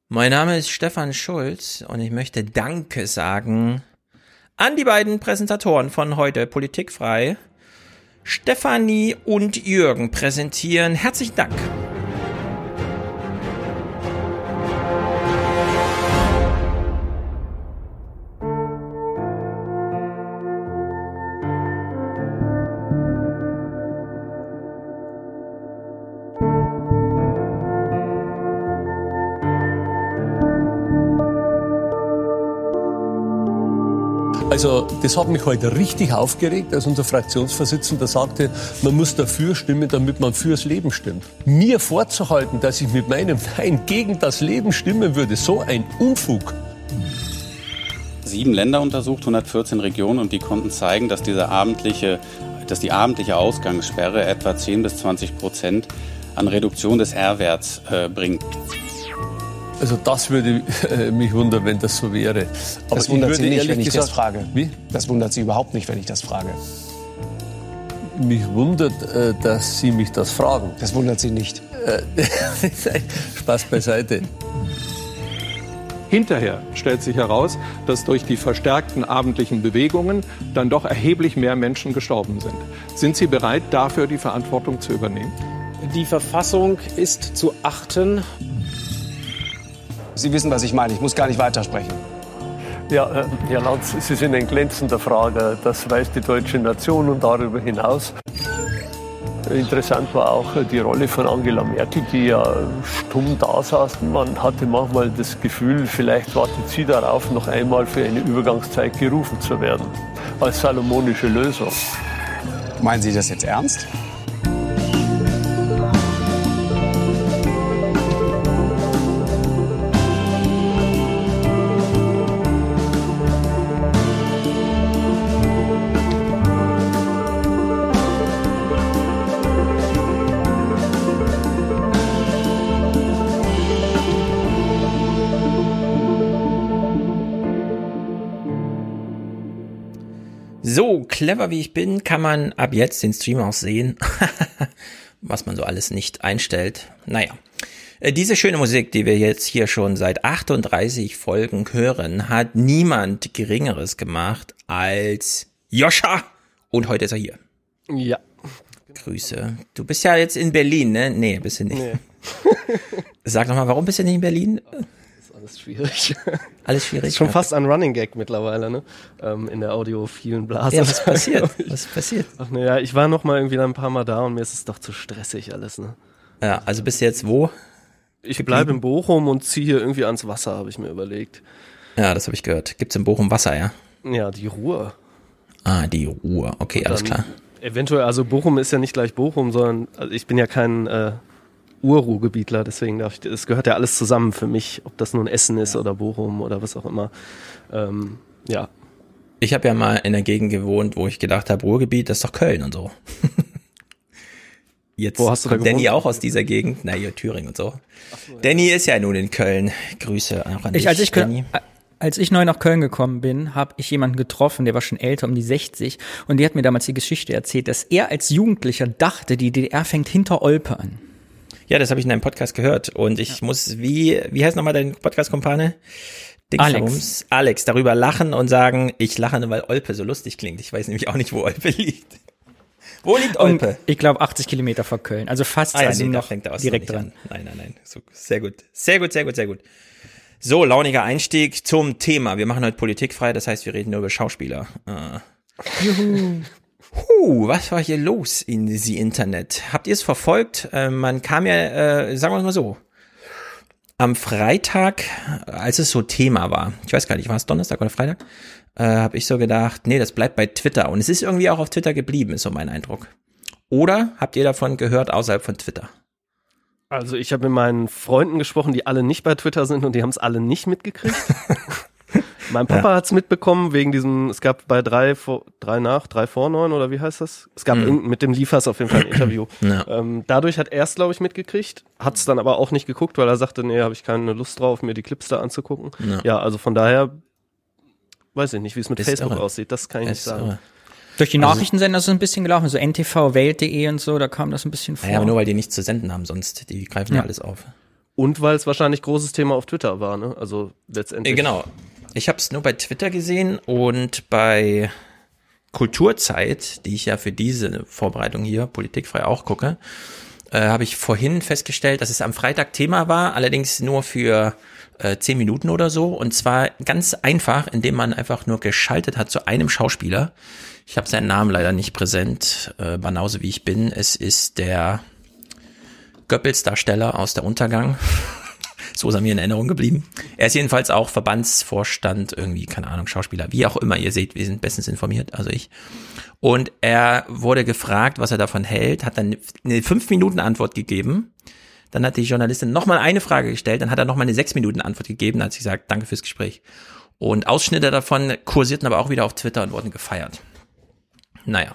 Mein Name ist Stefan Schulz und ich möchte Danke sagen an die beiden Präsentatoren von heute Politikfrei. Stefanie und Jürgen präsentieren. Herzlichen Dank. Also das hat mich heute richtig aufgeregt, als unser Fraktionsvorsitzender sagte, man muss dafür stimmen, damit man fürs Leben stimmt. Mir vorzuhalten, dass ich mit meinem Nein gegen das Leben stimmen würde, so ein Unfug. 7 Länder untersucht, 114 Regionen, und die konnten zeigen, dass die abendliche Ausgangssperre etwa 10-20% an Reduktion des R-Werts bringt. Also das würde mich wundern, wenn das so wäre. Aber das wundert Sie nicht, wenn ich das frage. Wie? Das wundert Sie überhaupt nicht, wenn ich das frage. Mich wundert, dass Sie mich das fragen. Das wundert Sie nicht. Spaß beiseite. Hinterher stellt sich heraus, dass durch die verstärkten abendlichen Bewegungen dann doch erheblich mehr Menschen gestorben sind. Sind Sie bereit, dafür die Verantwortung zu übernehmen? Die Verfassung ist zu achten. Sie wissen, was ich meine. Ich muss gar nicht weitersprechen. Ja, Herr Lanz, Sie sind ein glänzender Frager. Das weiß die deutsche Nation und darüber hinaus. Interessant war auch die Rolle von Angela Merkel, die ja stumm da saß. Man hatte manchmal das Gefühl, vielleicht wartet sie darauf, noch einmal für eine Übergangszeit gerufen zu werden. Als salomonische Lösung. Meinen Sie das jetzt ernst? So clever wie ich bin, kann man ab jetzt den Stream auch sehen, was man so alles nicht einstellt. Naja, diese schöne Musik, die wir jetzt hier schon seit 38 Folgen hören, hat niemand Geringeres gemacht als Joscha. Und heute ist er hier. Ja. Grüße. Du bist ja jetzt in Berlin, ne? Nee, bist du nicht. Nee. Sag doch mal, warum bist du nicht in Berlin? Alles schwierig. Alles schwierig? Ist schon fast ein Running Gag mittlerweile, ne? In der audiophilen Blase. Ja, was passiert? Was passiert? Ach naja, ich war noch mal irgendwie ein paar Mal da und mir ist es doch zu stressig alles, ne? Ja, also bist du jetzt wo? Ich bleibe in Bochum und ziehe hier irgendwie ans Wasser, habe ich mir überlegt. Ja, das habe ich gehört. Gibt's in Bochum Wasser, ja? Ja, die Ruhr. Ah, die Ruhr. Okay, alles klar. Eventuell, also Bochum ist ja nicht gleich Bochum, sondern also ich bin ja kein Urruhrgebietler, deswegen es gehört ja alles zusammen für mich, ob das nun Essen ist oder Bochum oder was auch immer. Ja. Ich habe ja mal in der Gegend gewohnt, wo ich gedacht habe, Ruhrgebiet, das ist doch Köln und so. Jetzt wo hast du kommt da Danny gewohnt? Auch aus dieser Gegend, na hier Thüringen und so. Danny ist ja nun in Köln. Grüße auch an dich, Danny. Als ich neu nach Köln gekommen bin, habe ich jemanden getroffen, der war schon älter, um die 60, und die hat mir damals die Geschichte erzählt, dass er als Jugendlicher dachte, die DDR fängt hinter Olpe an. Ja, das habe ich in deinem Podcast gehört und ich muss, wie heißt nochmal dein Podcast-Kumpane? Alex, darüber lachen und sagen, ich lache nur, weil Olpe so lustig klingt. Ich weiß nämlich auch nicht, wo Olpe liegt. Wo liegt Olpe? Und ich glaube 80 Kilometer vor Köln, also fast noch direkt dran. Nein. So, sehr gut. So, launiger Einstieg zum Thema. Wir machen heute politikfrei, das heißt, wir reden nur über Schauspieler. Juhu. Was war hier los in die Internet? Habt ihr es verfolgt? Man kam ja, sagen wir es mal so, am Freitag, als es so Thema war, ich weiß gar nicht, war es Donnerstag oder Freitag, habe ich so gedacht, nee, das bleibt bei Twitter. Und es ist irgendwie auch auf Twitter geblieben, ist so mein Eindruck. Oder habt ihr davon gehört außerhalb von Twitter? Also ich habe mit meinen Freunden gesprochen, die alle nicht bei Twitter sind und die haben es alle nicht mitgekriegt. Mein Papa hat's mitbekommen wegen diesem, es gab bei 3 vor 9 oder wie heißt das? Es gab mit dem Liefers auf jeden Fall ein Interview. Ja. Dadurch hat er es, glaube ich, mitgekriegt, hat's dann aber auch nicht geguckt, weil er sagte, nee, habe ich keine Lust drauf, mir die Clips da anzugucken. Ja, also von daher weiß ich nicht, wie es mit Facebook aussieht, das kann ich nicht sagen. Durch die Nachrichtensender ist es ein bisschen gelaufen, so NTV, Welt.de und so, da kam das ein bisschen vor. Ja, aber nur weil die nichts zu senden haben, sonst, die greifen ja alles auf. Und weil es wahrscheinlich großes Thema auf Twitter war, ne? Also letztendlich. Genau. Ich habe es nur bei Twitter gesehen und bei Kulturzeit, die ich ja für diese Vorbereitung hier, politikfrei auch gucke, habe ich vorhin festgestellt, dass es am Freitag Thema war, allerdings nur für 10 Minuten oder so. Und zwar ganz einfach, indem man einfach nur geschaltet hat zu einem Schauspieler. Ich habe seinen Namen leider nicht präsent, Banause wie ich bin. Es ist der Goebbels-Darsteller aus Der Untergang. So ist er mir in Erinnerung geblieben. Er ist jedenfalls auch Verbandsvorstand, irgendwie, keine Ahnung, Schauspieler, wie auch immer. Ihr seht, wir sind bestens informiert, also ich. Und er wurde gefragt, was er davon hält, hat dann eine 5-Minuten-Antwort gegeben. Dann hat die Journalistin nochmal eine Frage gestellt, dann hat er nochmal eine 6-Minuten-Antwort gegeben, dann hat sie gesagt, danke fürs Gespräch. Und Ausschnitte davon kursierten aber auch wieder auf Twitter und wurden gefeiert. Naja.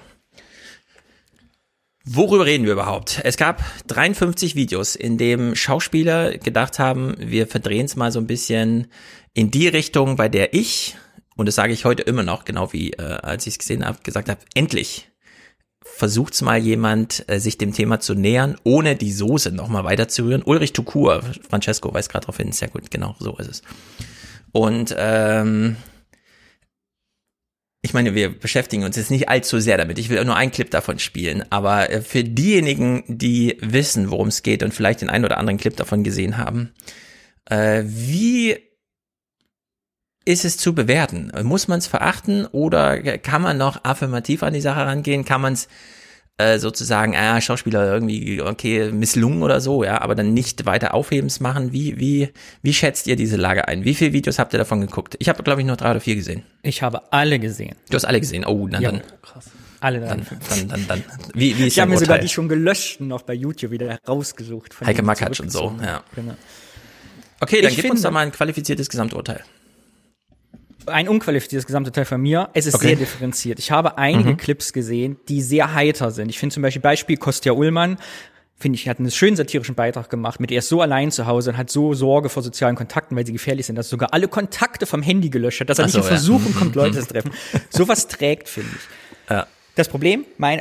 Worüber reden wir überhaupt? Es gab 53 Videos, in dem Schauspieler gedacht haben, wir verdrehen es mal so ein bisschen in die Richtung, bei der ich, und das sage ich heute immer noch, genau wie als ich es gesehen habe, gesagt habe, endlich versucht's mal jemand, sich dem Thema zu nähern, ohne die Soße nochmal weiterzurühren. Ulrich Tukur, Francesco weist gerade drauf hin, sehr gut, genau, so ist es. Und ich meine, wir beschäftigen uns jetzt nicht allzu sehr damit. Ich will nur einen Clip davon spielen. Aber für diejenigen, die wissen, worum es geht und vielleicht den einen oder anderen Clip davon gesehen haben, wie ist es zu bewerten? Muss man es verachten oder kann man noch affirmativ an die Sache rangehen? Kann man es sozusagen, Schauspieler irgendwie, okay, misslungen oder so, ja, aber dann nicht weiter aufhebens machen? Wie schätzt ihr diese Lage ein? Wie viele Videos habt ihr davon geguckt? Ich habe, glaube ich, nur 3 oder 4 gesehen. Ich habe alle gesehen. Du hast alle gesehen? Oh, na, Ja, dann. krass. Alle Dann. Wie ist Ich habe mir dein sogar Urteil? die schon gelöscht und noch bei YouTube wieder rausgesucht. von Heike denen Makatsch und so, zurückgezogen. ja. Genau. Okay, dann Ich gib uns finde- doch mal ein qualifiziertes Gesamturteil. Ein unqualifiziertes Gesamturteil von mir. Es ist Okay. sehr differenziert. Ich habe einige Clips gesehen, die sehr heiter sind. Ich finde zum Beispiel Kostja Ullmann, finde ich, hat einen schönen satirischen Beitrag gemacht mit, er ist so allein zu Hause und hat so Sorge vor sozialen Kontakten, weil sie gefährlich sind, dass er sogar alle Kontakte vom Handy gelöscht hat, dass er Ach nicht so, in ja. Versuchung kommt, Leute zu treffen. Sowas trägt, finde ich. Ja. Das Problem, mein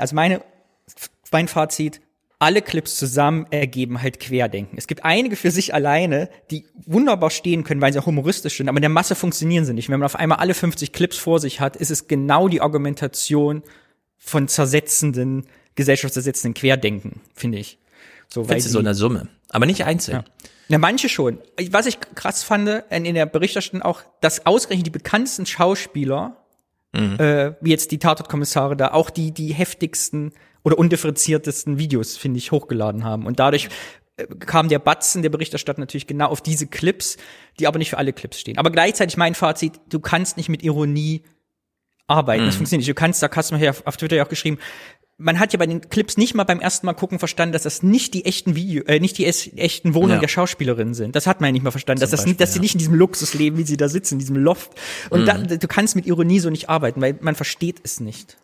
Fazit, alle Clips zusammen ergeben halt Querdenken. Es gibt einige für sich alleine, die wunderbar stehen können, weil sie auch humoristisch sind, aber in der Masse funktionieren sie nicht. Wenn man auf einmal alle 50 Clips vor sich hat, ist es genau die Argumentation von gesellschaftszersetzenden Querdenken, finde ich. So, weil Findest du so in der Summe? Aber nicht einzeln. ja. Ja, manche schon. Was ich krass fand in der Berichterstattung auch, dass ausgerechnet die bekanntesten Schauspieler, wie jetzt die Tatortkommissare da, auch die heftigsten oder undifferenziertesten Videos, finde ich, hochgeladen haben. Und dadurch kam der Batzen der Berichterstattung natürlich genau auf diese Clips, die aber nicht für alle Clips stehen. Aber gleichzeitig mein Fazit, du kannst nicht mit Ironie arbeiten. Das funktioniert nicht. Du kannst, Sarkasmus hier auf Twitter ja auch geschrieben, man hat ja bei den Clips nicht mal beim ersten Mal gucken verstanden, dass das nicht die echten echten Wohnungen Ja. der Schauspielerinnen sind. Das hat man ja nicht mal verstanden, dass Beispiel, dass sie nicht in diesem Luxus leben, wie sie da sitzen, in diesem Loft. Und du kannst mit Ironie so nicht arbeiten, weil man versteht es nicht.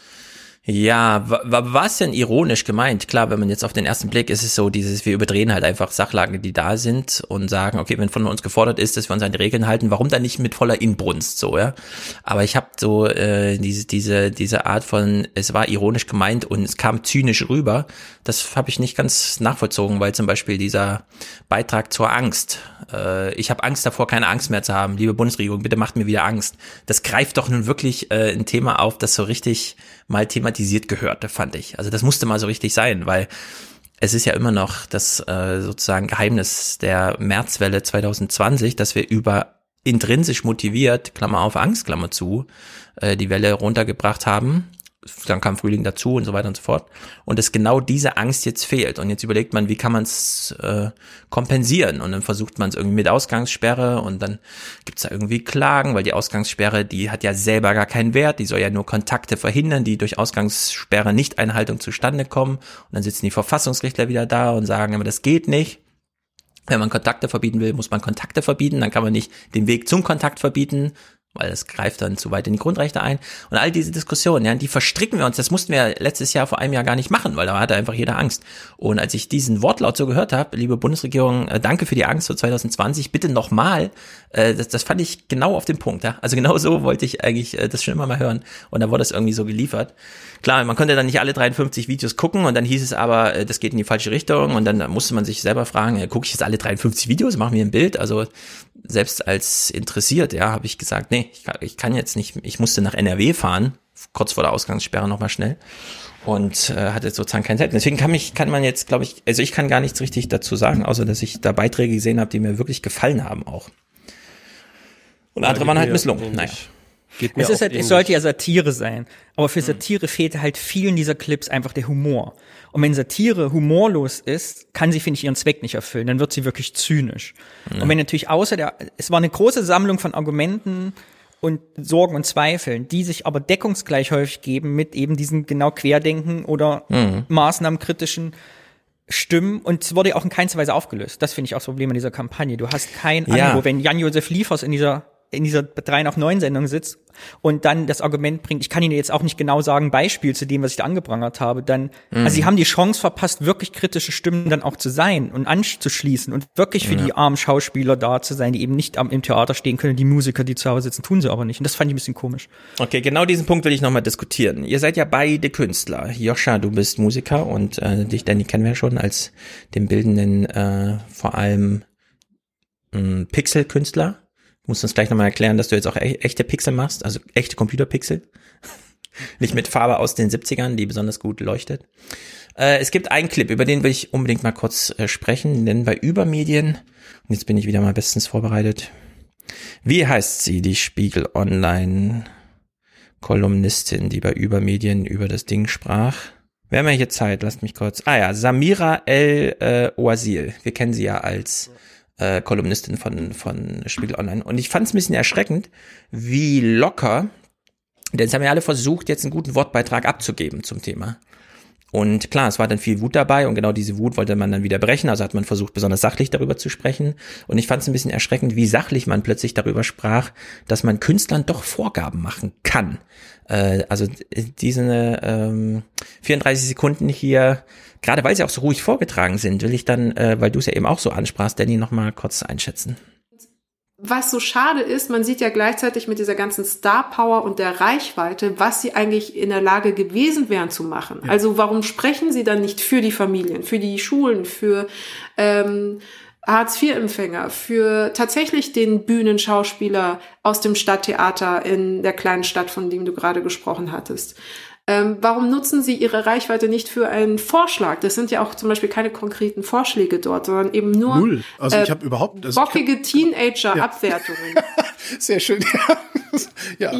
Ja, war es denn ironisch gemeint? Klar, wenn man jetzt auf den ersten Blick ist es so wir überdrehen halt einfach Sachlagen, die da sind und sagen, okay, wenn von uns gefordert ist, dass wir uns an die Regeln halten, warum dann nicht mit voller Inbrunst so, ja? Aber ich habe so diese Art von, es war ironisch gemeint und es kam zynisch rüber, das habe ich nicht ganz nachvollzogen, weil zum Beispiel dieser Beitrag zur Angst, ich habe Angst davor, keine Angst mehr zu haben, liebe Bundesregierung, bitte macht mir wieder Angst. Das greift doch nun wirklich ein Thema auf, das so richtig mal thematisiert gehörte, fand ich. Also das musste mal so richtig sein, weil es ist ja immer noch das sozusagen Geheimnis der Märzwelle 2020, dass wir über intrinsisch motiviert, Klammer auf Angst, Klammer zu, die Welle runtergebracht haben. Dann kam Frühling dazu und so weiter und so fort. Und dass genau diese Angst jetzt fehlt. Und jetzt überlegt man, wie kann man es kompensieren? Und dann versucht man es irgendwie mit Ausgangssperre und dann gibt's da irgendwie Klagen, weil die Ausgangssperre, die hat ja selber gar keinen Wert. Die soll ja nur Kontakte verhindern, die durch Ausgangssperre Nichteinhaltung zustande kommen. Und dann sitzen die Verfassungsrichter wieder da und sagen, aber das geht nicht. Wenn man Kontakte verbieten will, muss man Kontakte verbieten. Dann kann man nicht den Weg zum Kontakt verbieten. weil das greift dann zu weit in die Grundrechte ein. Und all diese Diskussionen, ja, die verstricken wir uns, das mussten wir letztes Jahr vor einem Jahr gar nicht machen, weil da hatte einfach jeder Angst. Und als ich diesen Wortlaut so gehört habe, liebe Bundesregierung, danke für die Angst für 2020, bitte nochmal, das fand ich genau auf den Punkt. Ja? Also genau so wollte ich eigentlich das schon immer mal hören. Und da wurde es irgendwie so geliefert. Klar, man konnte dann nicht alle 53 Videos gucken und dann hieß es aber, das geht in die falsche Richtung und dann musste man sich selber fragen, gucke ich jetzt alle 53 Videos, mache mir ein Bild? Also selbst als interessiert, ja, habe ich gesagt, nee, ich kann jetzt nicht, ich musste nach NRW fahren, kurz vor der Ausgangssperre nochmal schnell und hatte sozusagen keine Zeit. Deswegen kann man jetzt, glaube ich, also ich kann gar nichts richtig dazu sagen, außer dass ich da Beiträge gesehen habe, die mir wirklich gefallen haben auch. Und andere waren halt misslungen. Naja. Es sollte ja Satire sein, aber für Satire fehlt halt vielen dieser Clips einfach der Humor. Und wenn Satire humorlos ist, kann sie, finde ich, ihren Zweck nicht erfüllen, dann wird sie wirklich zynisch. Ja. Und wenn natürlich es war eine große Sammlung von Argumenten und Sorgen und Zweifeln, die sich aber deckungsgleich häufig geben mit eben diesen genau Querdenken oder maßnahmenkritischen Stimmen, und es wurde ja auch in keinster Weise aufgelöst. Das finde ich auch das Problem an dieser Kampagne. Du hast kein Angebot, wenn Jan-Josef Liefers in dieser 3 nach 9 Sendung sitzt und dann das Argument bringt, ich kann Ihnen jetzt auch nicht genau sagen, Beispiel zu dem, was ich da angeprangert habe, dann, also sie haben die Chance verpasst, wirklich kritische Stimmen dann auch zu sein und anzuschließen und wirklich für die armen Schauspieler da zu sein, die eben nicht im Theater stehen können, die Musiker, die zu Hause sitzen, tun sie aber nicht. Und das fand ich ein bisschen komisch. Okay, genau diesen Punkt will ich nochmal diskutieren. Ihr seid ja beide Künstler. Joscha, du bist Musiker und dich, Danny, kennen wir schon als den bildenden, vor allem Pixel-Künstler. Du musst uns gleich nochmal erklären, dass du jetzt auch echte Pixel machst, also echte Computerpixel. Nicht mit Farbe aus den 70ern, die besonders gut leuchtet. Es gibt einen Clip, über den will ich unbedingt mal kurz sprechen, denn bei Übermedien, und jetzt bin ich wieder mal bestens vorbereitet, wie heißt sie, die Spiegel Online Kolumnistin, die bei Übermedien über das Ding sprach? Wir haben ja hier Zeit, lasst mich kurz. Samira El-Oasil, wir kennen sie ja als Kolumnistin von Spiegel Online. Und ich fand es ein bisschen erschreckend, wie locker, denn es haben ja alle versucht, jetzt einen guten Wortbeitrag abzugeben zum Thema. Und klar, es war dann viel Wut dabei und genau diese Wut wollte man dann wieder brechen, also hat man versucht, besonders sachlich darüber zu sprechen. Und ich fand es ein bisschen erschreckend, wie sachlich man plötzlich darüber sprach, dass man Künstlern doch Vorgaben machen kann. Also diese 34 Sekunden hier, gerade weil sie auch so ruhig vorgetragen sind, will ich dann, weil du es ja eben auch so ansprachst, Danny, noch mal kurz einschätzen. Was so schade ist, man sieht ja gleichzeitig mit dieser ganzen Star-Power und der Reichweite, was sie eigentlich in der Lage gewesen wären zu machen. Ja. Also warum sprechen sie dann nicht für die Familien, für die Schulen, für Hartz-IV-Empfänger, für tatsächlich den Bühnenschauspieler aus dem Stadttheater in der kleinen Stadt, von dem du gerade gesprochen hattest? Warum nutzen sie ihre Reichweite nicht für einen Vorschlag? Das sind ja auch zum Beispiel keine konkreten Vorschläge dort, sondern eben nur null. Also ich habe überhaupt bockige Teenager-Abwertungen. Sehr schön. Ja.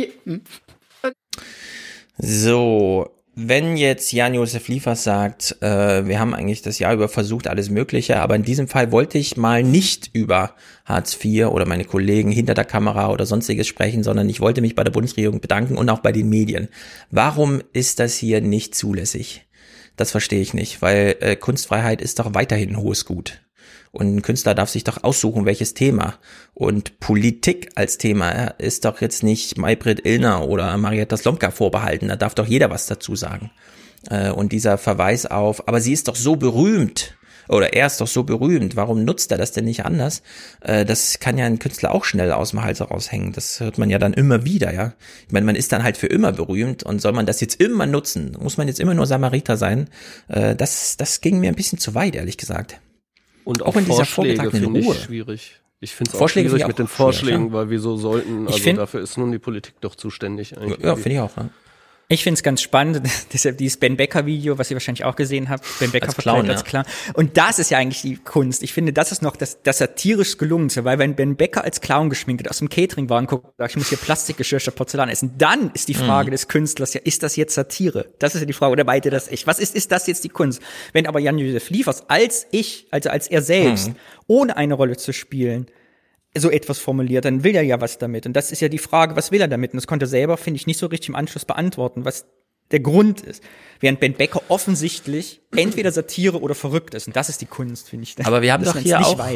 So, wenn jetzt Jan-Josef Liefers sagt, wir haben eigentlich das Jahr über versucht, alles Mögliche, aber in diesem Fall wollte ich mal nicht über Hartz IV oder meine Kollegen hinter der Kamera oder sonstiges sprechen, sondern ich wollte mich bei der Bundesregierung bedanken und auch bei den Medien. Warum ist das hier nicht zulässig? Das verstehe ich nicht, weil Kunstfreiheit ist doch weiterhin ein hohes Gut. Und ein Künstler darf sich doch aussuchen, welches Thema. Und Politik als Thema ist doch jetzt nicht Maybrit Illner oder Marietta Slomka vorbehalten. Da darf doch jeder was dazu sagen. Und dieser Verweis auf, aber sie ist doch so berühmt, oder er ist doch so berühmt, warum nutzt er das denn nicht anders? Das kann ja ein Künstler auch schnell aus dem Hals raushängen. Das hört man ja dann immer wieder, ja. Ich meine, man ist dann halt für immer berühmt und soll man das jetzt immer nutzen? Muss man jetzt immer nur Samariter sein? Das ging mir ein bisschen zu weit, ehrlich gesagt. Und auch in dieser Vorschläge finde ich schwierig. Ich finde es auch schwierig mit den Vorschlägen, weil wieso sollten, also dafür ist nun die Politik doch zuständig eigentlich. Ja, finde ich auch. Ja. Ich finde es ganz spannend, deshalb dieses Ben Becker-Video, was ihr wahrscheinlich auch gesehen habt. Ben Becker verkleidet als Clown. Und das ist ja eigentlich die Kunst. Ich finde, das ist noch das satirisch Gelungenste, weil wenn Ben Becker als Clown geschminkt aus dem Catering-Wagen guckt, sagt, ich muss hier Plastikgeschirr statt Porzellan essen, dann ist die Frage des Künstlers ja, ist das jetzt Satire? Das ist ja die Frage, oder meinte das echt? Was ist das jetzt die Kunst? Wenn aber Jan-Josef Liefers als er selbst, ohne eine Rolle zu spielen, so etwas formuliert, dann will er ja was damit. Und das ist ja die Frage, was will er damit? Und das konnte er selber, finde ich, nicht so richtig im Anschluss beantworten, was der Grund ist. Während Ben Becker offensichtlich entweder Satire oder verrückt ist. Und das ist die Kunst, finde ich. Aber wir haben doch hier auch,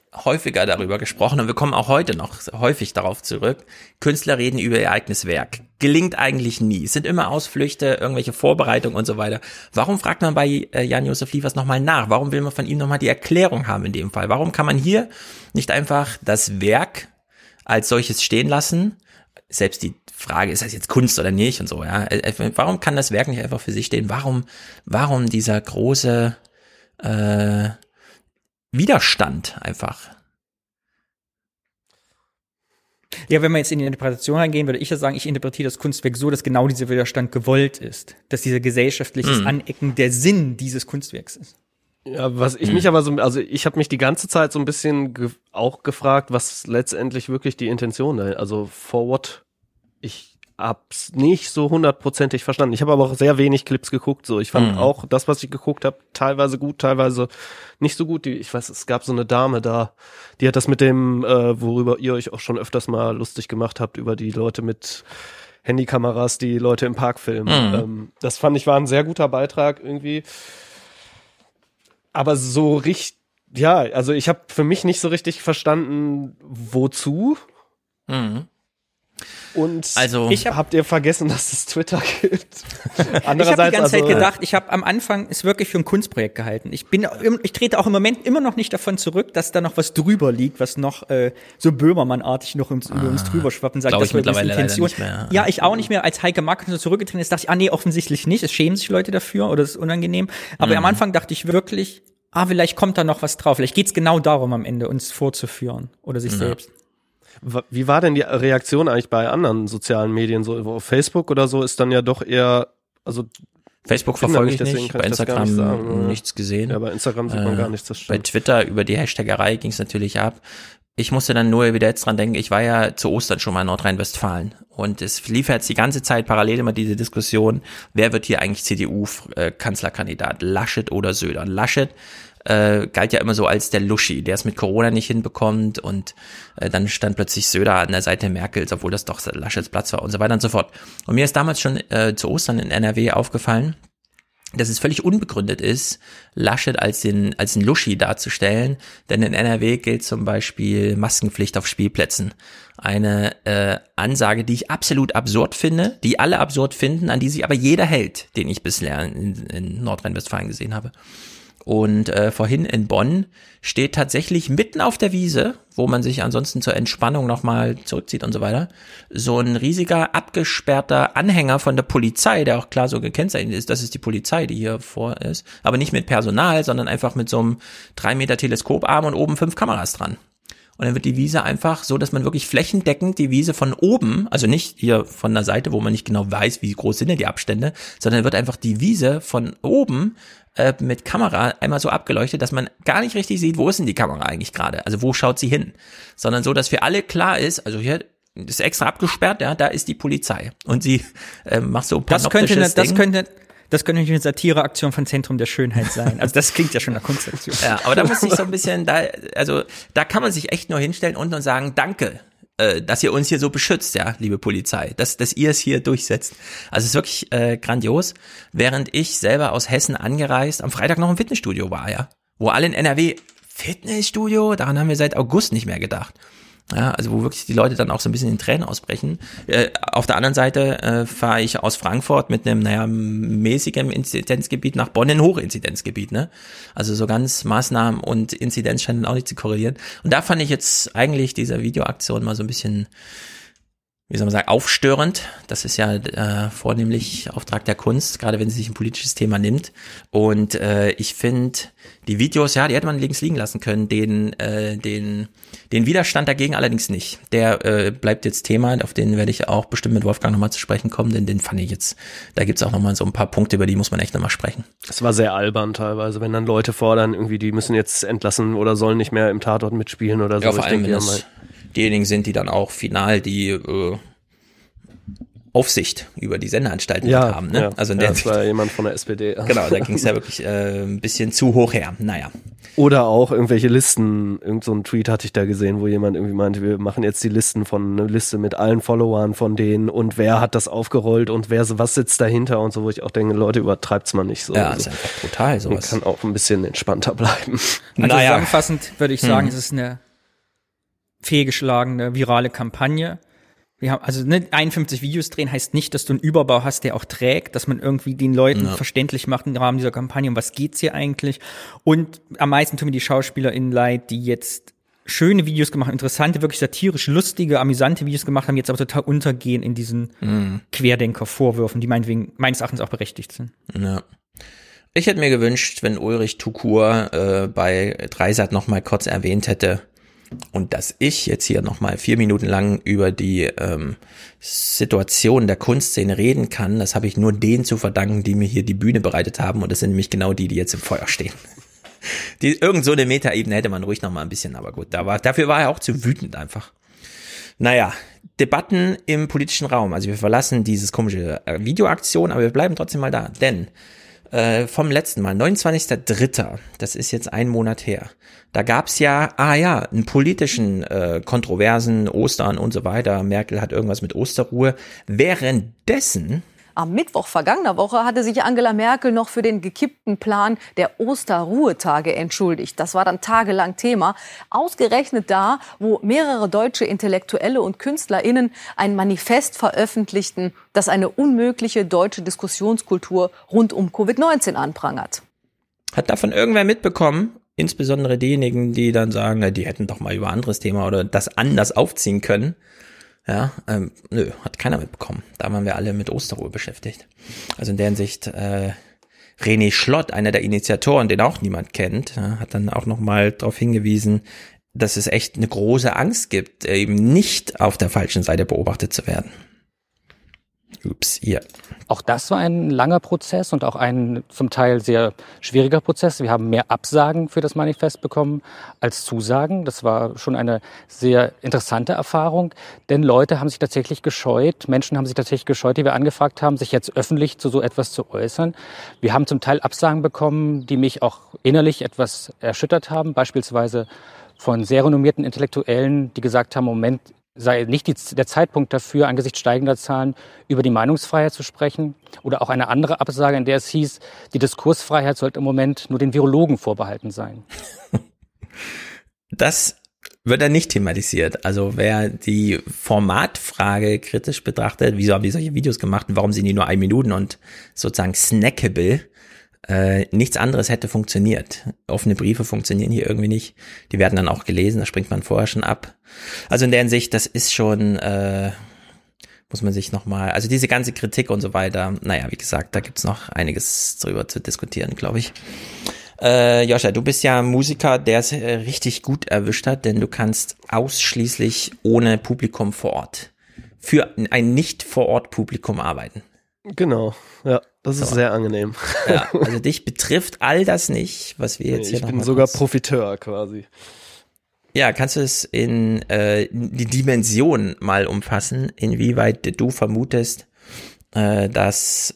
häufiger darüber gesprochen und wir kommen auch heute noch häufig darauf zurück. Künstler reden über ihr eigenes Werk. Gelingt eigentlich nie. Es sind immer Ausflüchte, irgendwelche Vorbereitungen und so weiter. Warum fragt man bei Jan-Josef Liefers nochmal nach? Warum will man von ihm nochmal die Erklärung haben in dem Fall? Warum kann man hier nicht einfach das Werk als solches stehen lassen? Selbst die Frage, ist das jetzt Kunst oder nicht und so, ja? Warum kann das Werk nicht einfach für sich stehen? Warum dieser große Widerstand einfach? Ja, wenn man jetzt in die Interpretation reingehen, würde ich ja sagen, ich interpretiere das Kunstwerk so, dass genau dieser Widerstand gewollt ist. Dass dieser gesellschaftliches Anecken der Sinn dieses Kunstwerks ist. Ja, was ich mich aber so, also ich habe mich die ganze Zeit so ein bisschen auch gefragt, was letztendlich wirklich die Intention da, also for what? Ich hab's nicht so 100%ig verstanden. Ich habe aber auch sehr wenig Clips geguckt, so. Ich fand auch das, was ich geguckt habe, teilweise gut, teilweise nicht so gut. Ich weiß, es gab so eine Dame da, die hat das mit dem, worüber ihr euch auch schon öfters mal lustig gemacht habt, über die Leute mit Handykameras, die Leute im Park filmen. Das fand ich war ein sehr guter Beitrag irgendwie. Aber so richtig, ja, also ich habe für mich nicht so richtig verstanden, wozu. Und also habt ihr vergessen, dass es Twitter gibt? Ich habe die ganze Zeit gedacht, ich habe am Anfang es wirklich für ein Kunstprojekt gehalten. Ich trete auch im Moment immer noch nicht davon zurück, dass da noch was drüber liegt, was noch so Böhmermann-artig noch über uns drüber schwappt und sagt, das wird eine Intention. Nicht mehr. Ja, ich auch nicht mehr. Als Heike Marken so zurückgetreten ist, dachte ich, nee, offensichtlich nicht. Es schämen sich Leute dafür oder es ist unangenehm. Aber am Anfang dachte ich wirklich, vielleicht kommt da noch was drauf. Vielleicht geht's genau darum am Ende, uns vorzuführen oder sich selbst. Wie war denn die Reaktion eigentlich bei anderen sozialen Medien? So auf Facebook oder so ist dann ja doch eher, also Facebook verfolge ich nicht, bei Instagram nichts gesehen. Ja, bei Instagram sieht man gar nichts. Das bei Twitter über die Hashtagerei ging es natürlich ab. Ich musste dann nur wieder jetzt dran denken, ich war ja zu Ostern schon mal in Nordrhein-Westfalen und es lief jetzt die ganze Zeit parallel immer diese Diskussion, wer wird hier eigentlich CDU-Kanzlerkandidat, Laschet oder Söder? Laschet galt ja immer so als der Luschi, der es mit Corona nicht hinbekommt und dann stand plötzlich Söder an der Seite Merkels, obwohl das doch Laschets Platz war und so weiter und so fort. Und mir ist damals schon zu Ostern in NRW aufgefallen, dass es völlig unbegründet ist, Laschet als den Luschi darzustellen, denn in NRW gilt zum Beispiel Maskenpflicht auf Spielplätzen. Eine Ansage, die ich absolut absurd finde, die alle absurd finden, an die sich aber jeder hält, den ich bisher in Nordrhein-Westfalen gesehen habe. Und vorhin in Bonn steht tatsächlich mitten auf der Wiese, wo man sich ansonsten zur Entspannung nochmal zurückzieht und so weiter, so ein riesiger, abgesperrter Anhänger von der Polizei, der auch klar so gekennzeichnet ist, das ist die Polizei, die hier vor ist, aber nicht mit Personal, sondern einfach mit so einem 3 Meter Teleskoparm und oben 5 Kameras dran. Und dann wird die Wiese einfach so, dass man wirklich flächendeckend die Wiese von oben, also nicht hier von der Seite, wo man nicht genau weiß, wie groß sind denn die Abstände, sondern wird einfach die Wiese von oben mit Kamera einmal so abgeleuchtet, dass man gar nicht richtig sieht, wo ist denn die Kamera eigentlich gerade, also wo schaut sie hin, sondern so, dass für alle klar ist, also hier ist extra abgesperrt, ja, da ist die Polizei und sie macht so ein panoptisches Ding. Das könnte eine Satireaktion von Zentrum der Schönheit sein. Also das klingt ja schon nach Kunstaktion. Ja, aber da muss ich so ein bisschen, da kann man sich echt nur hinstellen und sagen, danke, dass ihr uns hier so beschützt, ja, liebe Polizei, dass ihr es hier durchsetzt. Also es ist wirklich grandios, während ich selber aus Hessen angereist am Freitag noch im Fitnessstudio war, ja, wo alle in NRW, Fitnessstudio, daran haben wir seit August nicht mehr gedacht. Ja, also wo wirklich die Leute dann auch so ein bisschen in Tränen ausbrechen. Auf der anderen Seite fahre ich aus Frankfurt mit einem, mäßigem Inzidenzgebiet nach Bonn in Hochinzidenzgebiet, ne? Also so ganz Maßnahmen und Inzidenz scheinen auch nicht zu korrelieren. Und da fand ich jetzt eigentlich diese Videoaktion mal so ein bisschen, wie soll man sagen, aufstörend. Das ist ja vornehmlich Auftrag der Kunst, gerade wenn sie sich ein politisches Thema nimmt. Und ich finde, die Videos, ja, die hätte man links liegen lassen können. Den Widerstand dagegen allerdings nicht. Der bleibt jetzt Thema, auf den werde ich auch bestimmt mit Wolfgang nochmal zu sprechen kommen, denn den fand ich jetzt, da gibt's auch nochmal so ein paar Punkte, über die muss man echt nochmal sprechen. Es war sehr albern teilweise, wenn dann Leute fordern, irgendwie, die müssen jetzt entlassen oder sollen nicht mehr im Tatort mitspielen oder so. Ja, vor allem, wenn das diejenigen sind, die dann auch final die Aufsicht über die Sendeanstalten haben. Ne? Ja. Also in der das war jemand von der SPD. Genau, da ging es ja wirklich ein bisschen zu hoch her. Naja. Oder auch irgendwelche Listen. Irgend so ein Tweet hatte ich da gesehen, wo jemand irgendwie meinte, wir machen jetzt die Listen eine Liste mit allen Followern von denen und wer hat das aufgerollt und was sitzt dahinter und so, wo ich auch denke, Leute, übertreibt's mal nicht so. Ja, das ist einfach brutal sowas. Man kann auch ein bisschen entspannter bleiben. Also zusammenfassend würde ich sagen, es ist eine fehlgeschlagene virale Kampagne. Wir haben, also 51 Videos drehen heißt nicht, dass du einen Überbau hast, der auch trägt, dass man irgendwie den Leuten verständlich macht im Rahmen dieser Kampagne, um was geht's hier eigentlich. Und am meisten tun mir die SchauspielerInnen leid, die jetzt schöne Videos gemacht haben, interessante, wirklich satirisch lustige, amüsante Videos gemacht haben, jetzt aber total untergehen in diesen Querdenker-Vorwürfen, die meines Erachtens auch berechtigt sind. Ja. Ich hätte mir gewünscht, wenn Ulrich Tukur bei Dreisat noch mal kurz erwähnt hätte, und dass ich jetzt hier nochmal 4 Minuten lang über die Situation der Kunstszene reden kann, das habe ich nur denen zu verdanken, die mir hier die Bühne bereitet haben. Und das sind nämlich genau die jetzt im Feuer stehen. Irgend so eine Metaebene hätte man ruhig nochmal ein bisschen, aber gut, dafür war er auch zu wütend einfach. Naja, Debatten im politischen Raum. Also wir verlassen dieses komische Videoaktion, aber wir bleiben trotzdem mal da. Denn vom letzten Mal, 29.03., das ist jetzt 1 Monat her, da gab's ja, einen politischen Kontroversen, Ostern und so weiter. Merkel hat irgendwas mit Osterruhe. Währenddessen am Mittwoch vergangener Woche hatte sich Angela Merkel noch für den gekippten Plan der Osterruhetage entschuldigt. Das war dann tagelang Thema. Ausgerechnet da, wo mehrere deutsche Intellektuelle und KünstlerInnen ein Manifest veröffentlichten, das eine unmögliche deutsche Diskussionskultur rund um Covid-19 anprangert. Hat davon irgendwer mitbekommen? Insbesondere diejenigen, die dann sagen, die hätten doch mal über anderes Thema oder das anders aufziehen können. Ja, nö, hat keiner mitbekommen. Da waren wir alle mit Osterruhe beschäftigt. Also in der Hinsicht, René Schlott, einer der Initiatoren, den auch niemand kennt, hat dann auch nochmal darauf hingewiesen, dass es echt eine große Angst gibt, eben nicht auf der falschen Seite beobachtet zu werden. Ups, ja. Auch das war ein langer Prozess und auch ein zum Teil sehr schwieriger Prozess. Wir haben mehr Absagen für das Manifest bekommen als Zusagen. Das war schon eine sehr interessante Erfahrung, denn Leute haben sich tatsächlich gescheut, Menschen haben sich tatsächlich gescheut, die wir angefragt haben, sich jetzt öffentlich zu so etwas zu äußern. Wir haben zum Teil Absagen bekommen, die mich auch innerlich etwas erschüttert haben, beispielsweise von sehr renommierten Intellektuellen, die gesagt haben, Moment, sei nicht der Zeitpunkt dafür, angesichts steigender Zahlen über die Meinungsfreiheit zu sprechen. Oder auch eine andere Absage, in der es hieß, die Diskursfreiheit sollte im Moment nur den Virologen vorbehalten sein. Das wird dann nicht thematisiert. Also wer die Formatfrage kritisch betrachtet, wieso haben die solche Videos gemacht und warum sind die nur 1 Minute und sozusagen snackable, nichts anderes hätte funktioniert. Offene Briefe funktionieren hier irgendwie nicht. Die werden dann auch gelesen, da springt man vorher schon ab. Also in der Hinsicht, das ist schon, muss man sich nochmal, also diese ganze Kritik und so weiter, naja, wie gesagt, da gibt's noch einiges drüber zu diskutieren, glaube ich. Joscha, du bist ja Musiker, der es richtig gut erwischt hat, denn du kannst ausschließlich ohne Publikum vor Ort, für ein Nicht-vor-Ort-Publikum arbeiten. Genau, ja, das ist sehr angenehm. Ja, also dich betrifft all das nicht, was wir jetzt hier noch. Ich bin sogar Profiteur quasi. Ja, kannst du es in die Dimension mal umfassen, inwieweit du vermutest, dass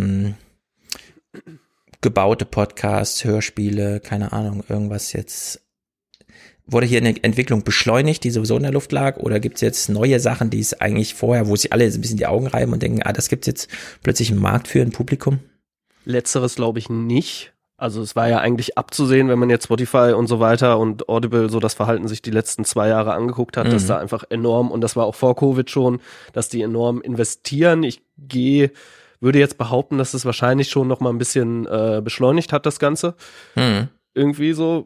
gebaute Podcasts, Hörspiele, keine Ahnung, irgendwas jetzt, wurde hier eine Entwicklung beschleunigt, die sowieso in der Luft lag, oder gibt's jetzt neue Sachen, die es eigentlich vorher, wo sich alle ein bisschen die Augen reiben und denken, das gibt's jetzt plötzlich einen Markt für ein Publikum? Letzteres glaube ich nicht. Also es war ja eigentlich abzusehen, wenn man jetzt Spotify und so weiter und Audible so das Verhalten sich die letzten 2 Jahre angeguckt hat, dass da einfach enorm, und das war auch vor Covid schon, dass die enorm investieren. Ich würde jetzt behaupten, dass es wahrscheinlich schon noch mal ein bisschen beschleunigt hat, das Ganze. Irgendwie so.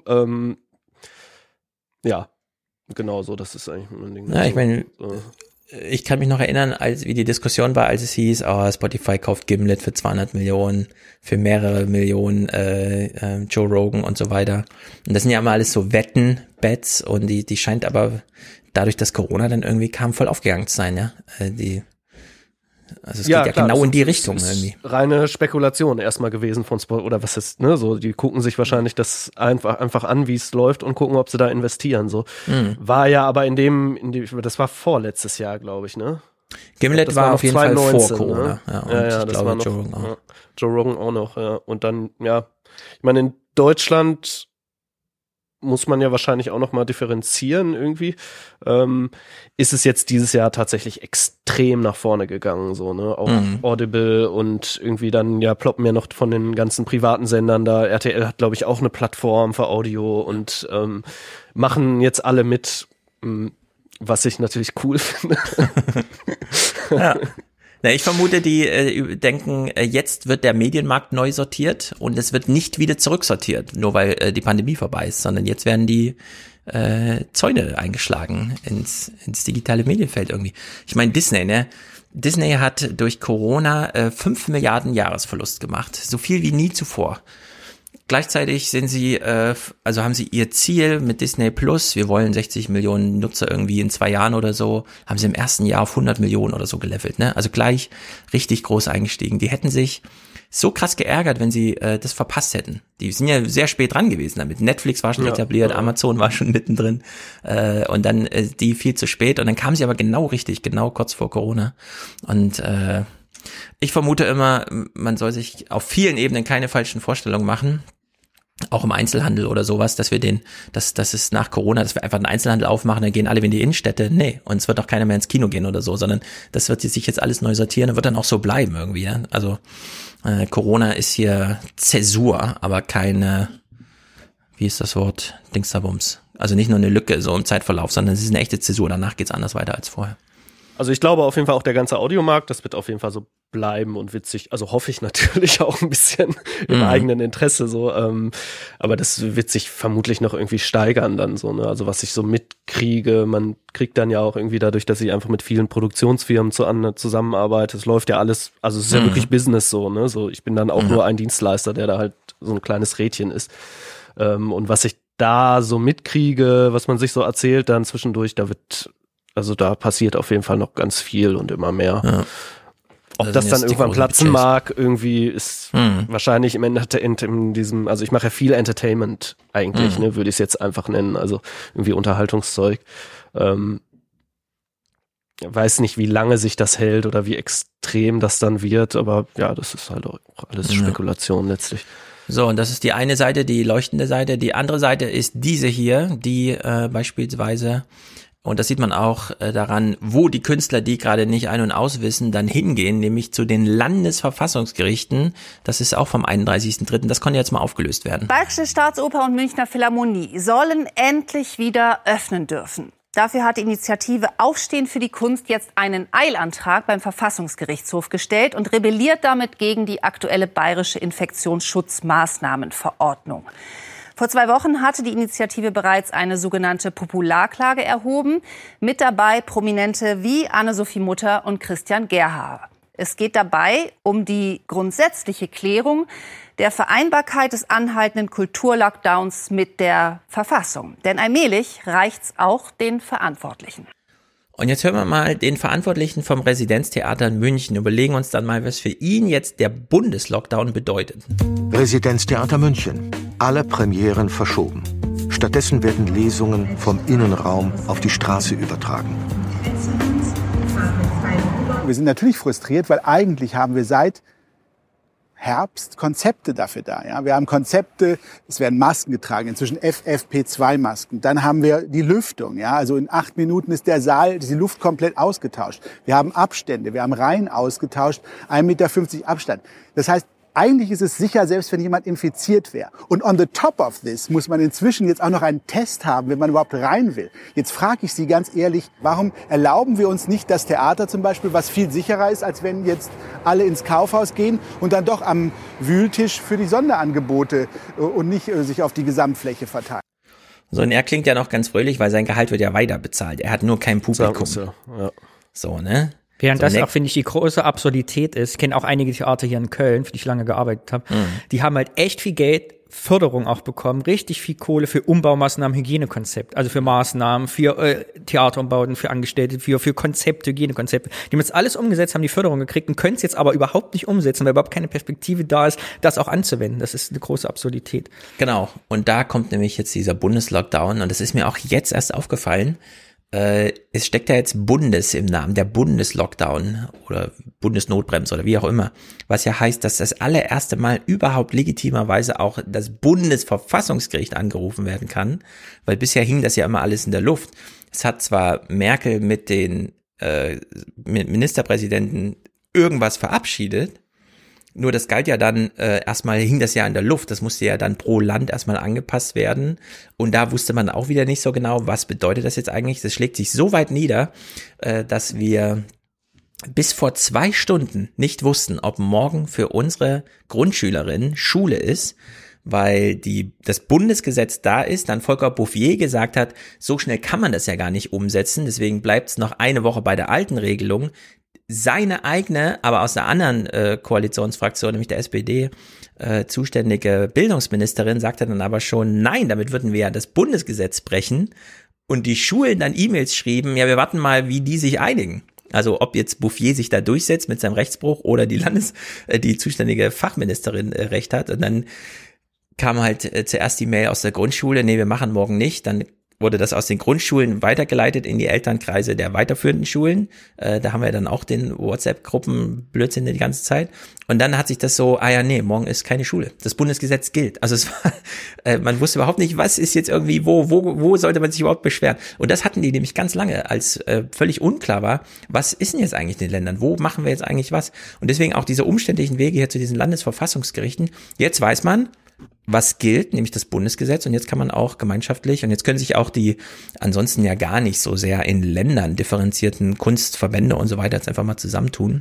Ja, genau so, das ist eigentlich mein Ding. Ja, ich meine, ich kann mich noch erinnern, wie die Diskussion war, als es hieß, Spotify kauft Gimlet für 200 Millionen, für mehrere Millionen Joe Rogan und so weiter. Und das sind ja immer alles so Bets, und die scheint aber dadurch, dass Corona dann irgendwie kam, voll aufgegangen zu sein, ja. Also es geht ja klar, genau in die Richtung irgendwie. Reine Spekulation erstmal gewesen von Sport, oder was ist, ne, so, die gucken sich wahrscheinlich das einfach an, wie es läuft, und gucken, ob sie da investieren, so. War ja aber das war vorletztes Jahr, glaube ich, ne? Gimlet war auf jeden 2019, Fall vor Corona. Ne? Ja, und ja, ich das glaube war noch, Joe Rogan auch. Ja, Joe Rogan auch noch, ja. Und dann, ja, ich meine, in Deutschland muss man ja wahrscheinlich auch noch mal differenzieren irgendwie. Ist es jetzt dieses Jahr tatsächlich extrem nach vorne gegangen, so, ne? Auch Audible und irgendwie dann, ja, ploppen ja noch von den ganzen privaten Sendern da. RTL hat, glaube ich, auch eine Plattform für Audio und machen jetzt alle mit, was ich natürlich cool finde. Ja. Na, ich vermute, die denken, jetzt wird der Medienmarkt neu sortiert und es wird nicht wieder zurücksortiert, nur weil die Pandemie vorbei ist, sondern jetzt werden die Zäune eingeschlagen ins digitale Medienfeld irgendwie. Ich meine, Disney, ne? Disney hat durch Corona 5 Milliarden Jahresverlust gemacht, so viel wie nie zuvor. Gleichzeitig sind sie, haben sie ihr Ziel mit Disney Plus, wir wollen 60 Millionen Nutzer irgendwie in 2 Jahren oder so, haben sie im ersten Jahr auf 100 Millionen oder so gelevelt, ne? Also gleich richtig groß eingestiegen. Die hätten sich so krass geärgert, wenn sie das verpasst hätten. Die sind ja sehr spät dran gewesen damit. Netflix war schon etabliert, Amazon war schon mittendrin und dann die viel zu spät und dann kamen sie aber genau kurz vor Corona und ich vermute immer, man soll sich auf vielen Ebenen keine falschen Vorstellungen machen, auch im Einzelhandel oder sowas, dass wir das ist nach Corona, dass wir einfach einen Einzelhandel aufmachen, dann gehen alle in die Innenstädte. Nee, und es wird auch keiner mehr ins Kino gehen oder so, sondern das wird sich jetzt alles neu sortieren und wird dann auch so bleiben irgendwie. Ja? Also Corona ist hier Zäsur, aber keine, wie ist das Wort, Dingsabums. Also nicht nur eine Lücke so im Zeitverlauf, sondern es ist eine echte Zäsur, danach geht's anders weiter als vorher. Also ich glaube auf jeden Fall auch der ganze Audiomarkt, das wird auf jeden Fall so bleiben und witzig, also hoffe ich natürlich auch ein bisschen im eigenen Interesse so, aber das wird sich vermutlich noch irgendwie steigern dann so, ne? Also was ich so mitkriege, man kriegt dann ja auch irgendwie dadurch, dass ich einfach mit vielen Produktionsfirmen zusammenarbeite, es läuft ja alles, also es ist ja wirklich Business so, ne? So, ich bin dann auch nur ein Dienstleister, der da halt so ein kleines Rädchen ist, und was ich da so mitkriege, was man sich so erzählt dann zwischendurch, da passiert auf jeden Fall noch ganz viel und immer mehr. Ja. Ob das dann irgendwann platzen mag, irgendwie ist wahrscheinlich im Endeffekt in diesem, also ich mache ja viel Entertainment eigentlich, ne, würde ich es jetzt einfach nennen, also irgendwie Unterhaltungszeug. Weiß nicht, wie lange sich das hält oder wie extrem das dann wird, aber ja, das ist halt auch alles Spekulation letztlich. So, und das ist die eine Seite, die leuchtende Seite. Die andere Seite ist diese hier, die beispielsweise, und das sieht man auch daran, wo die Künstler, die gerade nicht ein- und auswissen, dann hingehen, nämlich zu den Landesverfassungsgerichten. Das ist auch vom 31.03. Das konnte jetzt mal aufgelöst werden. Bayerische Staatsoper und Münchner Philharmonie sollen endlich wieder öffnen dürfen. Dafür hat die Initiative Aufstehen für die Kunst jetzt einen Eilantrag beim Verfassungsgerichtshof gestellt und rebelliert damit gegen die aktuelle bayerische Infektionsschutzmaßnahmenverordnung. Vor 2 Wochen hatte die Initiative bereits eine sogenannte Popularklage erhoben. Mit dabei Prominente wie Anne-Sophie Mutter und Christian Gerhaher. Es geht dabei um die grundsätzliche Klärung der Vereinbarkeit des anhaltenden Kulturlockdowns mit der Verfassung. Denn allmählich reicht's auch den Verantwortlichen. Und jetzt hören wir mal den Verantwortlichen vom Residenztheater in München. Überlegen uns dann mal, was für ihn jetzt der Bundeslockdown bedeutet. Residenztheater München. Alle Premieren verschoben. Stattdessen werden Lesungen vom Innenraum auf die Straße übertragen. Wir sind natürlich frustriert, weil eigentlich haben wir seit Herbst Konzepte dafür da. Ja? Wir haben Konzepte, es werden Masken getragen, inzwischen FFP2-Masken. Dann haben wir die Lüftung. Ja? Also in 8 Minuten ist der Saal, die Luft komplett ausgetauscht. Wir haben Abstände, wir haben Reihen ausgetauscht, 1,50 Meter Abstand. Das heißt, eigentlich ist es sicher, selbst wenn jemand infiziert wäre. Und on the top of this muss man inzwischen jetzt auch noch einen Test haben, wenn man überhaupt rein will. Jetzt frage ich Sie ganz ehrlich, warum erlauben wir uns nicht das Theater zum Beispiel, was viel sicherer ist, als wenn jetzt alle ins Kaufhaus gehen und dann doch am Wühltisch für die Sonderangebote und nicht sich auf die Gesamtfläche verteilen. So, und er klingt ja noch ganz fröhlich, weil sein Gehalt wird ja weiter bezahlt. Er hat nur kein Publikum. Ja. So, ne? Während das auch, finde ich, die große Absurdität ist. Ich kenne auch einige Theater hier in Köln, für die ich lange gearbeitet habe. Die haben halt echt viel Geld, Förderung auch bekommen, richtig viel Kohle für Umbaumaßnahmen, Hygienekonzept, also für Maßnahmen, für Theaterumbauten, für Angestellte, für Konzepte, Hygienekonzepte. Die haben jetzt alles umgesetzt, haben die Förderung gekriegt und können es jetzt aber überhaupt nicht umsetzen, weil überhaupt keine Perspektive da ist, das auch anzuwenden. Das ist eine große Absurdität. Genau. Und da kommt nämlich jetzt dieser Bundeslockdown und das ist mir auch jetzt erst aufgefallen. es steckt ja jetzt Bundes im Namen, der Bundeslockdown oder Bundesnotbremse oder wie auch immer, was ja heißt, dass das allererste Mal überhaupt legitimerweise auch das Bundesverfassungsgericht angerufen werden kann, weil bisher hing das ja immer alles in der Luft. Es hat zwar Merkel mit den Ministerpräsidenten irgendwas verabschiedet, nur das galt ja dann, erstmal hing das ja in der Luft, das musste ja dann pro Land erstmal angepasst werden und da wusste man auch wieder nicht so genau, was bedeutet das jetzt eigentlich. Das schlägt sich so weit nieder, dass wir bis vor 2 Stunden nicht wussten, ob morgen für unsere Grundschülerinnen Schule ist, weil das Bundesgesetz da ist, dann Volker Bouffier gesagt hat, so schnell kann man das ja gar nicht umsetzen, deswegen bleibt es noch eine Woche bei der alten Regelung. Seine eigene, aber aus der anderen Koalitionsfraktion, nämlich der SPD, zuständige Bildungsministerin sagte dann aber schon, nein, damit würden wir ja das Bundesgesetz brechen und die Schulen dann E-Mails schrieben, ja, wir warten mal, wie die sich einigen. Also ob jetzt Bouffier sich da durchsetzt mit seinem Rechtsbruch oder die zuständige Fachministerin recht hat. Und dann kam halt zuerst die Mail aus der Grundschule, nee, wir machen morgen nicht, dann wurde das aus den Grundschulen weitergeleitet in die Elternkreise der weiterführenden Schulen. Da haben wir dann auch den WhatsApp-Gruppen Blödsinn die ganze Zeit. Und dann hat sich das so, nee, morgen ist keine Schule. Das Bundesgesetz gilt. Also es war, man wusste überhaupt nicht, was ist jetzt irgendwie, wo sollte man sich überhaupt beschweren? Und das hatten die nämlich ganz lange, als völlig unklar war, was ist denn jetzt eigentlich in den Ländern? Wo machen wir jetzt eigentlich was? Und deswegen auch diese umständlichen Wege hier zu diesen Landesverfassungsgerichten. Jetzt weiß man, was gilt, nämlich das Bundesgesetz und jetzt kann man auch gemeinschaftlich und jetzt können sich auch die ansonsten ja gar nicht so sehr in Ländern differenzierten Kunstverbände und so weiter jetzt einfach mal zusammentun.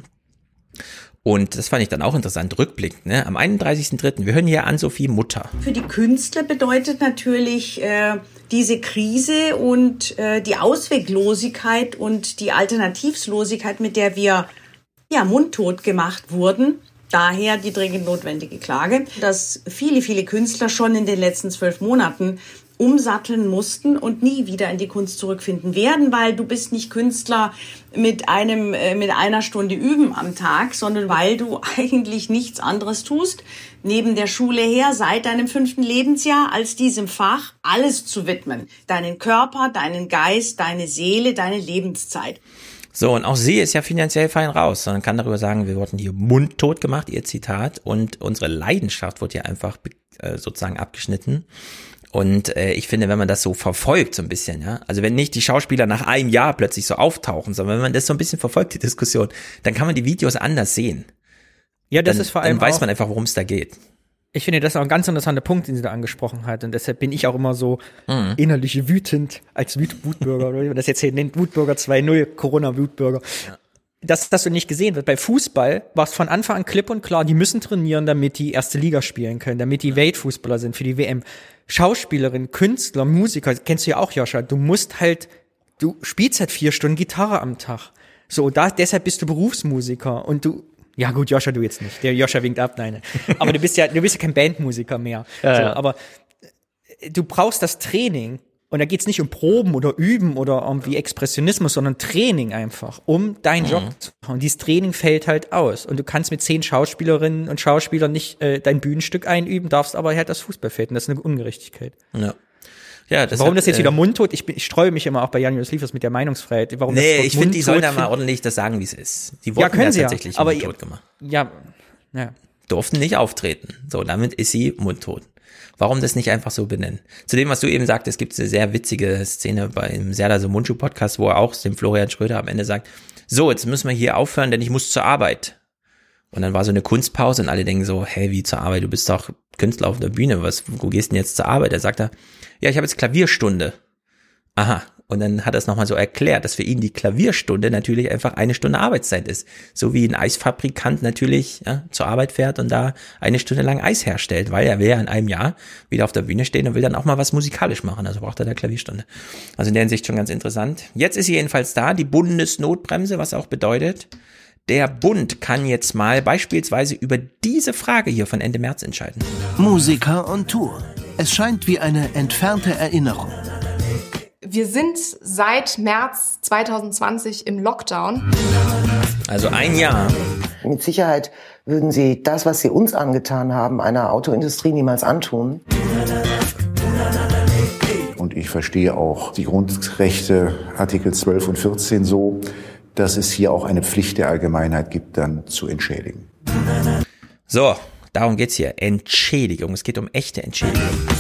Und das fand ich dann auch interessant, rückblickend, ne? Am 31.03., wir hören hier Ann-Sophie Mutter. Für die Künstler bedeutet natürlich diese Krise und die Ausweglosigkeit und die Alternativlosigkeit, mit der wir mundtot gemacht wurden. Daher die dringend notwendige Klage, dass viele Künstler schon in den letzten 12 Monaten umsatteln mussten und nie wieder in die Kunst zurückfinden werden, weil du bist nicht Künstler mit einer Stunde Üben am Tag, sondern weil du eigentlich nichts anderes tust, neben der Schule her, seit deinem 5. Lebensjahr, als diesem Fach alles zu widmen. Deinen Körper, deinen Geist, deine Seele, deine Lebenszeit. So, und auch sie ist ja finanziell fein raus, sondern kann darüber sagen, wir wurden hier mundtot gemacht, ihr Zitat, und unsere Leidenschaft wurde hier einfach sozusagen abgeschnitten. Und ich finde, wenn man das so verfolgt so ein bisschen, ja, also wenn nicht die Schauspieler nach einem Jahr plötzlich so auftauchen, sondern wenn man das so ein bisschen verfolgt, die Diskussion, dann kann man die Videos anders sehen. Ja, das ist vor allem dann weiß man einfach, worum es da geht. Ich finde, das ist auch ein ganz interessanter Punkt, den sie da angesprochen hat. Und deshalb bin ich auch immer so innerlich wütend als Wutbürger, oder wie man das jetzt hier nennt, Wutbürger 2.0, Corona-Wutbürger. Ja. Dass das so nicht gesehen wird. Bei Fußball war es von Anfang an klipp und klar, die müssen trainieren, damit die erste Liga spielen können, damit die Weltfußballer sind für die WM. Schauspielerin, Künstler, Musiker, kennst du ja auch, Joscha, du spielst halt 4 Stunden Gitarre am Tag. So, deshalb bist du Berufsmusiker und ja gut, Joscha, du jetzt nicht. Der Joscha winkt ab, nein. Aber du bist ja kein Bandmusiker mehr. Ja, so, ja. Aber du brauchst das Training. Und da geht's nicht um Proben oder Üben oder irgendwie Expressionismus, sondern Training einfach, um deinen Job zu machen. Und dieses Training fällt halt aus. Und du kannst mit 10 Schauspielerinnen und Schauspielern nicht dein Bühnenstück einüben, darfst aber halt das Fußballfeld. Und das ist eine Ungerechtigkeit. Ja. Ja, warum das jetzt wieder mundtot? Ich streue mich immer auch bei Jan-Julius Liefers mit der Meinungsfreiheit. Ich finde, die sollen da mal ordentlich das sagen, wie es ist. Die wurden ja tatsächlich mundtot gemacht. Ja. Durften nicht auftreten. So, damit ist sie mundtot. Warum das nicht einfach so benennen? Zu dem, was du eben sagtest, gibt es eine sehr witzige Szene beim Serdar Somuncu-Podcast, wo er auch dem Florian Schröder am Ende sagt, so, jetzt müssen wir hier aufhören, denn ich muss zur Arbeit. Und dann war so eine Kunstpause und alle denken so, hey, wie zur Arbeit? Du bist doch Künstler auf der Bühne, wo gehst du denn jetzt zur Arbeit? Er sagt ja, ich habe jetzt Klavierstunde. Aha. Und dann hat er es nochmal so erklärt, dass für ihn die Klavierstunde natürlich einfach 1 Stunde Arbeitszeit ist. So wie ein Eisfabrikant natürlich zur Arbeit fährt und da 1 Stunde lang Eis herstellt, weil er will ja in einem Jahr wieder auf der Bühne stehen und will dann auch mal was musikalisch machen. Also braucht er da Klavierstunde. Also in der Hinsicht schon ganz interessant. Jetzt ist sie jedenfalls da, die Bundesnotbremse, was auch bedeutet, der Bund kann jetzt mal beispielsweise über diese Frage hier von Ende März entscheiden. Musiker on Tour. Es scheint wie eine entfernte Erinnerung. Wir sind seit März 2020 im Lockdown. Also ein Jahr. Mit Sicherheit würden Sie das, was Sie uns angetan haben, einer Autoindustrie niemals antun. Und ich verstehe auch die Grundrechte Artikel 12 und 14 so, dass es hier auch eine Pflicht der Allgemeinheit gibt, dann zu entschädigen. So, darum geht's hier. Entschädigung. Es geht um echte Entschädigung.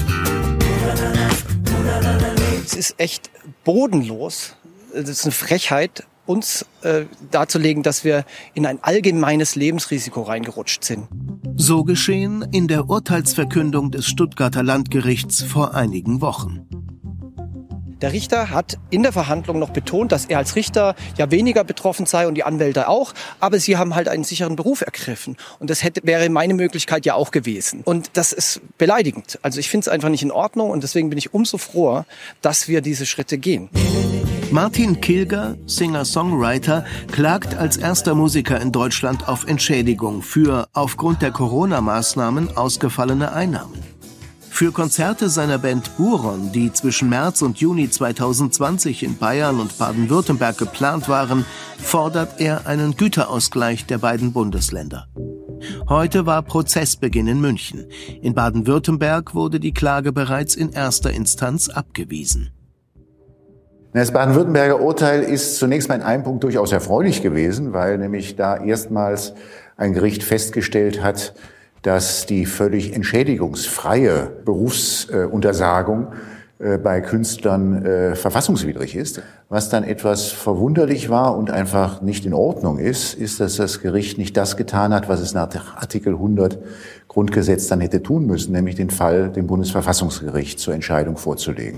Es ist echt bodenlos. Es ist eine Frechheit, uns darzulegen, dass wir in ein allgemeines Lebensrisiko reingerutscht sind. So geschehen in der Urteilsverkündung des Stuttgarter Landgerichts vor einigen Wochen. Der Richter hat in der Verhandlung noch betont, dass er als Richter ja weniger betroffen sei und die Anwälte auch, aber sie haben halt einen sicheren Beruf ergriffen. Und das wäre meine Möglichkeit ja auch gewesen. Und das ist beleidigend. Also ich finde es einfach nicht in Ordnung und deswegen bin ich umso froher, dass wir diese Schritte gehen. Martin Kilger, Singer-Songwriter, klagt als erster Musiker in Deutschland auf Entschädigung für aufgrund der Corona-Maßnahmen ausgefallene Einnahmen. Für Konzerte seiner Band Buron, die zwischen März und Juni 2020 in Bayern und Baden-Württemberg geplant waren, fordert er einen Güterausgleich der beiden Bundesländer. Heute war Prozessbeginn in München. In Baden-Württemberg wurde die Klage bereits in erster Instanz abgewiesen. Das Baden-Württemberger Urteil ist zunächst mal in einem Punkt durchaus erfreulich gewesen, weil nämlich da erstmals ein Gericht festgestellt hat, dass die völlig entschädigungsfreie Berufsuntersagung bei Künstlern verfassungswidrig ist. Was dann etwas verwunderlich war und einfach nicht in Ordnung ist, dass das Gericht nicht das getan hat, was es nach Artikel 100 Grundgesetz dann hätte tun müssen, nämlich den Fall dem Bundesverfassungsgericht zur Entscheidung vorzulegen.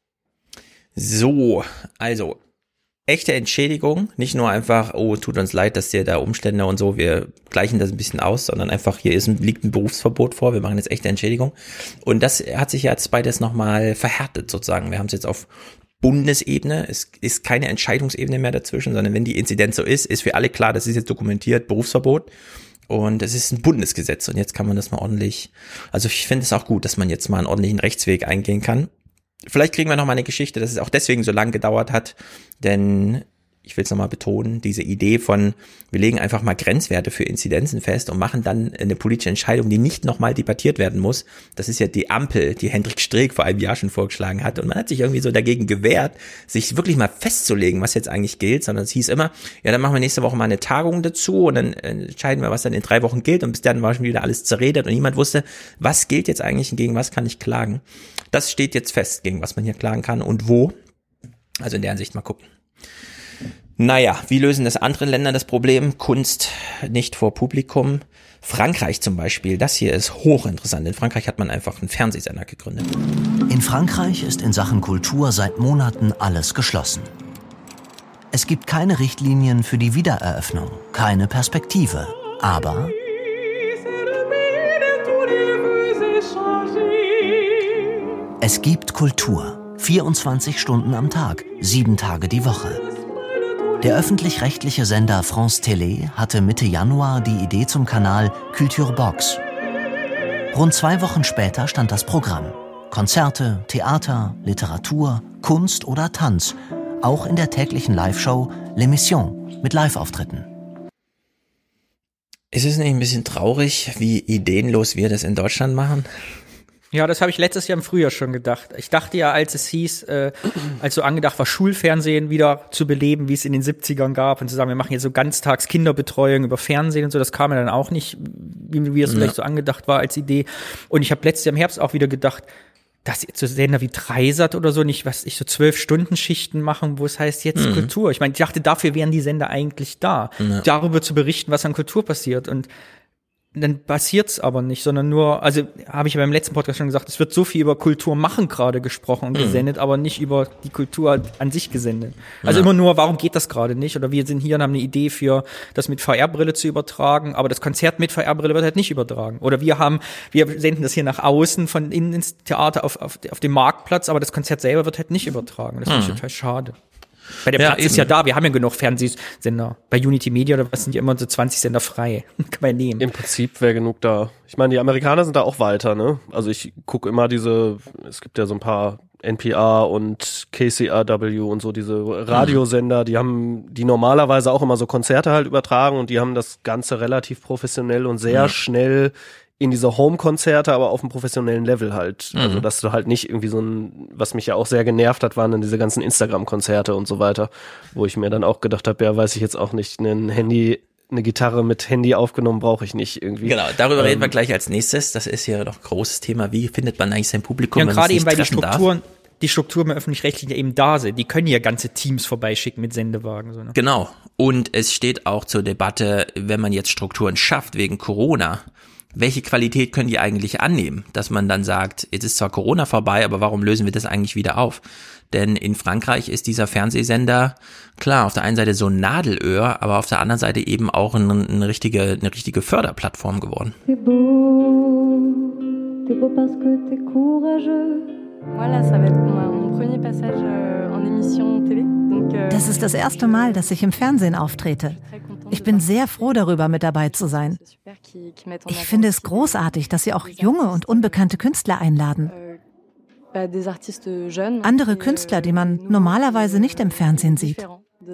So, also echte Entschädigung, nicht nur einfach, oh, tut uns leid, dass dir da Umstände und so, wir gleichen das ein bisschen aus, sondern einfach, hier liegt ein Berufsverbot vor, wir machen jetzt echte Entschädigung. Und das hat sich jetzt beides nochmal verhärtet sozusagen. Wir haben es jetzt auf Bundesebene, es ist keine Entscheidungsebene mehr dazwischen, sondern wenn die Inzidenz so ist für alle klar, das ist jetzt dokumentiert, Berufsverbot. Und es ist ein Bundesgesetz und jetzt kann man das mal ordentlich, also ich finde es auch gut, dass man jetzt mal einen ordentlichen Rechtsweg eingehen kann. Vielleicht kriegen wir noch mal eine Geschichte, dass es auch deswegen so lang gedauert hat, denn ich will es nochmal betonen, diese Idee von, wir legen einfach mal Grenzwerte für Inzidenzen fest und machen dann eine politische Entscheidung, die nicht nochmal debattiert werden muss. Das ist ja die Ampel, die Hendrik Streeck vor einem Jahr schon vorgeschlagen hat. Und man hat sich irgendwie so dagegen gewehrt, sich wirklich mal festzulegen, was jetzt eigentlich gilt, sondern es hieß immer, ja, dann machen wir nächste Woche mal eine Tagung dazu und dann entscheiden wir, was dann in 3 Wochen gilt. Und bis dann war schon wieder alles zerredet und niemand wusste, was gilt jetzt eigentlich und gegen was kann ich klagen. Das steht jetzt fest, gegen was man hier klagen kann und wo. Also in der Hinsicht mal gucken. Naja, wie lösen das andere Länder das Problem? Kunst nicht vor Publikum. Frankreich zum Beispiel, das hier ist hochinteressant. In Frankreich hat man einfach einen Fernsehsender gegründet. In Frankreich ist in Sachen Kultur seit Monaten alles geschlossen. Es gibt keine Richtlinien für die Wiedereröffnung, keine Perspektive. Aber es gibt Kultur. 24 Stunden am Tag, 7 Tage die Woche. Der öffentlich-rechtliche Sender France Télé hatte Mitte Januar die Idee zum Kanal Culture Box. Rund 2 Wochen später stand das Programm. Konzerte, Theater, Literatur, Kunst oder Tanz. Auch in der täglichen Live-Show L'Émission mit Live-Auftritten. Ist es nicht ein bisschen traurig, wie ideenlos wir das in Deutschland machen? Ja, das habe ich letztes Jahr im Frühjahr schon gedacht. Ich dachte ja, als es hieß, als so angedacht war, Schulfernsehen wieder zu beleben, wie es in den 70ern gab und zu sagen, wir machen jetzt so ganztags Kinderbetreuung über Fernsehen und so, das kam ja dann auch nicht, wie es vielleicht so angedacht war als Idee. Und ich habe letztes Jahr im Herbst auch wieder gedacht, dass jetzt so Sender wie Dreisat oder so nicht, was ich so 12-Stunden-Schichten machen, wo es heißt jetzt Kultur. Ich meine, ich dachte, dafür wären die Sender eigentlich da, darüber zu berichten, was an Kultur passiert. Und dann passiert's aber nicht, sondern nur, also habe ich ja beim letzten Podcast schon gesagt, es wird so viel über Kultur machen gerade gesprochen und gesendet, aber nicht über die Kultur an sich gesendet. Also immer nur, warum geht das gerade nicht? Oder wir sind hier und haben eine Idee für das mit VR-Brille zu übertragen, aber das Konzert mit VR-Brille wird halt nicht übertragen. Oder wir senden das hier nach außen von innen ins Theater auf dem Marktplatz, aber das Konzert selber wird halt nicht übertragen. Das finde ich total schade. Weil der Platz ist ja da, wir haben ja genug Fernsehsender. Bei Unity Media oder was sind ja immer so 20 Sender frei. Kann man nehmen. Im Prinzip wäre genug da. Ich meine, die Amerikaner sind da auch weiter, ne? Also ich gucke immer es gibt ja so ein paar NPR und KCRW und so diese Radiosender, die normalerweise auch immer so Konzerte halt übertragen und die haben das Ganze relativ professionell und sehr schnell in diese Home-Konzerte, aber auf einem professionellen Level halt. Mhm. Also, dass du halt nicht irgendwie so ein, was mich ja auch sehr genervt hat, waren dann diese ganzen Instagram-Konzerte und so weiter, wo ich mir dann auch gedacht habe, ja, weiß ich jetzt auch nicht, eine Gitarre mit Handy aufgenommen brauche ich nicht irgendwie. Genau, darüber reden wir gleich als nächstes. Das ist hier noch ein großes Thema. Wie findet man eigentlich sein Publikum, Ja, wenn gerade man es eben, weil nicht die Strukturen im Öffentlich-Rechtlichen ja eben da sind. Die können ja ganze Teams vorbeischicken mit Sendewagen. So, ne? Genau. Und es steht auch zur Debatte, wenn man jetzt Strukturen schafft wegen Corona, welche Qualität können die eigentlich annehmen? Dass man dann sagt, jetzt ist zwar Corona vorbei, aber warum lösen wir das eigentlich wieder auf? Denn in Frankreich ist dieser Fernsehsender, klar, auf der einen Seite so ein Nadelöhr, aber auf der anderen Seite eben auch eine richtige Förderplattform geworden. T'es beau parce que t'es courageux. Voilà, ça va être mon premier passage en émission télé. Das ist das erste Mal, dass ich im Fernsehen auftrete. Ich bin sehr froh darüber, mit dabei zu sein. Ich finde es großartig, dass Sie auch junge und unbekannte Künstler einladen. Andere Künstler, die man normalerweise nicht im Fernsehen sieht.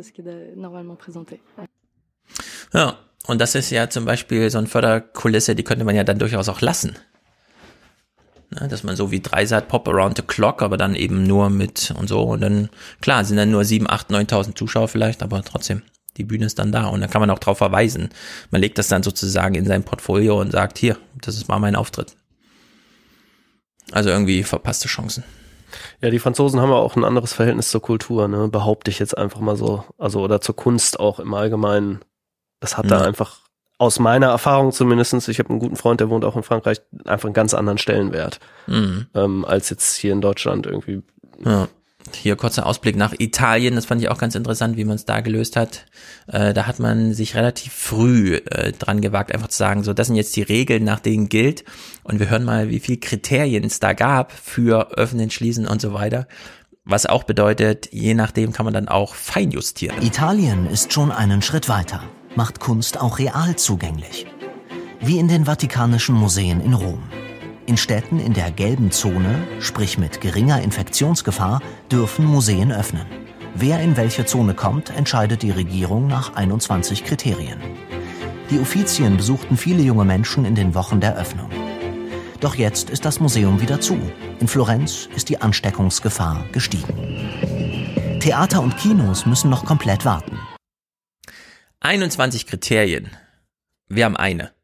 Ja, und das ist ja zum Beispiel so eine Förderkulisse, die könnte man ja dann durchaus auch lassen. Ne, dass man so wie Dreisat Pop Around the Clock, aber dann eben nur mit und so. Und dann, klar, sind dann nur 7.000, 8.000, 9.000 Zuschauer vielleicht, aber trotzdem, die Bühne ist dann da. Und dann kann man auch drauf verweisen. Man legt das dann sozusagen in sein Portfolio und sagt, hier, das ist mal mein Auftritt. Also irgendwie verpasste Chancen. Ja, die Franzosen haben ja auch ein anderes Verhältnis zur Kultur, ne? Behaupte ich jetzt einfach mal so. Also, oder zur Kunst auch im Allgemeinen. Das hat da einfach, aus meiner Erfahrung zumindestens, ich habe einen guten Freund, der wohnt auch in Frankreich, einfach einen ganz anderen Stellenwert, als jetzt hier in Deutschland irgendwie. Ja. Hier kurzer Ausblick nach Italien, das fand ich auch ganz interessant, wie man es da gelöst hat. Da hat man sich relativ früh dran gewagt, einfach zu sagen, so, das sind jetzt die Regeln, nach denen gilt. Und wir hören mal, wie viel Kriterien es da gab für Öffnen, Schließen und so weiter. Was auch bedeutet, je nachdem kann man dann auch feinjustieren. Italien ist schon einen Schritt weiter, macht Kunst auch real zugänglich. Wie in den Vatikanischen Museen in Rom. In Städten in der gelben Zone, sprich mit geringer Infektionsgefahr, dürfen Museen öffnen. Wer in welche Zone kommt, entscheidet die Regierung nach 21 Kriterien. Die Uffizien besuchten viele junge Menschen in den Wochen der Öffnung. Doch jetzt ist das Museum wieder zu. In Florenz ist die Ansteckungsgefahr gestiegen. Theater und Kinos müssen noch komplett warten. 21 Kriterien. Wir haben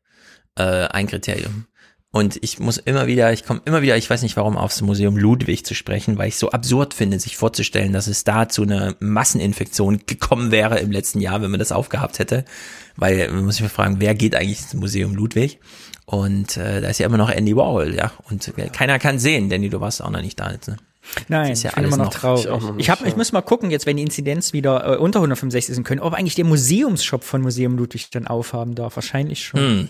ein Kriterium. Und ich komme immer wieder, ich weiß nicht warum, aufs Museum Ludwig zu sprechen, weil ich es so absurd finde, sich vorzustellen, dass es da zu einer Masseninfektion gekommen wäre im letzten Jahr, wenn man das aufgehabt hätte. Weil, man muss sich mal fragen, wer geht eigentlich ins Museum Ludwig? Und da ist ja immer noch Andy Warhol, ja. Und keiner kann sehen, Danny, du warst auch noch nicht da jetzt, ne? Nein, ist ja ich bin immer noch traurig. Ich muss mal gucken, jetzt wenn die Inzidenz wieder unter 165 sind können, ob eigentlich der Museumsshop von Museum Ludwig dann aufhaben darf. Wahrscheinlich schon.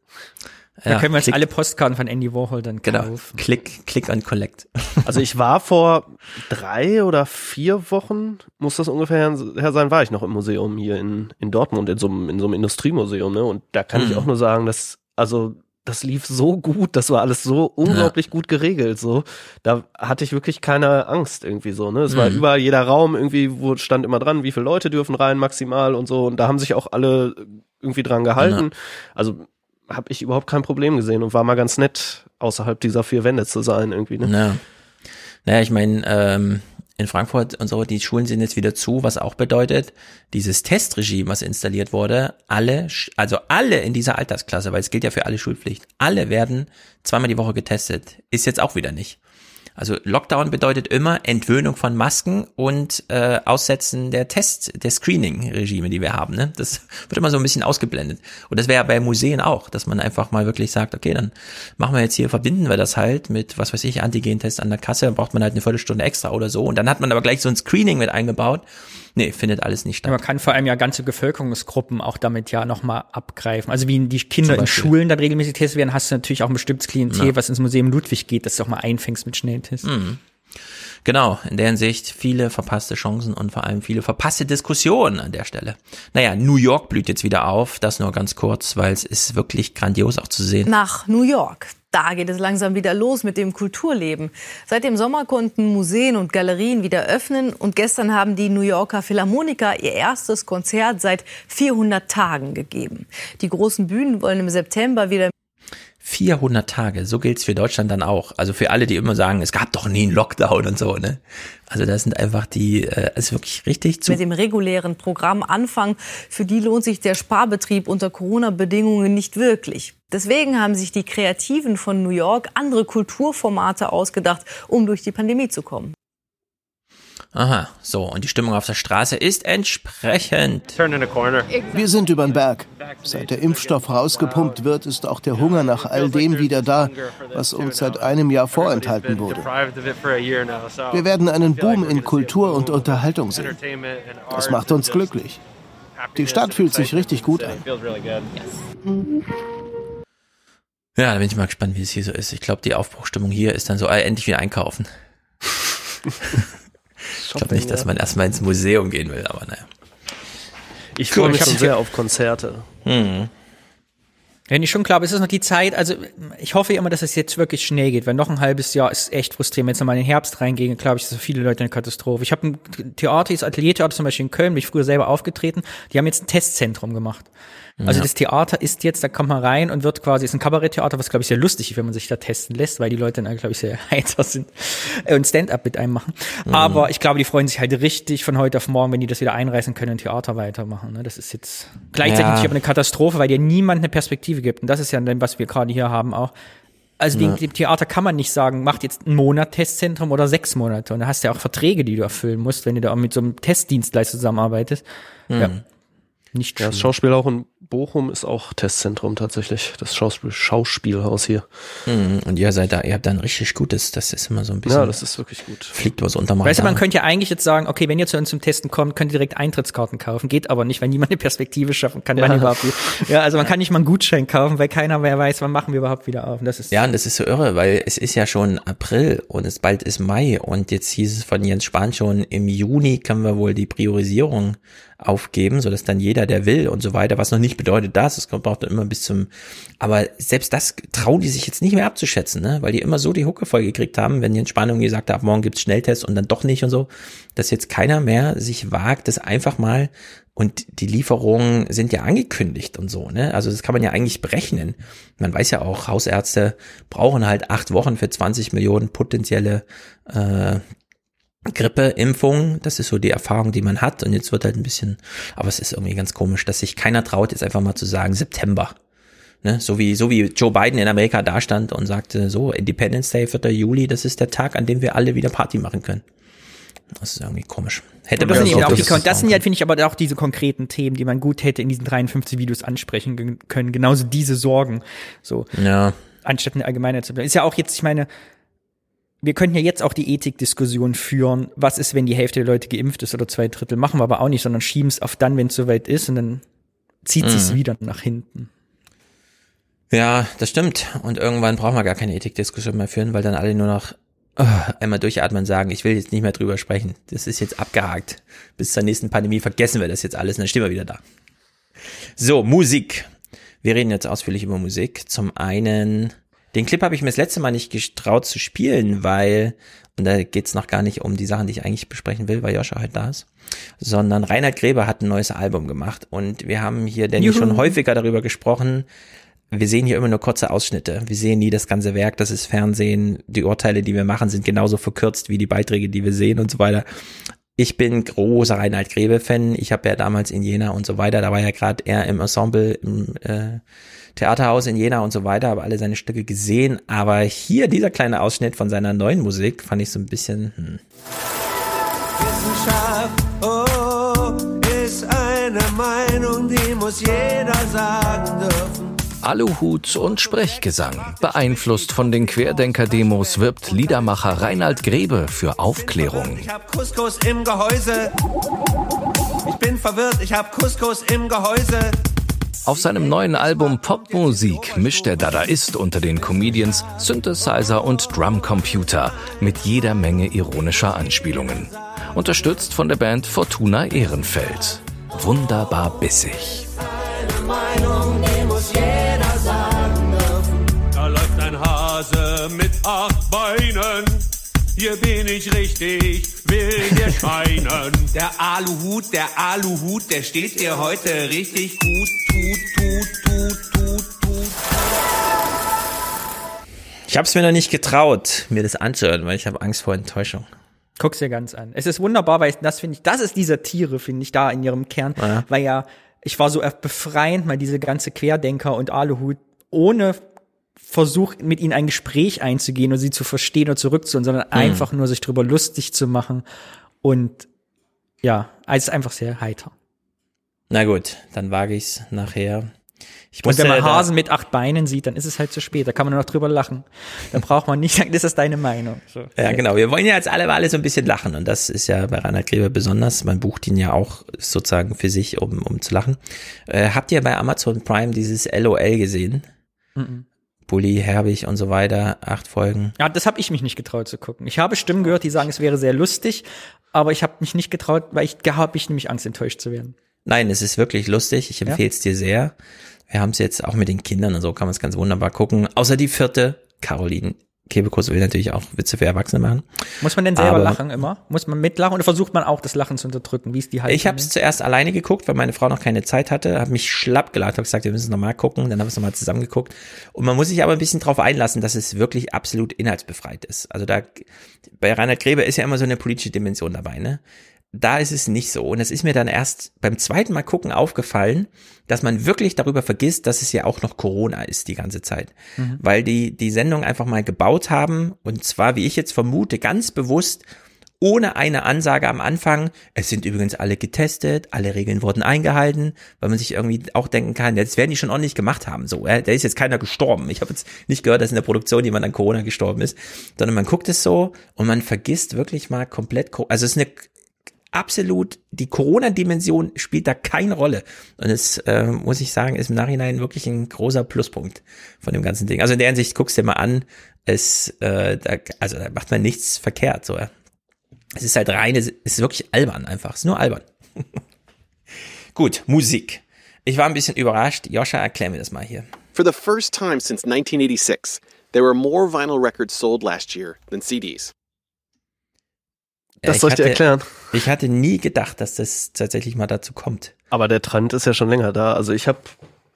Da können wir jetzt alle Postkarten von Andy Warhol dann kaufen. Click and collect. Also ich war vor 3 oder 4 Wochen, muss das ungefähr her sein, war ich noch im Museum hier in Dortmund, in so einem Industriemuseum, ne? Und da kann ich auch nur sagen, dass, also das lief so gut, das war alles so unglaublich gut geregelt, so. Da hatte ich wirklich keine Angst irgendwie so, ne. Es war überall jeder Raum irgendwie, wo stand immer dran, wie viele Leute dürfen rein maximal und so. Und da haben sich auch alle irgendwie dran gehalten. Also habe ich überhaupt kein Problem gesehen und war mal ganz nett, außerhalb dieser 4 Wände zu sein irgendwie, ne. Naja, ich meine, in Frankfurt und so, die Schulen sind jetzt wieder zu, was auch bedeutet, dieses Testregime, was installiert wurde, alle in dieser Altersklasse, weil es gilt ja für alle Schulpflicht, alle werden 2-mal die Woche getestet, ist jetzt auch wieder nicht. Also Lockdown bedeutet immer Entwöhnung von Masken und Aussetzen der Screening-Regime, die wir haben. Ne? Das wird immer so ein bisschen ausgeblendet. Und das wäre ja bei Museen auch, dass man einfach mal wirklich sagt, okay, dann machen wir jetzt hier, verbinden wir das halt mit, was weiß ich, Antigen-Test an der Kasse, dann braucht man halt eine Viertelstunde extra oder so. Und dann hat man aber gleich so ein Screening mit eingebaut. Nee, findet alles nicht statt. Man kann vor allem ja ganze Bevölkerungsgruppen auch damit ja nochmal abgreifen. Also wie die Kinder in Schulen dann regelmäßig getestet werden, hast du natürlich auch ein bestimmtes Klientel, was ins Museum Ludwig geht, dass du auch mal einfängst mit Schnelltests. Genau, in der Hinsicht viele verpasste Chancen und vor allem viele verpasste Diskussionen an der Stelle. Naja, New York blüht jetzt wieder auf, das nur ganz kurz, weil es ist wirklich grandios auch zu sehen. Nach New York. Da geht es langsam wieder los mit dem Kulturleben. Seit dem Sommer konnten Museen und Galerien wieder öffnen und gestern haben die New Yorker Philharmoniker ihr erstes Konzert seit 400 Tagen gegeben. Die großen Bühnen wollen im September wieder 400 Tage, so gilt's für Deutschland dann auch. Also für alle, die immer sagen, es gab doch nie einen Lockdown und so, ne? Also das sind einfach die, ist wirklich richtig zu. Mit dem regulären Programm anfangen, für die lohnt sich der Sparbetrieb unter Corona-Bedingungen nicht wirklich. Deswegen haben sich die Kreativen von New York andere Kulturformate ausgedacht, um durch die Pandemie zu kommen. Aha, so, und die Stimmung auf der Straße ist entsprechend. Wir sind über den Berg. Seit der Impfstoff rausgepumpt wird, ist auch der Hunger nach all dem wieder da, was uns seit einem Jahr vorenthalten wurde. Wir werden einen Boom in Kultur und Unterhaltung sehen. Das macht uns glücklich. Die Stadt fühlt sich richtig gut an. Ja, da bin ich mal gespannt, wie es hier so ist. Ich glaube, die Aufbruchstimmung hier ist dann so, endlich wieder einkaufen. Ich glaube nicht, dass man erstmal ins Museum gehen will, aber naja. Ich freue mich schon sehr auf Konzerte. Ja, nicht schon klar, aber es ist noch die Zeit, also ich hoffe immer, dass es jetzt wirklich schnell geht, weil noch ein halbes Jahr ist echt frustrierend. Wenn jetzt nochmal in den Herbst reingehen, glaube ich, ist für viele Leute eine Katastrophe. Ich habe ein Theater, das Ateliertheater zum Beispiel in Köln, bin ich früher selber aufgetreten, die haben jetzt ein Testzentrum gemacht. Also das Theater ist jetzt, da kommt man rein und wird quasi, ist ein Kabaretttheater, was glaube ich sehr lustig ist, wenn man sich da testen lässt, weil die Leute dann glaube ich sehr heiter sind und Stand-up mit einem machen. Aber ich glaube, die freuen sich halt richtig von heute auf morgen, wenn die das wieder einreißen können und Theater weitermachen. Ne? Das ist jetzt gleichzeitig natürlich aber eine Katastrophe, weil dir niemand eine Perspektive gibt. Und das ist ja dann, was wir gerade hier haben auch. Also dem Theater kann man nicht sagen, macht jetzt einen Monat Testzentrum oder 6 Monate. Und da hast du ja auch Verträge, die du erfüllen musst, wenn du da auch mit so einem Testdienstleister zusammenarbeitest. Ja. Nicht das Schauspiel auch in Bochum ist auch Testzentrum tatsächlich, das Schauspielhaus hier. Und ihr seid da, ihr habt da ein richtig gutes, das ist immer so ein bisschen. Ja, das ist wirklich gut. Fliegt was unterm Radar. Weißt du, man könnte ja eigentlich jetzt sagen, okay, wenn ihr zu uns zum Testen kommt, könnt ihr direkt Eintrittskarten kaufen. Geht aber nicht, weil niemand eine Perspektive schaffen kann, wann überhaupt. Ja, also man kann nicht mal einen Gutschein kaufen, weil keiner mehr weiß, wann machen wir überhaupt wieder auf. Und das ist und das ist so irre, weil es ist ja schon April und es bald ist Mai und jetzt hieß es von Jens Spahn schon, im Juni können wir wohl die Priorisierung aufgeben, sodass dann jeder, der will und so weiter, was noch nicht bedeutet, es braucht dann immer bis zum, aber selbst das trauen die sich jetzt nicht mehr abzuschätzen, ne, weil die immer so die Hucke voll gekriegt haben, wenn Jens Spahn irgendwie gesagt hat, ab morgen gibt's Schnelltests und dann doch nicht und so, dass jetzt keiner mehr sich wagt, das einfach mal, und die Lieferungen sind ja angekündigt und so, ne, also das kann man ja eigentlich berechnen. Man weiß ja auch, Hausärzte brauchen halt 8 Wochen für 20 Millionen potenzielle Grippeimpfung, das ist so die Erfahrung, die man hat, und jetzt wird halt ein bisschen, aber es ist irgendwie ganz komisch, dass sich keiner traut, jetzt einfach mal zu sagen, September, ne, so wie Joe Biden in Amerika dastand und sagte, so, Independence Day, 4. Juli, das ist der Tag, an dem wir alle wieder Party machen können. Das ist irgendwie komisch. Das sind ja, finde ich, aber auch diese konkreten Themen, die man gut hätte in diesen 53 Videos ansprechen können, genauso diese Sorgen, so, anstatt eine Allgemeinheit zu bleiben. Ist ja auch jetzt, ich meine, wir könnten ja jetzt auch die Ethikdiskussion führen, was ist, wenn die Hälfte der Leute geimpft ist oder 2/3, machen wir aber auch nicht, sondern schieben es auf dann, wenn es soweit ist, und dann zieht es wieder nach hinten. Ja, das stimmt. Und irgendwann brauchen wir gar keine Ethikdiskussion mehr führen, weil dann alle nur noch einmal durchatmen und sagen, ich will jetzt nicht mehr drüber sprechen. Das ist jetzt abgehakt. Bis zur nächsten Pandemie vergessen wir das jetzt alles und dann stehen wir wieder da. So, Musik. Wir reden jetzt ausführlich über Musik. Zum einen, den Clip habe ich mir das letzte Mal nicht getraut zu spielen, weil, und da geht's noch gar nicht um die Sachen, die ich eigentlich besprechen will, weil Joscha halt da ist, sondern Reinhard Grebe hat ein neues Album gemacht und wir haben hier, Danny, schon häufiger darüber gesprochen. Wir sehen hier immer nur kurze Ausschnitte. Wir sehen nie das ganze Werk, das ist Fernsehen. Die Urteile, die wir machen, sind genauso verkürzt wie die Beiträge, die wir sehen und so weiter. Ich bin großer Reinhard Grebe-Fan. Ich habe ja damals in Jena und so weiter, da war ja gerade er im Ensemble, im Theaterhaus in Jena und so weiter, habe alle seine Stücke gesehen. Aber hier, dieser kleine Ausschnitt von seiner neuen Musik, fand ich so ein bisschen, Wissenschaft, ist eine Meinung, die muss jeder sagen dürfen. Aluhut und Sprechgesang. Beeinflusst von den Querdenker-Demos wirbt Liedermacher Reinhard Grebe für Aufklärung. Ich hab Couscous im Gehäuse. Ich bin verwirrt, ich hab Couscous im Gehäuse. Auf seinem neuen Album Popmusik mischt der Dadaist unter den Comedians Synthesizer und Drumcomputer mit jeder Menge ironischer Anspielungen. Unterstützt von der Band Fortuna Ehrenfeld. Wunderbar bissig. Eine Meinung, die muss jeder sagen dürfen. Da läuft ein Hase mit 8 Beinen. Hier bin ich richtig, will dir scheinen. Der Aluhut, der steht dir heute richtig gut. Tut. Ich habe es mir noch nicht getraut, mir das anzuhören, weil ich habe Angst vor Enttäuschung. Guck's dir ganz an. Es ist wunderbar, weil das ist die Satire, finde ich, da in ihrem Kern. Ja. Weil ich war so befreiend, mal diese ganze Querdenker und Aluhut ohne Versuch, mit ihnen ein Gespräch einzugehen und sie zu verstehen oder zurückzuholen, sondern einfach nur sich drüber lustig zu machen. Und ja, es ist einfach sehr heiter. Na gut, dann wage ich's nachher. Und wenn man Hasen mit 8 Beinen sieht, dann ist es halt zu spät. Da kann man nur noch drüber lachen. Da braucht man nicht sagen, das ist deine Meinung. So. Ja, genau. Wir wollen ja jetzt alle so ein bisschen lachen. Und das ist ja bei Reinhard Grebe besonders. Man bucht ihn ja auch sozusagen für sich, um zu lachen. Habt ihr bei Amazon Prime dieses LOL gesehen? Bulli, Herbig und so weiter, 8 Folgen. Ja, das habe ich mich nicht getraut zu gucken. Ich habe Stimmen gehört, die sagen, es wäre sehr lustig. Aber ich habe mich nicht getraut, weil ich nämlich Angst, enttäuscht zu werden. Nein, es ist wirklich lustig. Ich empfehle es dir sehr. Wir haben es jetzt auch mit den Kindern und so, kann man es ganz wunderbar gucken. Außer die 4. Caroline Kebekus will natürlich auch Witze für Erwachsene machen. Muss man denn selber lachen immer? Muss man mitlachen oder versucht man auch das Lachen zu unterdrücken? Wie ist die Haltung? Ich habe es zuerst alleine geguckt, weil meine Frau noch keine Zeit hatte, habe mich schlapp gelacht, habe gesagt, wir müssen es nochmal gucken, dann haben wir es nochmal zusammen geguckt. Und man muss sich aber ein bisschen drauf einlassen, dass es wirklich absolut inhaltsbefreit ist. Also bei Reinhard Grebe ist ja immer so eine politische Dimension dabei, ne? Da ist es nicht so. Und es ist mir dann erst beim zweiten Mal gucken aufgefallen, dass man wirklich darüber vergisst, dass es ja auch noch Corona ist die ganze Zeit. Weil die Sendung einfach mal gebaut haben, und zwar, wie ich jetzt vermute, ganz bewusst, ohne eine Ansage am Anfang, es sind übrigens alle getestet, alle Regeln wurden eingehalten, weil man sich irgendwie auch denken kann, das werden die schon ordentlich gemacht haben. So, da ist jetzt keiner gestorben. Ich habe jetzt nicht gehört, dass in der Produktion jemand an Corona gestorben ist, sondern man guckt es so und man vergisst wirklich mal komplett, also es ist absolut, die Corona-Dimension spielt da keine Rolle. Und es, muss ich sagen, ist im Nachhinein wirklich ein großer Pluspunkt von dem ganzen Ding. Also in der Hinsicht, guck's dir mal an, da macht man nichts verkehrt. So. Es ist halt es ist wirklich albern einfach. Es ist nur albern. Gut, Musik. Ich war ein bisschen überrascht. Joscha, erklär mir das mal hier. For the first time since 1986, there were more vinyl records sold last year than CDs. Das soll ich dir erklären. Ich hatte nie gedacht, dass das tatsächlich mal dazu kommt. Aber der Trend ist ja schon länger da. Also ich habe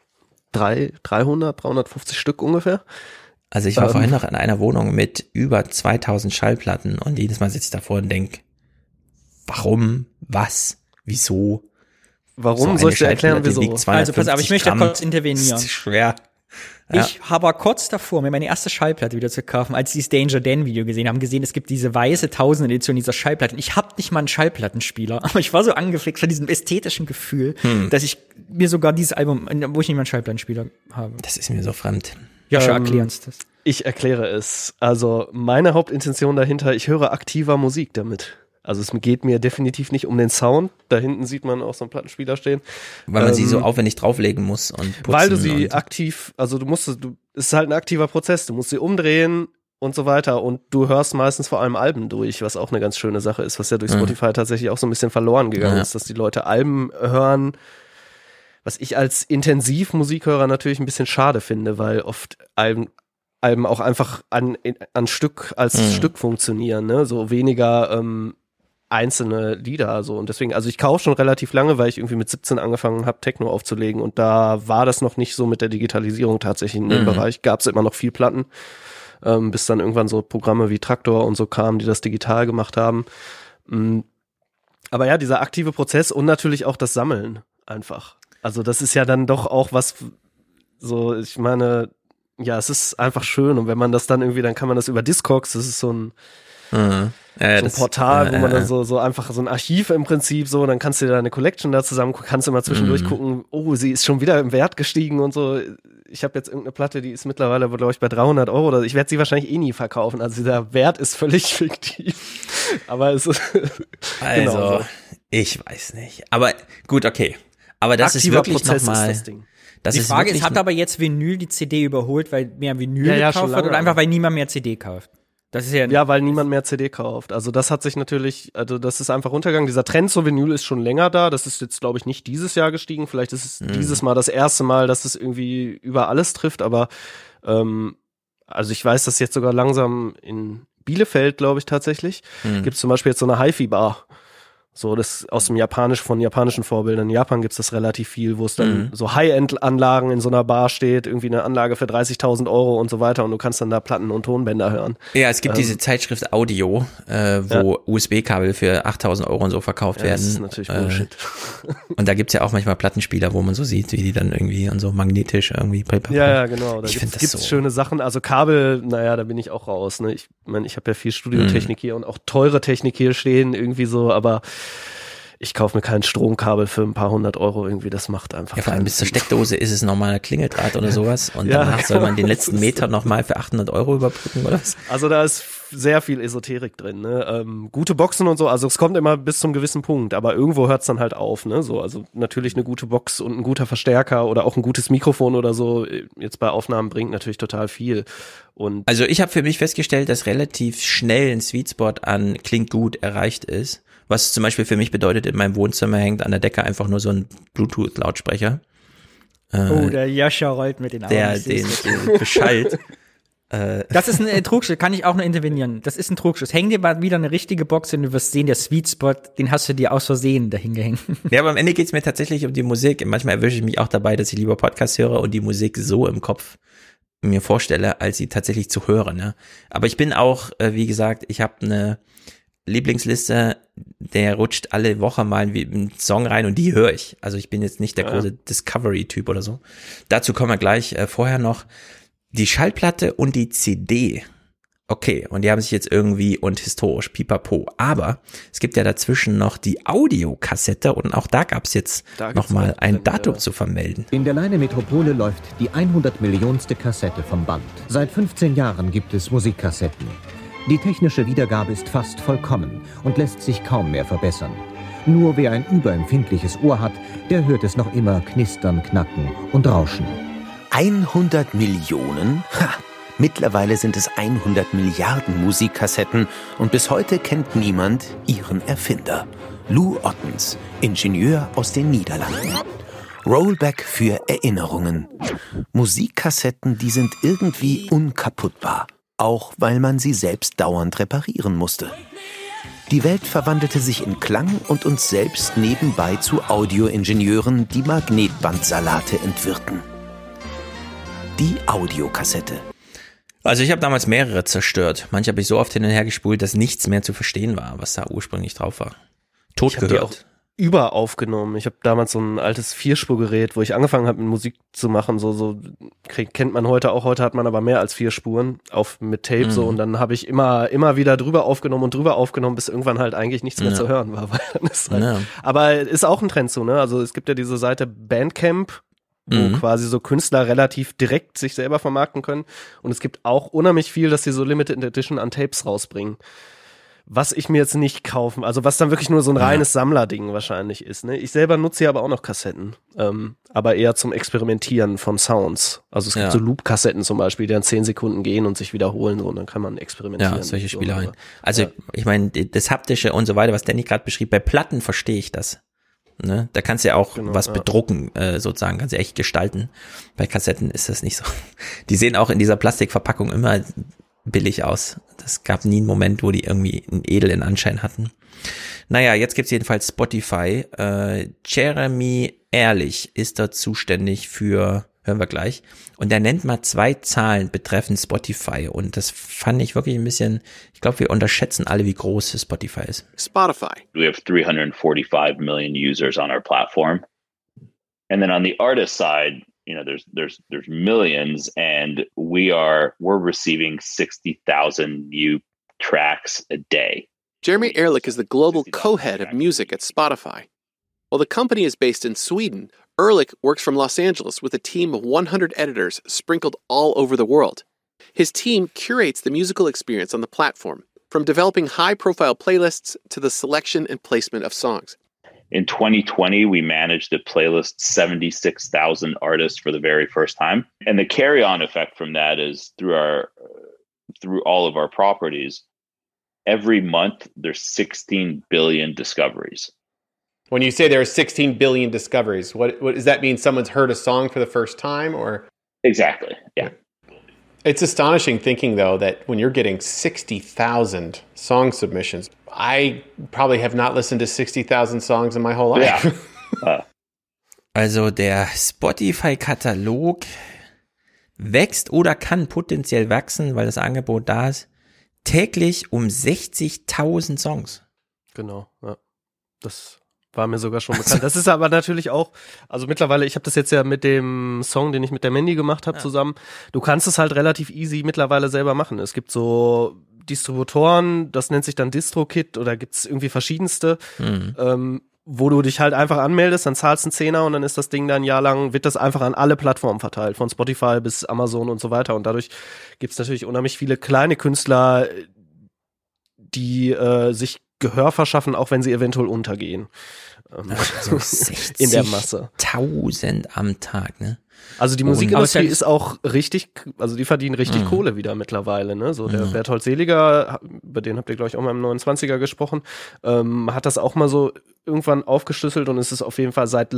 350 Stück ungefähr. Also ich war vorhin noch in einer Wohnung mit über 2000 Schallplatten und jedes Mal sitze ich davor und denke, warum, was, wieso? Warum soll ich dir erklären, wieso? Also pass auf, ich möchte kurz intervenieren. Das ist schwer. Ja. Ich war kurz davor, mir meine erste Schallplatte wieder zu kaufen, als ich das Danger Dan Video gesehen habe, gesehen, es gibt diese weiße 1000er-Edition dieser Schallplatten. Ich habe nicht mal einen Schallplattenspieler, aber ich war so angefixt von diesem ästhetischen Gefühl, dass ich mir sogar dieses Album, wo ich nicht mal einen Schallplattenspieler habe. Das ist mir so fremd. Joscha, erklär uns das. Ich erkläre es. Also meine Hauptintention dahinter, ich höre aktiver Musik damit. Also es geht mir definitiv nicht um den Sound. Da hinten sieht man auch so einen Plattenspieler stehen. Weil man sie so aufwendig drauflegen muss und putzen. Weil du sie aktiv, also es ist halt ein aktiver Prozess. Du musst sie umdrehen und so weiter. Und du hörst meistens vor allem Alben durch, was auch eine ganz schöne Sache ist, was ja durch Spotify tatsächlich auch so ein bisschen verloren gegangen ist, dass die Leute Alben hören, was ich als Intensivmusikhörer natürlich ein bisschen schade finde, weil oft Alben auch einfach an Stück als Stück funktionieren, ne? So weniger einzelne Lieder, so. Und deswegen, also ich kaufe schon relativ lange, weil ich irgendwie mit 17 angefangen habe, Techno aufzulegen, und da war das noch nicht so mit der Digitalisierung tatsächlich in dem Bereich. Gab es immer noch viel Platten, bis dann irgendwann so Programme wie Traktor und so kamen, die das digital gemacht haben. Aber ja, dieser aktive Prozess und natürlich auch das Sammeln einfach. Also das ist ja dann doch auch was, so, ich meine, ja, es ist einfach schön, und wenn man das dann irgendwie, dann kann man das über Discogs, das ist so ein Portal, wo man dann so einfach so ein Archiv im Prinzip, so, dann kannst du dir deine Collection da zusammen, kannst du mal zwischendurch gucken, oh, sie ist schon wieder im Wert gestiegen und so. Ich habe jetzt irgendeine Platte, die ist mittlerweile, glaube ich, bei 300 €, oder ich werde sie wahrscheinlich eh nie verkaufen, also dieser Wert ist völlig fiktiv, aber es ist also, genau so. Ich weiß nicht, aber gut, okay, aber das aktiver ist wirklich nochmal die Frage ist, hat aber jetzt Vinyl die CD überholt, weil mehr Vinyl gekauft wird, oder einfach, weil niemand mehr CD kauft? Das ist ja weil niemand mehr CD kauft. Also das hat sich natürlich, also das ist einfach runtergegangen. Dieser Trend zur Vinyl ist schon länger da. Das ist jetzt, glaube ich, nicht dieses Jahr gestiegen. Vielleicht ist es dieses Mal das erste Mal, dass es irgendwie über alles trifft. Aber also ich weiß, dass jetzt sogar langsam in Bielefeld, glaube ich, tatsächlich, gibt es zum Beispiel jetzt so eine HiFi-Bar. So, das aus dem von japanischen Vorbildern. In Japan gibt's das relativ viel, wo es dann so High-End-Anlagen in so einer Bar steht, irgendwie eine Anlage für 30.000 € und so weiter und du kannst dann da Platten und Tonbänder hören. Ja, es gibt diese Zeitschrift Audio, wo USB-Kabel für 8.000 € und so verkauft werden. Das ist natürlich Bullshit. Und da gibt's ja auch manchmal Plattenspieler, wo man so sieht, wie die dann irgendwie und so magnetisch irgendwie. Ja, genau. Da ich finde das gibt's schöne Sachen. Also Kabel, naja, da bin ich auch raus. Ne? Ich meine, ich habe ja viel Studiotechnik hier und auch teure Technik hier stehen irgendwie so, aber ich kaufe mir kein Stromkabel für ein paar 100 € irgendwie, das macht einfach. Ja, vor allem bis zur Steckdose ist es normaler Klingeldraht oder sowas und danach soll man den letzten Meter nochmal für 800 € überbrücken oder was? Also da ist sehr viel Esoterik drin, ne? Gute Boxen und so, also es kommt immer bis zum gewissen Punkt, aber irgendwo hört es dann halt auf, ne? So, also natürlich eine gute Box und ein guter Verstärker oder auch ein gutes Mikrofon oder so, jetzt bei Aufnahmen bringt natürlich total viel. Und also ich habe für mich festgestellt, dass relativ schnell ein Sweet Spot an klingt gut erreicht ist. Was zum Beispiel für mich bedeutet, in meinem Wohnzimmer hängt an der Decke einfach nur so ein Bluetooth-Lautsprecher. Der Jascha rollt mit den Augen. Der den beschallt. Das ist ein Trugschluss, kann ich auch nur intervenieren. Das ist ein Trugschluss. Häng dir mal wieder eine richtige Box und du wirst sehen, der Sweet Spot, den hast du dir aus Versehen dahin gehängt. Ja, aber am Ende geht's mir tatsächlich um die Musik. Manchmal erwische ich mich auch dabei, dass ich lieber Podcast höre und die Musik so im Kopf mir vorstelle, als sie tatsächlich zu hören. Ne? Aber ich bin auch, wie gesagt, ich habe eine Lieblingsliste, der rutscht alle Woche mal einen Song rein und die höre ich. Also ich bin jetzt nicht der große Discovery-Typ oder so. Dazu kommen wir gleich. Vorher noch die Schallplatte und die CD. Okay, und die haben sich jetzt irgendwie und historisch pipapo. Aber es gibt ja dazwischen noch die Audiokassette und auch da gab es jetzt nochmal ein Datum zu vermelden. In der Leine Metropole läuft die 100-millionste Kassette vom Band. Seit 15 Jahren gibt es Musikkassetten. Die technische Wiedergabe ist fast vollkommen und lässt sich kaum mehr verbessern. Nur wer ein überempfindliches Ohr hat, der hört es noch immer knistern, knacken und rauschen. 100 Millionen? Ha! Mittlerweile sind es 100 Milliarden Musikkassetten und bis heute kennt niemand ihren Erfinder. Lou Ottens, Ingenieur aus den Niederlanden. Rollback für Erinnerungen. Musikkassetten, die sind irgendwie unkaputtbar. Auch weil man sie selbst dauernd reparieren musste. Die Welt verwandelte sich in Klang und uns selbst nebenbei zu Audioingenieuren, die Magnetbandsalate entwirrten. Die Audiokassette. Also ich habe damals mehrere zerstört. Manche habe ich so oft hin und her gespult, dass nichts mehr zu verstehen war, was da ursprünglich drauf war. Tot gehört. Überaufgenommen. Ich habe damals so ein altes Vierspurgerät, wo ich angefangen habe mit Musik zu machen, kennt man heute auch, heute hat man aber mehr als 4 Spuren mit Tape so und dann habe ich immer wieder drüber aufgenommen, bis irgendwann halt eigentlich nichts mehr zu hören war. Weil dann ist halt, aber ist auch ein Trend so, ne? Also es gibt ja diese Seite Bandcamp, wo quasi so Künstler relativ direkt sich selber vermarkten können und es gibt auch unheimlich viel, dass sie so Limited Edition an Tapes rausbringen. Was ich mir jetzt nicht kaufen, also was dann wirklich nur so ein reines Sammlerding wahrscheinlich ist. Ne? Ich selber nutze ja aber auch noch Kassetten, aber eher zum Experimentieren von Sounds. Also es gibt so Loop-Kassetten zum Beispiel, die dann 10 Sekunden gehen und sich wiederholen so, und dann kann man experimentieren. Ja, solche Spielereien. Also ich meine, das Haptische und so weiter, was Danny gerade beschrieb, bei Platten verstehe ich das. Ne? Da kannst du ja auch was bedrucken, sozusagen, kannst du echt gestalten. Bei Kassetten ist das nicht so. Die sehen auch in dieser Plastikverpackung immer billig aus. Das gab nie einen Moment, wo die irgendwie einen edlen Anschein hatten. Naja, jetzt gibt's jedenfalls Spotify. Jeremy Ehrlich ist da zuständig für, hören wir gleich, und er nennt mal 2 Zahlen betreffend Spotify und das fand ich wirklich ein bisschen, ich glaube, wir unterschätzen alle, wie groß Spotify ist. Spotify. We have 345 million users on our platform. And then on the artist side, you know, there's millions, and we're receiving 60,000 new tracks a day. Jeremy Ehrlich is the global co-head of music at Spotify. While the company is based in Sweden, Ehrlich works from Los Angeles with a team of 100 editors sprinkled all over the world. His team curates the musical experience on the platform, from developing high-profile playlists to the selection and placement of songs. In 2020, we managed to playlist 76,000 artists for the very first time. And the carry-on effect from that is through all of our properties, every month there's 16 billion discoveries. When you say there are 16 billion discoveries, what does that mean? Someone's heard a song for the first time, or? Exactly, yeah. It's astonishing thinking, though, that when you're getting 60,000 song submissions, I probably have not listened to 60,000 songs in my whole life. Yeah. Also der Spotify-Katalog wächst oder kann potenziell wachsen, weil das Angebot da ist, täglich um 60.000 Songs. Genau, ja. Das war mir sogar schon bekannt. Das ist aber natürlich auch, also mittlerweile, ich habe das jetzt ja mit dem Song, den ich mit der Mandy gemacht habe, zusammen. Du kannst es halt relativ easy mittlerweile selber machen. Es gibt so Distributoren, das nennt sich dann DistroKit oder gibt's irgendwie verschiedenste, wo du dich halt einfach anmeldest, dann zahlst einen Zehner und dann ist das Ding dann ein Jahr lang, wird das einfach an alle Plattformen verteilt, von Spotify bis Amazon und so weiter. Und dadurch gibt's natürlich unheimlich viele kleine Künstler, die sich Gehör verschaffen, auch wenn sie eventuell untergehen. Also in der Masse. 60.000 am Tag, ne? Also die Musikindustrie ist auch richtig, also die verdienen richtig Kohle wieder mittlerweile, ne? So der Berthold Seliger, über den habt ihr, glaube ich, auch mal im 29er gesprochen, hat das auch mal so irgendwann aufgeschlüsselt und es ist auf jeden Fall seit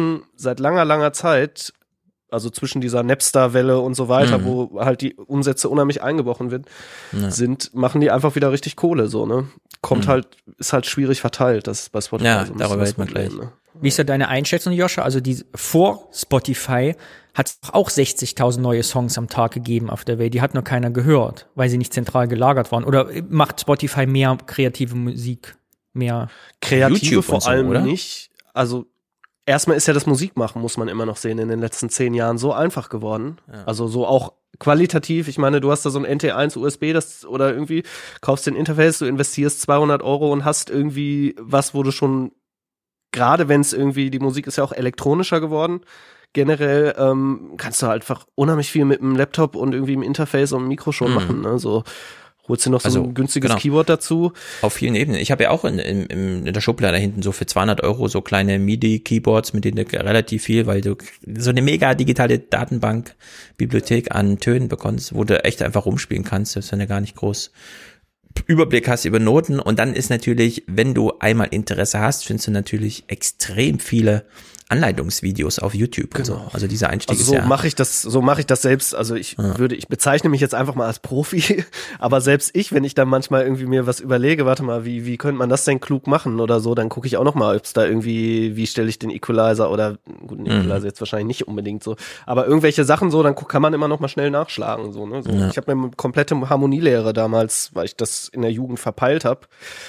langer Zeit, also zwischen dieser Napster-Welle und so weiter, wo halt die Umsätze unheimlich eingebrochen sind, machen die einfach wieder richtig Kohle, so, ne? Ist halt schwierig verteilt, das ist bei Spotify ja, so ein darüber bisschen redet man gleich. Ne? Wie ist da deine Einschätzung, Joscha? Also vor Spotify hat es auch 60.000 neue Songs am Tag gegeben auf der Welt. Die hat nur keiner gehört, weil sie nicht zentral gelagert waren. Oder macht Spotify mehr kreative Musik? Mehr Kreative YouTube vor und so, allem oder? nicht. Also erstmal ist ja das Musikmachen, muss man immer noch sehen, in den letzten 10 Jahren so einfach geworden. Ja. Also so auch qualitativ. Ich meine, du hast da so ein NT1 USB, oder irgendwie kaufst den Interface, du investierst 200 € und hast irgendwie was, wo du schon, gerade wenn es irgendwie, die Musik ist ja auch elektronischer geworden, generell kannst du halt einfach unheimlich viel mit dem Laptop und irgendwie im Interface und dem Mikro schon machen, ne? So holst du noch so ein günstiges Keyboard dazu. Auf vielen Ebenen. Ich habe ja auch in der Schublade hinten so für 200 € so kleine MIDI-Keyboards, mit denen du relativ viel, weil du so eine mega digitale Datenbank-Bibliothek an Tönen bekommst, wo du echt einfach rumspielen kannst, dass du ja gar nicht groß Überblick hast über Noten. Und dann ist natürlich, wenn du einmal Interesse hast, findest du natürlich extrem viele Anleitungsvideos auf YouTube und so. Also dieser Einstieg ist ja. So mache ich das selbst. Also ich bezeichne mich jetzt einfach mal als Profi, aber selbst ich, wenn ich dann manchmal irgendwie mir was überlege, warte mal, wie könnte man das denn klug machen oder so, dann gucke ich auch noch mal, ob es da irgendwie, wie stelle ich den Equalizer oder, gut, den Equalizer jetzt wahrscheinlich nicht unbedingt so, aber irgendwelche Sachen so, dann kann man immer noch mal schnell nachschlagen, so, ne? So. Ja. Ich habe mir eine komplette Harmonielehre damals, weil ich das in der Jugend verpeilt habe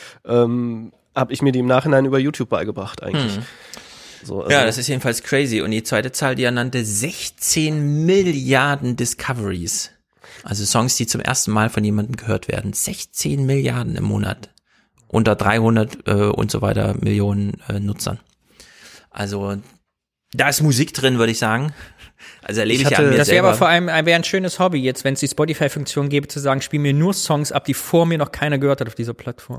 ich mir die im Nachhinein über YouTube beigebracht eigentlich. So, also ja, das ist jedenfalls crazy. Und die zweite Zahl, die er nannte, 16 Milliarden Discoveries. Also Songs, die zum ersten Mal von jemandem gehört werden. 16 Milliarden im Monat. Unter 300 und so weiter Millionen Nutzern. Also da ist Musik drin, würde ich sagen. Also erlebe ich ja an mir das selber. wäre aber vor allem ein schönes Hobby jetzt, wenn es die Spotify-Funktion gäbe, zu sagen, spiel mir nur Songs ab, die vor mir noch keiner gehört hat auf dieser Plattform.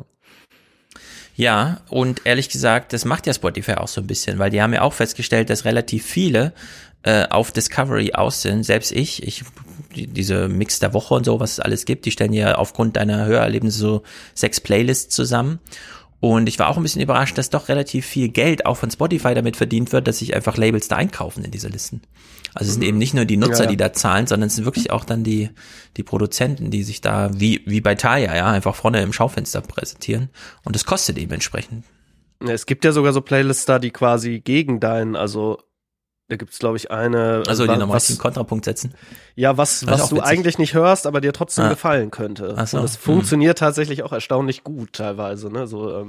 Ja, und ehrlich gesagt, das macht ja Spotify auch so ein bisschen, weil die haben ja auch festgestellt, dass relativ viele auf Discovery aus sind. Selbst diese Mix der Woche und so, was es alles gibt, die stellen ja aufgrund deiner Hörerlebnisse so 6 Playlists zusammen. Und ich war auch ein bisschen überrascht, dass doch relativ viel Geld auch von Spotify damit verdient wird, dass sich einfach Labels da einkaufen in diese Listen. Also es sind eben nicht nur die Nutzer, die da zahlen, sondern es sind wirklich auch dann die Produzenten, die sich da wie bei Taya, ja, einfach vorne im Schaufenster präsentieren. Und das kostet eben entsprechend. Es gibt ja sogar so Playlists da, die quasi gegen also da gibt's, glaube ich, eine. Also die nochmal einen Kontrapunkt setzen. Ja, was du eigentlich nicht hörst, aber dir trotzdem gefallen könnte. Ach so. Und das funktioniert tatsächlich auch erstaunlich gut teilweise, ne? So,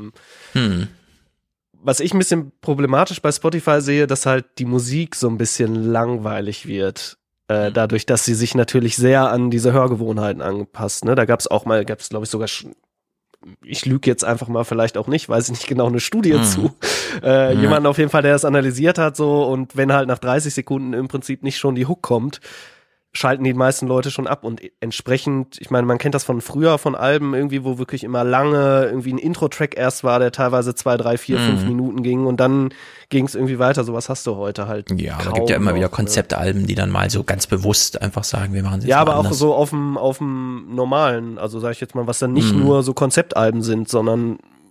was ich ein bisschen problematisch bei Spotify sehe, dass halt die Musik so ein bisschen langweilig wird. Dadurch, dass sie sich natürlich sehr an diese Hörgewohnheiten angepasst, ne? Da gab's glaube ich, sogar ich lüge jetzt einfach mal, vielleicht auch nicht, weiß ich nicht genau, eine Studie zu. Jemanden auf jeden Fall, der das analysiert hat, so, und wenn halt nach 30 Sekunden im Prinzip nicht schon die Hook kommt, schalten die meisten Leute schon ab und entsprechend, ich meine, man kennt das von früher, von Alben irgendwie, wo wirklich immer lange irgendwie ein Intro-Track erst war, der teilweise 2, 3, 4, 5 Minuten ging und dann ging es irgendwie weiter. Sowas hast du heute halt. Ja, aber es gibt ja immer wieder Konzeptalben, die dann mal so ganz bewusst einfach sagen, wir machen es jetzt ja, mal aber anders. Auch so auf dem normalen, also sag ich jetzt mal, was dann nicht nur so Konzeptalben sind, sondern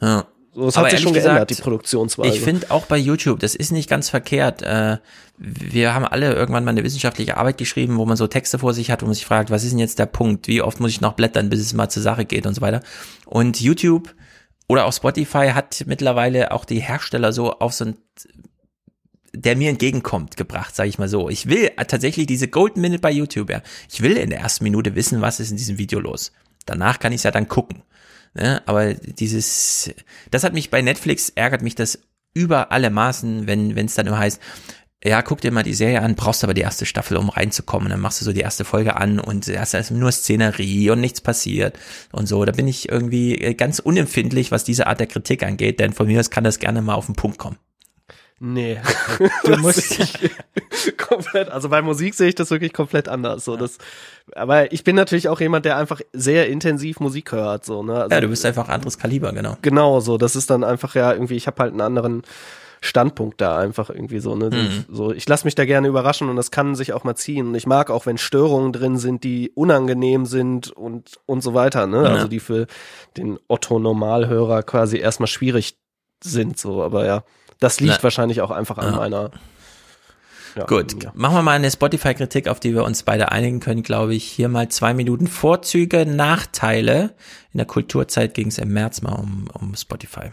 So, es Aber hat sich ehrlich schon gesagt, geändert, die Produktionsweise. Ich finde auch bei YouTube, das ist nicht ganz verkehrt. Wir haben alle irgendwann mal eine wissenschaftliche Arbeit geschrieben, wo man so Texte vor sich hat, wo man sich fragt, was ist denn jetzt der Punkt? Wie oft muss ich noch blättern, bis es mal zur Sache geht und so weiter. Und YouTube oder auch Spotify hat mittlerweile auch die Hersteller so auf so ein, der mir entgegenkommt, gebracht, sage ich mal so. Ich will tatsächlich diese Golden Minute bei YouTube, ja. Ich will in der ersten Minute wissen, was ist in diesem Video los. Danach kann ich es ja dann gucken. Ne? Aber das hat mich bei Netflix, ärgert mich das über alle Maßen, wenn es dann immer heißt, ja, guck dir mal die Serie an, brauchst aber die erste Staffel, um reinzukommen. Dann machst du so die erste Folge an und erst ist nur Szenerie und nichts passiert und so. Da bin ich irgendwie ganz unempfindlich, was diese Art der Kritik angeht, denn von mir aus kann das gerne mal auf den Punkt kommen. Nee, du musst komplett, also bei Musik sehe ich das wirklich komplett anders. So, aber ich bin natürlich auch jemand, der einfach sehr intensiv Musik hört. So, ne? Also, ja, du bist einfach anderes Kaliber, genau. Genau, so, das ist dann einfach ja irgendwie, ich habe halt einen anderen Standpunkt da einfach irgendwie so. Ne? So, ich lasse mich da gerne überraschen und das kann sich auch mal ziehen. Und ich mag auch, wenn Störungen drin sind, die unangenehm sind und so weiter. Ne? Also die für den Otto-Normalhörer quasi erstmal schwierig sind. So, aber ja. Das liegt wahrscheinlich auch einfach an meiner. Ja, gut, machen wir mal eine Spotify-Kritik, auf die wir uns beide einigen können, glaube ich. Hier mal 2 Minuten Vorzüge, Nachteile. In der Kulturzeit ging es im März mal um Spotify.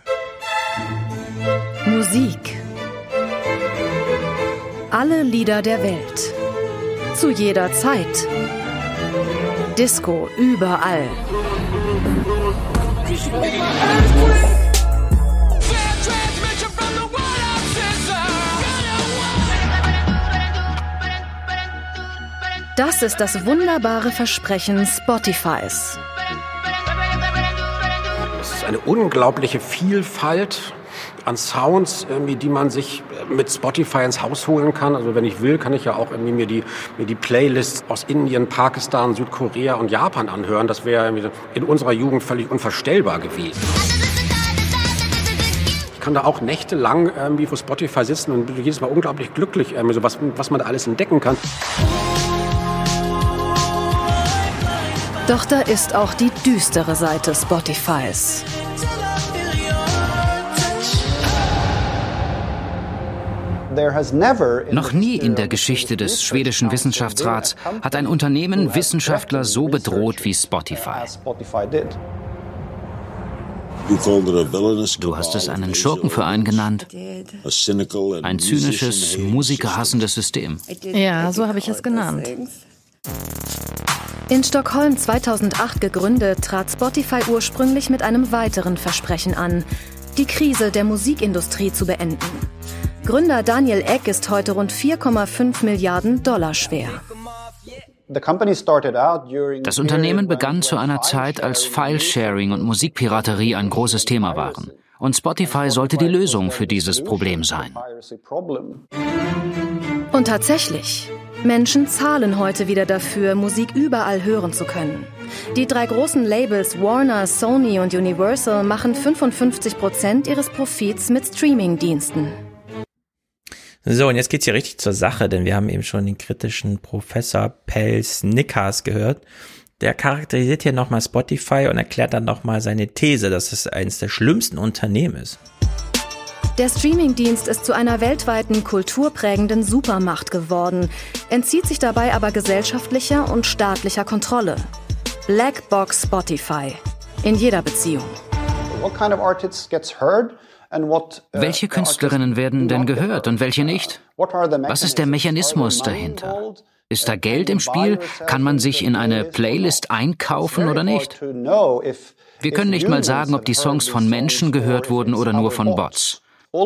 Musik. Alle Lieder der Welt. Zu jeder Zeit. Disco überall. Das ist das wunderbare Versprechen Spotifys. Es ist eine unglaubliche Vielfalt an Sounds, die man sich mit Spotify ins Haus holen kann. Also wenn ich will, kann ich ja auch mir die Playlists aus Indien, Pakistan, Südkorea und Japan anhören. Das wäre in unserer Jugend völlig unvorstellbar gewesen. Ich kann da auch nächtelang vor Spotify sitzen und bin jedes Mal unglaublich glücklich, was man da alles entdecken kann. Doch da ist auch die düstere Seite Spotifys. Noch nie in der Geschichte des schwedischen Wissenschaftsrats hat ein Unternehmen Wissenschaftler so bedroht wie Spotify. Du hast es einen Schurkenverein genannt. Ein zynisches, musikerhassendes System. Ja, so habe ich es genannt. In Stockholm 2008 gegründet, trat Spotify ursprünglich mit einem weiteren Versprechen an, die Krise der Musikindustrie zu beenden. Gründer Daniel Ek ist heute rund 4,5 Milliarden $ schwer. Das Unternehmen begann zu einer Zeit, als File-Sharing und Musikpiraterie ein großes Thema waren. Und Spotify sollte die Lösung für dieses Problem sein. Und tatsächlich, Menschen zahlen heute wieder dafür, Musik überall hören zu können. Die 3 großen Labels Warner, Sony und Universal machen 55% ihres Profits mit Streaming-Diensten. So, und jetzt geht's hier richtig zur Sache, denn wir haben eben schon den kritischen Professor Pels Nickers gehört. Der charakterisiert hier nochmal Spotify und erklärt dann nochmal seine These, dass es eines der schlimmsten Unternehmen ist. Der Streamingdienst ist zu einer weltweiten kulturprägenden Supermacht geworden, entzieht sich dabei aber gesellschaftlicher und staatlicher Kontrolle. Blackbox Spotify. In jeder Beziehung. Welche Künstlerinnen werden denn gehört und welche nicht? Was ist der Mechanismus dahinter? Ist da Geld im Spiel? Kann man sich in eine Playlist einkaufen oder nicht? Wir können nicht mal sagen, ob die Songs von Menschen gehört wurden oder nur von Bots.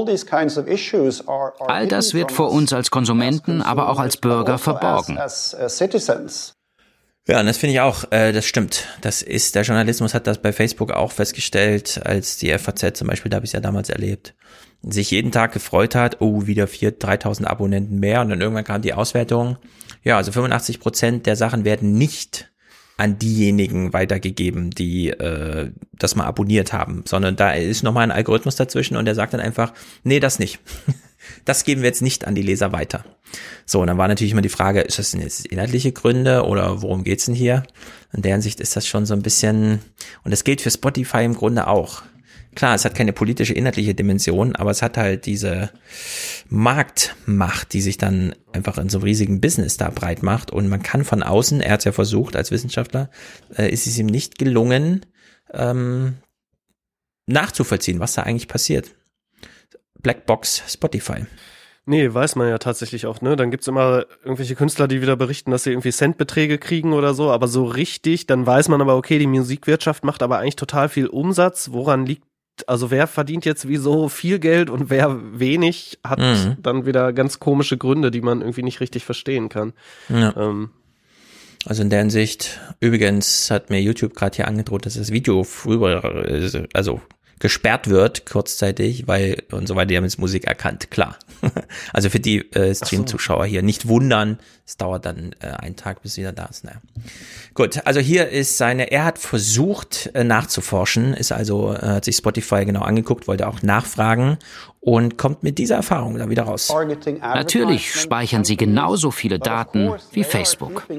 All das wird vor uns als Konsumenten, aber auch als Bürger verborgen. Ja, und das finde ich auch, das stimmt. Der Journalismus hat das bei Facebook auch festgestellt, als die FAZ zum Beispiel, da habe ich es ja damals erlebt, sich jeden Tag gefreut hat, oh, wieder 3.000 Abonnenten mehr, und dann irgendwann kam die Auswertung, ja, also 85% der Sachen werden nicht an diejenigen weitergegeben, die das mal abonniert haben, sondern da ist nochmal ein Algorithmus dazwischen und der sagt dann einfach, nee, das nicht. Das geben wir jetzt nicht an die Leser weiter. So, und dann war natürlich immer die Frage, ist das denn jetzt inhaltliche Gründe oder worum geht's denn hier? In der Hinsicht ist das schon so ein bisschen, und das gilt für Spotify im Grunde auch. klar, es hat keine politische, inhaltliche Dimension, aber es hat halt diese Marktmacht, die sich dann einfach in so einem riesigen Business da breit macht. Und man kann von außen, er hat es ja versucht als Wissenschaftler, ist es ihm nicht gelungen, nachzuvollziehen, was da eigentlich passiert. Blackbox Spotify. Nee, weiß man ja tatsächlich auch, ne? Dann gibt's immer irgendwelche Künstler, die wieder berichten, dass sie irgendwie Centbeträge kriegen oder so, aber so richtig, dann weiß man aber, okay, die Musikwirtschaft macht aber eigentlich total viel Umsatz. Woran liegt, also wer verdient jetzt wieso viel Geld und wer wenig, hat dann wieder ganz komische Gründe, die man irgendwie nicht richtig verstehen kann. Ja. Also in der Hinsicht, übrigens hat mir YouTube gerade hier angedroht, dass das Video gesperrt wird kurzzeitig, weil und so weiter, die haben jetzt Musik erkannt, klar. Also für die Stream-Zuschauer hier nicht wundern, es dauert dann einen Tag, bis wieder da ist. Naja. Gut, also hier ist er hat versucht nachzuforschen, ist also, hat sich Spotify genau angeguckt, wollte auch nachfragen und kommt mit dieser Erfahrung dann wieder raus. Natürlich speichern sie genauso viele Daten wie Facebook.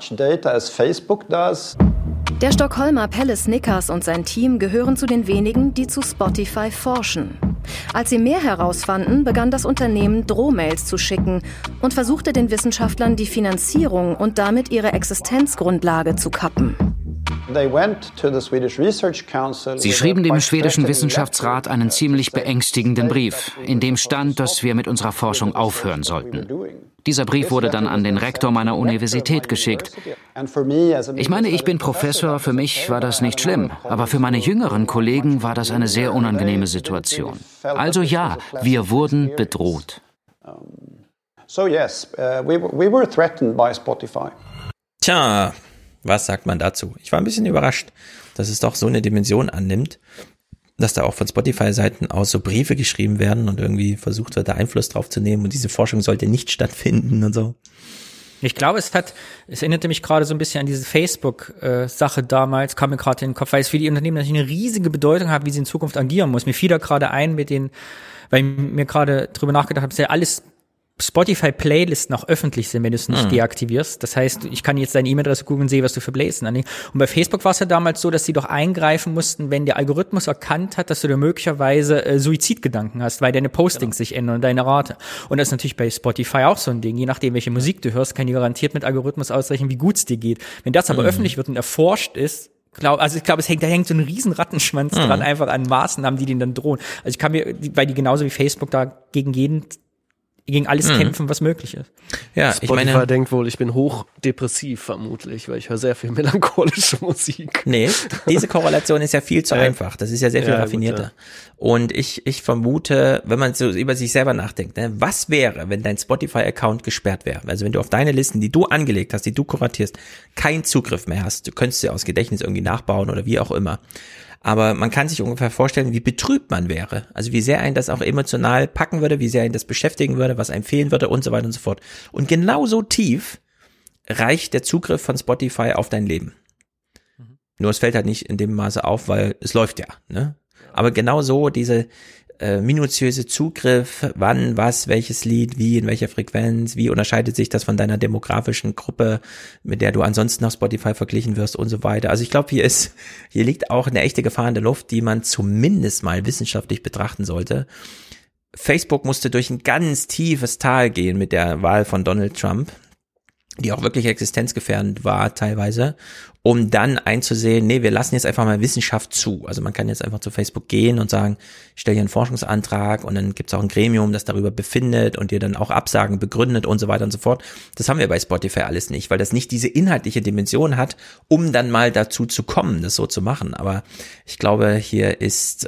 Der Stockholmer Pelle Snickers und sein Team gehören zu den wenigen, die zu Spotify forschen. Als sie mehr herausfanden, begann das Unternehmen Drohmails zu schicken und versuchte den Wissenschaftlern die Finanzierung und damit ihre Existenzgrundlage zu kappen. Sie schrieben dem schwedischen Wissenschaftsrat einen ziemlich beängstigenden Brief, in dem stand, dass wir mit unserer Forschung aufhören sollten. Dieser Brief wurde dann an den Rektor meiner Universität geschickt. Ich meine, ich bin Professor, für mich war das nicht schlimm, aber für meine jüngeren Kollegen war das eine sehr unangenehme Situation. Also ja, wir wurden bedroht. Tja, was sagt man dazu? Ich war ein bisschen überrascht, dass es doch so eine Dimension annimmt, dass da auch von Spotify-Seiten aus so Briefe geschrieben werden und irgendwie versucht wird, da Einfluss drauf zu nehmen und diese Forschung sollte nicht stattfinden und so. Ich glaube, es erinnerte mich gerade so ein bisschen an diese Facebook-Sache damals, kam mir gerade in den Kopf, weil es für die Unternehmen natürlich eine riesige Bedeutung hat, wie sie in Zukunft agieren muss. Mir fiel da gerade ein weil ich mir gerade drüber nachgedacht habe, dass ja alles Spotify-Playlisten auch öffentlich sind, wenn du es nicht deaktivierst. Das heißt, ich kann jetzt deine E-Mail-Adresse googeln und sehe, was du für Playlisten anlegst. Und bei Facebook war es ja damals so, dass sie doch eingreifen mussten, wenn der Algorithmus erkannt hat, dass du da möglicherweise Suizidgedanken hast, weil deine Postings sich ändern und deine Rate. Und das ist natürlich bei Spotify auch so ein Ding. Je nachdem, welche Musik du hörst, kann die garantiert mit Algorithmus ausrechnen, wie gut es dir geht. Wenn das aber öffentlich wird und erforscht ist, da hängt so ein riesen Rattenschwanz dran, einfach an Maßnahmen, die denen dann drohen. Also weil die genauso wie Facebook da gegen alles kämpfen, was möglich ist. Ja, Spotify denkt wohl, ich bin hochdepressiv vermutlich, weil ich höre sehr viel melancholische Musik. Nee, diese Korrelation ist ja viel zu einfach. Das ist ja sehr viel raffinierter. Gut, ja. Und ich vermute, wenn man so über sich selber nachdenkt, ne, was wäre, wenn dein Spotify-Account gesperrt wäre? Also wenn du auf deine Listen, die du angelegt hast, die du kuratierst, keinen Zugriff mehr hast, du könntest sie aus Gedächtnis irgendwie nachbauen oder wie auch immer. Aber man kann sich ungefähr vorstellen, wie betrübt man wäre. Also wie sehr einen das auch emotional packen würde, wie sehr einen das beschäftigen würde, was einem fehlen würde und so weiter und so fort. Und genauso tief reicht der Zugriff von Spotify auf dein Leben. Nur es fällt halt nicht in dem Maße auf, weil es läuft ja, ne? Aber genau so diese minutiöse Zugriff, wann, was, welches Lied, wie, in welcher Frequenz, wie unterscheidet sich das von deiner demografischen Gruppe, mit der du ansonsten auf Spotify verglichen wirst und so weiter. Also ich glaube, hier liegt auch eine echte Gefahr in der Luft, die man zumindest mal wissenschaftlich betrachten sollte. Facebook musste durch ein ganz tiefes Tal gehen mit der Wahl von Donald Trump, die auch wirklich existenzgefährdend war teilweise, um dann einzusehen, nee, wir lassen jetzt einfach mal Wissenschaft zu. Also man kann jetzt einfach zu Facebook gehen und sagen, ich stelle hier einen Forschungsantrag und dann gibt's auch ein Gremium, das darüber befindet und dir dann auch Absagen begründet und so weiter und so fort. Das haben wir bei Spotify alles nicht, weil das nicht diese inhaltliche Dimension hat, um dann mal dazu zu kommen, das so zu machen. Aber ich glaube, hier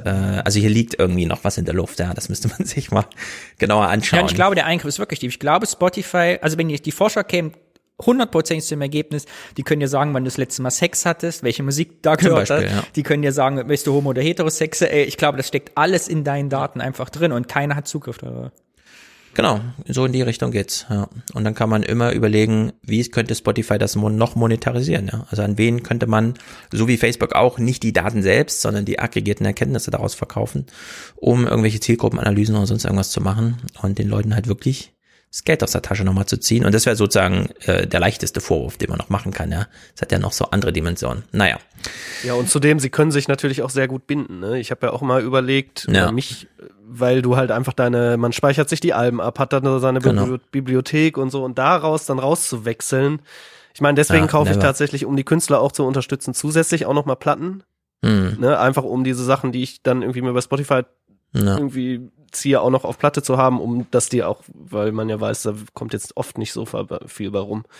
liegt irgendwie noch was in der Luft. Ja, das müsste man sich mal genauer anschauen. Ja, und ich glaube, der Eingriff ist wirklich tief. Ich glaube, Spotify, also wenn die Forscher kämen, 100% zum Ergebnis, die können dir sagen, wann du das letzte Mal Sex hattest, welche Musik da gehört hat. Ja. Die können dir sagen, bist du homo- oder heterosex. Ich glaube, das steckt alles in deinen Daten einfach drin und keiner hat Zugriff darauf. Genau, so in die Richtung geht's. Ja. Und dann kann man immer überlegen, wie könnte Spotify das noch monetarisieren. Ja? Also an wen könnte man, so wie Facebook auch, nicht die Daten selbst, sondern die aggregierten Erkenntnisse daraus verkaufen, um irgendwelche Zielgruppenanalysen oder sonst irgendwas zu machen und den Leuten halt wirklich das Geld aus der Tasche nochmal zu ziehen. Und das wäre sozusagen der leichteste Vorwurf, den man noch machen kann. Ja, das hat ja noch so andere Dimensionen. Naja. Ja, und zudem, sie können sich natürlich auch sehr gut binden. Ne? Ich habe ja auch mal überlegt, weil du halt einfach man speichert sich die Alben ab, hat dann seine Bibliothek und so, und daraus dann rauszuwechseln. Ich meine, deswegen kaufe ich tatsächlich, um die Künstler auch zu unterstützen, zusätzlich auch nochmal Platten. Ne? Einfach um diese Sachen, die ich dann irgendwie mir bei Spotify irgendwie ziehe, auch noch auf Platte zu haben, um dass die auch, weil man ja weiß, da kommt jetzt oft nicht so viel bei rum.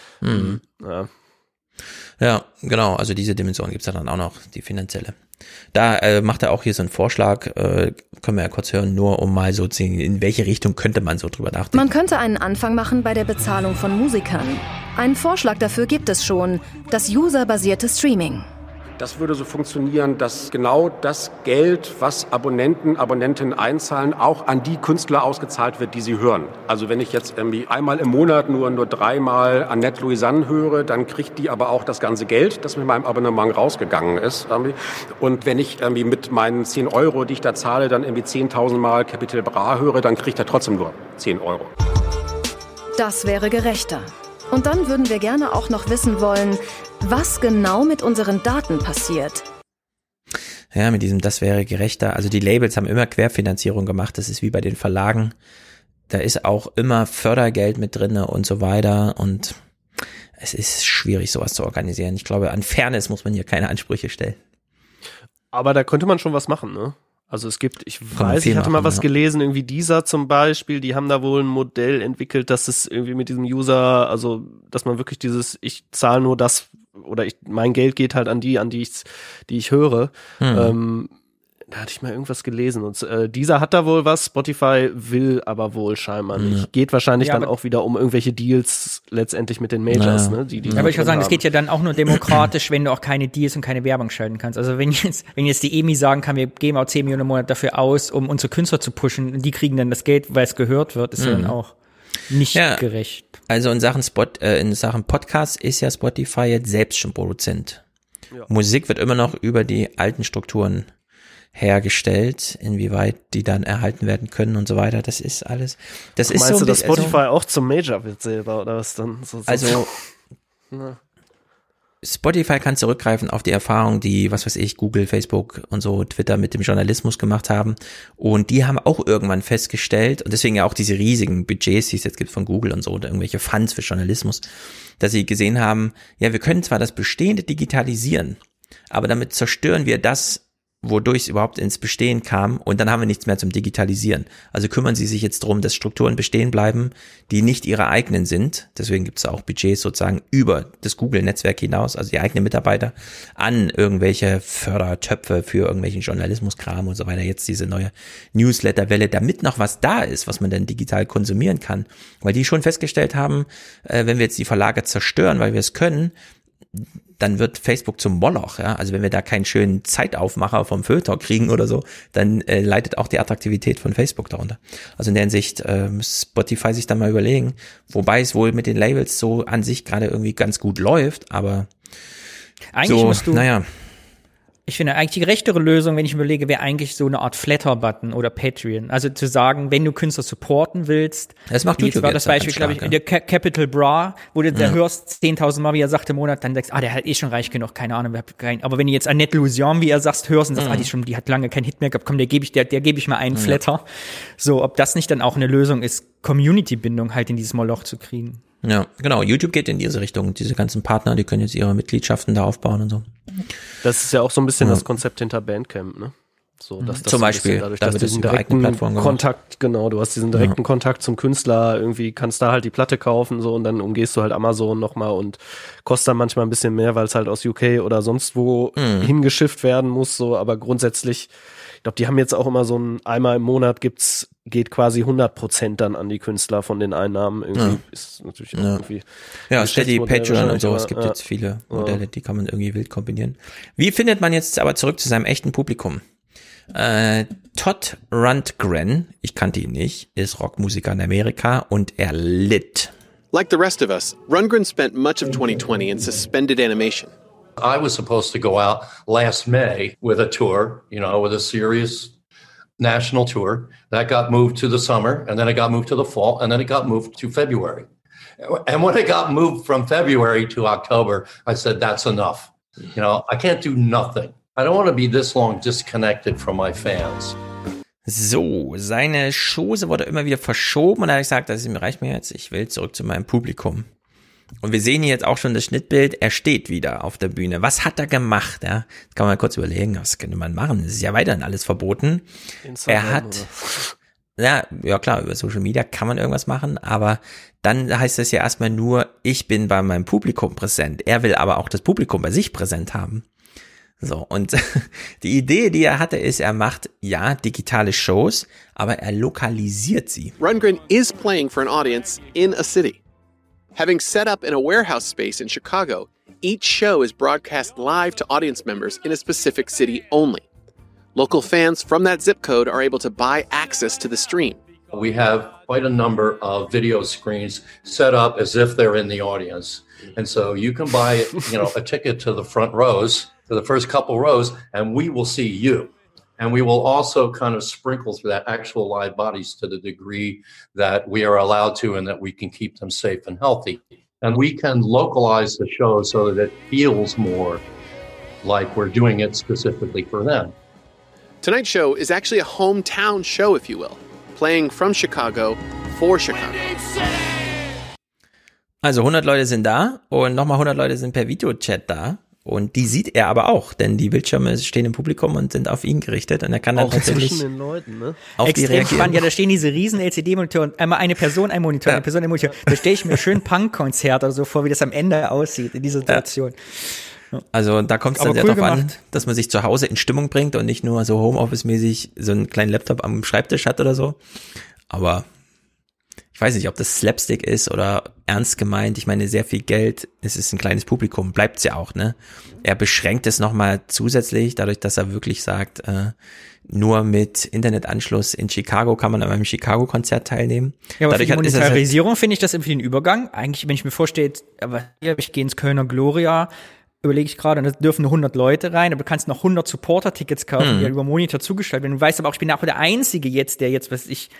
Ja, genau, also diese Dimension gibt's ja dann auch noch, die finanzielle. Da macht er auch hier so einen Vorschlag, können wir ja kurz hören, nur um mal so zu sehen, in welche Richtung könnte man so drüber nachdenken. Man könnte einen Anfang machen bei der Bezahlung von Musikern. Einen Vorschlag dafür gibt es schon, das userbasierte Streaming. Das würde so funktionieren, dass genau das Geld, was Abonnentinnen einzahlen, auch an die Künstler ausgezahlt wird, die sie hören. Also wenn ich jetzt irgendwie einmal im Monat nur dreimal Annette Louisanne höre, dann kriegt die aber auch das ganze Geld, das mit meinem Abonnement rausgegangen ist. Und wenn ich irgendwie mit meinen 10 Euro, die ich da zahle, dann irgendwie 10.000 Mal Capital Bra höre, dann kriegt er trotzdem nur 10 Euro. Das wäre gerechter. Und dann würden wir gerne auch noch wissen wollen, was genau mit unseren Daten passiert. Ja, mit diesem, das wäre gerechter. Also die Labels haben immer Querfinanzierung gemacht. Das ist wie bei den Verlagen. Da ist auch immer Fördergeld mit drinne und so weiter. Und es ist schwierig, sowas zu organisieren. Ich glaube, an Fairness muss man hier keine Ansprüche stellen. Aber da könnte man schon was machen, ne? Also ich hatte mal was gelesen, irgendwie Deezer zum Beispiel, die haben da wohl ein Modell entwickelt, dass es irgendwie mit diesem User, also dass man wirklich ich zahle nur das, oder mein Geld geht halt an die ich höre. Da hatte ich mal irgendwas gelesen. Und Deezer hat da wohl was, Spotify will aber wohl scheinbar nicht. Geht wahrscheinlich dann auch wieder um irgendwelche Deals letztendlich mit den Majors. Ne? Die aber ich würde sagen, das geht ja dann auch nur demokratisch, wenn du auch keine Deals und keine Werbung schalten kannst. Also wenn jetzt die EMI sagen kann, wir geben auch 10 Millionen im Monat dafür aus, um unsere Künstler zu pushen, und die kriegen dann das Geld, weil es gehört wird, ist ja dann auch nicht gerecht. Also in Sachen Podcast ist ja Spotify jetzt selbst schon Produzent. Ja. Musik wird immer noch über die alten Strukturen hergestellt, inwieweit die dann erhalten werden können und so weiter. Das ist alles. Meinst du, dass Spotify auch zum Major wird selber, oder was dann? Also Spotify kann zurückgreifen auf die Erfahrung, die, was weiß ich, Google, Facebook und so, Twitter mit dem Journalismus gemacht haben. Und die haben auch irgendwann festgestellt, und deswegen ja auch diese riesigen Budgets, die es jetzt gibt von Google und so, oder irgendwelche Funds für Journalismus, dass sie gesehen haben, ja, wir können zwar das Bestehende digitalisieren, aber damit zerstören wir das, wodurch es überhaupt ins Bestehen kam, und dann haben wir nichts mehr zum Digitalisieren. Also kümmern sie sich jetzt darum, dass Strukturen bestehen bleiben, die nicht ihre eigenen sind. Deswegen gibt es auch Budgets sozusagen über das Google-Netzwerk hinaus, also die eigenen Mitarbeiter, an irgendwelche Fördertöpfe für irgendwelchen Journalismuskram und so weiter. Jetzt diese neue Newsletterwelle, damit noch was da ist, was man dann digital konsumieren kann. Weil die schon festgestellt haben, wenn wir jetzt die Verlage zerstören, weil wir es können, dann wird Facebook zum Moloch, ja. Also wenn wir da keinen schönen Zeitaufmacher vom Feuilleton kriegen oder so, dann leidet auch die Attraktivität von Facebook darunter. Also in der Hinsicht muss Spotify sich dann mal überlegen, wobei es wohl mit den Labels so an sich gerade irgendwie ganz gut läuft, aber eigentlich ich finde eigentlich die gerechtere Lösung, wenn ich überlege, wäre eigentlich so eine Art Flatter-Button oder Patreon. Also zu sagen, wenn du Künstler supporten willst. Das macht YouTube war das Beispiel, glaube ich, in der Capital Bra, wo du da hörst 10.000 Mal, wie er sagt im Monat, dann sagst der hat schon reich genug, keine Ahnung. Aber wenn du jetzt Annette Louisanne, wie er sagt, hörst und sagst, die hat lange keinen Hit mehr gehabt, komm, der gebe ich mal einen Flatter. So, ob das nicht dann auch eine Lösung ist, Community-Bindung halt in dieses Moloch zu kriegen. Ja, genau. YouTube geht in diese Richtung. Diese ganzen Partner, die können jetzt ihre Mitgliedschaften da aufbauen und so. Das ist ja auch so ein bisschen das Konzept hinter Bandcamp, ne? So, dass das zum Beispiel, dadurch, dass diesen direkten Kontakt, genau, du hast diesen direkten Kontakt zum Künstler, irgendwie kannst da halt die Platte kaufen, so, und dann umgehst du halt Amazon nochmal und kostet dann manchmal ein bisschen mehr, weil es halt aus UK oder sonst wo hingeschifft werden muss, so, aber grundsätzlich, ich glaube, die haben jetzt auch immer so einmal im Monat geht quasi 100% dann an die Künstler von den Einnahmen. Irgendwie ist natürlich auch irgendwie. Ja, Steady, Patreon und so. Es gibt jetzt viele Modelle, die kann man irgendwie wild kombinieren. Wie findet man jetzt aber zurück zu seinem echten Publikum? Todd Rundgren, ich kannte ihn nicht, ist Rockmusiker in Amerika und er litt. Like the rest of us, Rundgren spent much of 2020 in suspended animation. I was supposed to go out last May with a tour, with a series national tour. That got moved to the summer, and then it got moved to the fall, and then it got moved to February. And when it got moved from February to October, I said, that's enough. You know, I can't do nothing. I don't want to be this long disconnected from my fans. So, seine Chose wurde immer wieder verschoben und er hat gesagt, das reicht mir jetzt, ich will zurück zu meinem Publikum. Und wir sehen hier jetzt auch schon das Schnittbild, er steht wieder auf der Bühne. Was hat er gemacht? Ja? Jetzt kann man kurz überlegen, was könnte man machen? Es ist ja weiterhin alles verboten. Er hat, ja klar, über Social Media kann man irgendwas machen, aber dann heißt es ja erstmal nur, ich bin bei meinem Publikum präsent. Er will aber auch das Publikum bei sich präsent haben. So, und die Idee, die er hatte, ist, er macht, ja, digitale Shows, aber er lokalisiert sie. Rundgren is playing for an audience in a city. Having set up in a warehouse space in Chicago, each show is broadcast live to audience members in a specific city only. Local fans from that zip code are able to buy access to the stream. We have quite a number of video screens set up as if they're in the audience. And so you can buy, a ticket to the front rows, to the first couple rows, and we will see you. And we will also kind of sprinkle through that actual live bodies to the degree that we are allowed to and that we can keep them safe and healthy. And we can localize the show so that it feels more like we're doing it specifically for them. Tonight's show is actually a hometown show, if you will, playing from Chicago for Chicago. Also 100 Leute sind da und nochmal 100 Leute sind per Videochat da. Und die sieht er aber auch, denn die Bildschirme stehen im Publikum und sind auf ihn gerichtet und er kann dann auch tatsächlich zwischen den Leuten, ne? Auf die Extrem reagieren. spannend. Ja, da stehen diese riesen LCD-Monitore und einmal eine Person, ein Monitor, eine Person, ein Monitor. Da stelle ich mir schön Punk-Konzert oder so vor, wie das am Ende aussieht in dieser Situation. Ja. Also da kommt es dann sehr darauf an, dass man sich zu Hause in Stimmung bringt und nicht nur so Homeoffice-mäßig so einen kleinen Laptop am Schreibtisch hat oder so. Aber ich weiß nicht, ob das Slapstick ist oder ernst gemeint. Ich meine, sehr viel Geld, es ist ein kleines Publikum, bleibt's ja auch, ne? Er beschränkt es nochmal zusätzlich, dadurch, dass er wirklich sagt, nur mit Internetanschluss in Chicago kann man an einem Chicago-Konzert teilnehmen. Ja, aber dadurch für die Monetarisierung finde ich das für den Übergang. Eigentlich, wenn ich mir vorstelle, aber ich gehe ins Kölner Gloria, überlege ich gerade, und da dürfen nur 100 Leute rein, aber du kannst noch 100 Supporter-Tickets kaufen, die über Monitor zugeschaltet werden. Du weißt aber auch, ich bin auch der Einzige jetzt, der jetzt,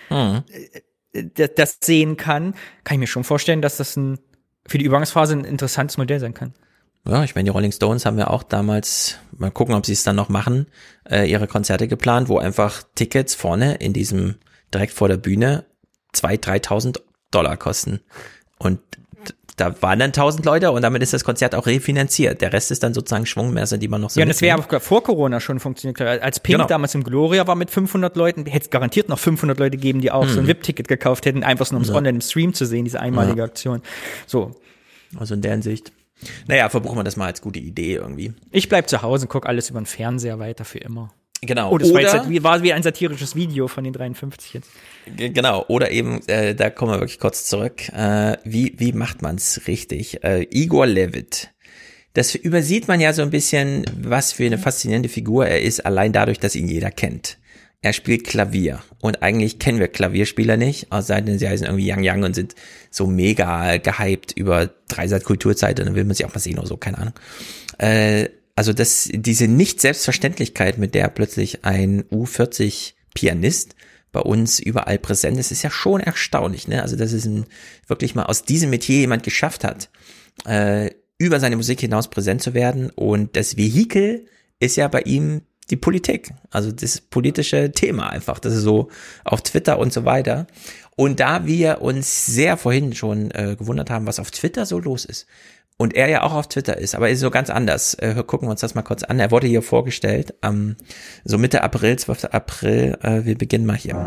das sehen kann ich mir schon vorstellen, dass das für die Übergangsphase ein interessantes Modell sein kann. Ja, ich meine, die Rolling Stones haben ja auch damals, mal gucken, ob sie es dann noch machen, ihre Konzerte geplant, wo einfach Tickets vorne in diesem, direkt vor der Bühne 2.000, $3.000 kosten. Und da waren dann 1.000 Leute und damit ist das Konzert auch refinanziert. Der Rest ist dann sozusagen Schwungmesse, die man noch so Ja, das wäre aber vor Corona schon funktioniert. Als Pink damals im Gloria war mit 500 Leuten, hätte es garantiert noch 500 Leute geben, die auch so ein VIP-Ticket gekauft hätten, einfach nur um es online im Stream zu sehen, diese einmalige Aktion. So. Also in der Hinsicht. Naja, verbuchen wir das mal als gute Idee irgendwie. Ich bleib zu Hause und gucke alles über den Fernseher weiter für immer. Genau. Oh, das war wie ein satirisches Video von den 53 jetzt. Genau, oder eben, da kommen wir wirklich kurz zurück, wie macht man's richtig? Igor Levit, das übersieht man ja so ein bisschen, was für eine faszinierende Figur er ist, allein dadurch, dass ihn jeder kennt. Er spielt Klavier und eigentlich kennen wir Klavierspieler nicht, außer sie heißen irgendwie Yang und sind so mega gehypt über Dreisat Kulturzeit und dann will man sich auch mal sehen oder so, keine Ahnung. Also diese Nicht-Selbstverständlichkeit, mit der plötzlich ein U40-Pianist bei uns überall präsent ist, ist ja schon erstaunlich, ne? Also, dass es wirklich mal aus diesem Metier jemand geschafft hat, über seine Musik hinaus präsent zu werden. Und das Vehikel ist ja bei ihm die Politik, also das politische Thema einfach. Das ist so auf Twitter und so weiter. Und da wir uns sehr vorhin schon gewundert haben, was auf Twitter so los ist, und er ja auch auf Twitter ist, aber ist so ganz anders. Gucken wir uns das mal kurz an. Er wurde hier vorgestellt so Mitte April, 12. April. Wir beginnen mal hier.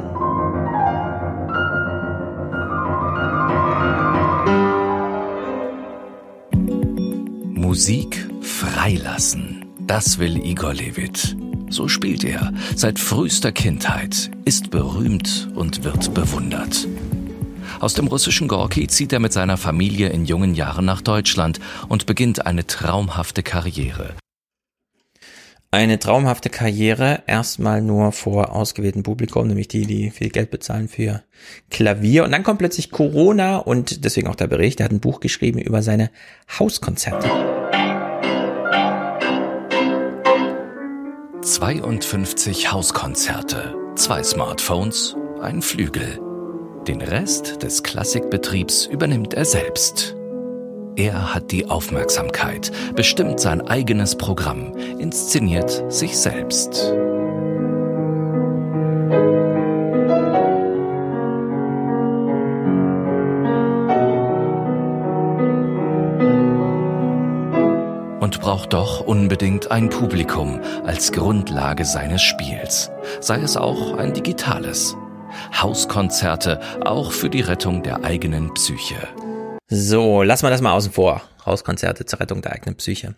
Musik freilassen. Das will Igor Levit. So spielt er seit frühester Kindheit, ist berühmt und wird bewundert. Aus dem russischen Gorki zieht er mit seiner Familie in jungen Jahren nach Deutschland und beginnt eine traumhafte Karriere. Eine traumhafte Karriere, erstmal nur vor ausgewähltem Publikum, nämlich die viel Geld bezahlen für Klavier. Und dann kommt plötzlich Corona und deswegen auch der Bericht. Er hat ein Buch geschrieben über seine Hauskonzerte. 52 Hauskonzerte. 2 Smartphones, ein Flügel. Den Rest des Klassikbetriebs übernimmt er selbst. Er hat die Aufmerksamkeit, bestimmt sein eigenes Programm, inszeniert sich selbst. Und braucht doch unbedingt ein Publikum als Grundlage seines Spiels, sei es auch ein digitales. Hauskonzerte auch für die Rettung der eigenen Psyche. So, lassen wir das mal außen vor. Hauskonzerte zur Rettung der eigenen Psyche.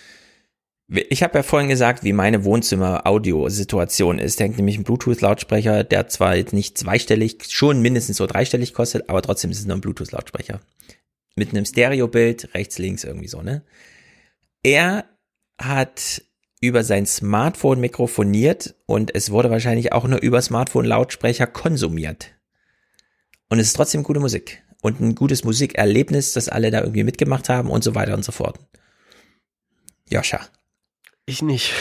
Ich habe ja vorhin gesagt, wie meine Wohnzimmer-Audiosituation ist. Da hängt nämlich ein Bluetooth-Lautsprecher, der zwar jetzt nicht zweistellig, schon mindestens so dreistellig kostet, aber trotzdem ist es nur ein Bluetooth-Lautsprecher. Mit einem Stereobild, rechts, links, irgendwie so, ne? Er hat über sein Smartphone mikrofoniert und es wurde wahrscheinlich auch nur über Smartphone-Lautsprecher konsumiert. Und es ist trotzdem gute Musik. Und ein gutes Musikerlebnis, das alle da irgendwie mitgemacht haben und so weiter und so fort. Joscha. Ich nicht.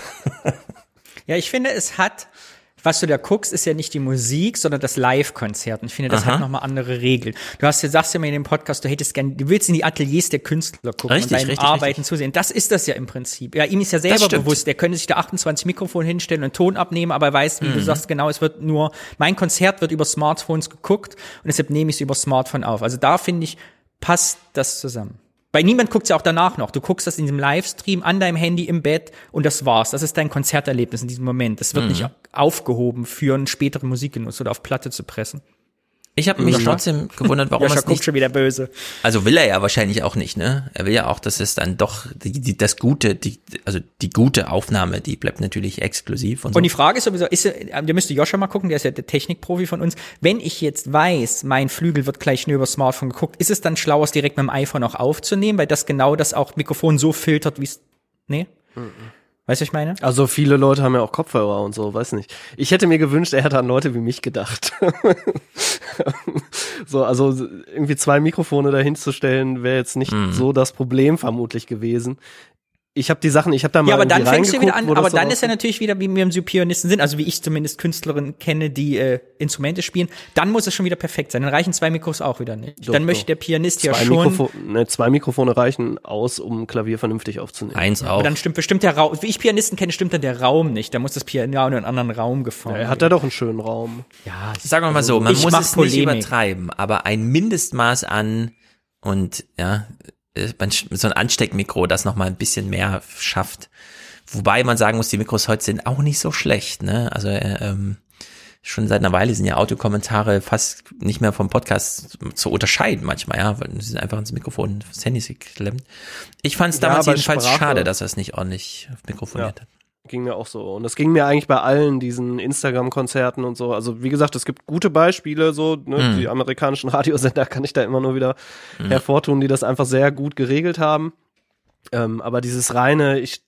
Ja, ich finde, es hat, was du da guckst, ist ja nicht die Musik, sondern das Live-Konzert. Und ich finde, das hat nochmal andere Regeln. Sagst ja mal in dem Podcast, du willst in die Ateliers der Künstler gucken und beim Arbeiten zusehen. Das ist das ja im Prinzip. Ja, ihm ist ja selber bewusst, er könnte sich da 28 Mikrofone hinstellen und Ton abnehmen, aber er weiß, wie du sagst, genau, mein Konzert wird über Smartphones geguckt und deshalb nehme ich es über Smartphone auf. Also da finde ich, passt das zusammen. Bei niemand guckt es ja auch danach noch. Du guckst das in diesem Livestream an deinem Handy im Bett und das war's. Das ist dein Konzerterlebnis in diesem Moment. Das wird nicht aufgehoben für einen späteren Musikgenuss oder auf Platte zu pressen. Ich habe mich trotzdem gewundert, warum es nicht... schon wieder böse. Also will er ja wahrscheinlich auch nicht, ne? Er will ja auch, dass es dann doch die gute Aufnahme, die bleibt natürlich exklusiv und so. Und die Frage ist sowieso, der müsste Joscha mal gucken, der ist ja der Technikprofi von uns. Wenn ich jetzt weiß, mein Flügel wird gleich nur über Smartphone geguckt, ist es dann schlau, es direkt mit dem iPhone auch aufzunehmen, weil das genau das auch Mikrofon so filtert, wie es... Nee? Weißt du, was ich meine? Also viele Leute haben ja auch Kopfhörer und so, weiß nicht. Ich hätte mir gewünscht, er hätte an Leute wie mich gedacht. So, also irgendwie 2 Mikrofone dahin zu stellen, wäre jetzt nicht so das Problem vermutlich gewesen. Ich habe da mal ja, aber dann fängst du wieder an, aber so dann ist ja natürlich wieder, wie wir im Pianisten sind, also wie ich zumindest Künstlerinnen kenne, die Instrumente spielen, dann muss es schon wieder perfekt sein. Dann reichen 2 Mikros auch wieder nicht. Dann möchte der Pianist ja schon... 2 Mikrofone reichen aus, um ein Klavier vernünftig aufzunehmen. 1 auch. Aber dann stimmt bestimmt der Raum, wie ich Pianisten kenne, stimmt dann der Raum nicht. Da muss das Piano in einen anderen Raum gefahren werden. Er hat da doch einen schönen Raum. Ja, sagen wir mal so, man muss es nicht übertreiben, aber ein Mindestmaß an und ja... so ein Ansteckmikro, das noch mal ein bisschen mehr schafft. Wobei man sagen muss, die Mikros heute sind auch nicht so schlecht, ne? Also schon seit einer Weile sind ja Audiokommentare fast nicht mehr vom Podcast zu unterscheiden manchmal, ja, weil sie sind einfach ins Mikrofon, das Handy geklemmt. Ich fand es damals jedenfalls schade, dass er es nicht ordentlich mikrofoniert hat. Ging mir auch so. Und das ging mir eigentlich bei allen diesen Instagram-Konzerten und so. Also wie gesagt, es gibt gute Beispiele, so, ne? Die amerikanischen Radiosender kann ich da immer nur wieder hervortun, die das einfach sehr gut geregelt haben. Aber dieses reine, ich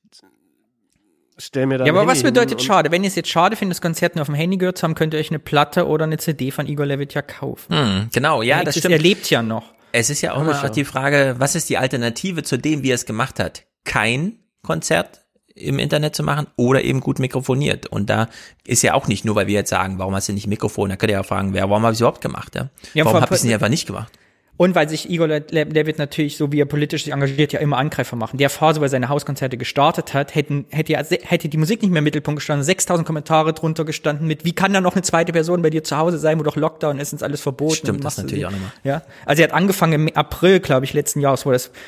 stell mir da. Ja, aber was bedeutet schade? Wenn ihr es jetzt schade findet, das Konzert nur auf dem Handy gehört zu haben, könnt ihr euch eine Platte oder eine CD von Igor Levit ja kaufen. Genau, ja, das stimmt. Er lebt ja noch. Es ist ja auch immer die Frage, was ist die Alternative zu dem, wie er es gemacht hat? Kein Konzert im Internet zu machen oder eben gut mikrofoniert. Und da ist ja auch nicht nur, weil wir jetzt sagen, warum hast du nicht ein Mikrofon? Da könnt ihr ja fragen, warum habe ich es überhaupt gemacht? Ja? Warum habe ich es nicht einfach nicht gemacht? Und weil sich Igor Levit natürlich, so wie er politisch sich engagiert, ja immer Angreifer machen. Der Phase, wo er seine Hauskonzerte gestartet hat, hätte die Musik nicht mehr im Mittelpunkt gestanden, 6.000 Kommentare drunter gestanden mit, wie kann da noch eine zweite Person bei dir zu Hause sein, wo doch Lockdown ist, uns alles verboten. Stimmt, das natürlich auch nochmal. Ja, also er hat angefangen im April, glaube ich, letzten Jahres,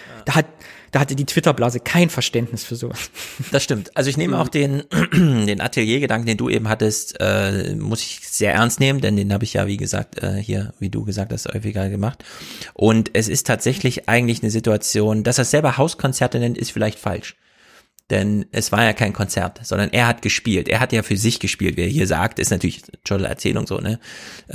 da hatte die Twitter-Blase kein Verständnis für sowas. Das stimmt. Also ich nehme auch den Ateliergedanken, den du eben hattest, muss ich sehr ernst nehmen, denn den habe ich ja, wie gesagt, hier, wie du gesagt hast, häufiger gemacht. Und es ist tatsächlich eigentlich eine Situation, dass er selber Hauskonzerte nennt, ist vielleicht falsch. Denn es war ja kein Konzert, sondern er hat gespielt. Er hat ja für sich gespielt, wie er hier sagt. Ist natürlich eine tolle Erzählung so, ne?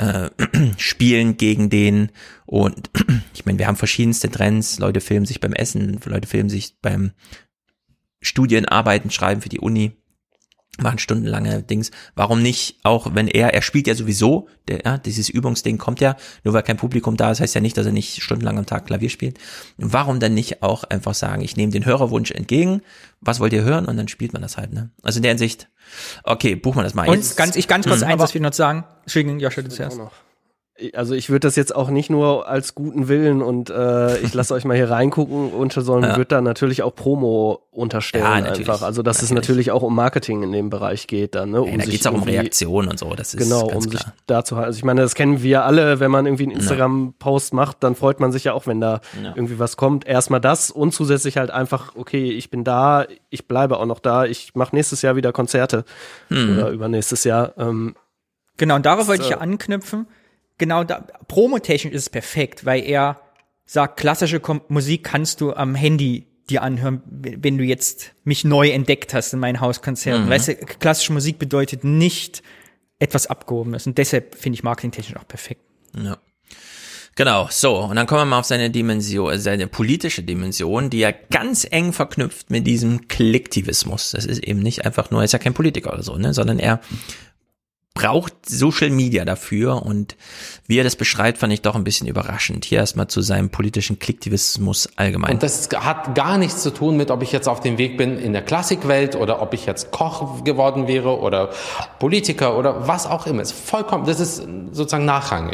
Spielen gegen den. Und ich meine, wir haben verschiedenste Trends. Leute filmen sich beim Essen, Leute filmen sich beim Studienarbeiten, Schreiben für die Uni. machen stundenlange Dings. Warum nicht auch, wenn er spielt ja sowieso, dieses Übungsding kommt ja, nur weil kein Publikum da ist, heißt ja nicht, dass er nicht stundenlang am Tag Klavier spielt. Warum dann nicht auch einfach sagen, ich nehme den Hörerwunsch entgegen, was wollt ihr hören? Und dann spielt man das halt, ne? Also in der Hinsicht, okay, buchen wir das mal. Und ganz kurz eins, was wir noch sagen. Entschuldigung, Joshua, du zuerst. Also ich würde das jetzt auch nicht nur als guten Willen und ich lasse euch mal hier reingucken, sondern würde da natürlich auch Promo unterstellen einfach. Also dass es natürlich auch um Marketing in dem Bereich geht dann. Ne? Da geht es auch um Reaktionen und so. Das ist genau, ganz um klar. sich da zu halten. Also ich meine, das kennen wir alle, wenn man irgendwie einen Instagram-Post macht, dann freut man sich ja auch, wenn da irgendwie was kommt. Erstmal das und zusätzlich halt einfach, okay, ich bin da, ich bleibe auch noch da, ich mache nächstes Jahr wieder Konzerte oder übernächstes Jahr. Genau, und darauf wollte ich ja anknüpfen. Genau, promotechnisch ist es perfekt, weil er sagt, klassische Musik kannst du am Handy dir anhören, wenn du jetzt mich neu entdeckt hast in meinen Hauskonzerten. Weißt du, klassische Musik bedeutet nicht etwas Abgehobenes und deshalb finde ich marketingtechnisch auch perfekt. Ja. Genau, so, und dann kommen wir mal auf seine Dimension, seine politische Dimension, die ja ganz eng verknüpft mit diesem Kollektivismus. Das ist eben nicht einfach nur, er ist ja kein Politiker oder so, ne, sondern er braucht Social Media dafür und wie er das beschreibt, fand ich doch ein bisschen überraschend. Hier erstmal zu seinem politischen Kollektivismus allgemein. Und das hat gar nichts zu tun mit, ob ich jetzt auf dem Weg bin in der Klassikwelt oder ob ich jetzt Koch geworden wäre oder Politiker oder was auch immer. Das ist sozusagen nachrangig.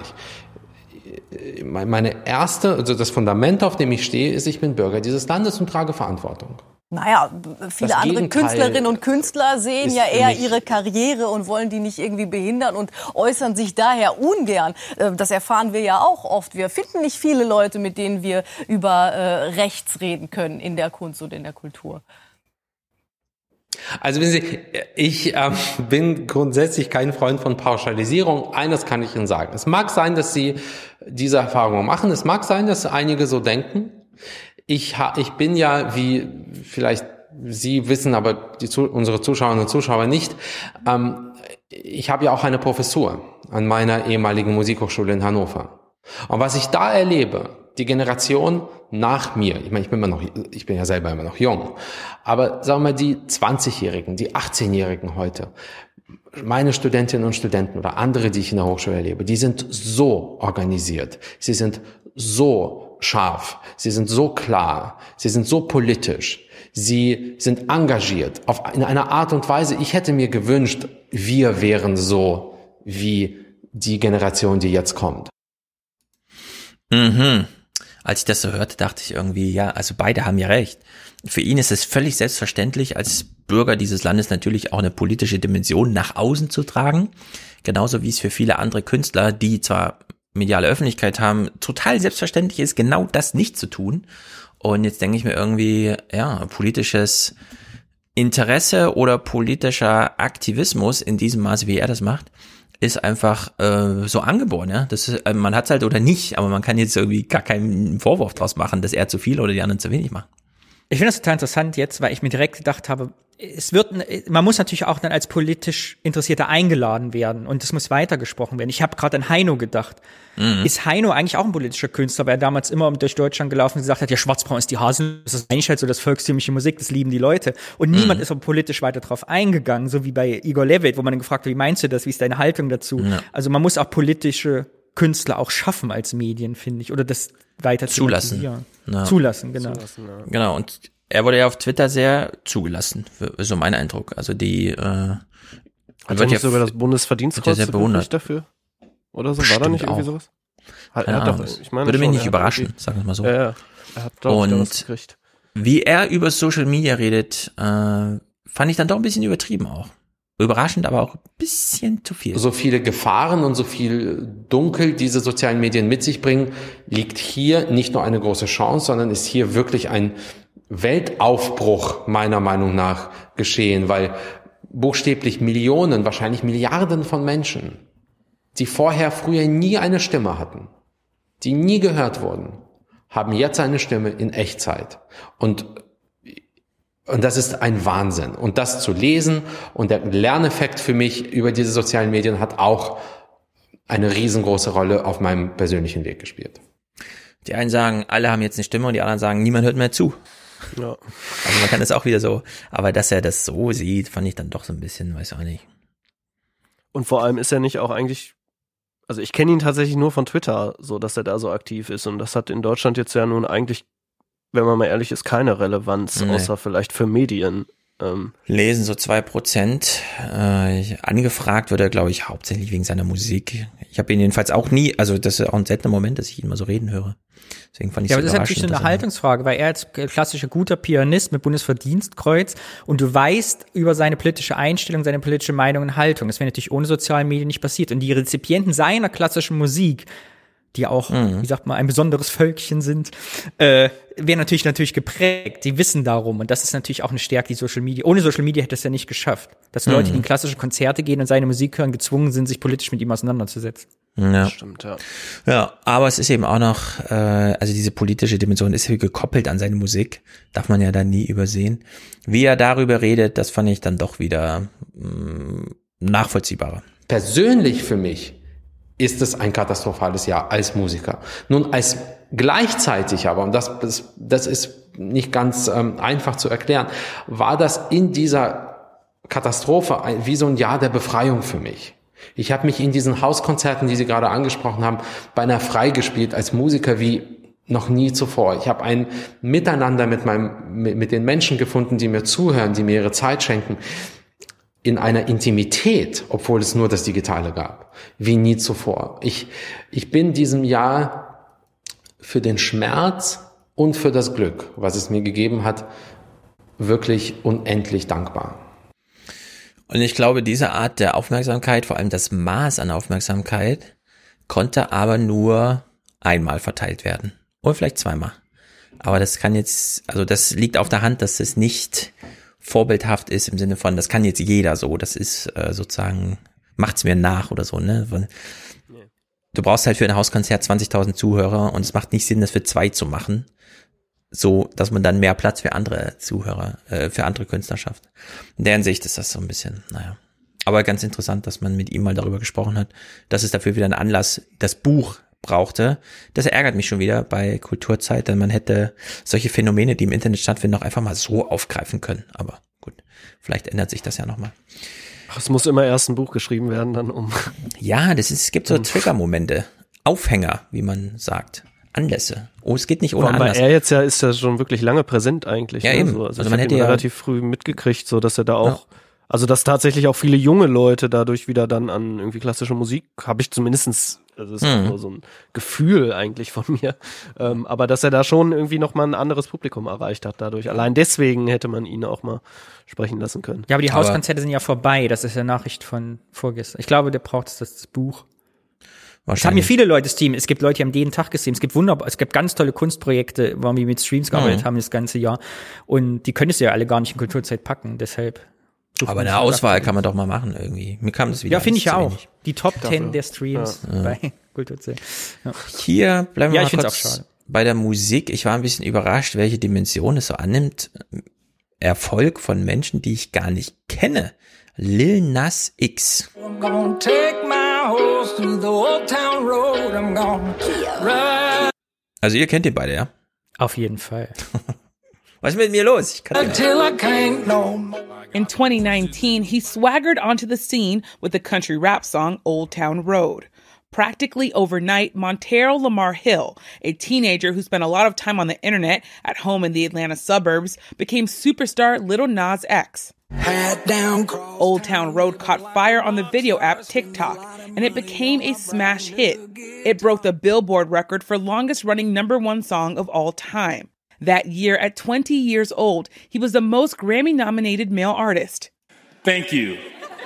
Also das Fundament, auf dem ich stehe, ist, ich bin Bürger dieses Landes und trage Verantwortung. Naja, viele andere Künstlerinnen und Künstler sehen ja eher ihre Karriere und wollen die nicht irgendwie behindern und äußern sich daher ungern. Das erfahren wir ja auch oft. Wir finden nicht viele Leute, mit denen wir über Rechts reden können in der Kunst und in der Kultur. Also wissen Sie, ich bin grundsätzlich kein Freund von Pauschalisierung. Eines kann ich Ihnen sagen. Es mag sein, dass Sie diese Erfahrungen machen. Es mag sein, dass einige so denken. Ich bin ja, wie vielleicht Sie wissen, aber unsere Zuschauerinnen und Zuschauer nicht, ich habe ja auch eine Professur an meiner ehemaligen Musikhochschule in Hannover. Und was ich da erlebe, die Generation nach mir, ich meine, ich bin ja selber immer noch jung, aber sagen wir mal, die 20-Jährigen, die 18-Jährigen heute, meine Studentinnen und Studenten oder andere, die ich in der Hochschule erlebe, die sind so organisiert, sie sind so scharf, sie sind so klar, sie sind so politisch, sie sind engagiert in einer Art und Weise, ich hätte mir gewünscht, wir wären so wie die Generation, die jetzt kommt. Als ich das so hörte, dachte ich irgendwie, ja, also beide haben ja recht. Für ihn ist es völlig selbstverständlich, als Bürger dieses Landes natürlich auch eine politische Dimension nach außen zu tragen. Genauso wie es für viele andere Künstler, die zwar mediale Öffentlichkeit haben, total selbstverständlich ist, genau das nicht zu tun. Und jetzt denke ich mir irgendwie, ja, politisches Interesse oder politischer Aktivismus in diesem Maße, wie er das macht, ist einfach so angeboren, ja. Das ist, man hat's halt oder nicht, aber man kann jetzt irgendwie gar keinen Vorwurf draus machen, dass er zu viel oder die anderen zu wenig machen. Ich finde das total interessant jetzt, weil ich mir direkt gedacht habe, man muss natürlich auch dann als politisch Interessierter eingeladen werden und es muss weitergesprochen werden. Ich habe gerade an Heino gedacht. Ist Heino eigentlich auch ein politischer Künstler, weil er damals immer durch Deutschland gelaufen und gesagt hat, ja, Schwarzbraun ist die Hasen, das ist eigentlich halt so das volkstümliche Musik, das lieben die Leute. Und niemand ist aber politisch weiter drauf eingegangen, so wie bei Igor Levit, wo man dann gefragt hat, wie meinst du das, wie ist deine Haltung dazu? Ja. Also man muss auch politische Künstler auch schaffen als Medien, finde ich, oder das weiter zulassen. Ja. Zulassen, genau. Genau, und er wurde ja auf Twitter sehr zugelassen, so mein Eindruck. Also die hat er nicht sogar das Bundesverdienstkreuz bewundert dafür? Oder so? Bestimmt war da nicht irgendwie auch. sowas? Würde mich nicht überraschen, sagen wir mal so. Er hat, glaube ich, was gekriegt. Wie er über Social Media redet, fand ich dann doch ein bisschen übertrieben auch. Überraschend, aber auch ein bisschen zu viel. So viele Gefahren und so viel Dunkel diese sozialen Medien mit sich bringen, liegt hier nicht nur eine große Chance, sondern ist hier wirklich ein Weltaufbruch meiner Meinung nach geschehen, weil buchstäblich Millionen, wahrscheinlich Milliarden von Menschen, die früher nie eine Stimme hatten, die nie gehört wurden, haben jetzt eine Stimme in Echtzeit. Und das ist ein Wahnsinn. Und das zu lesen und der Lerneffekt für mich über diese sozialen Medien hat auch eine riesengroße Rolle auf meinem persönlichen Weg gespielt. Die einen sagen, alle haben jetzt eine Stimme und die anderen sagen, niemand hört mehr zu. Ja. Also man kann das auch wieder so, aber dass er das so sieht, fand ich dann doch so ein bisschen, weiß auch nicht. Und vor allem ist er nicht auch eigentlich, also ich kenne ihn tatsächlich nur von Twitter, so dass er da so aktiv ist und das hat in Deutschland jetzt ja nun eigentlich, wenn man mal ehrlich ist, keine Relevanz, außer vielleicht für Medien. Lesen so 2%. Angefragt wird er, glaube ich, hauptsächlich wegen seiner Musik. Ich habe ihn jedenfalls auch nie, also das ist auch ein seltener Moment, dass ich ihn mal so reden höre. Deswegen fand ich aber das ist natürlich so eine Haltungsfrage, weil er als klassischer guter Pianist mit Bundesverdienstkreuz und du weißt über seine politische Einstellung, seine politische Meinung und Haltung. Das wäre natürlich ohne soziale Medien nicht passiert. Und die Rezipienten seiner klassischen Musik, die auch, wie sagt man, ein besonderes Völkchen sind, werden natürlich geprägt. Die wissen darum. Und das ist natürlich auch eine Stärke, die Social Media. Ohne Social Media hätte es ja nicht geschafft. Dass Leute, die in klassische Konzerte gehen und seine Musik hören, gezwungen sind, sich politisch mit ihm auseinanderzusetzen. Ja. Stimmt, ja. Ja, aber es ist eben auch noch, also diese politische Dimension ist gekoppelt an seine Musik. Darf man ja dann nie übersehen. Wie er darüber redet, das fand ich dann doch wieder nachvollziehbarer. Persönlich für mich ist es ein katastrophales Jahr als Musiker. Nun, als gleichzeitig aber, und das ist nicht ganz einfach zu erklären, war das in dieser Katastrophe wie so ein Jahr der Befreiung für mich. Ich habe mich in diesen Hauskonzerten, die Sie gerade angesprochen haben, beinahe freigespielt als Musiker wie noch nie zuvor. Ich habe ein Miteinander mit den Menschen gefunden, die mir zuhören, die mir ihre Zeit schenken, in einer Intimität, obwohl es nur das Digitale gab, wie nie zuvor. Ich bin diesem Jahr für den Schmerz und für das Glück, was es mir gegeben hat, wirklich unendlich dankbar. Und ich glaube, diese Art der Aufmerksamkeit, vor allem das Maß an Aufmerksamkeit, konnte aber nur einmal verteilt werden. Oder vielleicht zweimal. Aber das kann jetzt, also das liegt auf der Hand, dass es nicht vorbildhaft ist im Sinne von, das kann jetzt jeder so, das ist sozusagen, macht's mir nach oder so, ne? Du brauchst halt für ein Hauskonzert 20.000 Zuhörer und es macht nicht Sinn, das für 2 zu machen, so, dass man dann mehr Platz für andere Zuhörer, für andere Künstler schafft. In der Hinsicht ist das so ein bisschen, naja. Aber ganz interessant, dass man mit ihm mal darüber gesprochen hat, dass es dafür wieder einen Anlass, das Buch brauchte. Das ärgert mich schon wieder bei Kulturzeit, denn man hätte solche Phänomene, die im Internet stattfinden, auch einfach mal so aufgreifen können. Aber gut, vielleicht ändert sich das ja nochmal. Es muss immer erst ein Buch geschrieben werden, dann Ja, es gibt so Trigger-Momente, Aufhänger, wie man sagt, Anlässe. Oh, es geht nicht ohne Anlass. Aber er jetzt ist ja schon wirklich lange präsent eigentlich. Ja, ne? eben. Also man hätte ihn relativ früh mitgekriegt, so dass er da auch, also dass tatsächlich auch viele junge Leute dadurch wieder dann an irgendwie klassische Musik, habe ich zumindestens, das ist nur so ein Gefühl eigentlich von mir, aber dass er da schon irgendwie nochmal ein anderes Publikum erreicht hat dadurch. Allein deswegen hätte man ihn auch mal sprechen lassen können. Ja, aber die Hauskonzerte sind ja vorbei, das ist ja Nachricht von vorgestern. Ich glaube, der braucht das Buch. Es haben mir viele Leute streamen. Es gibt Leute, die haben jeden Tag gestreamt. Es gibt ganz tolle Kunstprojekte, wo wir mit Streams gearbeitet haben das ganze Jahr. Und die könntest du ja alle gar nicht in Kulturzeit packen, deshalb. Aber eine Auswahl kann man doch mal machen irgendwie. Mir kam das wieder. Ja, finde ich ja auch. Wenig. Die Top 10 der Streams bei Kulturzeit. Ja. Hier bleiben wir mal kurz auch schade. Bei der Musik. Ich war ein bisschen überrascht, welche Dimension es so annimmt. Erfolg von Menschen, die ich gar nicht kenne. Lil Nas X. Also ihr kennt den beide, ja? Auf jeden Fall. Was ist mit mir los? Ich kann In 2019, he swaggered onto the scene with the country rap song Old Town Road. Practically overnight, Montero Lamar Hill, a teenager who spent a lot of time on the internet at home in the Atlanta suburbs, became superstar Lil Nas X. Old Town Road caught fire on the video app TikTok, and it became a smash hit. It broke the Billboard record for longest-running #1 song of all time. That year, at 20 years old, he was the most Grammy-nominated male artist. Thank you.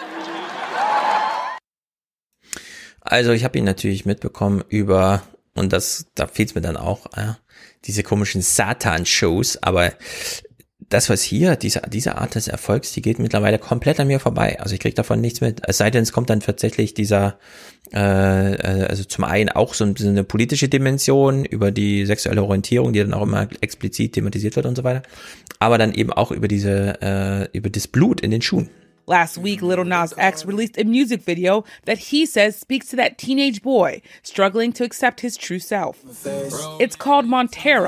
Also ich habe ihn natürlich mitbekommen über, und da fehlt's mir dann auch, diese komischen Satan-Shows, aber das, was hier, diese Art des Erfolgs, die geht mittlerweile komplett an mir vorbei. Also ich krieg davon nichts mit. Es sei denn, es kommt dann tatsächlich dieser, also zum einen auch so eine politische Dimension über die sexuelle Orientierung, die dann auch immer explizit thematisiert wird und so weiter. Aber dann eben auch über über das Blut in den Schuhen. Last week, Lil Nas X released a music video that he says speaks to that teenage boy struggling to accept his true self. It's called Montero,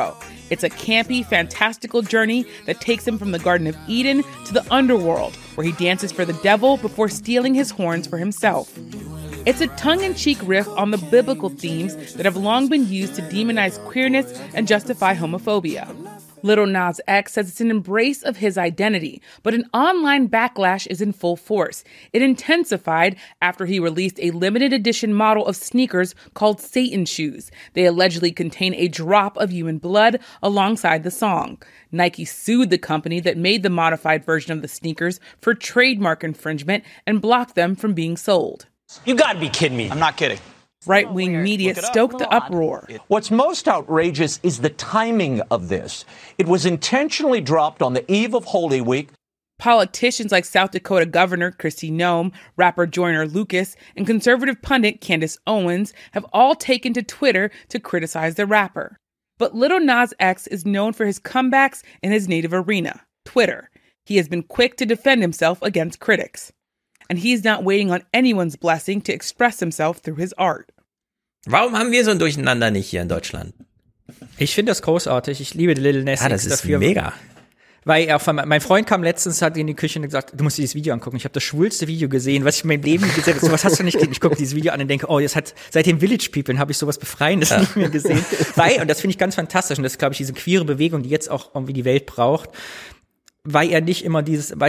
It's a campy, fantastical journey that takes him from the Garden of Eden to the underworld, where he dances for the devil before stealing his horns for himself. It's a tongue-in-cheek riff on the biblical themes that have long been used to demonize queerness and justify homophobia. Lil Nas X says it's an embrace of his identity, but an online backlash is in full force. It intensified after he released a limited edition model of sneakers called Satan Shoes. They allegedly contain a drop of human blood alongside the song. Nike sued the company that made the modified version of the sneakers for trademark infringement and blocked them from being sold. You gotta be kidding me. I'm not kidding. Right-wing media stoked the uproar. What's most outrageous is the timing of this. It was intentionally dropped on the eve of Holy Week. Politicians like South Dakota Governor Kristi Noem, rapper Joyner Lucas, and conservative pundit Candace Owens have all taken to Twitter to criticize the rapper. But Lil Nas X is known for his comebacks in his native arena, Twitter. He has been quick to defend himself against critics. And he's not waiting on anyone's blessing to express himself through his art. Warum haben wir so ein Durcheinander nicht hier in Deutschland? Ich finde das großartig. Ich liebe Lil Nas X das ist dafür. Mega. Weil mein Freund kam letztens, hat in die Küche und gesagt, du musst dieses Video angucken. Ich habe das schwulste Video gesehen, was ich in meinem Leben gesehen habe. Sowas hast du nicht gesehen. Ich gucke dieses Video an und denke, seit dem Village People habe ich sowas Befreiendes nicht mehr gesehen. Und das finde ich ganz fantastisch. Und das ist, glaube ich, diese queere Bewegung, die jetzt auch irgendwie die Welt braucht. Weil er nicht immer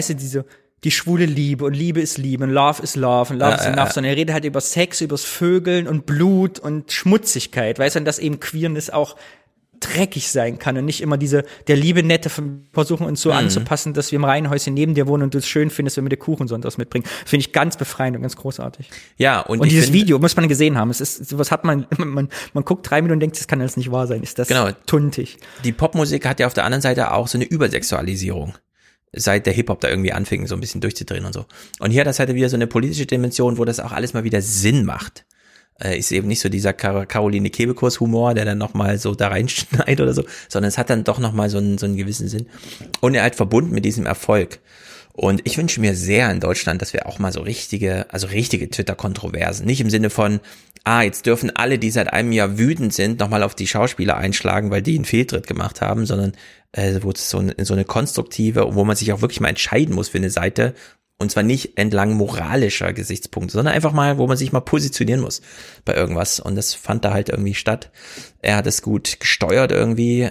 die schwule Liebe und Liebe ist Liebe und Love is Love und Love is Enough, sondern er redet halt über Sex, übers Vögeln und Blut und Schmutzigkeit, weißt du, und dass eben Queerness auch dreckig sein kann und nicht immer der liebe Nette versuchen uns so anzupassen, dass wir im Reihenhäuschen neben dir wohnen und du es schön findest, wenn wir dir Kuchen sonntags mitbringen. Finde ich ganz befreiend und ganz großartig. Ja, und dieses Video muss man gesehen haben. Es ist, sowas hat man guckt 3 Minuten und denkt, das kann alles nicht wahr sein. Ist das tuntig. Die Popmusik hat ja auf der anderen Seite auch so eine Übersexualisierung. Seit der Hip-Hop da irgendwie anfing, so ein bisschen durchzudrehen und so. Und hier hat das halt wieder so eine politische Dimension, wo das auch alles mal wieder Sinn macht. Ist eben nicht so dieser Caroline Kebekus-Humor, der dann nochmal so da reinschneit oder so, sondern es hat dann doch nochmal so einen gewissen Sinn. Und er halt verbunden mit diesem Erfolg. Und ich wünsche mir sehr in Deutschland, dass wir auch mal so richtige Twitter-Kontroversen, nicht im Sinne von, jetzt dürfen alle, die seit einem Jahr wütend sind, nochmal auf die Schauspieler einschlagen, weil die einen Fehltritt gemacht haben, sondern wo es so eine konstruktive, wo man sich auch wirklich mal entscheiden muss für eine Seite, und zwar nicht entlang moralischer Gesichtspunkte, sondern einfach mal, wo man sich mal positionieren muss bei irgendwas. Und das fand da halt irgendwie statt. Er hat es gut gesteuert irgendwie,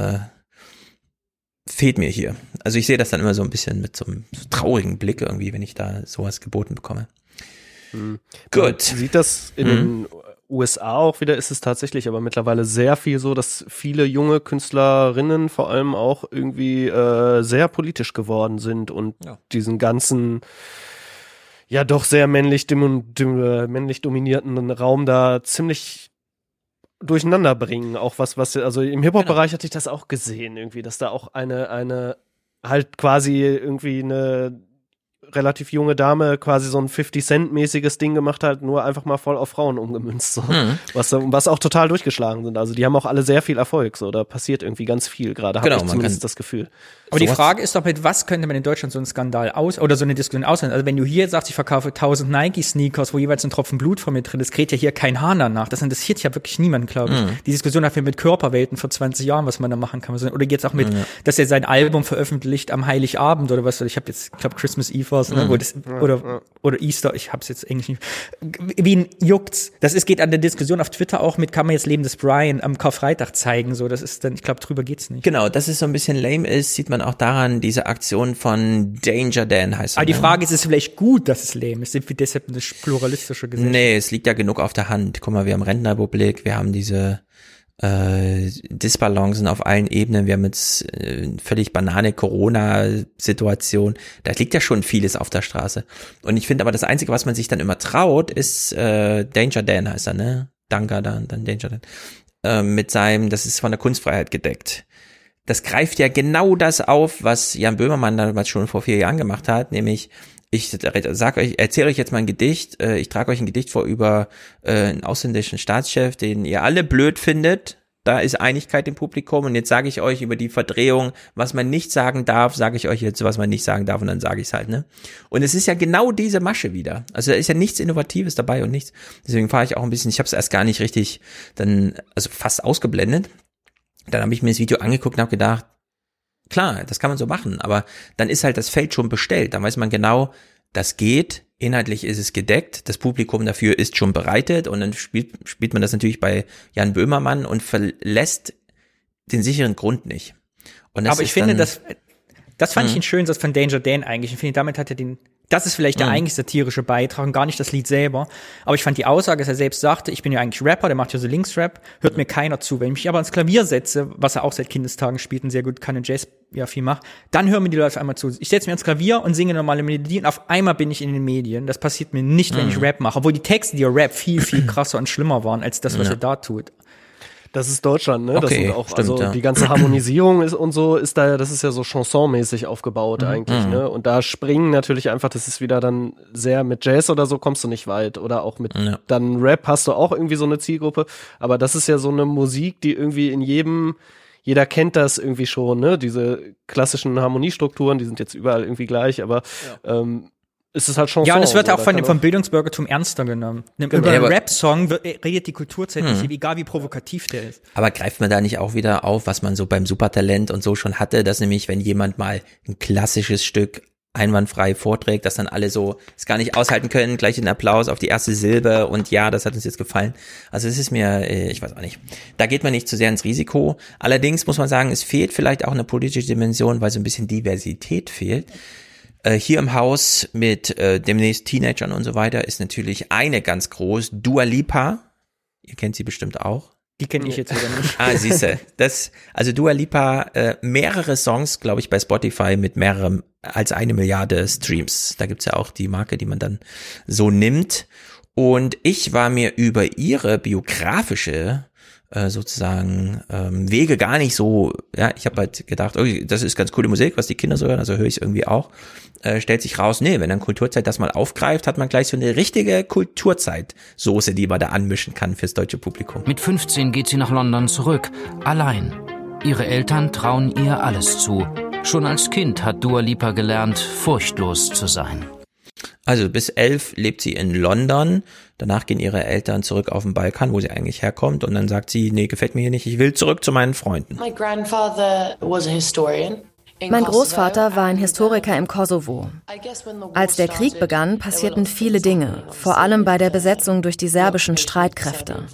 fehlt mir hier. Also ich sehe das dann immer so ein bisschen mit so einem traurigen Blick irgendwie, wenn ich da sowas geboten bekomme. Gut. Man sieht das in den USA auch wieder, ist es tatsächlich aber mittlerweile sehr viel so, dass viele junge Künstlerinnen vor allem auch irgendwie sehr politisch geworden sind und diesen ganzen doch sehr männlich dominierten Raum da ziemlich durcheinander bringen. Auch also im Hip-Hop-Bereich hatte ich das auch gesehen irgendwie, dass da auch eine halt quasi irgendwie eine relativ junge Dame quasi so ein 50-Cent-mäßiges Ding gemacht hat, nur einfach mal voll auf Frauen umgemünzt. So. Was auch total durchgeschlagen sind. Also die haben auch alle sehr viel Erfolg. So, da passiert irgendwie ganz viel gerade, habe ich zumindest das Gefühl. Aber die Frage ist doch, mit was könnte man in Deutschland so einen Skandal oder so eine Diskussion auslösen? Also wenn du hier sagst, ich verkaufe 1000 Nike-Sneakers, wo jeweils ein Tropfen Blut von mir drin ist, kräht ja hier kein Hahn danach. Das interessiert ja wirklich niemanden, glaube ich. Die Diskussion hatten wir mit Körperwelten vor 20 Jahren, was man da machen kann. Oder jetzt auch mit, dass er sein Album veröffentlicht am Heiligabend oder was. Ich habe jetzt, ich glaube, Christmas Eve war es, ne? Wo das, oder Easter, ich hab's jetzt eigentlich nicht. Wen juckt's? Geht an der Diskussion auf Twitter auch mit, kann man jetzt Leben des Brian am Karfreitag zeigen, so, das ist dann, ich glaube, drüber geht's nicht. Genau, dass es so ein bisschen lame ist, sieht man auch daran, diese Aktion von Danger Dan heißt er. Aber die Frage ist, ist es vielleicht gut, dass es lame ist? Sind wir deshalb eine pluralistische Gesellschaft? Nee, es liegt ja genug auf der Hand. Guck mal, wir haben Rentenrepublik, wir haben diese Disbalancen auf allen Ebenen, wir haben jetzt völlig banane Corona-Situation, da liegt ja schon vieles auf der Straße. Und ich finde aber, das Einzige, was man sich dann immer traut, ist Danger Dan heißt er, ne? Danger Dan, dann Danger Dan. Mit seinem, das ist von der Kunstfreiheit gedeckt. Das greift ja genau das auf, was Jan Böhmermann damals schon vor 4 Jahren gemacht hat, nämlich erzähle euch jetzt mal ein Gedicht, ich trage euch ein Gedicht vor über einen ausländischen Staatschef, den ihr alle blöd findet, da ist Einigkeit im Publikum und jetzt sage ich euch über die Verdrehung, was man nicht sagen darf, sage ich euch jetzt, was man nicht sagen darf und dann sage ich es halt, ne? Und es ist ja genau diese Masche wieder, also da ist ja nichts Innovatives dabei und nichts, deswegen fahre ich auch ein bisschen, ich habe es erst gar nicht richtig also fast ausgeblendet, Dann habe ich mir das Video angeguckt und habe gedacht, klar, das kann man so machen, aber dann ist halt das Feld schon bestellt. Dann weiß man genau, das geht, inhaltlich ist es gedeckt, das Publikum dafür ist schon bereitet und dann spielt man das natürlich bei Jan Böhmermann und verlässt den sicheren Grund nicht. Und aber ich finde, das fand ich ihn schön, das von Danger Dan eigentlich. Ich finde, damit hat er das ist vielleicht der eigentlich satirische Beitrag und gar nicht das Lied selber. Aber ich fand die Aussage, dass er selbst sagte, ich bin ja eigentlich Rapper, der macht ja so Linksrap, hört mir keiner zu. Wenn ich mich aber ans Klavier setze, was er auch seit Kindestagen spielt und sehr gut kann und Jazz ja viel macht, dann hören mir die Leute auf einmal zu. Ich setze mich ans Klavier und singe normale Melodien und auf einmal bin ich in den Medien. Das passiert mir nicht, wenn ich Rap mache. Obwohl die Texte, die er rappt, viel, viel krasser und schlimmer waren, als das, was er da tut. Das ist Deutschland, ne? Okay, das sind auch, stimmt, also ja. die ganze Harmonisierung ist und so ist da, das ist ja so chansonmäßig aufgebaut eigentlich, ne? Und da springen natürlich einfach, das ist wieder dann sehr mit Jazz oder so kommst du nicht weit oder auch mit dann Rap hast du auch irgendwie so eine Zielgruppe, aber das ist ja so eine Musik, die irgendwie jeder kennt das irgendwie schon, ne? Diese klassischen Harmoniestrukturen, die sind jetzt überall irgendwie gleich, aber ist es halt schon ja, und es wird auch vom Bildungsbürgertum ernster genommen. Über einen Rap-Song redet die Kulturzeit nicht, egal wie provokativ der ist. Aber greift man da nicht auch wieder auf, was man so beim Supertalent und so schon hatte, dass nämlich, wenn jemand mal ein klassisches Stück einwandfrei vorträgt, dass dann alle so es gar nicht aushalten können, gleich den Applaus auf die erste Silbe und ja, das hat uns jetzt gefallen. Also es ist mir, ich weiß auch nicht, da geht man nicht zu sehr ins Risiko. Allerdings muss man sagen, es fehlt vielleicht auch eine politische Dimension, weil so ein bisschen Diversität fehlt. Hier im Haus mit demnächst Teenagern und so weiter ist natürlich eine ganz groß, Dua Lipa. Ihr kennt sie bestimmt auch. Die kenne ich jetzt wieder nicht. Siehste. Also Dua Lipa, mehrere Songs, glaube ich, bei Spotify mit mehreren als 1 Milliarde Streams. Da gibt's ja auch die Marke, die man dann so nimmt. Und ich war mir über ihre biografische sozusagen Wege gar nicht so, ja, ich habe halt gedacht, oh, das ist ganz coole Musik, was die Kinder so hören, also höre ich es irgendwie auch. Stellt sich raus, nee, wenn dann Kulturzeit das mal aufgreift, hat man gleich so eine richtige Kulturzeit-Soße, die man da anmischen kann fürs deutsche Publikum. Mit 15 geht sie nach London zurück, allein. Ihre Eltern trauen ihr alles zu. Schon als Kind hat Dua Lipa gelernt, furchtlos zu sein. Also bis 11 lebt sie in London, danach gehen ihre Eltern zurück auf den Balkan, wo sie eigentlich herkommt, und dann sagt sie, nee, gefällt mir hier nicht, ich will zurück zu meinen Freunden. Mein Großvater war ein Historiker im Kosovo. Als der Krieg begann, passierten viele Dinge, vor allem bei der Besetzung durch die serbischen Streitkräfte.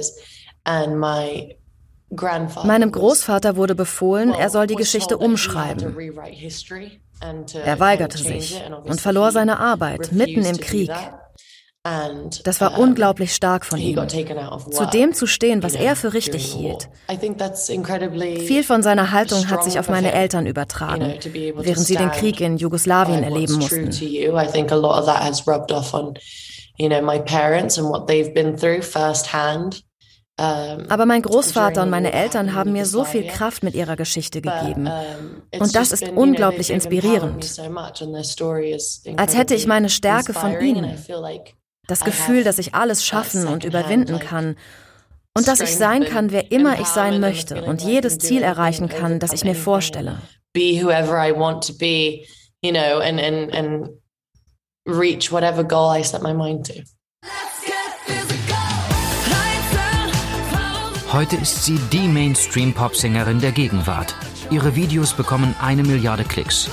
Meinem Großvater wurde befohlen, er soll die Geschichte umschreiben. Er weigerte sich und verlor seine Arbeit mitten im Krieg. Das war unglaublich stark von ihm, zu dem zu stehen, was er für richtig hielt. Viel von seiner Haltung hat sich auf meine Eltern übertragen, während sie den Krieg in Jugoslawien erleben mussten. Aber mein Großvater und meine Eltern haben mir so viel Kraft mit ihrer Geschichte gegeben. Und das ist unglaublich inspirierend. Als hätte ich meine Stärke von ihnen. Das Gefühl, dass ich alles schaffen und überwinden kann. Und dass ich sein kann, wer immer ich sein möchte. Und jedes Ziel erreichen kann, das ich mir vorstelle. Be whoever I want to be, you know, and reach whatever goal I set my mind to. Heute ist sie die Mainstream-Pop-Sängerin der Gegenwart. Ihre Videos bekommen 1 Milliarde Klicks.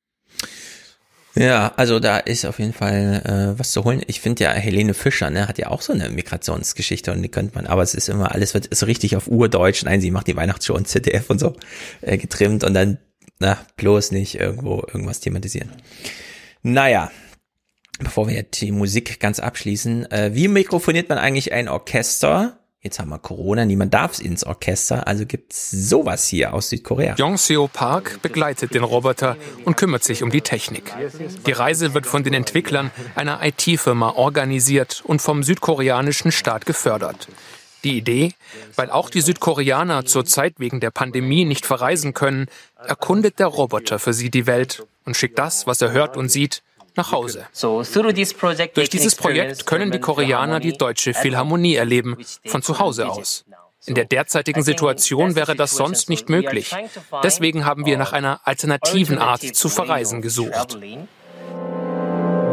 Ja, also da ist auf jeden Fall was zu holen. Ich finde ja, Helene Fischer, ne, hat ja auch so eine Migrationsgeschichte und die könnte man, aber es ist immer, alles wird so richtig auf Urdeutsch. Nein, sie macht die Weihnachtsshow und ZDF und so getrimmt und dann, bloß nicht irgendwas thematisieren. Naja, bevor wir jetzt die Musik ganz abschließen, wie mikrofoniert man eigentlich ein Orchester? Jetzt haben wir Corona, niemand darf ins Orchester, also gibt's sowas hier aus Südkorea. Yongseo Park begleitet den Roboter und kümmert sich um die Technik. Die Reise wird von den Entwicklern einer IT-Firma organisiert und vom südkoreanischen Staat gefördert. Die Idee, weil auch die Südkoreaner zurzeit wegen der Pandemie nicht verreisen können, erkundet der Roboter für sie die Welt und schickt das, was er hört und sieht, nach Hause. Durch dieses Projekt können die Koreaner die Deutsche Philharmonie erleben, von zu Hause aus. In der derzeitigen Situation wäre das sonst nicht möglich. Deswegen haben wir nach einer alternativen Art zu verreisen gesucht.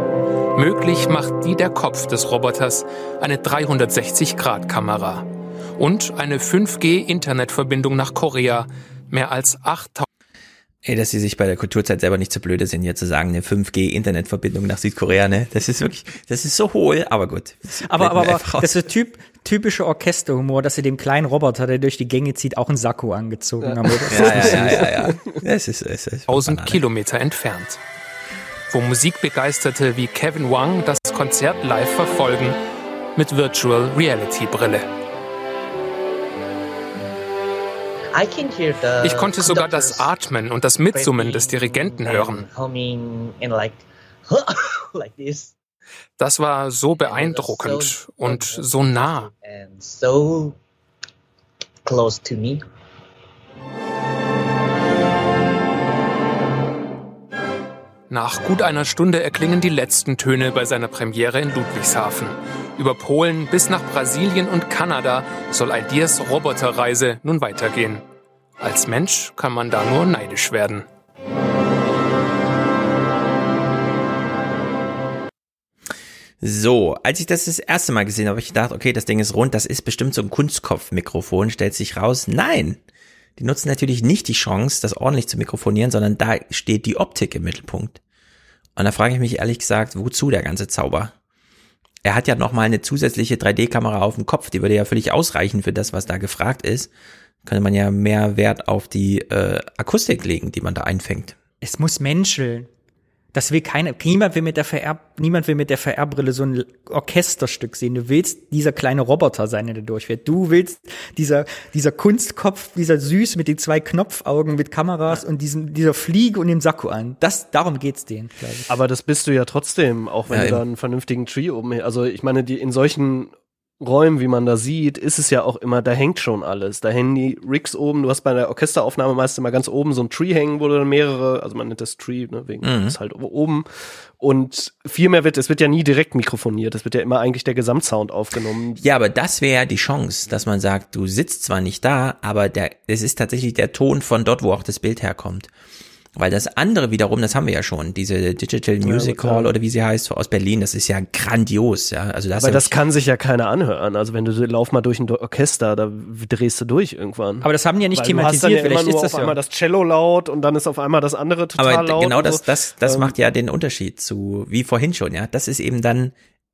Möglich macht die der Kopf des Roboters, eine 360-Grad-Kamera. und eine 5G-Internetverbindung nach Korea. Mehr als 8.000. Ey, dass sie sich bei der Kulturzeit selber nicht so blöde sind, hier zu sagen, eine 5G-Internetverbindung nach Südkorea, ne? Das ist wirklich, das ist so hohl, aber gut. Aber das ist typischer Orchesterhumor, dass sie dem kleinen Roboter, der durch die Gänge zieht, auch einen Sakko angezogen haben. Ja. Es ist 1000 Kilometer entfernt. Wo Musikbegeisterte wie Kevin Wang das Konzert live verfolgen mit Virtual Reality Brille. Ich konnte sogar das Atmen und das Mitsummen des Dirigenten hören. Das war so beeindruckend und so nah. Nach gut einer Stunde erklingen die letzten Töne bei seiner Premiere in Ludwigshafen. Über Polen bis nach Brasilien und Kanada soll Ideas Roboterreise nun weitergehen. Als Mensch kann man da nur neidisch werden. So, als ich das erste Mal gesehen habe, habe ich gedacht, okay, das Ding ist rund, das ist bestimmt so ein Kunstkopfmikrofon, stellt sich raus. Nein, die nutzen natürlich nicht die Chance, das ordentlich zu mikrofonieren, sondern da steht die Optik im Mittelpunkt. Und da frage ich mich ehrlich gesagt, wozu der ganze Zauber? Er hat ja nochmal eine zusätzliche 3D-Kamera auf dem Kopf, die würde ja völlig ausreichen für das, was da gefragt ist. Könnte man ja mehr Wert auf die Akustik legen, die man da einfängt. Es muss menscheln. Das will niemand will mit der VR-Brille so ein Orchesterstück sehen. Du willst dieser kleine Roboter sein, der da durchfährt. Du willst dieser Kunstkopf, dieser Süß mit den 2 Knopfaugen mit Kameras und dieser Fliege und dem Sakko an. Darum geht's denen, glaube ich. Aber das bist du ja trotzdem, auch wenn du da einen vernünftigen Tree oben, also ich meine, in solchen Räumen, wie man da sieht, ist es ja auch immer, da hängt schon alles. Da hängen die Rigs oben, du hast bei der Orchesteraufnahme meist immer ganz oben so ein Tree hängen, wo dann mehrere, also man nennt das Tree, ne, wegen ist halt oben. Und viel mehr es wird ja nie direkt mikrofoniert, es wird ja immer eigentlich der Gesamtsound aufgenommen. Ja, aber das wäre ja die Chance, dass man sagt, du sitzt zwar nicht da, aber es ist tatsächlich der Ton von dort, wo auch das Bild herkommt. Weil das andere wiederum, das haben wir ja schon, diese Digital Music Hall oder wie sie heißt, aus Berlin, das ist ja grandios, ja. Also aber das kann sich ja keiner anhören. Also wenn du lauf mal durch ein Orchester, da drehst du durch irgendwann. Aber das haben die ja nicht weil thematisiert. Du hast dann ja immer nur auf einmal das Cello laut und dann ist auf einmal das andere total aber laut. Genau das macht ja den Unterschied zu, wie vorhin schon, ja. Das ist eben dann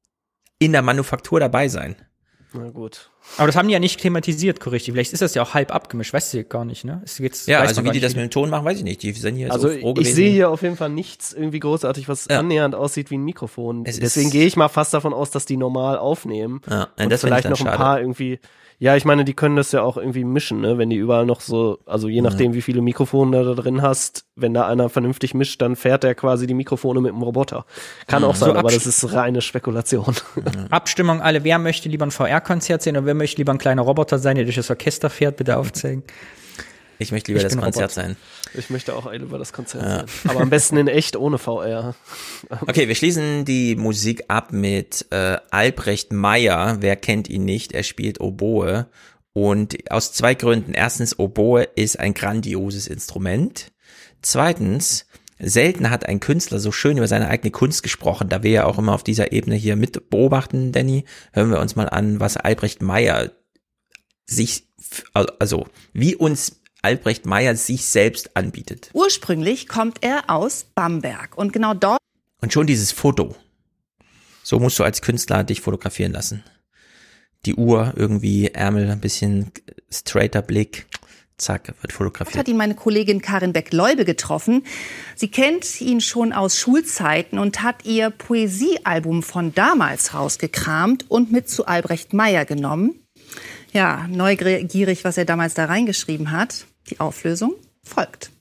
in der Manufaktur dabei sein. Na gut. Aber das haben die ja nicht thematisiert, korrekt. Vielleicht ist das ja auch halb abgemischt, weißt du gar nicht, ne? Ja, also wie die das mit dem Ton machen, weiß ich nicht. Die sind hier also so froh gewesen. Ich sehe hier auf jeden Fall nichts irgendwie großartig, was annähernd aussieht wie ein Mikrofon. Deswegen gehe ich mal fast davon aus, dass die normal aufnehmen. Ja, und das vielleicht noch ein paar irgendwie. Ja, ich meine, die können das ja auch irgendwie mischen, ne? Wenn die überall noch so, also je nachdem, wie viele Mikrofone da drin hast, wenn da einer vernünftig mischt, dann fährt er quasi die Mikrofone mit dem Roboter. Kann auch sein, so aber das ist reine Spekulation. Abstimmung alle, wer möchte lieber ein VR-Konzert sehen und wer möchte lieber ein kleiner Roboter sein, der durch das Orchester fährt, bitte aufzeigen. Ich möchte lieber das Konzert sein. Ich möchte auch lieber das Konzert sein. Aber am besten in echt, ohne VR. Okay, wir schließen die Musik ab mit Albrecht Meyer. Wer kennt ihn nicht? Er spielt Oboe. Und aus 2 Gründen. Erstens, Oboe ist ein grandioses Instrument. Zweitens, selten hat ein Künstler so schön über seine eigene Kunst gesprochen. Da wir ja auch immer auf dieser Ebene hier mit beobachten, Danny, hören wir uns mal an, was Albrecht Meyer wie uns Albrecht Meyer sich selbst anbietet. Ursprünglich kommt er aus Bamberg und genau dort. Und schon dieses Foto. So musst du als Künstler dich fotografieren lassen. Die Uhr irgendwie, Ärmel, ein bisschen straighter Blick. Zack, wird fotografiert. Hat ihn meine Kollegin Karin Beck-Leube getroffen. Sie kennt ihn schon aus Schulzeiten und hat ihr Poesiealbum von damals rausgekramt und mit zu Albrecht Meyer genommen. Ja, neugierig, was er damals da reingeschrieben hat. Die Auflösung folgt.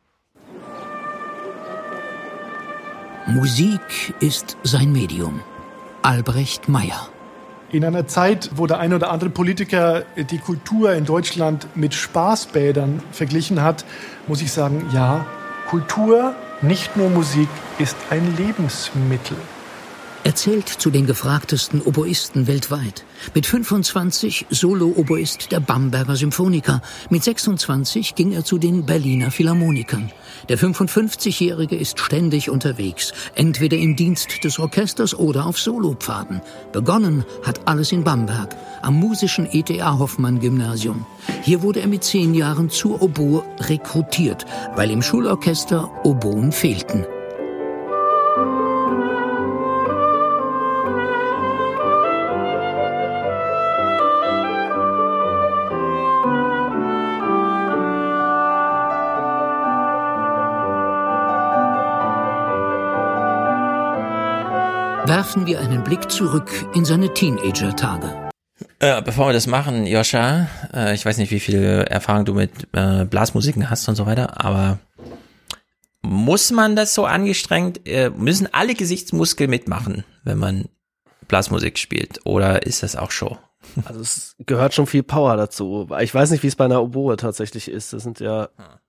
Musik ist sein Medium. Albrecht Meyer. In einer Zeit, wo der ein oder andere Politiker die Kultur in Deutschland mit Spaßbädern verglichen hat, muss ich sagen, ja, Kultur, nicht nur Musik, ist ein Lebensmittel. Er zählt zu den gefragtesten Oboisten weltweit. Mit 25 Solo-Oboist der Bamberger Symphoniker. Mit 26 ging er zu den Berliner Philharmonikern. Der 55-Jährige ist ständig unterwegs, entweder im Dienst des Orchesters oder auf Solopfaden. Begonnen hat alles in Bamberg, am musischen E.T.A. Hoffmann-Gymnasium. Hier wurde er mit 10 Jahren zur Oboe rekrutiert, weil im Schulorchester Oboen fehlten. Werfen wir einen Blick zurück in seine Teenager-Tage. Bevor wir das machen, Joscha, ich weiß nicht, wie viel Erfahrung du mit Blasmusiken hast und so weiter, aber muss man das so angestrengt, müssen alle Gesichtsmuskeln mitmachen, wenn man Blasmusik spielt, oder ist das auch Show? Also es gehört schon viel Power dazu. Ich weiß nicht, wie es bei einer Oboe tatsächlich ist. Das sind ja...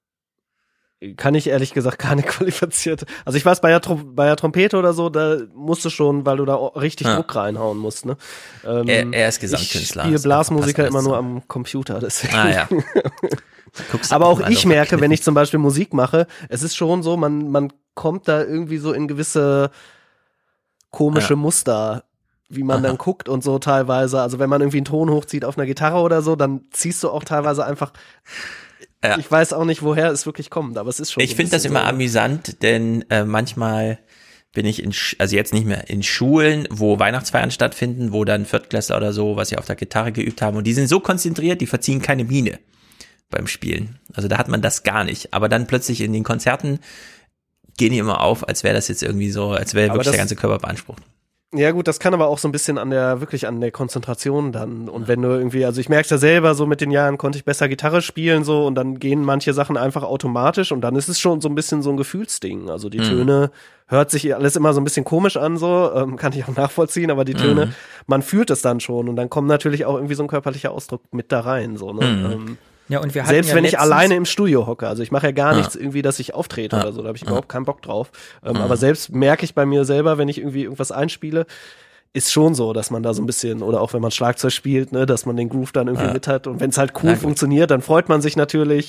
Kann ich ehrlich gesagt keine qualifizierte. Also ich weiß, bei der Trompete oder so, da musst du schon, weil du da richtig Druck reinhauen musst. Ne? Er ist Gesamtkünstler. Ich spiele Blasmusiker immer nur am Computer. Deswegen. Ja. Aber auch ich merke, wenn ich zum Beispiel Musik mache, es ist schon so, man kommt da irgendwie so in gewisse komische Muster, wie man dann guckt und so teilweise. Also wenn man irgendwie einen Ton hochzieht auf einer Gitarre oder so, dann ziehst du auch teilweise einfach... Ja. Ich weiß auch nicht, woher es wirklich kommt, aber es ist schon. Ich finde das immer amüsant, denn manchmal bin ich also jetzt nicht mehr in Schulen, wo Weihnachtsfeiern stattfinden, wo dann Viertklässler oder so, was sie auf der Gitarre geübt haben, und die sind so konzentriert, die verziehen keine Miene beim Spielen. Also da hat man das gar nicht. Aber dann plötzlich in den Konzerten gehen die immer auf, als wäre das jetzt irgendwie so, als wäre wirklich der ganze Körper beansprucht. Ja gut, das kann aber auch so ein bisschen an der Konzentration dann. Und wenn du irgendwie, also ich merke ja selber, so mit den Jahren konnte ich besser Gitarre spielen so, und dann gehen manche Sachen einfach automatisch, und dann ist es schon so ein bisschen so ein Gefühlsding. Also die Töne, hört sich alles immer so ein bisschen komisch an, so, kann ich auch nachvollziehen, aber die Töne, man fühlt es dann schon, und dann kommt natürlich auch irgendwie so ein körperlicher Ausdruck mit da rein, so, ne? Ja, und wir hatten selbst wenn ich alleine im Studio hocke, also ich mache ja gar nichts irgendwie, dass ich auftrete oder so, da habe ich überhaupt keinen Bock drauf. Aber selbst merke ich bei mir selber, wenn ich irgendwie irgendwas einspiele, ist schon so, dass man da so ein bisschen, oder auch wenn man Schlagzeug spielt, ne, dass man den Groove dann irgendwie mit hat, und wenn es halt cool funktioniert, dann freut man sich natürlich.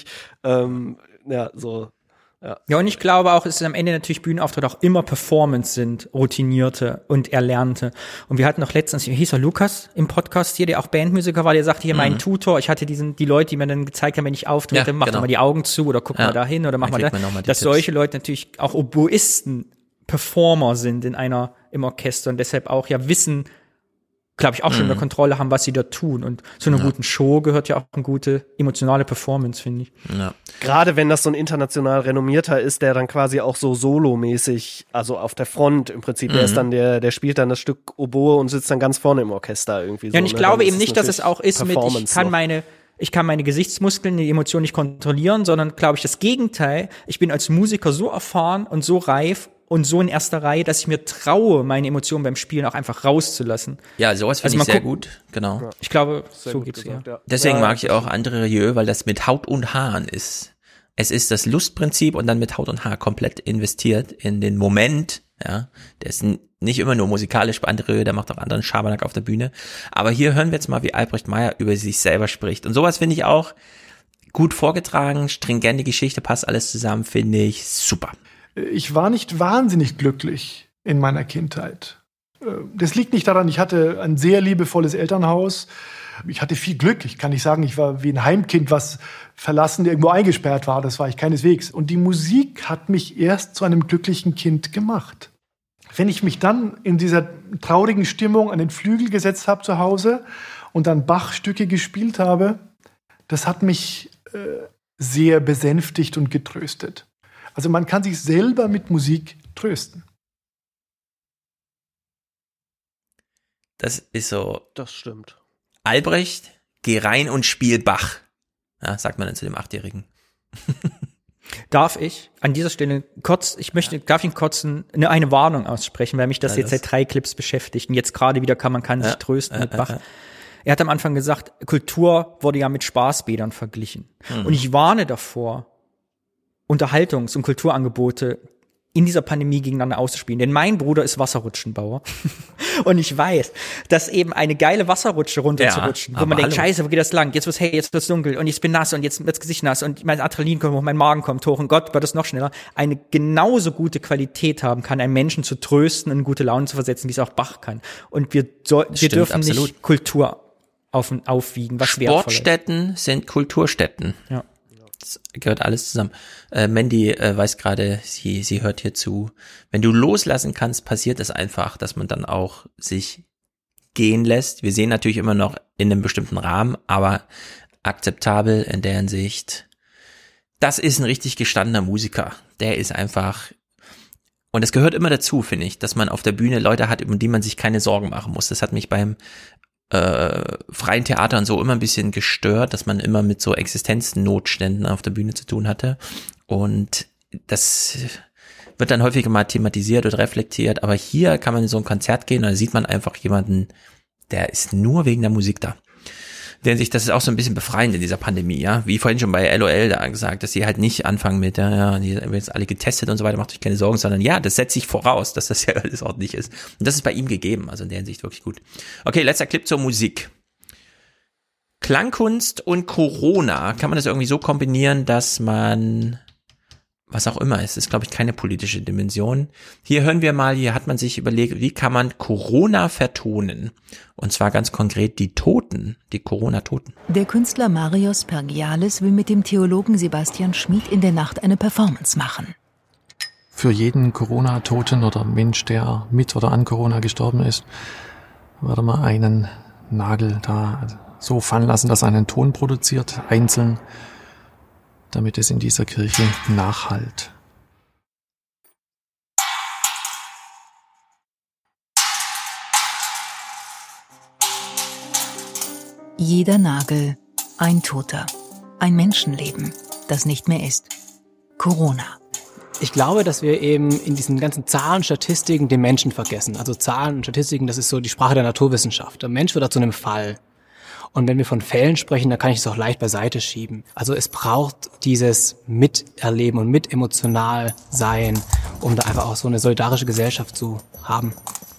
Ja, und ich glaube auch, es ist am Ende natürlich Bühnenauftritte auch immer Performance sind, routinierte und erlernte. Und wir hatten noch letztens, wie hieß er, Lukas im Podcast hier, der auch Bandmusiker war, der sagte hier, mein Tutor, ich hatte die Leute, die mir dann gezeigt haben, wenn ich auftrete, mach doch mal die Augen zu oder guck mal da hin oder mach mal da, dass solche Leute natürlich auch Oboisten Performer sind im Orchester und deshalb auch ja wissen, glaube ich, auch schon eine Kontrolle haben, was sie da tun. Und zu einer guten Show gehört ja auch eine gute emotionale Performance, finde ich. Ja. Gerade wenn das so ein international renommierter ist, der dann quasi auch so solomäßig, also auf der Front im Prinzip, der ist dann der spielt dann das Stück Oboe und sitzt dann ganz vorne im Orchester irgendwie. Ja, und ich glaube eben nicht, dass es auch ist mit, ich kann meine Gesichtsmuskeln, die Emotion nicht kontrollieren, sondern glaube ich das Gegenteil. Ich bin als Musiker so erfahren und so reif und so in erster Reihe, dass ich mir traue, meine Emotionen beim Spielen auch einfach rauszulassen. Ja, sowas finde ich sehr gut, genau. Ja. Ich glaube, so geht's ja. Deswegen mag ich auch andere Rieu, weil das mit Haut und Haaren ist. Es ist das Lustprinzip und dann mit Haut und Haar komplett investiert in den Moment, ja. Der ist nicht immer nur musikalisch bei andere Rieu, der macht auch anderen Schabernack auf der Bühne. Aber hier hören wir jetzt mal, wie Albrecht Meyer über sich selber spricht. Und sowas finde ich auch gut vorgetragen, stringente Geschichte, passt alles zusammen, finde ich super. Ich war nicht wahnsinnig glücklich in meiner Kindheit. Das liegt nicht daran, ich hatte ein sehr liebevolles Elternhaus. Ich hatte viel Glück. Ich kann nicht sagen, ich war wie ein Heimkind, was verlassen irgendwo eingesperrt war. Das war ich keineswegs. Und die Musik hat mich erst zu einem glücklichen Kind gemacht. Wenn ich mich dann in dieser traurigen Stimmung an den Flügel gesetzt habe zu Hause und dann Bach-Stücke gespielt habe, das hat mich sehr besänftigt und getröstet. Also man kann sich selber mit Musik trösten. Das ist so. Das stimmt. Albrecht, geh rein und spiel Bach. Ja, sagt man dann zu dem 8-Jährigen. Darf ich an dieser Stelle darf ich kurz eine Warnung aussprechen, weil mich das jetzt seit 3 Clips beschäftigt. Und jetzt gerade wieder kann sich trösten mit Bach. Er hat am Anfang gesagt, Kultur wurde ja mit Spaßbädern verglichen. Und ich warne davor, Unterhaltungs- und Kulturangebote in dieser Pandemie gegeneinander auszuspielen. Denn mein Bruder ist Wasserrutschenbauer. Und ich weiß, dass eben eine geile Wasserrutsche runterzurutschen, wo man denkt, scheiße, wo geht das lang? Jetzt wird's hell, jetzt wird's dunkel und ich bin nass und jetzt wird's Gesicht nass und mein Adrenalin kommt hoch, mein Magen kommt hoch und Gott, wird es noch schneller. Eine genauso gute Qualität haben kann, einen Menschen zu trösten und in gute Laune zu versetzen, wie es auch Bach kann. Und wir dürfen absolut nicht Kultur aufwiegen, was Sportstätten sind Kulturstätten. Ja. Das gehört alles zusammen. Mandy weiß gerade, sie hört hier zu. Wenn du loslassen kannst, passiert es einfach, dass man dann auch sich gehen lässt. Wir sehen natürlich immer noch in einem bestimmten Rahmen, aber akzeptabel in der Hinsicht. Das ist ein richtig gestandener Musiker. Der ist einfach, und es gehört immer dazu, finde ich, dass man auf der Bühne Leute hat, um die man sich keine Sorgen machen muss. Das hat mich beim freien Theater und so immer ein bisschen gestört, dass man immer mit so Existenznotständen auf der Bühne zu tun hatte. Und das wird dann häufiger mal thematisiert oder reflektiert. Aber hier kann man in so ein Konzert gehen und da sieht man einfach jemanden, der ist nur wegen der Musik da. Das ist auch so ein bisschen befreiend in dieser Pandemie, ja. Wie vorhin schon bei LOL da gesagt, dass sie halt nicht anfangen mit, die werden jetzt alle getestet und so weiter, macht euch keine Sorgen, sondern ja, das setzt sich voraus, dass das ja alles ordentlich ist. Und das ist bei ihm gegeben, also in der Hinsicht wirklich gut. Okay, letzter Clip zur Musik. Klangkunst und Corona, kann man das irgendwie so kombinieren, dass man, was auch immer, es ist, glaube ich, keine politische Dimension. Hier hören wir mal, hier hat man sich überlegt, wie kann man Corona vertonen? Und zwar ganz konkret die Toten, die Corona-Toten. Der Künstler Marios Pergialis will mit dem Theologen Sebastian Schmid in der Nacht eine Performance machen. Für jeden Corona-Toten oder Mensch, der mit oder an Corona gestorben ist, werde man einen Nagel da so fallen lassen, dass er einen Ton produziert, einzeln, damit es in dieser Kirche nachhallt. Jeder Nagel, ein Toter, ein Menschenleben, das nicht mehr ist. Corona. Ich glaube, dass wir eben in diesen ganzen Zahlen, Statistiken den Menschen vergessen. Also Zahlen und Statistiken, das ist so die Sprache der Naturwissenschaft. Der Mensch wird da zu einem Fall. Und wenn wir von Fällen sprechen, dann kann ich es auch leicht beiseite schieben. Also es braucht dieses Miterleben und mitemotional sein, um da einfach auch so eine solidarische Gesellschaft zu haben.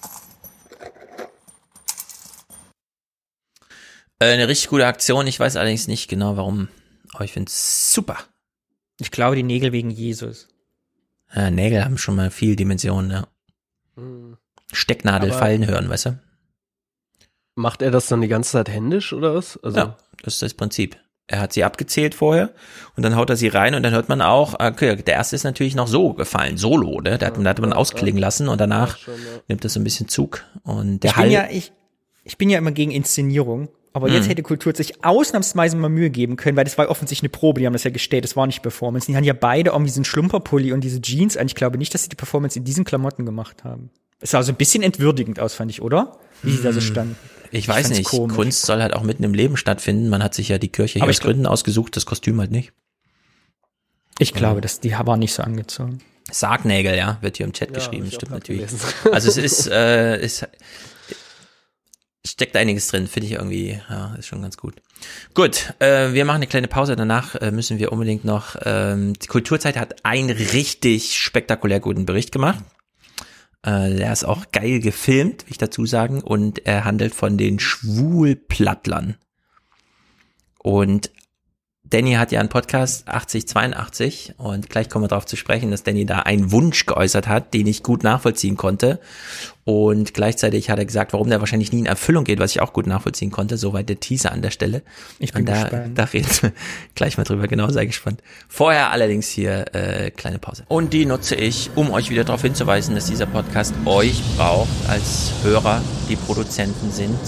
Eine richtig gute Aktion, ich weiß allerdings nicht genau warum, aber ich finde es super. Ich glaube, die Nägel wegen Jesus. Ja, Nägel haben schon mal viel Dimensionen, ja. Stecknadel fallen hören, weißt du? Macht er das dann die ganze Zeit händisch oder was? Also ja, das ist das Prinzip. Er hat sie abgezählt vorher und dann haut er sie rein und dann hört man auch, okay, der erste ist natürlich noch so gefallen, solo, ne? Da hat man ausklingen lassen und danach nimmt das so ein bisschen Zug. Und der ich bin ja immer gegen Inszenierung. Aber jetzt hätte Kultur sich ausnahmsweise mal Mühe geben können, weil das war offensichtlich eine Probe, die haben das ja gestellt, das war nicht Performance. Die haben ja beide irgendwie diesen Schlumperpulli und diese Jeans an. Ich glaube nicht, dass sie die Performance in diesen Klamotten gemacht haben. Es sah so ein bisschen entwürdigend aus, fand ich, oder? Wie sie da so standen. Ich weiß nicht, komisch. Kunst soll halt auch mitten im Leben stattfinden. Man hat sich ja die Kirche hier aus Gründen ausgesucht, das Kostüm halt nicht. Ich glaube, die waren nicht so angezogen. Sargnägel, ja, wird hier im Chat geschrieben, stimmt natürlich. Also es ist steckt einiges drin, finde ich irgendwie, ja, ist schon ganz gut. Gut, wir machen eine kleine Pause, danach müssen wir unbedingt noch, die Kulturzeit hat einen richtig spektakulär guten Bericht gemacht. Der ist auch geil gefilmt, will ich dazu sagen, und er handelt von den Schwulplattlern. Und Danny hat ja einen Podcast 8082 und gleich kommen wir darauf zu sprechen, dass Danny da einen Wunsch geäußert hat, den ich gut nachvollziehen konnte. Und gleichzeitig hat er gesagt, warum der wahrscheinlich nie in Erfüllung geht, was ich auch gut nachvollziehen konnte. Soweit der Teaser an der Stelle. Ich bin gespannt. Da reden wir gleich mal drüber, genau, sei gespannt. Vorher allerdings hier kleine Pause. Und die nutze ich, um euch wieder darauf hinzuweisen, dass dieser Podcast euch braucht als Hörer, die Produzenten sind.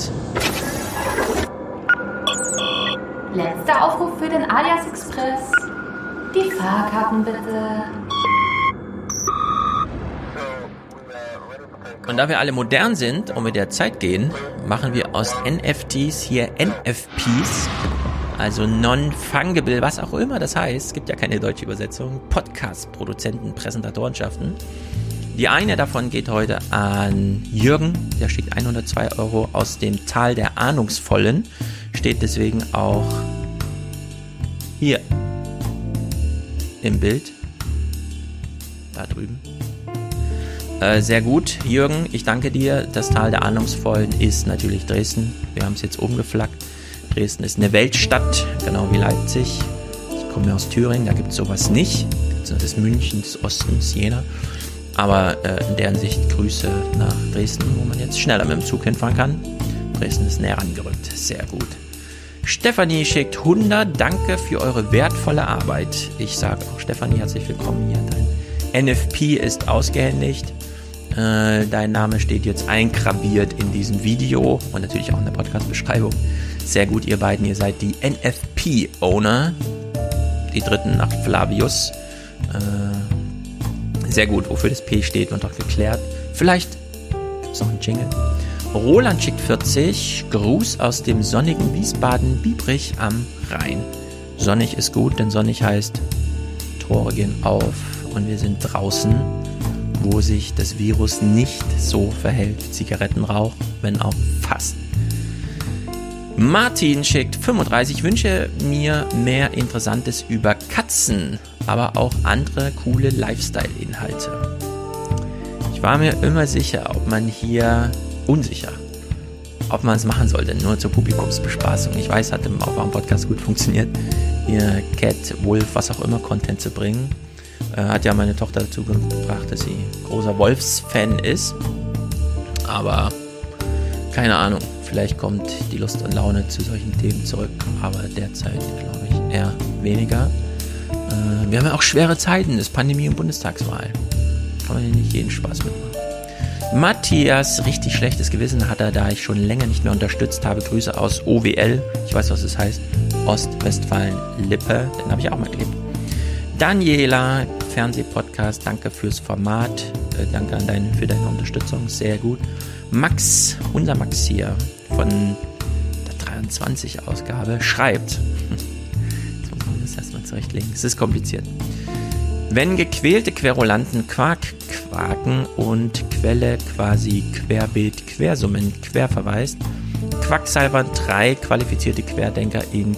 Letzter Aufruf für den Alias Express. Die Fahrkarten bitte. Und da wir alle modern sind und mit der Zeit gehen, machen wir aus NFTs hier NFPs, also Non-Fungible, was auch immer das heißt. Es gibt ja keine deutsche Übersetzung. Podcast-Produzenten, Präsentatorenschaften. Die eine davon geht heute an Jürgen, der schickt 102 € aus dem Tal der Ahnungsvollen. Steht deswegen auch hier im Bild. Da drüben. Sehr gut, Jürgen, ich danke dir. Das Tal der Ahnungsvollen ist natürlich Dresden. Wir haben es jetzt umgeflaggt. Dresden ist eine Weltstadt, genau wie Leipzig. Ich komme ja aus Thüringen, da gibt es sowas nicht. Das ist München, des Ostens, Jena. Aber in deren Sicht Grüße nach Dresden, wo man jetzt schneller mit dem Zug hinfahren kann. Dresden ist näher rangerückt, sehr gut. Stefanie schickt 100, danke für eure wertvolle Arbeit. Ich sage auch Stefanie, herzlich willkommen hier. Dein NFP ist ausgehändigt. Dein Name steht jetzt eingraviert in diesem Video und natürlich auch in der Podcast-Beschreibung. Sehr gut, ihr beiden, ihr seid die NFP-Owner. Die dritten nach Flavius. Sehr gut, wofür das P steht, wird doch geklärt. Vielleicht ist noch ein Jingle. Roland schickt 40. Gruß aus dem sonnigen Wiesbaden, Biebrich am Rhein. Sonnig ist gut, denn sonnig heißt, Tore gehen auf und wir sind draußen, wo sich das Virus nicht so verhält wie Zigarettenrauch, wenn auch fast. Martin schickt 35. Ich wünsche mir mehr Interessantes über Katzen, aber auch andere coole Lifestyle-Inhalte. Ich war mir immer sicher, ob man es machen sollte, nur zur Publikumsbespaßung. Ich weiß, hat im Aufwärm-Podcast gut funktioniert, hier Cat, Wolf, was auch immer, Content zu bringen. Hat ja meine Tochter dazu gebracht, dass sie großer Wolfs-Fan ist. Aber keine Ahnung, vielleicht kommt die Lust und Laune zu solchen Themen zurück. Aber derzeit glaube ich eher weniger. Wir haben ja auch schwere Zeiten, das Pandemie- und Bundestagswahl. Kann man ja nicht jeden Spaß mitmachen. Matthias, richtig schlechtes Gewissen hat er, da ich schon länger nicht mehr unterstützt habe. Grüße aus OWL. Ich weiß, was es heißt. Ostwestfalen-Lippe. Den habe ich auch mal gelebt. Daniela, Fernsehpodcast, danke fürs Format. Danke für deine Unterstützung. Sehr gut. Max, unser Max hier von der 23-Ausgabe, schreibt. Jetzt muss man das erstmal zurechtlegen. Es ist kompliziert. Wenn gequälte Querulanten Quark quaken und Quelle quasi Querbeet Quersummen querverweist, Quacksalbern 3 qualifizierte Querdenker in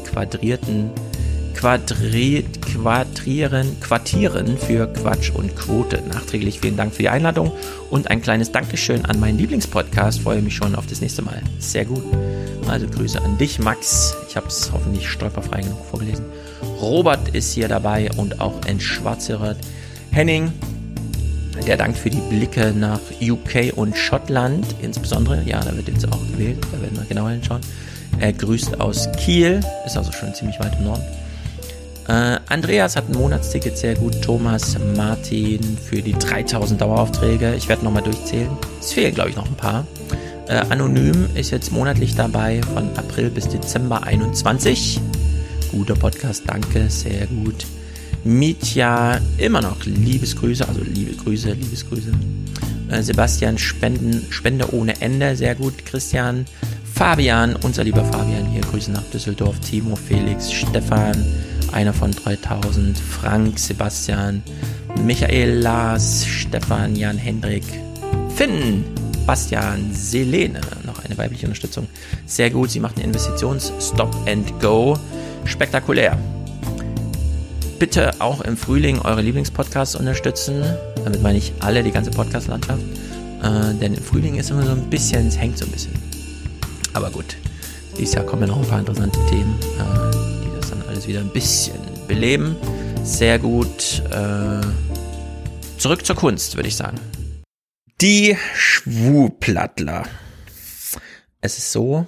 Quartieren für Quatsch und Quote. Nachträglich vielen Dank für die Einladung und ein kleines Dankeschön an meinen Lieblingspodcast. Freue mich schon auf das nächste Mal. Sehr gut. Also Grüße an dich, Max. Ich habe es hoffentlich stolperfrei genug vorgelesen. Robert ist hier dabei und auch ein Schwarzhörer. Henning, der dankt für die Blicke nach UK und Schottland insbesondere. Ja, da wird jetzt auch gewählt. Da werden wir genauer hinschauen. Er grüßt aus Kiel. Ist also schon ziemlich weit im Norden. Andreas hat ein Monatsticket, sehr gut. Thomas, Martin für die 3000 Daueraufträge. Ich werde nochmal durchzählen. Es fehlen, glaube ich, noch ein paar. Anonym ist jetzt monatlich dabei von April bis Dezember 21. Guter Podcast, danke, sehr gut. Mitya, immer noch Liebesgrüße, also Liebesgrüße. Sebastian, Spende ohne Ende, sehr gut. Christian, Fabian, unser lieber Fabian hier, Grüße nach Düsseldorf. Timo, Felix, Stefan, einer von 3000, Frank, Sebastian, Michael, Lars, Stefan, Jan, Hendrik, Finn, Bastian, Selene, noch eine weibliche Unterstützung. Sehr gut, sie macht einen Investitions-Stop and Go. Spektakulär. Bitte auch im Frühling eure Lieblingspodcasts unterstützen. Damit meine ich alle, die ganze Podcast-Landschaft. Denn im Frühling ist immer so ein bisschen, es hängt so ein bisschen. Aber gut, dieses Jahr kommen ja noch ein paar interessante Themen, die das dann alles wieder ein bisschen beleben. Sehr gut. Zurück zur Kunst, würde ich sagen. Die Schwuplattler. Es ist so,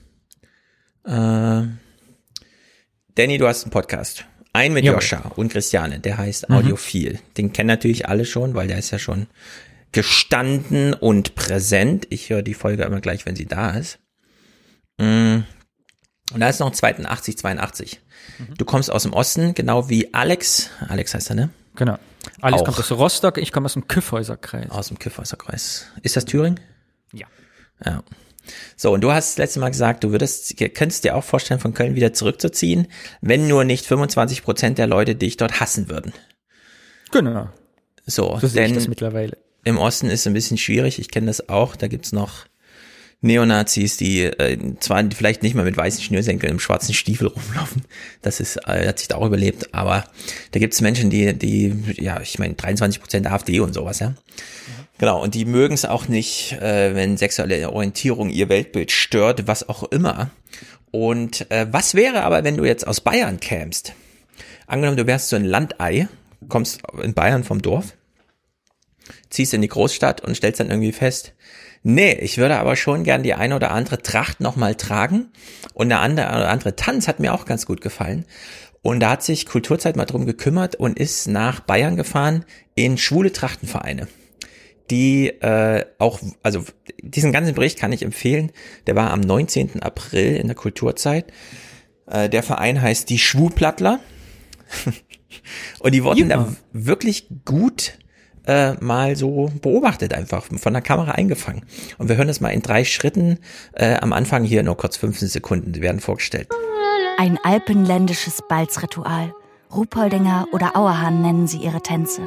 Danny, du hast einen Podcast. Einen mit Joscha und Christiane, der heißt Audiophil. Den kennen natürlich alle schon, weil der ist ja schon gestanden und präsent. Ich höre die Folge immer gleich, wenn sie da ist. Und da ist noch ein zweiten 8082. Du kommst aus dem Osten, genau wie Alex. Alex heißt er, ne? Genau. Alex auch. Kommt aus Rostock, ich komme aus dem Kyffhäuserkreis. Aus dem Kyffhäuserkreis. Ist das Thüringen? Ja. Ja. So, und du hast das letzte Mal gesagt, du könntest dir auch vorstellen, von Köln wieder zurückzuziehen, wenn nur nicht 25% der Leute dich dort hassen würden. Genau. So sehe ich das mittlerweile. Im Osten ist es ein bisschen schwierig, ich kenne das auch, da gibt's noch Neonazis, die zwar vielleicht nicht mal mit weißen Schnürsenkeln im schwarzen Stiefel rumlaufen, das ist, hat sich da auch überlebt, aber da gibt's Menschen, die ja, ich meine 23% AfD und sowas, ja. Genau, und die mögen es auch nicht, wenn sexuelle Orientierung ihr Weltbild stört, was auch immer. Und was wäre aber, wenn du jetzt aus Bayern kämst? Angenommen, du wärst so ein Landei, kommst in Bayern vom Dorf, ziehst in die Großstadt und stellst dann irgendwie fest, nee, ich würde aber schon gern die eine oder andere Tracht nochmal tragen. Und der andere Tanz hat mir auch ganz gut gefallen. Und da hat sich Kulturzeit mal drum gekümmert und ist nach Bayern gefahren in schwule Trachtenvereine. Die auch, also diesen ganzen Bericht kann ich empfehlen, der war am 19. April in der Kulturzeit. Der Verein heißt die Schwuplattler und die wurden da wirklich gut mal so beobachtet, einfach von der Kamera eingefangen. Und wir hören das mal in 3 Schritten, am Anfang hier nur kurz 15 Sekunden, die werden vorgestellt. Ein alpenländisches Balzritual. Ruhpoldinger oder Auerhahn nennen sie ihre Tänze.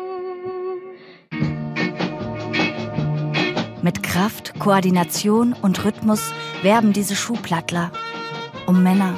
Mit Kraft, Koordination und Rhythmus werben diese Schuhplattler um Männer.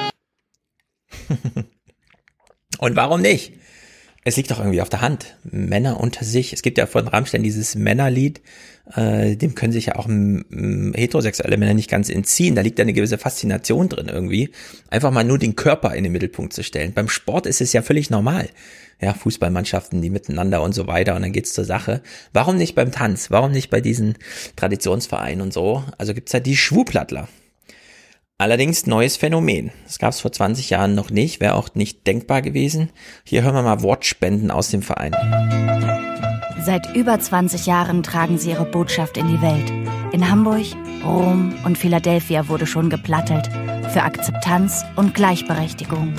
Und warum nicht? Es liegt doch irgendwie auf der Hand. Männer unter sich. Es gibt ja von Rammstein dieses Männerlied, dem können sich ja auch heterosexuelle Männer nicht ganz entziehen. Da liegt ja eine gewisse Faszination drin irgendwie. Einfach mal nur den Körper in den Mittelpunkt zu stellen. Beim Sport ist es ja völlig normal. Ja, Fußballmannschaften, die miteinander und so weiter und dann geht's zur Sache. Warum nicht beim Tanz? Warum nicht bei diesen Traditionsvereinen und so? Also gibt's halt die Schwuplattler. Allerdings neues Phänomen. Das gab's vor 20 Jahren noch nicht, wäre auch nicht denkbar gewesen. Hier hören wir mal Wortspenden aus dem Verein. Seit über 20 Jahren tragen sie ihre Botschaft in die Welt. In Hamburg, Rom und Philadelphia wurde schon geplattelt. Für Akzeptanz und Gleichberechtigung.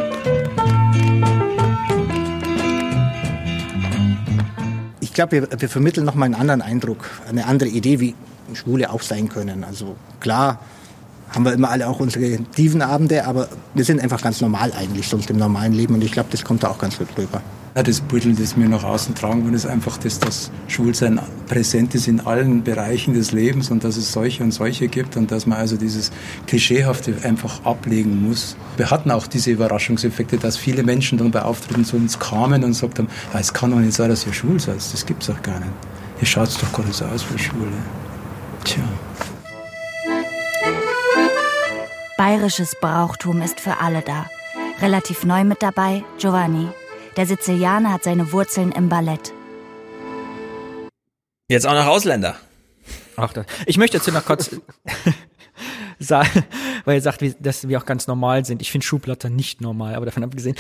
Ich glaube, wir vermitteln nochmal einen anderen Eindruck, eine andere Idee, wie Schwule auch sein können. Also klar haben wir immer alle auch unsere Dievenabende, aber wir sind einfach ganz normal eigentlich, sonst im normalen Leben. Und ich glaube, das kommt da auch ganz gut rüber. Ja, das Bild, das wir nach außen tragen wollen, ist einfach, dass das Schwulsein präsent ist in allen Bereichen des Lebens und dass es solche und solche gibt und dass man also dieses Klischeehafte einfach ablegen muss. Wir hatten auch diese Überraschungseffekte, dass viele Menschen dann bei Auftritten zu uns kamen und gesagt haben, ja, es kann doch nicht sein, dass ihr schwul seid, das gibt's doch gar nicht. Ihr schaut doch gar nicht so aus wie Schwule. Tja. Bayerisches Brauchtum ist für alle da. Relativ neu mit dabei Giovanni. Der Sizilianer hat seine Wurzeln im Ballett. Jetzt auch noch Ausländer. Ach, ich möchte dazu noch kurz sagen, weil er sagt, dass wir auch ganz normal sind. Ich finde Schuhplatter nicht normal, aber davon abgesehen.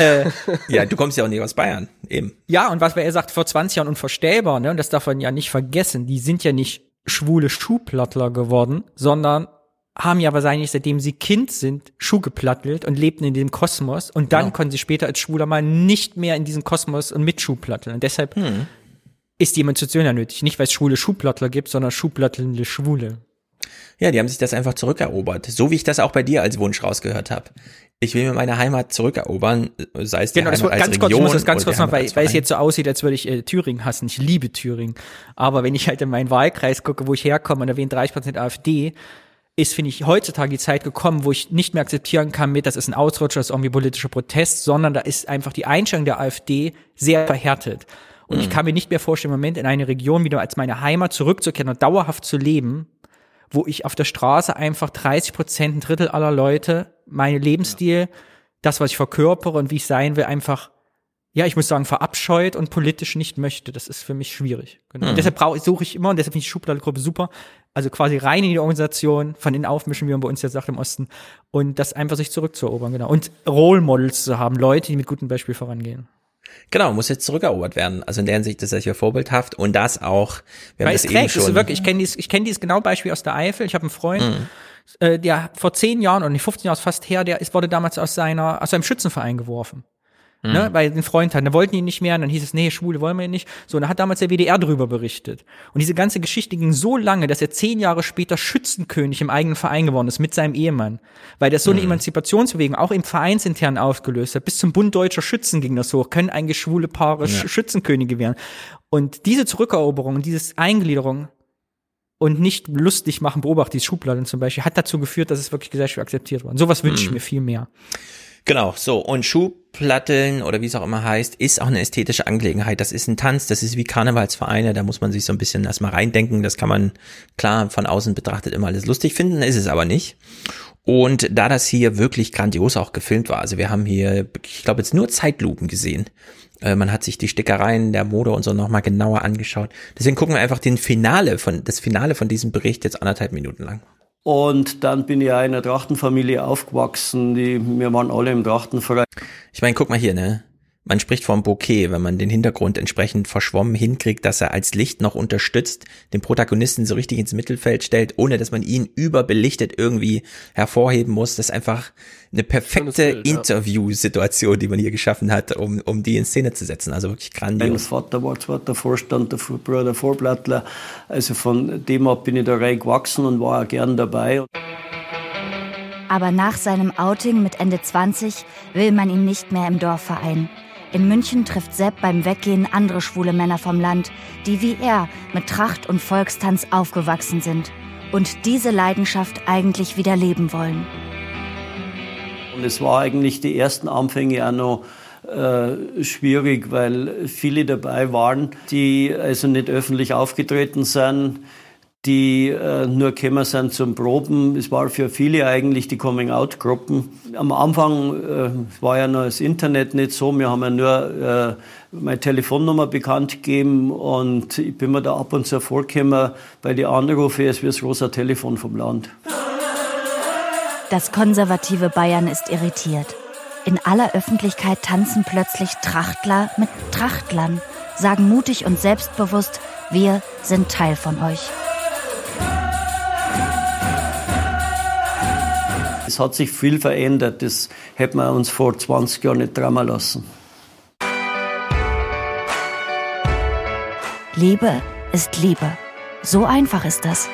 Ja, du kommst ja auch nicht aus Bayern, eben. Ja, und was er sagt, vor 20 Jahren unvorstellbar, ne? Und das darf man ja nicht vergessen. Die sind ja nicht schwule Schuhplattler geworden, sondern haben ja wahrscheinlich, seitdem sie Kind sind, Schuh geplattelt und lebten in dem Kosmos und dann konnten sie später als schwuler Mann nicht mehr in diesem Kosmos und mit Schuh platteln. Und deshalb ist die Emanzipation ja nötig. Nicht, weil es schwule Schuhplattler gibt, sondern schuhplattelnde Schwule. Ja, die haben sich das einfach zurückerobert. So wie ich das auch bei dir als Wunsch rausgehört habe. Ich will mir meine Heimat zurückerobern, sei es die Heimat als ganz Region. Kurz, ich muss das ganz kurz noch, weil es jetzt so aussieht, als würde ich Thüringen hassen. Ich liebe Thüringen. Aber wenn ich halt in meinen Wahlkreis gucke, wo ich herkomme und erwähne 30% AfD, ist, finde ich, heutzutage die Zeit gekommen, wo ich nicht mehr akzeptieren kann das ist ein Ausrutscher, das ist irgendwie politischer Protest, sondern da ist einfach die Einstellung der AfD sehr verhärtet. Und ich kann mir nicht mehr vorstellen, im Moment in eine Region wieder als meine Heimat zurückzukehren und dauerhaft zu leben, wo ich auf der Straße einfach 30%, ein Drittel aller Leute, mein Lebensstil, das, was ich verkörpere und wie ich sein will, einfach, ja, ich muss sagen, verabscheut und politisch nicht möchte. Das ist für mich schwierig. Genau. Und deshalb suche ich immer, und deshalb finde ich die Schubladengruppe super, also quasi rein in die Organisation, von innen aufmischen, wie man bei uns ja sagt im Osten, und das einfach sich zurückzuerobern, genau. Und Role Models zu haben, Leute, die mit gutem Beispiel vorangehen. Genau, muss jetzt zurückerobert werden. Also in der Hinsicht ist das hier vorbildhaft und das auch, wir haben das eben schon. Wirklich, ich kenne dieses genau Beispiel aus der Eifel. Ich habe einen Freund, der vor 10 Jahren oder 15 Jahren fast her, wurde damals aus seinem Schützenverein geworfen. Ne, weil ein Freund hat, da wollten ihn nicht mehr, und dann hieß es, nee, Schwule wollen wir nicht. So, und da hat damals der WDR drüber berichtet. Und diese ganze Geschichte ging so lange, dass er 10 Jahre später Schützenkönig im eigenen Verein geworden ist, mit seinem Ehemann. Weil das so eine Emanzipationsbewegung auch im Vereinsintern ausgelöst hat. Bis zum Bund Deutscher Schützen ging das hoch. Können eigentlich schwule Paare Schützenkönige werden? Und diese Zurückeroberung und dieses Eingliederung und nicht lustig machen, beobachte die Schubladen zum Beispiel, hat dazu geführt, dass es wirklich gesellschaftlich akzeptiert wurde. Und sowas wünsche ich mir viel mehr. Genau, so. Und Schuhplatteln oder wie es auch immer heißt, ist auch eine ästhetische Angelegenheit. Das ist ein Tanz, das ist wie Karnevalsvereine, da muss man sich so ein bisschen erstmal reindenken. Das kann man, klar, von außen betrachtet immer alles lustig finden, ist es aber nicht. Und da das hier wirklich grandios auch gefilmt war, also wir haben hier, ich glaube jetzt nur Zeitlupen gesehen. Man hat sich die Stickereien der Mode und so nochmal genauer angeschaut. Deswegen gucken wir einfach das Finale von diesem Bericht jetzt 1,5 Minuten lang. Und dann bin ich auch in einer Trachtenfamilie aufgewachsen. Wir waren alle im Trachtenverein. Ich meine, guck mal hier, ne? Man spricht vom Bouquet, wenn man den Hintergrund entsprechend verschwommen hinkriegt, dass er als Licht noch unterstützt, den Protagonisten so richtig ins Mittelfeld stellt, ohne dass man ihn überbelichtet irgendwie hervorheben muss. Das ist einfach eine perfekte Bild, Interviewsituation, die man hier geschaffen hat, um die in Szene zu setzen. Also wirklich grandios. Mein Vater war zwar der Vorstand, der Bruder Vorblattler. Also von dem ab bin ich da reingewachsen und war auch gern dabei. Aber nach seinem Outing mit Ende 20 will man ihn nicht mehr im Dorfverein. In München trifft Sepp beim Weggehen andere schwule Männer vom Land, die wie er mit Tracht und Volkstanz aufgewachsen sind und diese Leidenschaft eigentlich wieder leben wollen. Und es war eigentlich die ersten Anfänge auch noch schwierig, weil viele dabei waren, die also nicht öffentlich aufgetreten sind, die nur gekommen sind zum Proben. Es war für viele eigentlich die Coming-out-Gruppen. Am Anfang war ja noch das Internet nicht so. Wir haben ja nur meine Telefonnummer bekannt gegeben und ich bin mir da ab und zu vorgekommen bei den Anrufen, es wie das rosa Telefon vom Land. Das konservative Bayern ist irritiert. In aller Öffentlichkeit tanzen plötzlich Trachtler mit Trachtlern, sagen mutig und selbstbewusst, wir sind Teil von euch. Es hat sich viel verändert, das hätten wir uns vor 20 Jahren nicht träumen lassen. Liebe ist Liebe. So einfach ist das.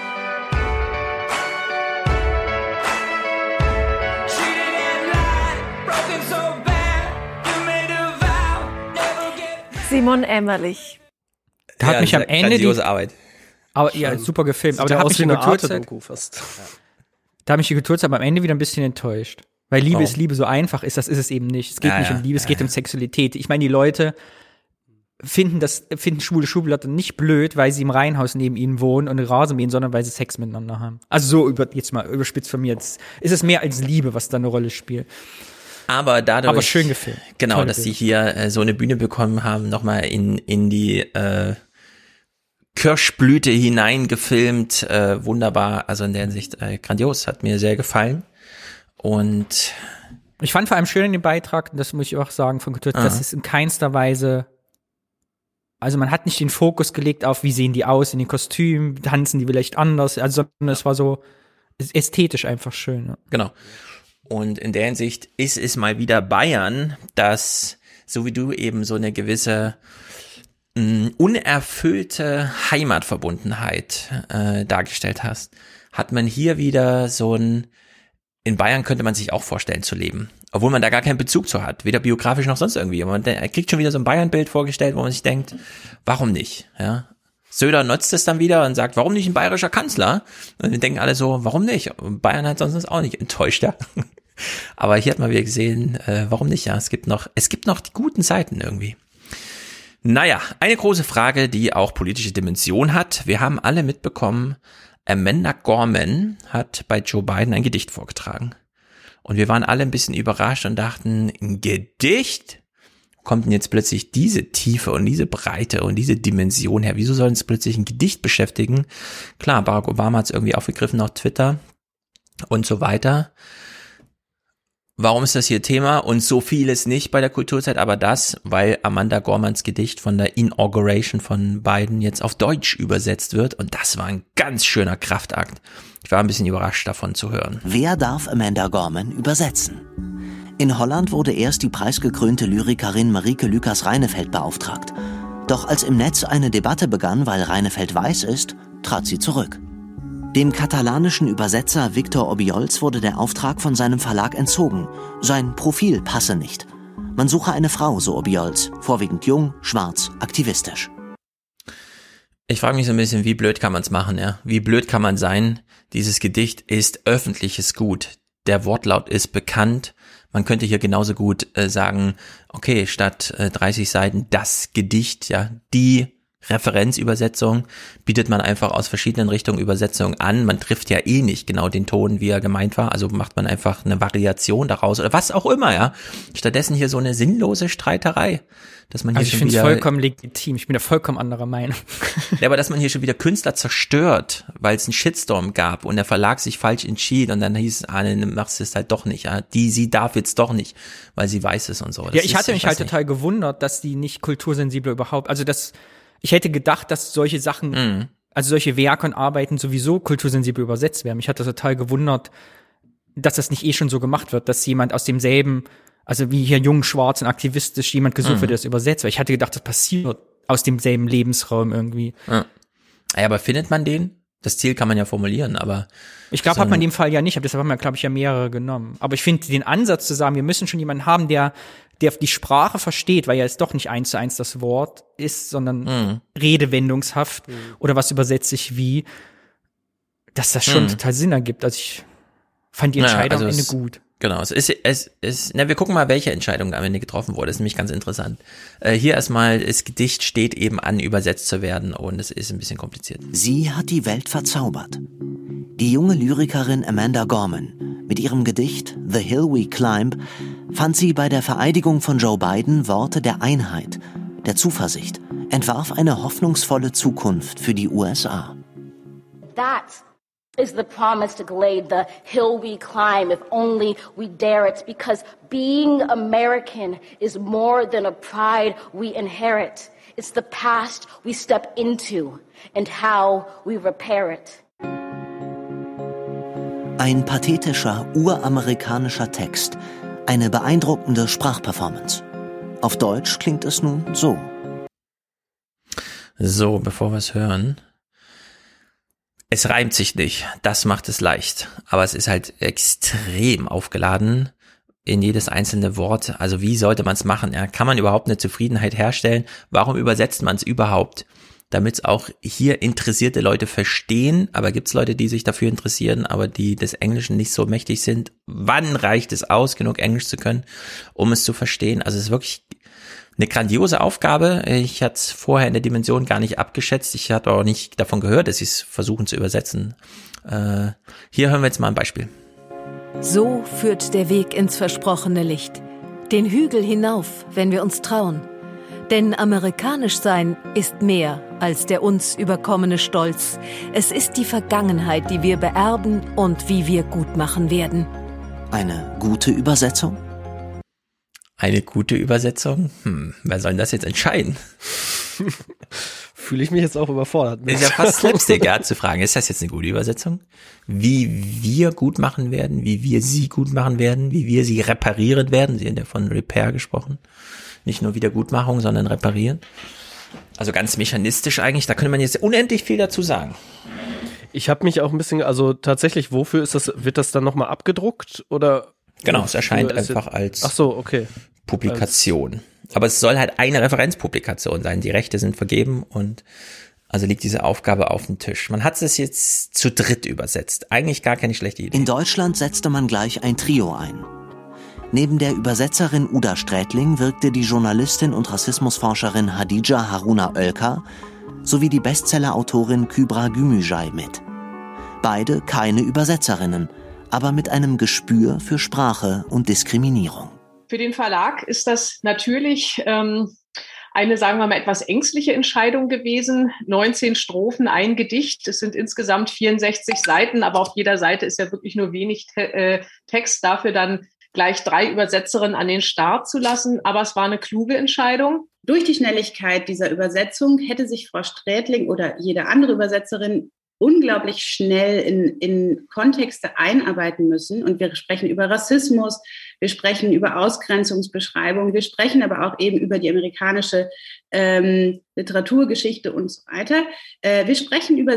Simon Emmerlich. Da hat mich am Ende grandiose Arbeit. Aber ja, super gefilmt. Aber da da aus wie eine Arte-Doku fast. Da hat mich die Kulturzeit am Ende wieder ein bisschen enttäuscht. Weil Liebe ist Liebe so einfach ist, das ist es eben nicht. Es geht nicht um Liebe, es geht um Sexualität. Ich meine, die Leute finden schwule Schwuleute nicht blöd, weil sie im Reihenhaus neben ihnen wohnen und Rasen mähen, sondern weil sie Sex miteinander haben. Also so jetzt mal überspitzt von mir. Jetzt ist es mehr als Liebe, was da eine Rolle spielt. Aber dadurch, aber schön gefilmt. Genau, tolle dass Bilder. sie hier so eine Bühne bekommen haben, nochmal in die Kirschblüte hineingefilmt, wunderbar, also in der Hinsicht grandios, hat mir sehr gefallen. Und ich fand vor allem schön in dem Beitrag, das muss ich auch sagen, von Kultur, dass es in keinster Weise, also man hat nicht den Fokus gelegt auf, wie sehen die aus in den Kostümen, tanzen die vielleicht anders, also sondern es war so ästhetisch einfach schön. Ja. Genau. Und in der Hinsicht ist es mal wieder Bayern, das, so wie du eben so eine gewisse unerfüllte Heimatverbundenheit dargestellt hast, hat man hier wieder so ein, in Bayern könnte man sich auch vorstellen zu leben, obwohl man da gar keinen Bezug zu hat, weder biografisch noch sonst irgendwie. Man kriegt schon wieder so ein Bayern-Bild vorgestellt, wo man sich denkt, warum nicht? Ja? Söder nutzt es dann wieder und sagt, warum nicht ein bayerischer Kanzler? Und wir denken alle so, warum nicht? Und Bayern hat sonst auch nicht enttäuscht, ja. Aber hier hat man wieder gesehen, warum nicht? Ja, es gibt noch die guten Seiten irgendwie. Naja, eine große Frage, die auch politische Dimension hat. Wir haben alle mitbekommen, Amanda Gorman hat bei Joe Biden ein Gedicht vorgetragen. Und wir waren alle ein bisschen überrascht und dachten, ein Gedicht? Kommt denn jetzt plötzlich diese Tiefe und diese Breite und diese Dimension her? Wieso soll uns plötzlich ein Gedicht beschäftigen? Klar, Barack Obama hat es irgendwie aufgegriffen auf Twitter und so weiter. Warum ist das hier Thema? Und so vieles nicht bei der Kulturzeit, aber das, weil Amanda Gormans Gedicht von der Inauguration von Biden jetzt auf Deutsch übersetzt wird. Und das war ein ganz schöner Kraftakt. Ich war ein bisschen überrascht davon zu hören. Wer darf Amanda Gorman übersetzen? In Holland wurde erst die preisgekrönte Lyrikerin Marieke Lucas-Reinefeld beauftragt. Doch als im Netz eine Debatte begann, weil Reinefeld weiß ist, trat sie zurück. Dem katalanischen Übersetzer Victor Obiols wurde der Auftrag von seinem Verlag entzogen. Sein Profil passe nicht. Man suche eine Frau, so Obiols, vorwiegend jung, schwarz, aktivistisch. Ich frage mich so ein bisschen, wie blöd kann man es machen, ja? Wie blöd kann man sein? Dieses Gedicht ist öffentliches Gut. Der Wortlaut ist bekannt. Man könnte hier genauso gut sagen, okay, statt 30 Seiten das Gedicht, ja, die Referenzübersetzung, bietet man einfach aus verschiedenen Richtungen Übersetzungen an. Man trifft ja eh nicht genau den Ton, wie er gemeint war, also macht man einfach eine Variation daraus oder was auch immer, ja. Stattdessen hier so eine sinnlose Streiterei, dass man hier ich finde es vollkommen legitim, ich bin da vollkommen anderer Meinung. Ja, aber dass man hier schon wieder Künstler zerstört, weil es einen Shitstorm gab und der Verlag sich falsch entschied und dann hieß es, dann machst du es halt doch nicht, ja. Sie darf jetzt doch nicht, weil sie weiß es und so. Ja, ich hatte mich halt total gewundert, dass die nicht kultursensibel überhaupt, also ich hätte gedacht, dass solche Sachen, also solche Werke und Arbeiten sowieso kultursensibel übersetzt werden. Mich hat das total gewundert, dass das nicht schon so gemacht wird, dass jemand aus demselben, also wie hier jung, schwarz und aktivistisch jemand gesucht wird, der das übersetzt. Weil ich hatte gedacht, das passiert aus demselben Lebensraum irgendwie. Ja, aber findet man den? Das Ziel kann man ja formulieren, aber ich glaube, hat man in dem Fall ja nicht, aber deshalb haben wir, glaube ich, ja mehrere genommen. Aber ich finde den Ansatz zu sagen, wir müssen schon jemanden haben, der die Sprache versteht, weil ja es doch nicht 1:1 das Wort ist, sondern redewendungshaft oder was übersetze ich wie, dass das schon total Sinn ergibt. Also ich fand die Entscheidung am Ende gut. Genau, wir gucken mal, welche Entscheidung am Ende getroffen wurde. Das ist nämlich ganz interessant. Hier erstmal, das Gedicht steht eben an, übersetzt zu werden und es ist ein bisschen kompliziert. Sie hat die Welt verzaubert. Die junge Lyrikerin Amanda Gorman mit ihrem Gedicht The Hill We Climb fand sie bei der Vereidigung von Joe Biden Worte der Einheit, der Zuversicht, entwarf eine hoffnungsvolle Zukunft für die USA. That is the promised Glade, the hill we climb if only we dare it, because being American is more than a pride we inherit. It's the past we step into and how we repair it. Ein pathetischer, uramerikanischer Text, eine beeindruckende Sprachperformance. Auf Deutsch klingt es nun so. So, bevor wir es hören. Es reimt sich nicht, das macht es leicht, aber es ist halt extrem aufgeladen in jedes einzelne Wort. Also wie sollte man es machen? Ja, kann man überhaupt eine Zufriedenheit herstellen? Warum übersetzt man es überhaupt? Damit es auch hier interessierte Leute verstehen, aber gibt es Leute, die sich dafür interessieren, aber die des Englischen nicht so mächtig sind? Wann reicht es aus, genug Englisch zu können, um es zu verstehen? Also es ist wirklich eine grandiose Aufgabe. Ich hatte es vorher in der Dimension gar nicht abgeschätzt. Ich hatte auch nicht davon gehört, dass sie es versuchen zu übersetzen. Hier hören wir jetzt mal ein Beispiel. So führt der Weg ins versprochene Licht. Den Hügel hinauf, wenn wir uns trauen. Denn amerikanisch sein ist mehr als der uns überkommene Stolz. Es ist die Vergangenheit, die wir beerben und wie wir gut machen werden. Eine gute Übersetzung? Eine gute Übersetzung? Wer soll denn das jetzt entscheiden? Fühle ich mich jetzt auch überfordert. Ist ja fast Slapstick, ja, zu fragen, ist das jetzt eine gute Übersetzung? Wie wir gut machen werden, wie wir sie gut machen werden, wie wir sie reparieren werden. Sie haben ja von Repair gesprochen. Nicht nur Wiedergutmachung, sondern reparieren. Also ganz mechanistisch eigentlich, da könnte man jetzt unendlich viel dazu sagen. Ich habe mich auch ein bisschen, also tatsächlich, wofür ist das, wird das dann nochmal abgedruckt oder? Genau, es erscheint einfach als okay. Publikation. Aber es soll halt eine Referenzpublikation sein. Die Rechte sind vergeben und also liegt diese Aufgabe auf dem Tisch. Man hat es jetzt zu dritt übersetzt. Eigentlich gar keine schlechte Idee. In Deutschland setzte man gleich ein Trio ein. Neben der Übersetzerin Uda Strätling wirkte die Journalistin und Rassismusforscherin Hadija Haruna Oelker sowie die Bestsellerautorin Kübra Gümüşay mit. Beide keine Übersetzerinnen, aber mit einem Gespür für Sprache und Diskriminierung. Für den Verlag ist das natürlich eine, sagen wir mal, etwas ängstliche Entscheidung gewesen. 19 Strophen, ein Gedicht. Es sind insgesamt 64 Seiten, aber auf jeder Seite ist ja wirklich nur wenig Text. Dafür dann gleich 3 Übersetzerinnen an den Start zu lassen. Aber es war eine kluge Entscheidung. Durch die Schnelligkeit dieser Übersetzung hätte sich Frau Strätling oder jede andere Übersetzerin unglaublich schnell in Kontexte einarbeiten müssen. Und wir sprechen über Rassismus, wir sprechen über Ausgrenzungsbeschreibungen, wir sprechen aber auch eben über die amerikanische Literaturgeschichte und so weiter. Wir sprechen über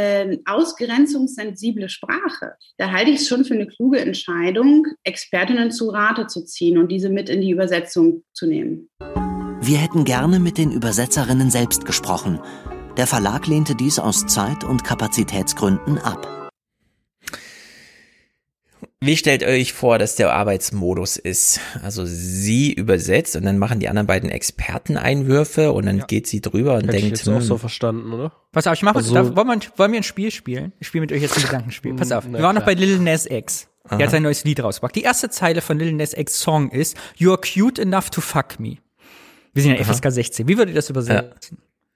ausgrenzungssensible Sprache. Da halte ich es schon für eine kluge Entscheidung, Expertinnen zu Rate zu ziehen und diese mit in die Übersetzung zu nehmen. Wir hätten gerne mit den Übersetzerinnen selbst gesprochen. Der Verlag lehnte dies aus Zeit- und Kapazitätsgründen ab. Wie stellt ihr euch vor, dass der Arbeitsmodus ist? Also sie übersetzt und dann machen die anderen beiden Experten Einwürfe und dann geht sie drüber und denkt, ich jetzt auch so verstanden, oder? Pass auf, wollen wir ein Spiel spielen? Ich spiele mit euch jetzt ein Gedankenspiel. Pass auf, wir waren noch bei Lil Nas X. Der hat sein neues Lied rausgebracht. Die erste Zeile von Lil Nas X Song ist You're cute enough to fuck me. Wir sind ja FSK 16. Wie würdet ihr das übersetzen?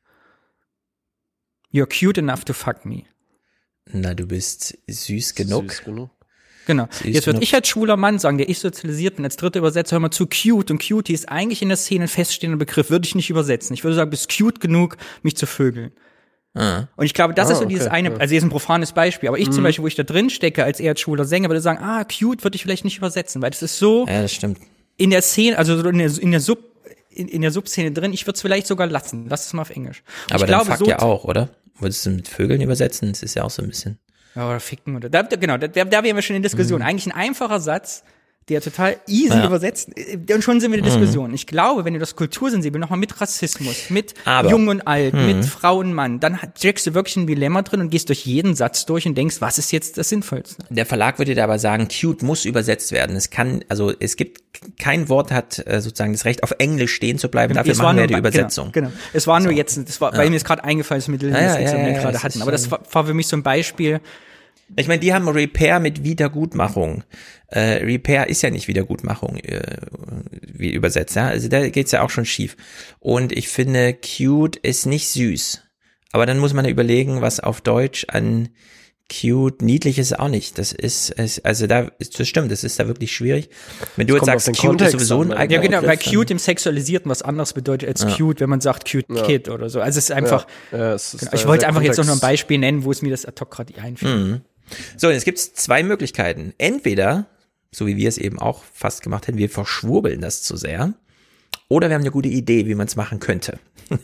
You're cute enough to fuck me. Na, du bist süß genug. Genau. Jetzt würde ich als schwuler Mann sagen, der ich sozialisiert bin, als dritte Übersetzer, hör mal zu, cute. Und cutie ist eigentlich in der Szene ein feststehender Begriff, würde ich nicht übersetzen. Ich würde sagen, bist cute genug, mich zu vögeln. Und ich glaube, das ist so dieses eine, also hier ist ein profanes Beispiel, aber ich zum Beispiel, wo ich da drin stecke, als eher als schwuler Sänger, würde sagen, cute würde ich vielleicht nicht übersetzen, weil das ist so ja, das stimmt. In der Szene, also in der Subszene drin, ich würde es vielleicht sogar lassen. Lass es mal auf Englisch. Und aber ich dann glaube, fuck ja auch, oder? Würdest du mit Vögeln übersetzen? Das ist ja auch so ein bisschen. Ja, oder ficken oder. Da wären wir schon in Diskussion. Eigentlich ein einfacher Satz, der total easy übersetzt. Und schon sind wir in der Diskussion. Ich glaube, wenn du das kultursensibel nochmal mit Rassismus, mit Jung und Alt, mit Frau und Mann, dann checkst du wirklich ein Dilemma drin und gehst durch jeden Satz durch und denkst, was ist jetzt das Sinnvollste? Der Verlag würde dir aber sagen, cute muss übersetzt werden. Es gibt kein Wort hat sozusagen das Recht, auf Englisch stehen zu bleiben. Dafür machen wir die Übersetzung. Genau. Es war nur weil mir es gerade eingefallen ist mit den Experten, die wir gerade hatten. Aber das war für mich so ein Beispiel. Ich meine, die haben Repair mit Wiedergutmachung. Repair ist ja nicht Wiedergutmachung, wie übersetzt, ja. Also da geht's ja auch schon schief. Und ich finde, cute ist nicht süß. Aber dann muss man ja überlegen, was auf Deutsch an cute, niedlich ist auch nicht. Das stimmt, das ist da wirklich schwierig. Wenn du jetzt sagst, cute ist sowieso ein eigener Begriff, weil cute im Sexualisierten was anderes bedeutet als cute, wenn man sagt cute Kid oder so. Also es ist einfach, ich wollte einfach jetzt noch ein Beispiel nennen, wo es mir das ad hoc gerade einfiel. So, jetzt gibt's zwei Möglichkeiten. Entweder, so wie wir es eben auch fast gemacht hätten, wir verschwurbeln das zu sehr, oder wir haben eine gute Idee, wie man es machen könnte.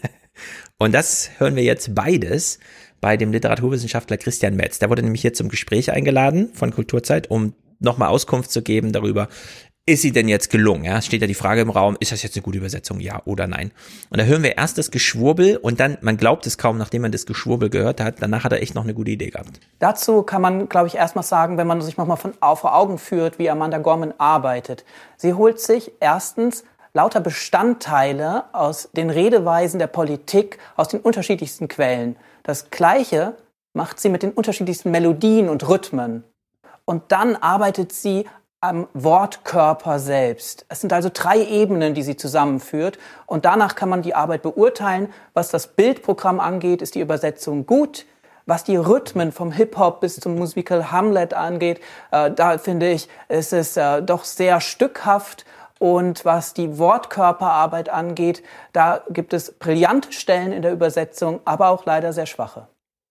Und das hören wir jetzt beides bei dem Literaturwissenschaftler Christian Metz. Der wurde nämlich hier zum Gespräch eingeladen von Kulturzeit, um nochmal Auskunft zu geben darüber, ist sie denn jetzt gelungen? Ja, es steht ja die Frage im Raum, ist das jetzt eine gute Übersetzung, ja oder nein? Und da hören wir erst das Geschwurbel und dann, man glaubt es kaum, nachdem man das Geschwurbel gehört hat, danach hat er echt noch eine gute Idee gehabt. Dazu kann man, glaube ich, erstmal sagen, wenn man sich nochmal vor Augen führt, wie Amanda Gorman arbeitet. Sie holt sich erstens lauter Bestandteile aus den Redeweisen der Politik, aus den unterschiedlichsten Quellen. Das Gleiche macht sie mit den unterschiedlichsten Melodien und Rhythmen. Und dann arbeitet sie am Wortkörper selbst. Es sind also 3 Ebenen, die sie zusammenführt. Und danach kann man die Arbeit beurteilen. Was das Bildprogramm angeht, ist die Übersetzung gut. Was die Rhythmen vom Hip-Hop bis zum Musical Hamlet angeht, da finde ich, ist es doch sehr stückhaft. Und was die Wortkörperarbeit angeht, da gibt es brillante Stellen in der Übersetzung, aber auch leider sehr schwache.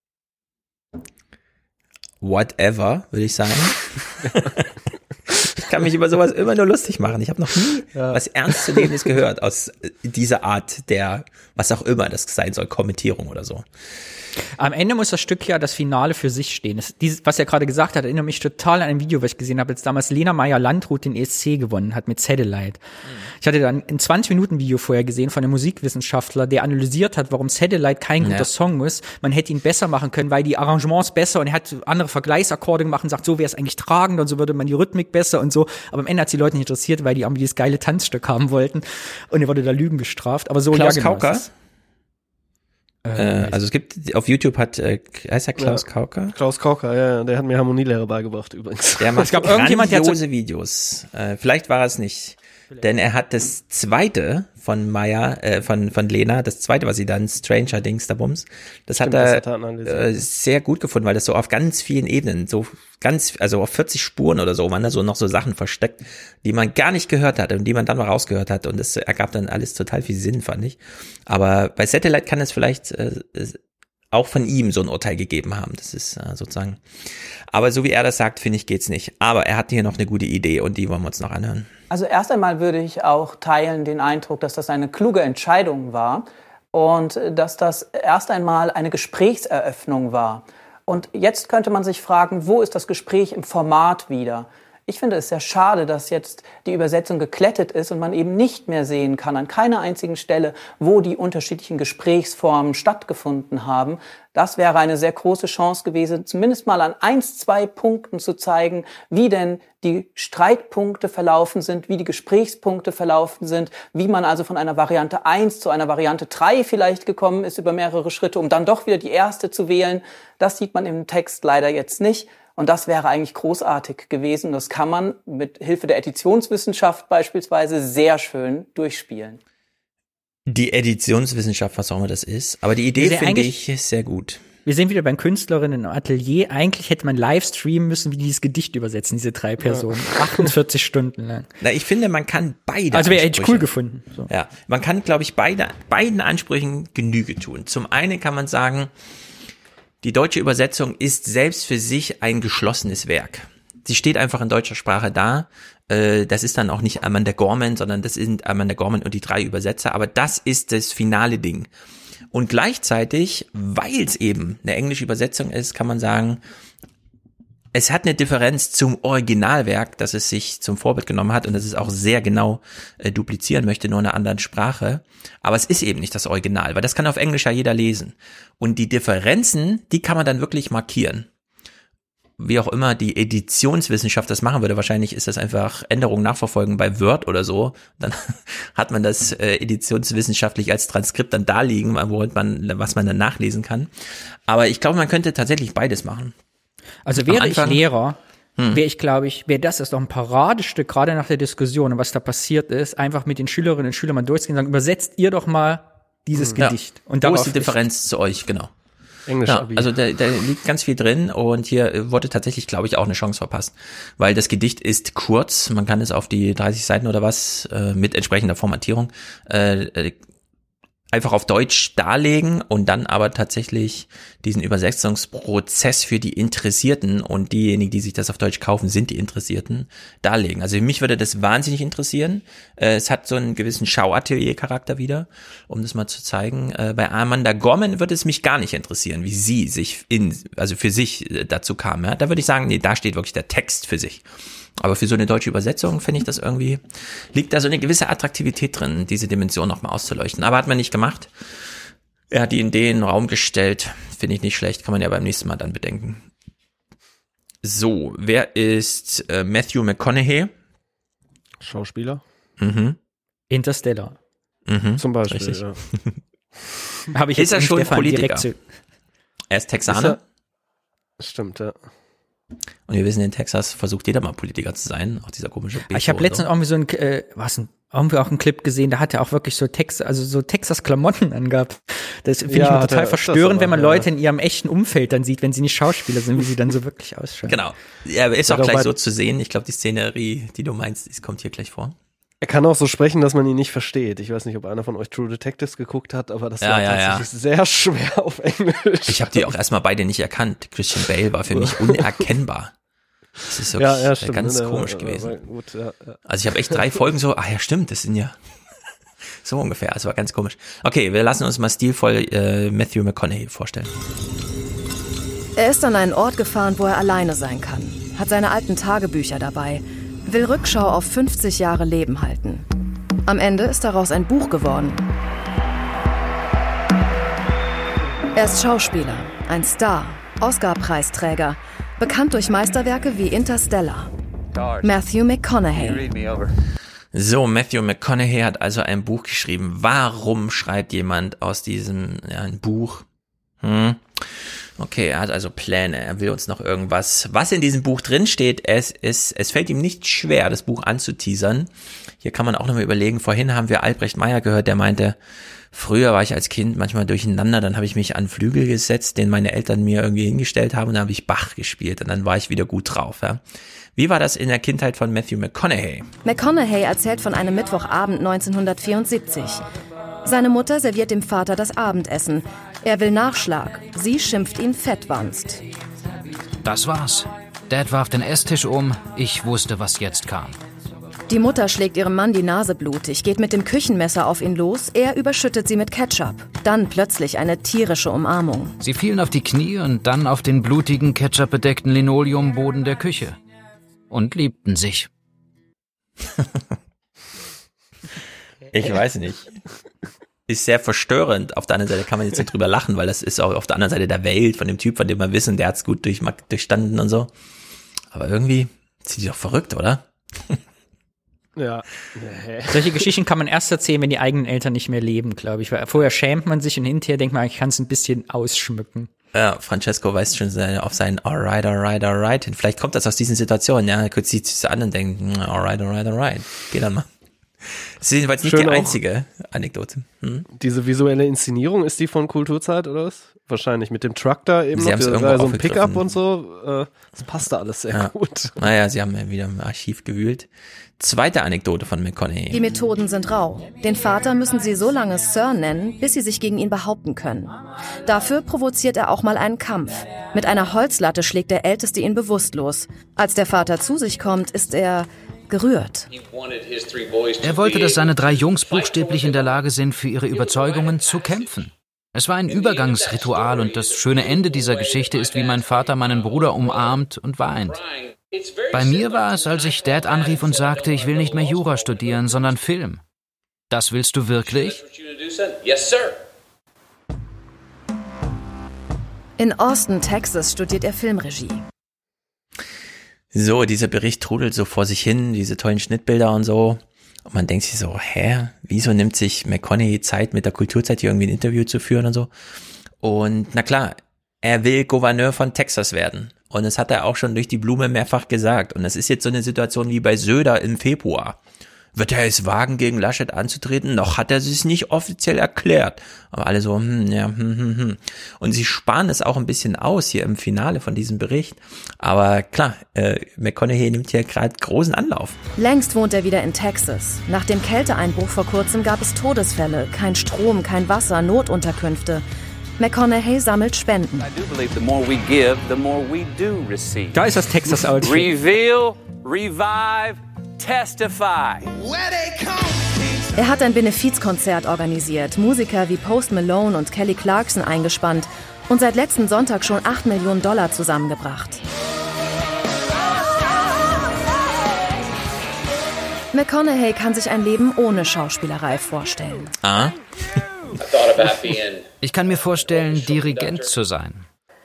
Whatever, würde ich sagen. Ich kann mich über sowas immer nur lustig machen. Ich habe noch nie was Ernstzunehmendes gehört aus dieser Art der, was auch immer das sein soll, Kommentierung oder so. Am Ende muss das Stück ja das Finale für sich stehen. Was er gerade gesagt hat, erinnert mich total an ein Video, was ich gesehen habe, als damals Lena Meyer-Landrut den ESC gewonnen hat mit Satellite. Ich hatte dann ein 20-Minuten-Video vorher gesehen von einem Musikwissenschaftler, der analysiert hat, warum Satellite kein guter Song ist. Man hätte ihn besser machen können, weil die Arrangements besser, und er hat andere Vergleichsakkorde gemacht und sagt, so wäre es eigentlich tragend und so würde man die Rhythmik besser und so. Aber am Ende hat es die Leute nicht interessiert, weil die irgendwie dieses geile Tanzstück haben wollten, und er wurde da Lügen gestraft. Aber so, Klaus Kauka? Also es gibt, auf YouTube heißt er Klaus Kauka? Klaus Kauka, ja, der hat mir Harmonielehre beigebracht übrigens. Der macht grandiose Videos. Vielleicht war es nicht. Denn er hat das zweite von von Lena, das zweite, was sie dann, Stranger Dings da Bums, das hat er sehr gut gefunden, weil das so auf ganz vielen Ebenen, also auf 40 Spuren oder so, waren da so noch so Sachen versteckt, die man gar nicht gehört hat und die man dann mal rausgehört hat, und das ergab dann alles total viel Sinn, fand ich. Aber bei Satellite kann es vielleicht auch von ihm so ein Urteil gegeben haben. Das ist sozusagen, aber so wie er das sagt, finde ich, geht's nicht. Aber er hat hier noch eine gute Idee, und die wollen wir uns noch anhören. Also erst einmal würde ich auch teilen den Eindruck, dass das eine kluge Entscheidung war und dass das erst einmal eine Gesprächseröffnung war. Und jetzt könnte man sich fragen, wo ist das Gespräch im Format wieder? Ich finde es sehr schade, dass jetzt die Übersetzung geklettet ist und man eben nicht mehr sehen kann, an keiner einzigen Stelle, wo die unterschiedlichen Gesprächsformen stattgefunden haben. Das wäre eine sehr große Chance gewesen, zumindest mal an 1, 2 Punkten zu zeigen, wie denn die Streitpunkte verlaufen sind, wie die Gesprächspunkte verlaufen sind, wie man also von einer Variante 1 zu einer Variante 3 vielleicht gekommen ist über mehrere Schritte, um dann doch wieder die erste zu wählen. Das sieht man im Text leider jetzt nicht. Und das wäre eigentlich großartig gewesen. Das kann man mit Hilfe der Editionswissenschaft beispielsweise sehr schön durchspielen. Die Editionswissenschaft, was auch immer das ist. Aber die Idee finde ich sehr gut. Wir sind wieder beim Künstlerinnen im Atelier. Eigentlich hätte man live streamen müssen, wie die dieses Gedicht übersetzen, diese 3 Personen. 48 Stunden lang. Na, ich finde, man kann beide Also wäre echt cool gefunden. So. Ja, man kann, glaube ich, beiden Ansprüchen Genüge tun. Zum einen kann man sagen, die deutsche Übersetzung ist selbst für sich ein geschlossenes Werk. Sie steht einfach in deutscher Sprache da. Das ist dann auch nicht Amanda Gorman, sondern das sind Amanda Gorman und die 3 Übersetzer. Aber das ist das finale Ding. Und gleichzeitig, weil es eben eine englische Übersetzung ist, kann man sagen, es hat eine Differenz zum Originalwerk, das es sich zum Vorbild genommen hat und das es auch sehr genau duplizieren möchte, nur in einer anderen Sprache. Aber es ist eben nicht das Original, weil das kann auf Englisch ja jeder lesen. Und die Differenzen, die kann man dann wirklich markieren. Wie auch immer die Editionswissenschaft das machen würde, wahrscheinlich ist das einfach Änderungen nachverfolgen bei Word oder so. Dann hat man das editionswissenschaftlich als Transkript dann da liegen, was man dann nachlesen kann. Aber ich glaube, man könnte tatsächlich beides machen. Also wäre ich Lehrer, wäre das doch ein Paradestück, gerade nach der Diskussion und was da passiert ist, einfach mit den Schülerinnen und Schülern mal durchzugehen und sagen, übersetzt ihr doch mal dieses Gedicht. Und wo ist die Differenz zu euch, genau. Englisch. Ja, also da liegt ganz viel drin und hier wurde tatsächlich, glaube ich, auch eine Chance verpasst, weil das Gedicht ist kurz, man kann es auf die 30 Seiten oder was mit entsprechender Formatierung einfach auf Deutsch darlegen und dann aber tatsächlich diesen Übersetzungsprozess für die Interessierten und diejenigen, die sich das auf Deutsch kaufen, sind die Interessierten, darlegen. Also mich würde das wahnsinnig interessieren. Es hat so einen gewissen Schauatelier-Charakter wieder, um das mal zu zeigen. Bei Amanda Gorman würde es mich gar nicht interessieren, wie sie sich für sich dazu kam. Ja? Da würde ich sagen, nee, da steht wirklich der Text für sich. Aber für so eine deutsche Übersetzung finde ich das irgendwie, liegt da so eine gewisse Attraktivität drin, diese Dimension nochmal auszuleuchten. Aber hat man nicht gemacht. Er hat die Idee in den Raum gestellt. Finde ich nicht schlecht, kann man ja beim nächsten Mal dann bedenken. So, wer ist Matthew McConaughey? Schauspieler. Mhm. Interstellar. Mhm. Zum Beispiel, richtig. Ja. Habe ich ist er schon Politiker? Er ist Texaner. Stimmt, ja. Und wir wissen, in Texas versucht jeder mal Politiker zu sein, auch dieser komische Beto. Ich habe letztens irgendwie so irgendwie auch einen Clip gesehen, da hat er auch wirklich so Texas-Klamotten angehabt. Das finde ich mir total verstörend, wenn man Leute in ihrem echten Umfeld dann sieht, wenn sie nicht Schauspieler sind, wie sie dann so wirklich ausschauen. Genau. Ja, ist auch gleich so zu sehen. Ich glaube, die Szenerie, die du meinst, die kommt hier gleich vor. Er kann auch so sprechen, dass man ihn nicht versteht. Ich weiß nicht, ob einer von euch True Detectives geguckt hat, aber das war tatsächlich sehr schwer auf Englisch. Ich habe die auch erstmal beide nicht erkannt. Christian Bale war für mich unerkennbar. Das ist wirklich ganz komisch gewesen. Gut, Also ich habe echt 3 Folgen so, ja stimmt, das sind ja so ungefähr. Das war ganz komisch. Okay, wir lassen uns mal stilvoll Matthew McConaughey vorstellen. Er ist an einen Ort gefahren, wo er alleine sein kann. Hat seine alten Tagebücher dabei. Will Rückschau auf 50 Jahre Leben halten. Am Ende ist daraus ein Buch geworden. Er ist Schauspieler, ein Star, Oscar-Preisträger, bekannt durch Meisterwerke wie Interstellar. Matthew McConaughey. So, Matthew McConaughey hat also ein Buch geschrieben. Warum schreibt jemand aus diesem ein Buch? Okay, er hat also Pläne, er will uns noch irgendwas, was in diesem Buch drin steht, es fällt ihm nicht schwer, das Buch anzuteasern. Hier kann man auch nochmal überlegen, vorhin haben wir Albrecht Meyer gehört, der meinte, früher war ich als Kind manchmal durcheinander, dann habe ich mich an Flügel gesetzt, den meine Eltern mir irgendwie hingestellt haben und dann habe ich Bach gespielt und dann war ich wieder gut drauf. Ja. Wie war das in der Kindheit von Matthew McConaughey? McConaughey erzählt von einem Mittwochabend 1974. Seine Mutter serviert dem Vater das Abendessen. Er will Nachschlag. Sie schimpft ihn fettwanst. Das war's. Dad warf den Esstisch um. Ich wusste, was jetzt kam. Die Mutter schlägt ihrem Mann die Nase blutig, geht mit dem Küchenmesser auf ihn los. Er überschüttet sie mit Ketchup. Dann plötzlich eine tierische Umarmung. Sie fielen auf die Knie und dann auf den blutigen, ketchupbedeckten Linoleumboden der Küche. und liebten sich. Ich weiß nicht. Ist sehr verstörend. Auf der anderen Seite kann man jetzt nicht drüber lachen, weil das ist auch auf der anderen Seite der Welt von dem Typ, von dem wir wissen, der hat's gut durchstanden und so. Aber irgendwie sind die doch verrückt, oder? Ja. Solche Geschichten kann man erst erzählen, wenn die eigenen Eltern nicht mehr leben, glaube ich. Weil vorher schämt man sich und hinterher denkt man, ich kann es ein bisschen ausschmücken. Ja, Francesco weist schon auf seinen alright hin. Vielleicht kommt das aus diesen Situationen, ja. Er guckt sich das an und denkt, alright. Geh dann mal. Das ist jedenfalls nicht Schön die einzige Anekdote. Diese visuelle Inszenierung, ist die von Kulturzeit oder was? Wahrscheinlich mit dem Truck da eben Sie noch, haben's so irgendwo ein Pickup und so. Das passt da alles sehr gut. Naja, sie haben ja wieder im Archiv gewühlt. Zweite Anekdote von McConaughey. Die Methoden sind rau. Den Vater müssen sie so lange Sir nennen, bis sie sich gegen ihn behaupten können. Dafür provoziert er auch mal einen Kampf. Mit einer Holzlatte schlägt der Älteste ihn bewusstlos. Als der Vater zu sich kommt, ist er gerührt. Er wollte, dass seine 3 Jungs buchstäblich in der Lage sind, für ihre Überzeugungen zu kämpfen. Es war ein Übergangsritual und das schöne Ende dieser Geschichte ist, wie mein Vater meinen Bruder umarmt und weint. Bei mir war es, als ich Dad anrief und sagte, ich will nicht mehr Jura studieren, sondern Film. Das willst du wirklich? In Austin, Texas, studiert er Filmregie. So, dieser Bericht trudelt so vor sich hin, diese tollen Schnittbilder und so. Und man denkt sich so, wieso nimmt sich McConaughey Zeit, mit der Kulturzeit hier irgendwie ein Interview zu führen und so? Und na klar, er will Gouverneur von Texas werden. Und das hat er auch schon durch die Blume mehrfach gesagt. Und das ist jetzt so eine Situation wie bei Söder im Februar. Wird er es wagen, gegen Laschet anzutreten? Noch hat er es nicht offiziell erklärt. Aber alle so, Und sie sparen es auch ein bisschen aus hier im Finale von diesem Bericht. Aber klar, McConaughey nimmt hier gerade großen Anlauf. Längst wohnt er wieder in Texas. Nach dem Kälteeinbruch vor kurzem gab es Todesfälle. Kein Strom, kein Wasser, Notunterkünfte. McConaughey sammelt Spenden. Da ist das Texas-Outfit. Reveal, revive, testify. Er hat ein Benefizkonzert organisiert, Musiker wie Post Malone und Kelly Clarkson eingespannt und seit letzten Sonntag schon $8 Millionen zusammengebracht. McConaughey kann sich ein Leben ohne Schauspielerei vorstellen. Ich kann mir vorstellen, Dirigent zu sein.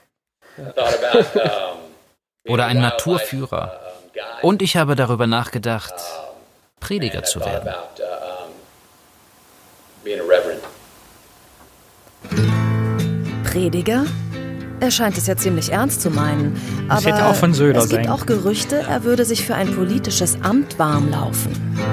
Oder ein Naturführer. Und ich habe darüber nachgedacht, Prediger zu werden. Prediger? Er scheint es ja ziemlich ernst zu meinen. Aber das hätte auch von Söder es gibt sein. auch Gerüchte, er würde sich für ein politisches Amt warm laufen.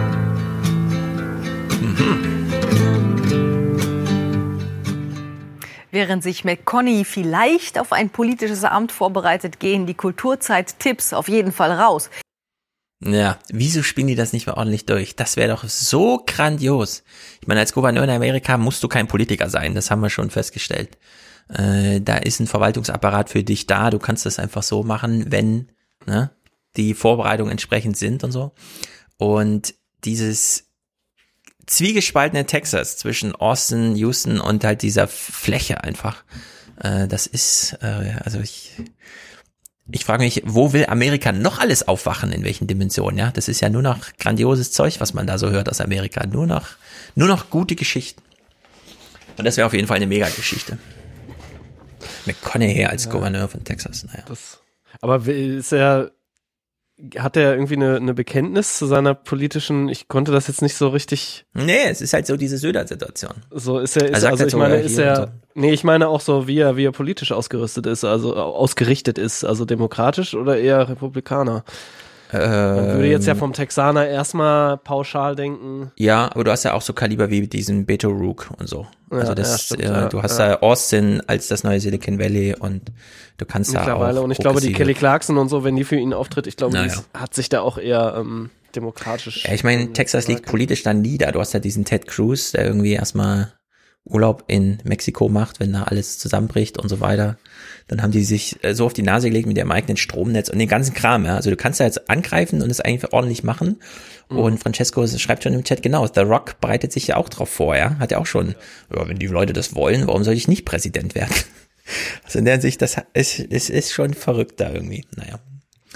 Während sich McConaughey vielleicht auf ein politisches Amt vorbereitet, gehen die Kulturzeit-Tipps auf jeden Fall raus. Ja, wieso spielen die das nicht mehr ordentlich durch? Das wäre doch so grandios. Ich meine, als Gouverneur in Amerika musst du kein Politiker sein, das haben wir schon festgestellt. Da ist ein Verwaltungsapparat für dich da, du kannst das einfach so machen, wenn die Vorbereitungen entsprechend sind und so. Und dieses zwiegespaltene Texas zwischen Austin, Houston und halt dieser Fläche einfach, das ist, also ich frage mich, wo will Amerika noch alles aufwachen, in welchen Dimensionen, ja? Das ist ja nur noch grandioses Zeug, was man da so hört aus Amerika, nur noch gute Geschichten. Und das wäre auf jeden Fall eine Mega-Geschichte. McConaughey als Gouverneur von Texas, naja. Aber hat er irgendwie eine Bekenntnis zu seiner politischen, ich konnte das jetzt nicht so richtig. Nee, es ist halt so diese Söder-Situation. So ist er, ich meine auch so, wie er politisch ausgerichtet ist, also demokratisch oder eher Republikaner? Man würde jetzt ja vom Texaner erstmal pauschal denken. Ja, aber du hast ja auch so Kaliber wie diesen Beto O'Rourke und so. Also du hast da Austin als das neue Silicon Valley und du kannst da auch mittlerweile, und ich glaube, die Kelly Clarkson und so, wenn die für ihn auftritt, ich glaube, hat sich da auch eher demokratisch. Ja, ich meine, Texas liegt politisch dann nieder. Du hast ja diesen Ted Cruz, der irgendwie erstmal Urlaub in Mexiko macht, wenn da alles zusammenbricht und so weiter. Dann haben die sich so auf die Nase gelegt mit ihrem eigenen Stromnetz und den ganzen Kram, ja. Also du kannst da jetzt angreifen und es eigentlich ordentlich machen. Und Francesco schreibt schon im Chat, genau, The Rock bereitet sich ja auch drauf vor, ja. Hat ja auch schon, wenn die Leute das wollen, warum soll ich nicht Präsident werden? Also in der Sicht, es ist schon verrückt da irgendwie. Naja.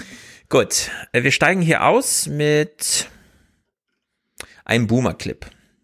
Gut, wir steigen hier aus mit einem Boomer-Clip.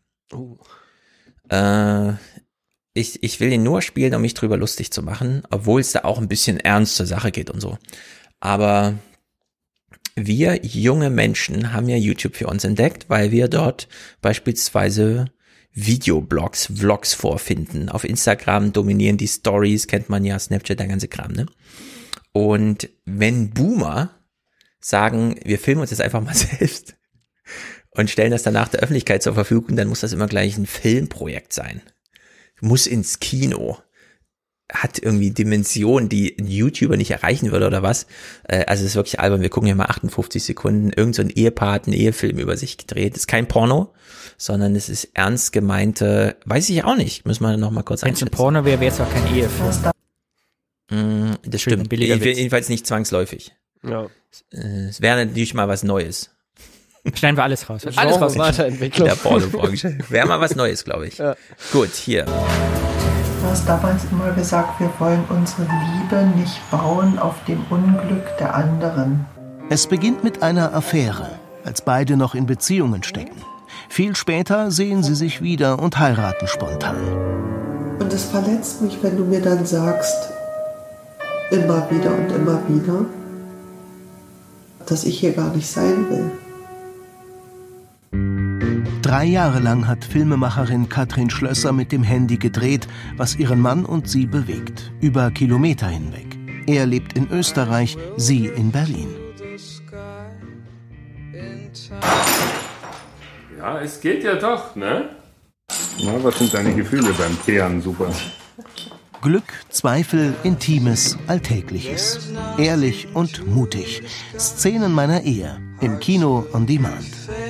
Ich will ihn nur spielen, um mich drüber lustig zu machen, obwohl es da auch ein bisschen ernst zur Sache geht und so. Aber wir junge Menschen haben ja YouTube für uns entdeckt, weil wir dort beispielsweise Videoblogs, Vlogs vorfinden. Auf Instagram dominieren die Stories, kennt man ja, Snapchat, der ganze Kram, ne? Und wenn Boomer sagen, wir filmen uns jetzt einfach mal selbst und stellen das danach der Öffentlichkeit zur Verfügung, dann muss das immer gleich ein Filmprojekt sein. Muss ins Kino. Hat irgendwie Dimensionen, die ein YouTuber nicht erreichen würde oder was. Also es ist wirklich albern. Wir gucken hier mal 58 Sekunden. Irgend so ein Ehepaar hat einen Ehefilm über sich gedreht. Das ist kein Porno, sondern es ist ernst gemeinte, weiß ich auch nicht. Müssen wir noch mal kurz einschätzen. Wenn es ein Porno wäre, wäre es auch kein Ehefilm. Das stimmt. Jedenfalls nicht zwangsläufig. Ja. Es wäre natürlich mal was Neues. Schneiden wir alles raus. Alles raus. Weiterentwicklung. Der Pornobranche. Wäre mal was Neues, glaube ich. Ja. Gut, hier. Du hast damals immer gesagt, wir wollen unsere Liebe nicht bauen auf dem Unglück der anderen. Es beginnt mit einer Affäre, als beide noch in Beziehungen stecken. Viel später sehen sie sich wieder und heiraten spontan. Und es verletzt mich, wenn du mir dann sagst, immer wieder, dass ich hier gar nicht sein will. 3 Jahre lang hat Filmemacherin Katrin Schlösser mit dem Handy gedreht, was ihren Mann und sie bewegt, über Kilometer hinweg. Er lebt in Österreich, sie in Berlin. Ja, es geht ja doch, ne? Na, was sind deine Gefühle beim Kehren, super? Glück, Zweifel, Intimes, Alltägliches. Ehrlich und mutig. Szenen meiner Ehe. Im Kino on Demand.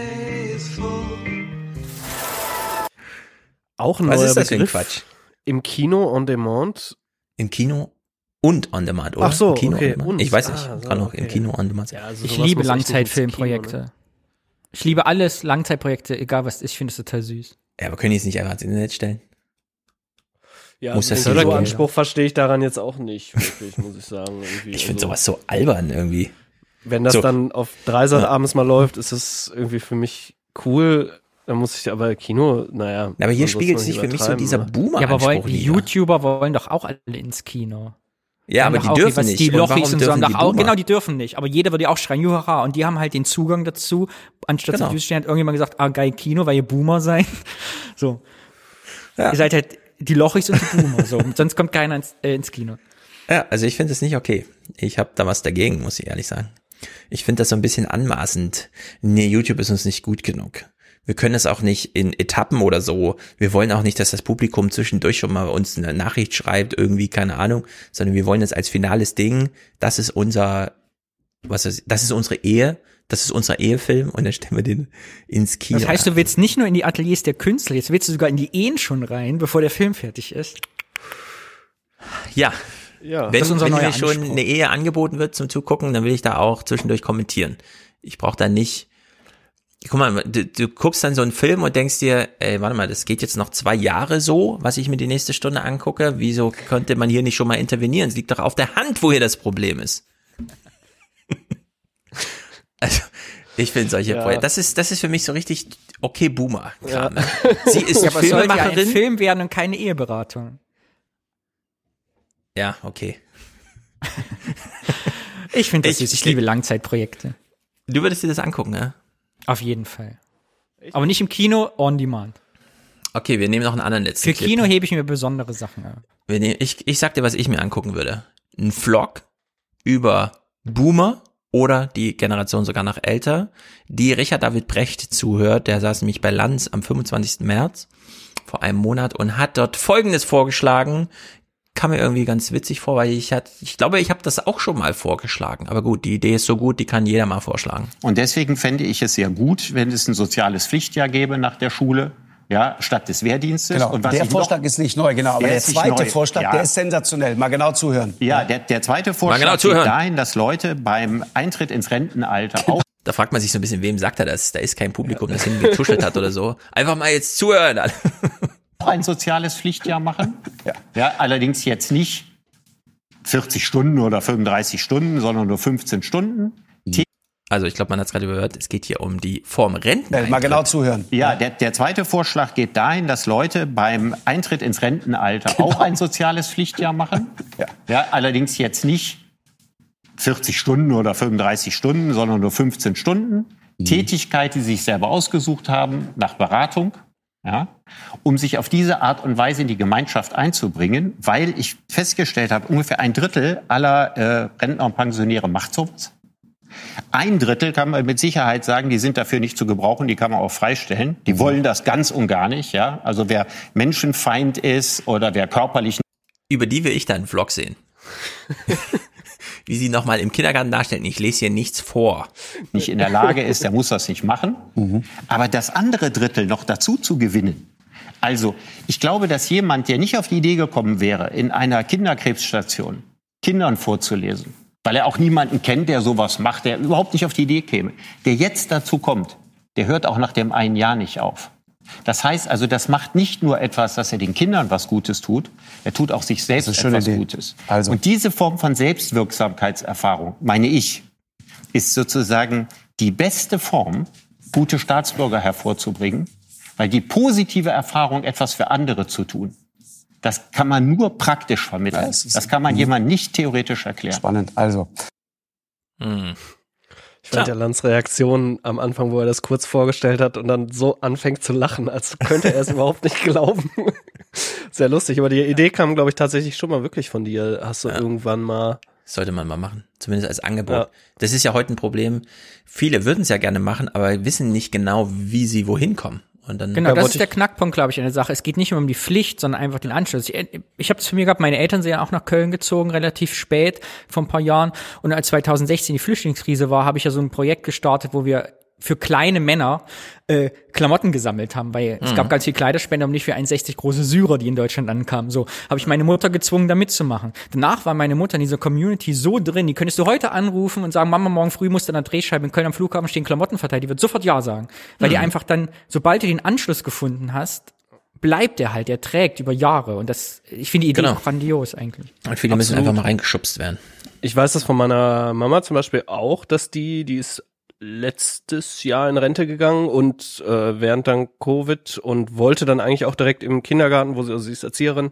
Auch ein Was neuer ist das für ein Begriff. Quatsch? Im Kino on Demand? Im Kino und on Demand, oder? Ach so, Im Kino okay. on Demand. Ich weiß nicht, kann auch im Kino on Demand sein. Ja, also ich sowas liebe muss echt nicht ins Langzeitfilmprojekte. Kino, ne? Ich liebe alles Langzeitprojekte, egal was ist, ich finde es total süß. Ja, aber können die es nicht einfach ins Internet stellen? Ja, Muss den das Förderanspruch verstehe ich daran jetzt auch nicht, wirklich, muss ich sagen. Irgendwie. Ich finde Also, sowas so albern irgendwie. wenn das so. dann auf Dreisat abends mal läuft, ist es irgendwie für mich cool. Dann muss ich aber Kino, naja. Aber hier man spiegelt soll's sich noch für nicht mich so dieser übertreiben, ne? Ja, aber Boomer-Anspruch die wieder. YouTuber wollen doch auch alle ins Kino. Ja, aber die auch, dürfen was nicht. Die Und warum Lochis und so dürfen haben die doch auch, Boomer? genau, die dürfen nicht. Aber jeder würde ja auch schreien, juhara. Und die haben halt den Zugang dazu. Anstatt Genau. zu stehen, hat irgendjemand gesagt, geil Kino, weil ihr Boomer seid. So. Ja. Ihr seid halt die Lochis und die Boomer. So. Und sonst kommt keiner ins Kino. Ja, also ich finde das nicht okay. Ich habe da was dagegen, muss ich ehrlich sagen. Ich finde das so ein bisschen anmaßend. Nee, YouTube ist uns nicht gut genug. Wir können es auch nicht in Etappen oder so. Wir wollen auch nicht, dass das Publikum zwischendurch schon mal uns eine Nachricht schreibt, irgendwie, keine Ahnung, sondern wir wollen es als finales Ding. Das ist das ist unsere Ehe. Das ist unser Ehefilm und dann stellen wir den ins Kino. Das heißt, du willst nicht nur in die Ateliers der Künstler, jetzt willst du sogar in die Ehen schon rein, bevor der Film fertig ist. Ja. Ja. Wenn, Das ist unser wenn neuer mir schon Anspruch. eine Ehe angeboten wird zum Zugucken, dann will ich da auch zwischendurch kommentieren. Ich brauche da nicht, guck mal, du guckst dann so einen Film und denkst dir, ey, warte mal, das geht jetzt noch 2 Jahre so, was ich mir die nächste Stunde angucke. Wieso könnte man hier nicht schon mal intervenieren? Es liegt doch auf der Hand, wo hier das Problem ist. Also, ich finde solche Projekte, das ist für mich so richtig okay Boomer-Kram. Ne? Sie ist Ja, aber es sollte ja ein Filmemacherin. Film werden und keine Eheberatung. Ja, okay. Ich finde das süß. Ich liebe Langzeitprojekte. Du würdest dir das angucken, ne? Auf jeden Fall. Aber nicht im Kino, on demand. Okay, wir nehmen noch einen anderen letzten Für Clip. Kino hebe ich mir besondere Sachen auf. Ich sag dir, was ich mir angucken würde. Ein Vlog über Boomer oder die Generation sogar noch älter, die Richard David Brecht zuhört. Der saß nämlich bei Lanz am 25. März vor einem Monat und hat dort Folgendes vorgeschlagen. Kam mir irgendwie ganz witzig vor, weil ich glaube, ich habe das auch schon mal vorgeschlagen. Aber gut, die Idee ist so gut, die kann jeder mal vorschlagen. Und deswegen fände ich es sehr gut, wenn es ein soziales Pflichtjahr gäbe nach der Schule, ja, statt des Wehrdienstes. Genau. Und was Der ich Vorschlag ist nicht neu, genau. Aber der ist nicht zweite neu. Vorschlag, Ja. der ist sensationell. Mal genau zuhören. Ja, der zweite Vorschlag geht dahin, dass Leute beim Eintritt ins Rentenalter auch Da fragt man sich so ein bisschen, wem sagt er das? Da ist kein Publikum, das hingetuschelt hat oder so. Einfach mal jetzt zuhören. ein soziales Pflichtjahr machen. Ja, allerdings jetzt nicht 40 Stunden oder 35 Stunden, sondern nur 15 Stunden. Also ich glaube, man hat es gerade gehört, es geht hier um die Form Renteneintritt. Mal genau zuhören. Ja, der zweite Vorschlag geht dahin, dass Leute beim Eintritt ins Rentenalter auch ein soziales Pflichtjahr machen. Ja, allerdings jetzt nicht 40 Stunden oder 35 Stunden, sondern nur 15 Stunden. Tätigkeit, die sie sich selber ausgesucht haben, nach Beratung. Ja, um sich auf diese Art und Weise in die Gemeinschaft einzubringen, weil ich festgestellt habe, ungefähr 1/3 aller Rentner und Pensionäre macht sowas. 1/3 kann man mit Sicherheit sagen, die sind dafür nicht zu gebrauchen, die kann man auch freistellen. Die wollen das ganz und gar nicht. Ja, also wer Menschenfeind ist oder wer körperlich... Über die will ich dann einen Vlog sehen. Wie sie nochmal im Kindergarten darstellen, ich lese hier nichts vor. Nicht in der Lage ist, der muss das nicht machen. Aber das andere Drittel noch dazu zu gewinnen. Also, ich glaube, dass jemand, der nicht auf die Idee gekommen wäre, in einer Kinderkrebsstation Kindern vorzulesen, weil er auch niemanden kennt, der sowas macht, der überhaupt nicht auf die Idee käme, der jetzt dazu kommt, der hört auch nach dem einen Jahr nicht auf. Das heißt also, das macht nicht nur etwas, dass er den Kindern was Gutes tut, er tut auch sich selbst etwas Gutes. Also. Und diese Form von Selbstwirksamkeitserfahrung, meine ich, ist sozusagen die beste Form, gute Staatsbürger hervorzubringen, weil die positive Erfahrung, etwas für andere zu tun, das kann man nur praktisch vermitteln. Das kann man jemandem nicht theoretisch erklären. Spannend, also. Ich fand ja Lanz' Reaktion am Anfang, wo er das kurz vorgestellt hat und dann so anfängt zu lachen, als könnte er es überhaupt nicht glauben. Sehr lustig, aber die Idee kam, glaube ich, tatsächlich schon mal wirklich von dir. Hast du irgendwann mal... Sollte man mal machen, zumindest als Angebot. Ja. Das ist ja heute ein Problem. Viele würden es ja gerne machen, aber wissen nicht genau, wie sie wohin kommen. Und dann genau, das ist der Knackpunkt, glaube ich, an der Sache. Es geht nicht nur um die Pflicht, sondern einfach den Anschluss. Ich habe es für mir gehabt, meine Eltern sind ja auch nach Köln gezogen, relativ spät, vor ein paar Jahren. Und als 2016 die Flüchtlingskrise war, habe ich ja so ein Projekt gestartet, wo wir für kleine Männer Klamotten gesammelt haben, weil es gab ganz viel Kleiderspender, aber nicht für 61 große Syrer, die in Deutschland ankamen. So habe ich meine Mutter gezwungen, da mitzumachen. Danach war meine Mutter in dieser Community so drin, die könntest du heute anrufen und sagen, Mama, morgen früh musst du an der Drehscheibe in Köln am Flughafen stehen, Klamotten verteilen. Die wird sofort Ja sagen. Weil die einfach dann, sobald du den Anschluss gefunden hast, bleibt der halt, der trägt über Jahre. Und das, ich finde die Idee grandios eigentlich. Und viele müssen einfach mal reingeschubst werden. Ich weiß das von meiner Mama zum Beispiel auch, dass die ist letztes Jahr in Rente gegangen und während dann Covid und wollte dann eigentlich auch direkt im Kindergarten, also sie ist Erzieherin,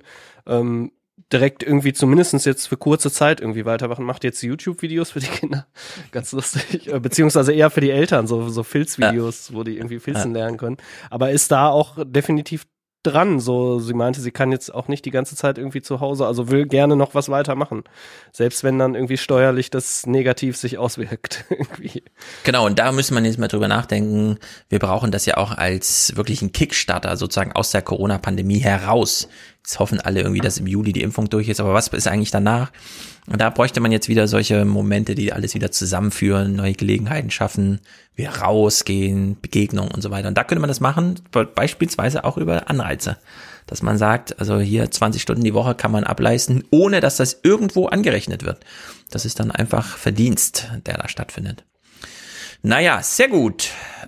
direkt irgendwie zumindest jetzt für kurze Zeit irgendwie weitermachen, macht jetzt YouTube-Videos für die Kinder, ganz lustig, beziehungsweise eher für die Eltern, so Filzvideos, wo die irgendwie filzen lernen können, aber ist da auch definitiv dran, so, sie meinte, sie kann jetzt auch nicht die ganze Zeit irgendwie zu Hause, also will gerne noch was weitermachen, selbst wenn dann irgendwie steuerlich das negativ sich auswirkt, irgendwie. Genau, und da müssen wir jetzt mal drüber nachdenken, wir brauchen das ja auch als wirklichen Kickstarter sozusagen aus der Corona-Pandemie heraus. Jetzt hoffen alle irgendwie, dass im Juli die Impfung durch ist, aber was ist eigentlich danach? Und da bräuchte man jetzt wieder solche Momente, die alles wieder zusammenführen, neue Gelegenheiten schaffen, wieder rausgehen, Begegnungen und so weiter. Und da könnte man das machen, beispielsweise auch über Anreize. Dass man sagt, also hier 20 Stunden die Woche kann man ableisten, ohne dass das irgendwo angerechnet wird. Das ist dann einfach Verdienst, der da stattfindet. Naja, sehr gut.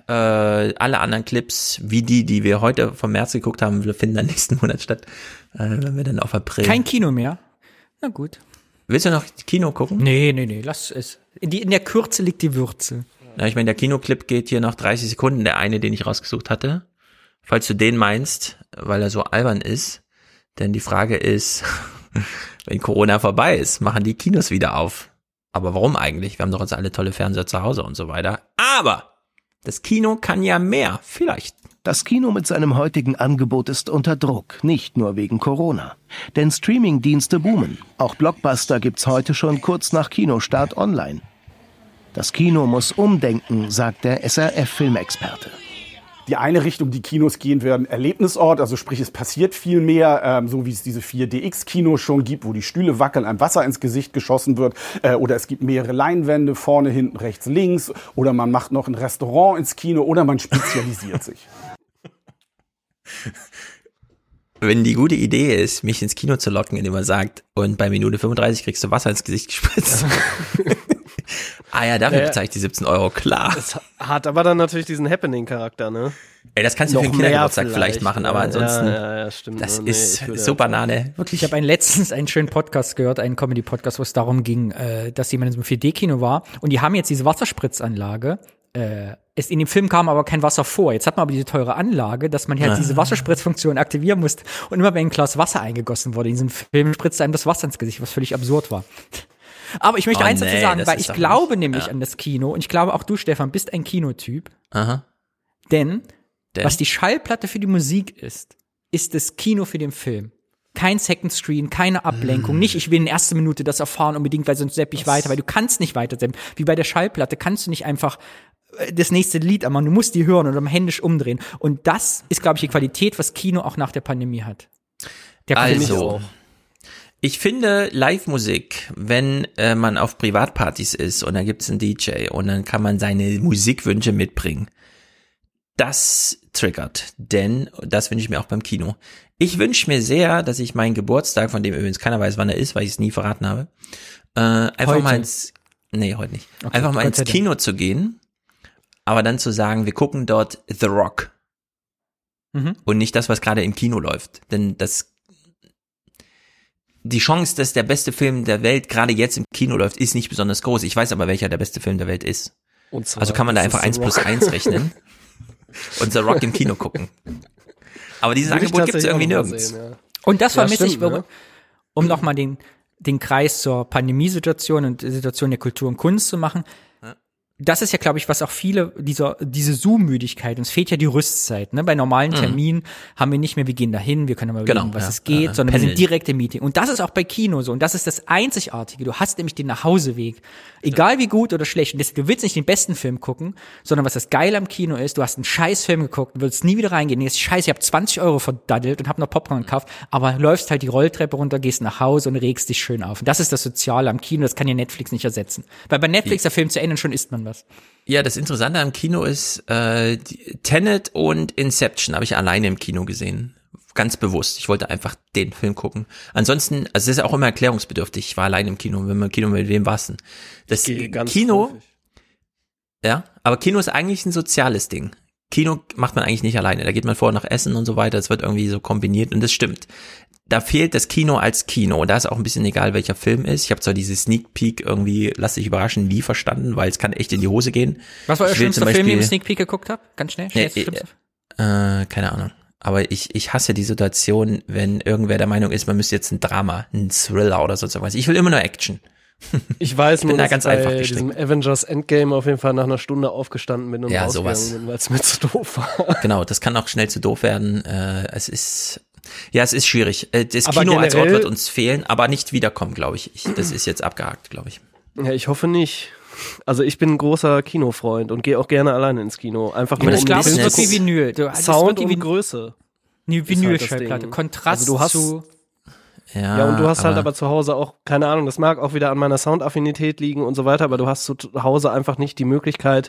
Alle anderen Clips, wie die wir heute vom März geguckt haben, finden dann nächsten Monat statt, wenn wir dann auf April. Kein Kino mehr? Na gut. Willst du noch Kino gucken? Nee, lass es. In der Kürze liegt die Würze. Na, ich meine, der Kinoclip geht hier noch 30 Sekunden, der eine, den ich rausgesucht hatte. Falls du den meinst, weil er so albern ist. Denn die Frage ist, wenn Corona vorbei ist, machen die Kinos wieder auf. Aber warum eigentlich? Wir haben doch jetzt alle tolle Fernseher zu Hause und so weiter. Aber das Kino kann ja mehr, vielleicht. Das Kino mit seinem heutigen Angebot ist unter Druck, nicht nur wegen Corona. Denn Streamingdienste boomen. Auch Blockbuster gibt's heute schon kurz nach Kinostart online. Das Kino muss umdenken, sagt der SRF-Filmexperte. Die eine Richtung, die Kinos gehen werden, Erlebnisort, also sprich, es passiert viel mehr, so wie es diese 4DX-Kinos schon gibt, wo die Stühle wackeln, einem Wasser ins Gesicht geschossen wird, oder es gibt mehrere Leinwände, vorne, hinten, rechts, links, oder man macht noch ein Restaurant ins Kino, oder man spezialisiert sich. Wenn die gute Idee ist, mich ins Kino zu locken, indem man sagt, und bei Minute 35 kriegst du Wasser ins Gesicht gespritzt. ja, dafür bezahle ich die 17 €, klar. Es hat aber dann natürlich diesen Happening-Charakter, ne? Ey, das kannst du für den Kindergeburtstag vielleicht machen, aber ansonsten, ja, stimmt. das ist so Banane. Wirklich, ich habe letztens einen schönen Podcast gehört, einen Comedy-Podcast, wo es darum ging, dass jemand in so einem 4D-Kino war und die haben jetzt diese Wasserspritzanlage. In dem Film kam aber kein Wasser vor. Jetzt hat man aber diese teure Anlage, dass man halt diese Wasserspritzfunktion aktivieren musste und immer wenn ein Glas Wasser eingegossen wurde in diesem Film, spritzte einem das Wasser ins Gesicht, was völlig absurd war. Aber ich möchte eins dazu sagen, weil ich glaube nämlich an das Kino und ich glaube auch du, Stefan, bist ein Kinotyp. Aha. Denn was die Schallplatte für die Musik ist das Kino für den Film. Kein Second Screen, keine Ablenkung. Nicht, ich will in der ersten Minute das erfahren unbedingt, weil sonst sepp ich weiter, weil du kannst nicht weiter zappen. Wie bei der Schallplatte kannst du nicht einfach das nächste Lied anmachen. Du musst die hören oder händisch umdrehen. Und das ist, glaube ich, die Qualität, was Kino auch nach der Pandemie hat. Ich finde Live-Musik, wenn man auf Privatpartys ist und da gibt's einen DJ und dann kann man seine Musikwünsche mitbringen, das triggert, denn das wünsche ich mir auch beim Kino. Ich wünsche mir sehr, dass ich meinen Geburtstag, von dem übrigens keiner weiß, wann er ist, weil ich es nie verraten habe, einfach mal heute nicht, einfach mal ins Kino zu gehen, aber dann zu sagen, wir gucken dort The Rock und nicht das, was gerade im Kino läuft, denn die Chance, dass der beste Film der Welt gerade jetzt im Kino läuft, ist nicht besonders groß. Ich weiß aber, welcher der beste Film der Welt ist. Also kann man da einfach 1+1 rechnen und The Rock im Kino gucken. Aber dieses Angebot gibt es irgendwie nirgends. Sehen, ja. Und das vermisse ich, um nochmal den Kreis zur Pandemiesituation und Situation der Kultur und Kunst zu machen. Das ist ja, glaube ich, was auch viele, diese Zoom-Müdigkeit, uns fehlt ja die Rüstzeit, ne? Bei normalen Terminen haben wir nicht mehr, wir gehen dahin, wir können mal überlegen, was es geht, sondern wir sind direkt im Meeting. Und das ist auch bei Kino so. Und das ist das Einzigartige. Du hast nämlich den Nachhauseweg. Egal wie gut oder schlecht. Und du willst nicht den besten Film gucken, sondern was das Geile am Kino ist, du hast einen Scheißfilm geguckt, willst nie wieder reingehen. Denkst, Scheiße, ich habe 20 € verdaddelt und hab noch Popcorn gekauft, aber läufst halt die Rolltreppe runter, gehst nach Hause und regst dich schön auf. Und das ist das Soziale am Kino, das kann ja Netflix nicht ersetzen. Weil bei Netflix der Film zu Ende und schon isst man was. Ja, das Interessante am Kino ist, Tenet und Inception habe ich alleine im Kino gesehen. Ganz bewusst. Ich wollte einfach den Film gucken. Ansonsten, also es ist auch immer erklärungsbedürftig. Ich war alleine im Kino. Wenn man im Kino mit wem war's denn? Das Kino, ja, aber Kino ist eigentlich ein soziales Ding. Kino macht man eigentlich nicht alleine. Da geht man vorher noch essen und so weiter. Es wird irgendwie so kombiniert und das stimmt. Da fehlt das Kino als Kino. Und da ist auch ein bisschen egal, welcher Film ist. Ich habe zwar diese Sneak Peek irgendwie, lass dich überraschen, nie verstanden, weil es kann echt in die Hose gehen. Was war euer schlimmster Film, den ihr im Sneak Peek geguckt habt? Ganz schnell. Keine Ahnung. Aber ich hasse die Situation, wenn irgendwer der Meinung ist, man müsste jetzt ein Drama, ein Thriller oder sonst was. Ich will immer nur Action. Ich weiß nur, dass ganz ich einfach bei diesem Avengers Endgame auf jeden Fall nach einer Stunde aufgestanden bin und rausgegangen bin, weil es mir zu doof war. Genau, das kann auch schnell zu doof werden. Es ist schwierig. Das aber Kino als Ort wird uns fehlen, aber nicht wiederkommen, glaube ich. Das ist jetzt abgehakt, glaube ich. Ja, ich hoffe nicht. Also ich bin ein großer Kinofreund und gehe auch gerne alleine ins Kino. Einfach nur ich glaube, es wird wie Vinyl. Sound und Größe. Eine Vinyl-Schallplatte. Kontrast also du hast, zu... Ja, und du hast halt aber zu Hause auch, keine Ahnung, das mag auch wieder an meiner Soundaffinität liegen und so weiter, aber du hast zu Hause einfach nicht die Möglichkeit,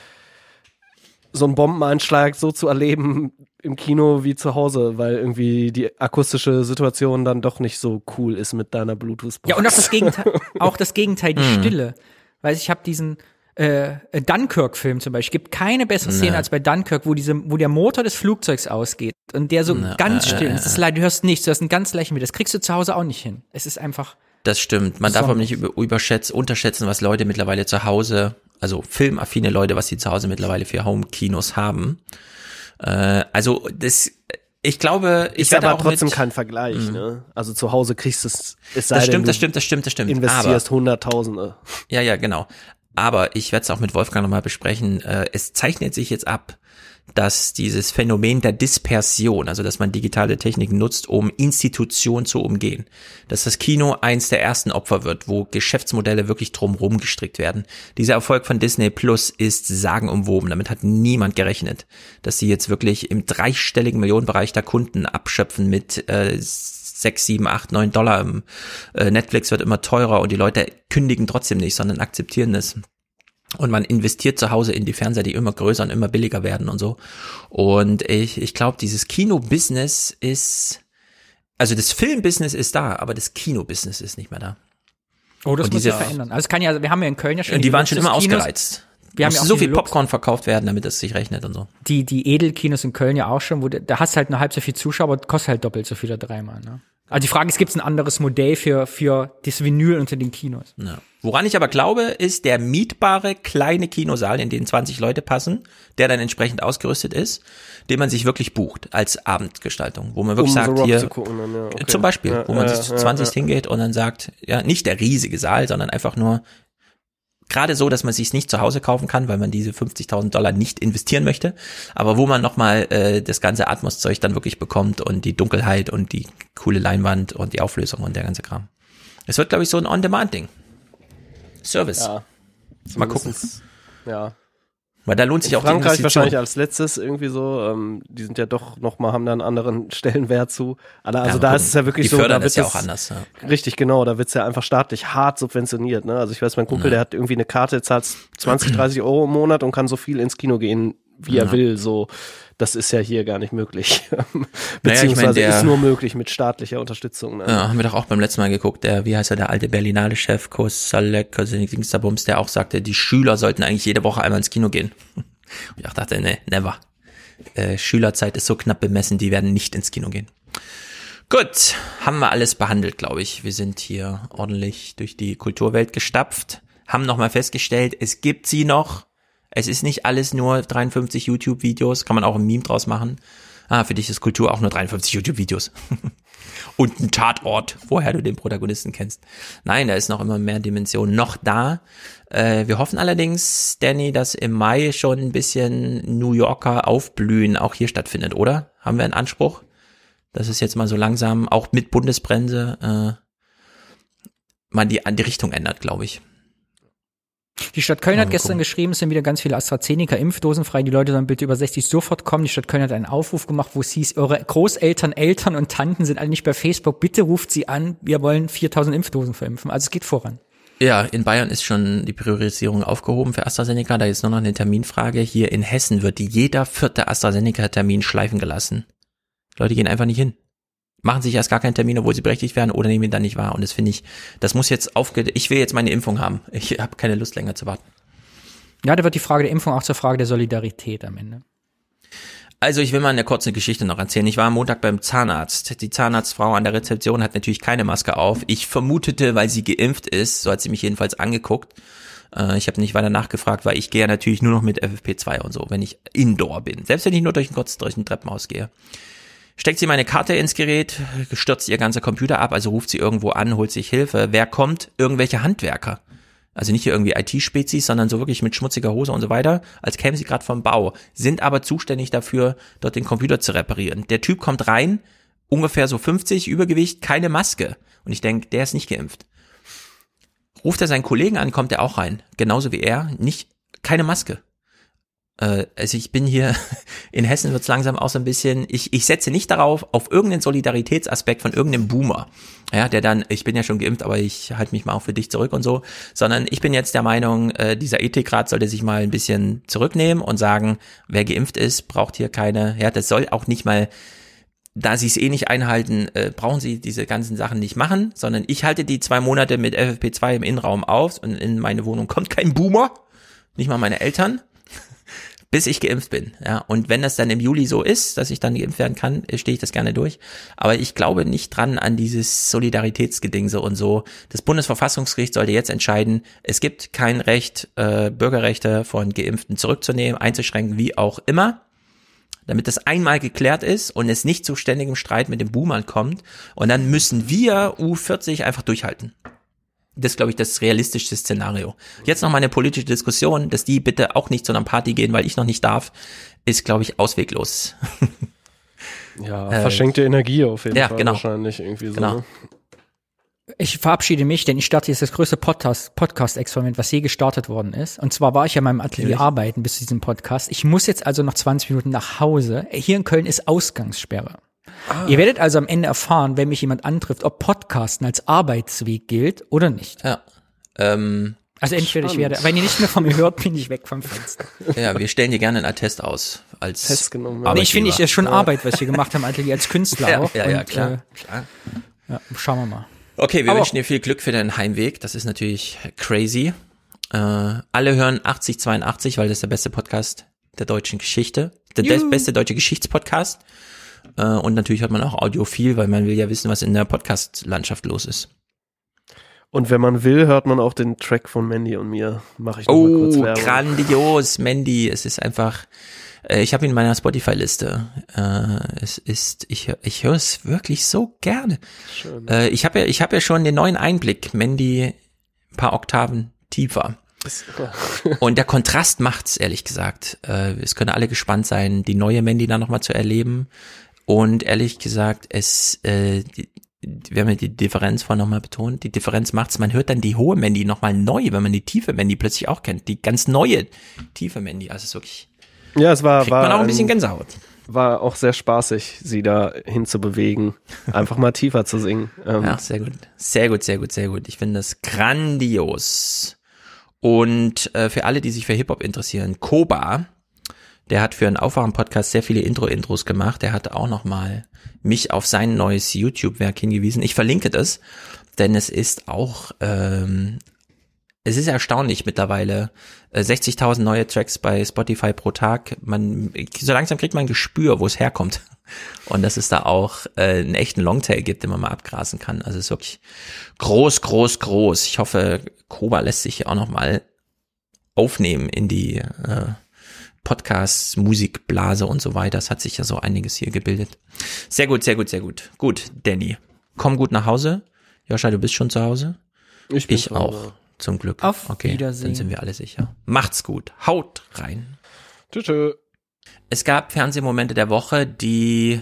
so einen Bombeneinschlag so zu erleben im Kino wie zu Hause, weil irgendwie die akustische Situation dann doch nicht so cool ist mit deiner Bluetooth-Box. Ja, und auch das Gegenteil, die Stille. Weil ich habe diesen Dunkirk-Film zum Beispiel. Gibt keine bessere Szene als bei Dunkirk, wo der Motor des Flugzeugs ausgeht und der so ganz still ist. Das ist leid, du hörst nichts, du hast einen ganz leichten Mit. Das kriegst du zu Hause auch nicht hin. Es ist einfach. Das stimmt. Man darf aber nicht unterschätzen, was Leute mittlerweile zu Hause, also filmaffine Leute, was sie zu Hause mittlerweile für Home-Kinos haben. Ich glaube, ist aber trotzdem kein Vergleich, ne? Also zu Hause kriegst du es sei denn, das stimmt. Investierst Hunderttausende. Ja, genau. Aber ich werde es auch mit Wolfgang nochmal besprechen. Es zeichnet sich jetzt ab, dass dieses Phänomen der Dispersion, also dass man digitale Techniken nutzt, um Institutionen zu umgehen, dass das Kino eins der ersten Opfer wird, wo Geschäftsmodelle wirklich drumherum gestrickt werden. Dieser Erfolg von Disney Plus ist sagenumwoben. Damit hat niemand gerechnet, dass sie jetzt wirklich im dreistelligen Millionenbereich der Kunden abschöpfen mit 6, 7, 8, $9. Netflix wird immer teurer und die Leute kündigen trotzdem nicht, sondern akzeptieren es. Und man investiert zu Hause in die Fernseher, die immer größer und immer billiger werden und so. Und ich glaube, dieses Kino-Business ist, also das Film-Business ist da, aber das Kino-Business ist nicht mehr da. Oh, das und muss sich verändern. Also es kann ja, wir haben ja in Köln ja schon die waren schon immer Luxuskinos. ausgereizt. Wir haben ja auch so viel diese Popcorn verkauft werden, damit es sich rechnet und so. Die Edelkinos in Köln ja auch schon, da hast du halt nur halb so viel Zuschauer, aber kostet halt doppelt so viel oder dreimal. Ne? Also die Frage ist, gibt es ein anderes Modell für das Vinyl unter den Kinos? Ja. Woran ich aber glaube, ist der mietbare kleine Kinosaal, in den 20 Leute passen, der dann entsprechend ausgerüstet ist, den man sich wirklich bucht als Abendgestaltung, wo man wirklich sagt, so hier, okay. zum Beispiel, wo man sich zu 20 hingeht und dann sagt, ja, nicht der riesige Saal, sondern einfach nur gerade so, dass man sich nicht zu Hause kaufen kann, weil man diese $50.000 nicht investieren möchte, aber wo man nochmal das ganze Atmos-Zeug dann wirklich bekommt und die Dunkelheit und die coole Leinwand und die Auflösung und der ganze Kram. Es wird, glaube ich, so ein On-Demand-Ding. Service. Ja, mal gucken. Ja. Weil da lohnt sich auch die Frankreich Investition. wahrscheinlich als letztes irgendwie so, die sind ja doch nochmal, haben da einen anderen Stellenwert zu. Also da ist es ja wirklich die so, fördern da das wird ja auch anders. Ja. Richtig, genau, da wird's ja einfach staatlich hart subventioniert. Ne? Also ich weiß, mein Kumpel, der hat irgendwie eine Karte, zahlt 20, 30 Euro im Monat und kann so viel ins Kino gehen, wie er will. So, das ist ja hier gar nicht möglich. Beziehungsweise ist nur möglich mit staatlicher Unterstützung. Ne? Ja, haben wir doch auch beim letzten Mal geguckt, wie heißt er, der alte Berlinale-Chef, Kosalek, Dingsabums, der auch sagte, die Schüler sollten eigentlich jede Woche einmal ins Kino gehen. Und ich dachte, nee, never. Schülerzeit ist so knapp bemessen, die werden nicht ins Kino gehen. Gut, haben wir alles behandelt, glaube ich. Wir sind hier ordentlich durch die Kulturwelt gestapft, haben nochmal festgestellt, es gibt sie noch. Es ist nicht alles nur 53 YouTube-Videos, kann man auch ein Meme draus machen. Für dich ist Kultur auch nur 53 YouTube-Videos. Und ein Tatort, woher du den Protagonisten kennst. Nein, da ist noch immer mehr Dimension noch da. Wir hoffen allerdings, Danny, dass im Mai schon ein bisschen New Yorker Aufblühen auch hier stattfindet, oder? Haben wir einen Anspruch? Dass es jetzt mal so langsam, auch mit Bundesbremse, mal die Richtung ändert, glaube ich. Die Stadt Köln hat gestern geschrieben, es sind wieder ganz viele AstraZeneca-Impfdosen frei. Die Leute sollen bitte über 60 sofort kommen. Die Stadt Köln hat einen Aufruf gemacht, wo es hieß, eure Großeltern, Eltern und Tanten sind alle nicht bei Facebook. Bitte ruft sie an. Wir wollen 4.000 Impfdosen verimpfen. Also es geht voran. Ja, in Bayern ist schon die Priorisierung aufgehoben für AstraZeneca. Da ist nur noch eine Terminfrage. Hier in Hessen wird jeder 4. AstraZeneca-Termin schleifen gelassen. Leute gehen einfach nicht hin. Machen sich erst gar keinen Termin, obwohl sie berechtigt werden, oder nehmen ihn dann nicht wahr. Und das finde ich, das muss jetzt ich will jetzt meine Impfung haben. Ich habe keine Lust länger zu warten. Ja, da wird die Frage der Impfung auch zur Frage der Solidarität am Ende. Also ich will mal eine kurze Geschichte noch erzählen. Ich war am Montag beim Zahnarzt. Die Zahnarztfrau an der Rezeption hat natürlich keine Maske auf. Ich vermutete, weil sie geimpft ist, so hat sie mich jedenfalls angeguckt. Ich habe nicht weiter nachgefragt, weil ich gehe ja natürlich nur noch mit FFP2 und so, wenn ich indoor bin. Selbst wenn ich nur durch ein Treppenhaus gehe. Steckt sie meine Karte ins Gerät, stürzt ihr ganzer Computer ab, also ruft sie irgendwo an, holt sich Hilfe. Wer kommt? Irgendwelche Handwerker. Also nicht hier irgendwie IT-Spezies, sondern so wirklich mit schmutziger Hose und so weiter, als kämen sie gerade vom Bau, sind aber zuständig dafür, dort den Computer zu reparieren. Der Typ kommt rein, ungefähr so 50, Übergewicht, keine Maske. Und ich denke, der ist nicht geimpft. Ruft er seinen Kollegen an, kommt er auch rein. Genauso wie er, keine Maske. Also ich bin hier, in Hessen wird's langsam auch so ein bisschen, ich setze nicht darauf, auf irgendeinen Solidaritätsaspekt von irgendeinem Boomer, ja, der dann, ich bin ja schon geimpft, aber ich halte mich mal auch für dich zurück und so, sondern ich bin jetzt der Meinung, dieser Ethikrat sollte sich mal ein bisschen zurücknehmen und sagen, wer geimpft ist, braucht hier keine, ja, das soll auch nicht mal, da sie es eh nicht einhalten, brauchen sie diese ganzen Sachen nicht machen, sondern ich halte die 2 Monate mit FFP2 im Innenraum auf und in meine Wohnung kommt kein Boomer, nicht mal meine Eltern, bis ich geimpft bin, ja. Und wenn das dann im Juli so ist, dass ich dann geimpft werden kann, stehe ich das gerne durch. Aber ich glaube nicht dran an dieses Solidaritätsgedingse und so. Das Bundesverfassungsgericht sollte jetzt entscheiden, es gibt kein Recht, Bürgerrechte von Geimpften zurückzunehmen, einzuschränken, wie auch immer. Damit das einmal geklärt ist und es nicht zu ständigem Streit mit den Boomern kommt. Und dann müssen wir U40 einfach durchhalten. Das ist, glaube ich, das realistischste Szenario. Jetzt noch mal eine politische Diskussion, dass die bitte auch nicht zu einer Party gehen, weil ich noch nicht darf, ist, glaube ich, ausweglos. Ja, verschenkte Energie auf jeden Fall genau. Wahrscheinlich irgendwie so. Genau. Ich verabschiede mich, denn ich starte jetzt das größte Podcast-Experiment, was je gestartet worden ist. Und zwar war ich ja in meinem Atelier arbeiten bis zu diesem Podcast. Ich muss jetzt also noch 20 Minuten nach Hause. Hier in Köln ist Ausgangssperre. Ihr werdet also am Ende erfahren, wenn mich jemand antrifft, ob Podcasten als Arbeitsweg gilt oder nicht. Ja. Also entweder ich werde, wenn ihr nicht mehr von mir hört, bin ich weg vom Fenster. Ja, wir stellen dir gerne einen Attest aus. Als festgenommen. Nee, ich finde, es ist schon Arbeit, was wir gemacht haben, Atelier als Künstler auch. Ja, und, klar. Ja, schauen wir mal. Okay, wir wünschen dir viel Glück für deinen Heimweg. Das ist natürlich crazy. Alle hören 8082, weil das ist der beste Podcast der deutschen Geschichte. Der beste deutsche Geschichtspodcast. Und natürlich hört man auch audiophil, weil man will ja wissen, was in der Podcast-Landschaft los ist. Und wenn man will, hört man auch den Track von Mandy und mir. Mache ich noch mal kurz Werbung. Grandios, Mandy. Es ist einfach, ich habe ihn in meiner Spotify-Liste. Ich höre es wirklich so gerne. Schön. Ich habe ja schon den neuen Einblick. Mandy ein paar Oktaven tiefer. Und der Kontrast macht's, ehrlich gesagt. Es können alle gespannt sein, die neue Mandy da nochmal zu erleben. Und ehrlich gesagt, wir haben ja die Differenz vorhin nochmal betont, die Differenz macht's, man hört dann die hohe Mandy nochmal neu, wenn man die tiefe Mandy plötzlich auch kennt, die ganz neue tiefe Mandy, also es ist wirklich, ja, es war man auch ein bisschen Gänsehaut. War auch sehr spaßig, sie da hinzubewegen, einfach mal tiefer zu singen. Ja, sehr gut, sehr gut, sehr gut, sehr gut, ich finde das grandios. Und für alle, die sich für Hip-Hop interessieren, Koba, der hat für einen Aufwachen-Podcast sehr viele Intros gemacht. Der hat auch nochmal mich auf sein neues YouTube-Werk hingewiesen. Ich verlinke das, denn es ist auch, es ist erstaunlich mittlerweile. 60.000 neue Tracks bei Spotify pro Tag. So langsam kriegt man ein Gespür, wo es herkommt. Und dass es da auch einen echten Longtail gibt, den man mal abgrasen kann. Also es ist wirklich groß, groß, groß. Ich hoffe, Koba lässt sich auch nochmal aufnehmen in die Podcasts, Musikblase und so weiter. Es hat sich ja so einiges hier gebildet. Sehr gut, sehr gut, sehr gut. Gut, Danny, komm gut nach Hause. Joscha, du bist schon zu Hause? Ich auch, zum Glück. Auf Wiedersehen. Dann sind wir alle sicher. Macht's gut. Haut rein. Tschüss. Es gab Fernsehmomente der Woche, die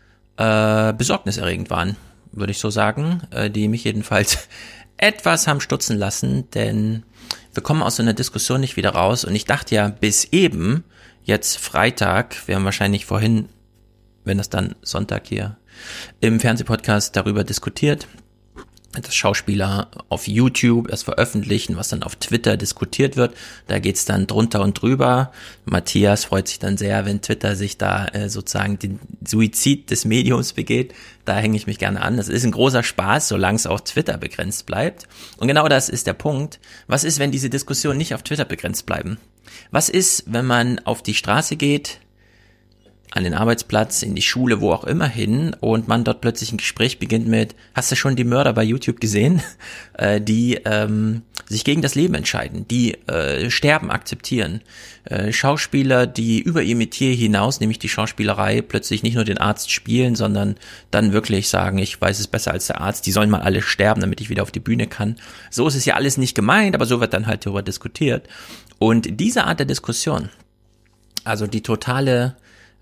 besorgniserregend waren, würde ich so sagen. Die mich jedenfalls etwas haben stutzen lassen, denn wir kommen aus so einer Diskussion nicht wieder raus. Und ich dachte ja bis eben, jetzt Freitag, wir haben wahrscheinlich vorhin, wenn das dann Sonntag hier im Fernsehpodcast darüber diskutiert, dass Schauspieler auf YouTube erst veröffentlichen, was dann auf Twitter diskutiert wird. Da geht's dann drunter und drüber. Matthias freut sich dann sehr, wenn Twitter sich da sozusagen den Suizid des Mediums begeht. Da hänge ich mich gerne an. Das ist ein großer Spaß, solange es auf Twitter begrenzt bleibt. Und genau das ist der Punkt. Was ist, wenn diese Diskussionen nicht auf Twitter begrenzt bleiben? Was ist, wenn man auf die Straße geht, an den Arbeitsplatz, in die Schule, wo auch immer hin und man dort plötzlich ein Gespräch beginnt mit, hast du schon die Mörder bei YouTube gesehen, die sich gegen das Leben entscheiden, die Sterben akzeptieren, Schauspieler, die über ihr Metier hinaus, nämlich die Schauspielerei, plötzlich nicht nur den Arzt spielen, sondern dann wirklich sagen, ich weiß es besser als der Arzt, die sollen mal alle sterben, damit ich wieder auf die Bühne kann. So ist es ja alles nicht gemeint, aber so wird dann halt darüber diskutiert. Und diese Art der Diskussion, also die totale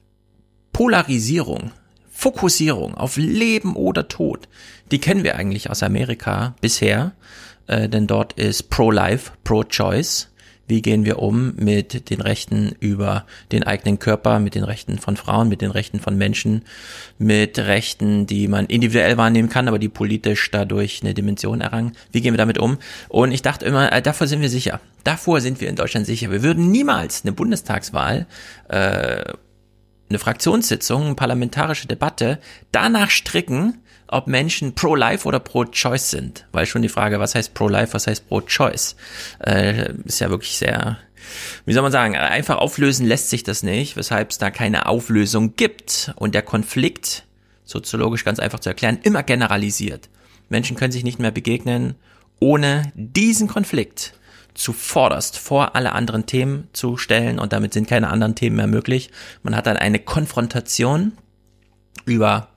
Polarisierung, Fokussierung auf Leben oder Tod, die kennen wir eigentlich aus Amerika bisher, denn dort ist Pro-Life, Pro-Choice. Wie gehen wir um mit den Rechten über den eigenen Körper, mit den Rechten von Frauen, mit den Rechten von Menschen, mit Rechten, die man individuell wahrnehmen kann, aber die politisch dadurch eine Dimension errangen. Wie gehen wir damit um? Und ich dachte immer, davor sind wir sicher. Davor sind wir in Deutschland sicher. Wir würden niemals eine Bundestagswahl, eine Fraktionssitzung, eine parlamentarische Debatte danach stricken, ob Menschen pro-life oder pro-choice sind. Weil schon die Frage, was heißt pro-life, was heißt pro-choice, ist ja wirklich sehr, wie soll man sagen, einfach auflösen lässt sich das nicht, weshalb es da keine Auflösung gibt und der Konflikt, soziologisch ganz einfach zu erklären, immer generalisiert. Menschen können sich nicht mehr begegnen, ohne diesen Konflikt zuvorderst vor alle anderen Themen zu stellen und damit sind keine anderen Themen mehr möglich. Man hat dann eine Konfrontation über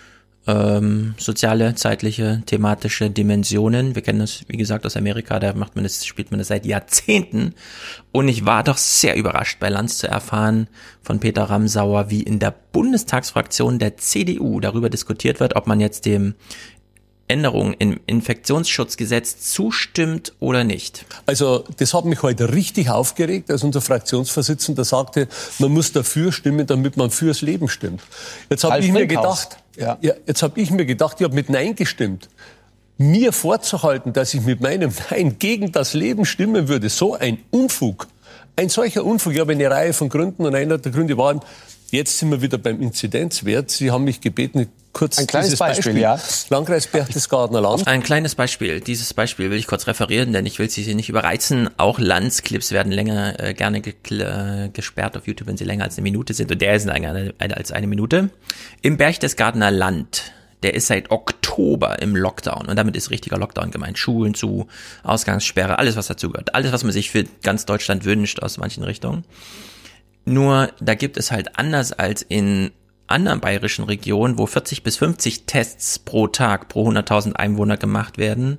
soziale, zeitliche, thematische Dimensionen. Wir kennen das, wie gesagt, aus Amerika, da spielt man das seit Jahrzehnten. Und ich war doch sehr überrascht, bei Lanz zu erfahren von Peter Ramsauer, wie in der Bundestagsfraktion der CDU darüber diskutiert wird, ob man jetzt dem Änderung im Infektionsschutzgesetz zustimmt oder nicht? Also das hat mich heute richtig aufgeregt, als unser Fraktionsvorsitzender sagte, man muss dafür stimmen, damit man fürs Leben stimmt. Jetzt habe ich mir gedacht, ich habe mit Nein gestimmt. Mir vorzuhalten, dass ich mit meinem Nein gegen das Leben stimmen würde, so ein Unfug. Ein solcher Unfug. Ich habe eine Reihe von Gründen und einer der Gründe war, Jetzt sind wir wieder beim Inzidenzwert. Sie haben mich gebeten, kurz ein kleines Beispiel, ja. Landkreis Berchtesgadener Land. Ein kleines Beispiel. Dieses Beispiel will ich kurz referieren, denn ich will Sie nicht überreizen. Auch Landsclips werden länger gerne gesperrt auf YouTube, wenn sie länger als eine Minute sind. Und der ist länger als eine Minute. Im Berchtesgadener Land, der ist seit Oktober im Lockdown. Und damit ist richtiger Lockdown gemeint. Schulen zu, Ausgangssperre, alles was dazugehört. Alles, was man sich für ganz Deutschland wünscht aus manchen Richtungen. Nur, da gibt es halt anders als in anderen bayerischen Regionen, wo 40 bis 50 Tests pro Tag pro 100.000 Einwohner gemacht werden,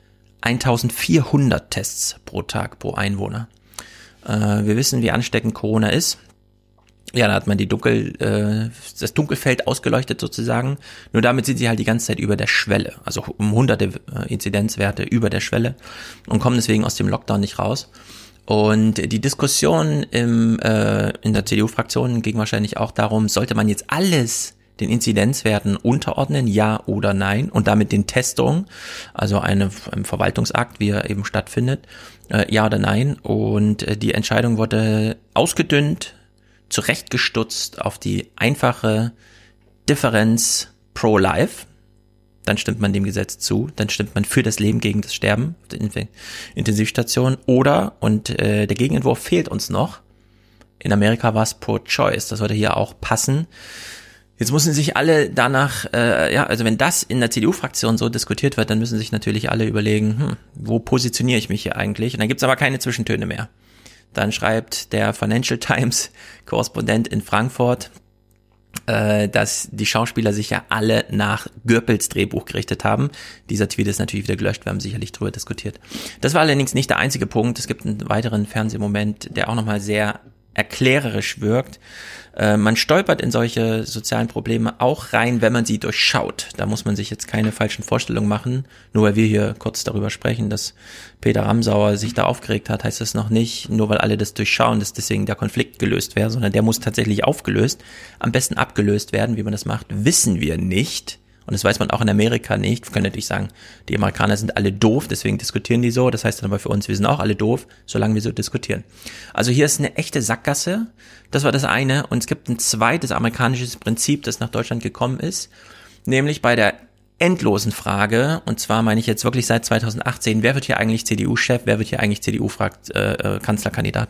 1.400 Tests pro Tag pro Einwohner. Wir wissen, wie ansteckend Corona ist. Ja, da hat man das Dunkelfeld ausgeleuchtet sozusagen. Nur damit sind sie halt die ganze Zeit über der Schwelle, also um hunderte Inzidenzwerte über der Schwelle und kommen deswegen aus dem Lockdown nicht raus. Und die Diskussion in der CDU-Fraktion ging wahrscheinlich auch darum, sollte man jetzt alles den Inzidenzwerten unterordnen, ja oder nein, und damit den Testungen, also einem Verwaltungsakt, wie er eben stattfindet, ja oder nein. Und die Entscheidung wurde ausgedünnt, zurechtgestutzt auf die einfache Differenz pro-life. Dann stimmt man dem Gesetz zu, dann stimmt man für das Leben gegen das Sterben, Intensivstation, oder, und der Gegenentwurf fehlt uns noch, in Amerika war es pro-choice, das würde hier auch passen. Jetzt müssen sich alle danach, also wenn das in der CDU-Fraktion so diskutiert wird, dann müssen sich natürlich alle überlegen, wo positioniere ich mich hier eigentlich? Und dann gibt's aber keine Zwischentöne mehr. Dann schreibt der Financial Times-Korrespondent in Frankfurt, dass die Schauspieler sich ja alle nach Goebbels Drehbuch gerichtet haben. Dieser Tweet ist natürlich wieder gelöscht, wir haben sicherlich drüber diskutiert. Das war allerdings nicht der einzige Punkt. Es gibt einen weiteren Fernsehmoment, der auch nochmal sehr erklärerisch wirkt. Man stolpert in solche sozialen Probleme auch rein, wenn man sie durchschaut. Da muss man sich jetzt keine falschen Vorstellungen machen. Nur weil wir hier kurz darüber sprechen, dass Peter Ramsauer sich da aufgeregt hat, heißt das noch nicht, nur weil alle das durchschauen, dass deswegen der Konflikt gelöst wäre, sondern der muss tatsächlich aufgelöst, am besten abgelöst werden. Wie man das macht, wissen wir nicht. Und das weiß man auch in Amerika nicht. Wir können natürlich sagen, die Amerikaner sind alle doof, deswegen diskutieren die so. Das heißt dann aber für uns, wir sind auch alle doof, solange wir so diskutieren. Also hier ist eine echte Sackgasse. Das war das eine. Und es gibt ein zweites amerikanisches Prinzip, das nach Deutschland gekommen ist. Nämlich bei der endlosen Frage, und zwar meine ich jetzt wirklich seit 2018, wer wird hier eigentlich CDU-Chef, wer wird hier eigentlich CDU-Kanzlerkandidat?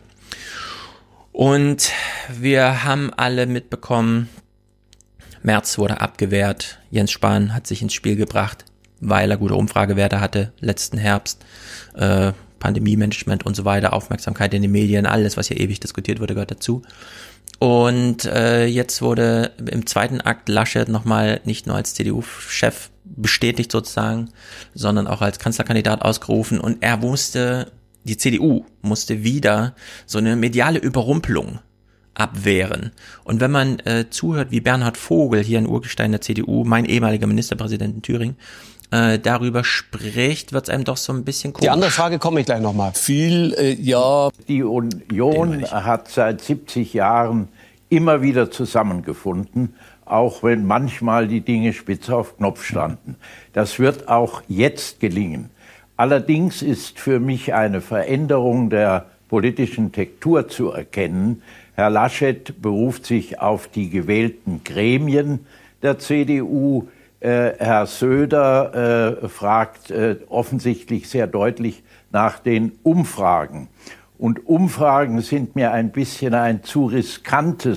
Und wir haben alle mitbekommen, Merz wurde abgewehrt, Jens Spahn hat sich ins Spiel gebracht, weil er gute Umfragewerte hatte letzten Herbst, Pandemie-Management und so weiter, Aufmerksamkeit in den Medien, alles, was hier ewig diskutiert wurde, gehört dazu. Und jetzt wurde im zweiten Akt Laschet nochmal nicht nur als CDU-Chef bestätigt sozusagen, sondern auch als Kanzlerkandidat ausgerufen, und die CDU musste wieder so eine mediale Überrumpelung abwehren. Und wenn man zuhört, wie Bernhard Vogel, hier ein Urgestein der CDU, mein ehemaliger Ministerpräsident in Thüringen, darüber spricht, wird es einem doch so ein bisschen komisch. Die andere Frage komme ich gleich nochmal. Die Union hat seit 70 Jahren immer wieder zusammengefunden, auch wenn manchmal die Dinge spitz auf Knopf standen. Das wird auch jetzt gelingen. Allerdings ist für mich eine Veränderung der politischen Tektur zu erkennen. Herr Laschet beruft sich auf die gewählten Gremien der CDU. Herr Söder fragt offensichtlich sehr deutlich nach den Umfragen. Und Umfragen sind mir ein bisschen eine zu riskante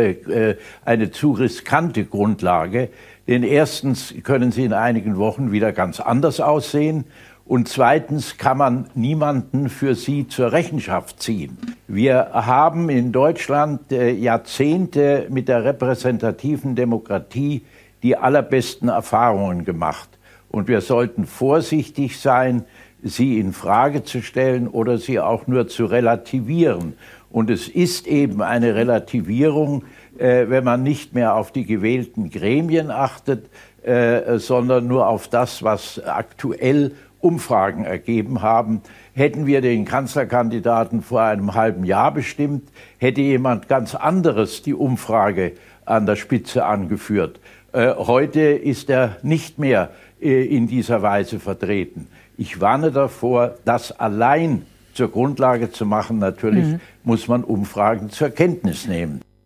Grundlage. Denn erstens können sie in einigen Wochen wieder ganz anders aussehen. Und zweitens kann man niemanden für sie zur Rechenschaft ziehen. Wir haben in Deutschland Jahrzehnte mit der repräsentativen Demokratie die allerbesten Erfahrungen gemacht. Und wir sollten vorsichtig sein, sie in Frage zu stellen oder sie auch nur zu relativieren. Und es ist eben eine Relativierung, wenn man nicht mehr auf die gewählten Gremien achtet, sondern nur auf das, was aktuell Umfragen ergeben haben. Hätten wir den Kanzlerkandidaten vor einem halben Jahr bestimmt, hätte jemand ganz anderes die Umfrage an der Spitze angeführt. Heute ist er nicht mehr in dieser Weise vertreten. Ich warne davor, das allein zur Grundlage zu machen. Natürlich muss man Umfragen zur Kenntnis nehmen.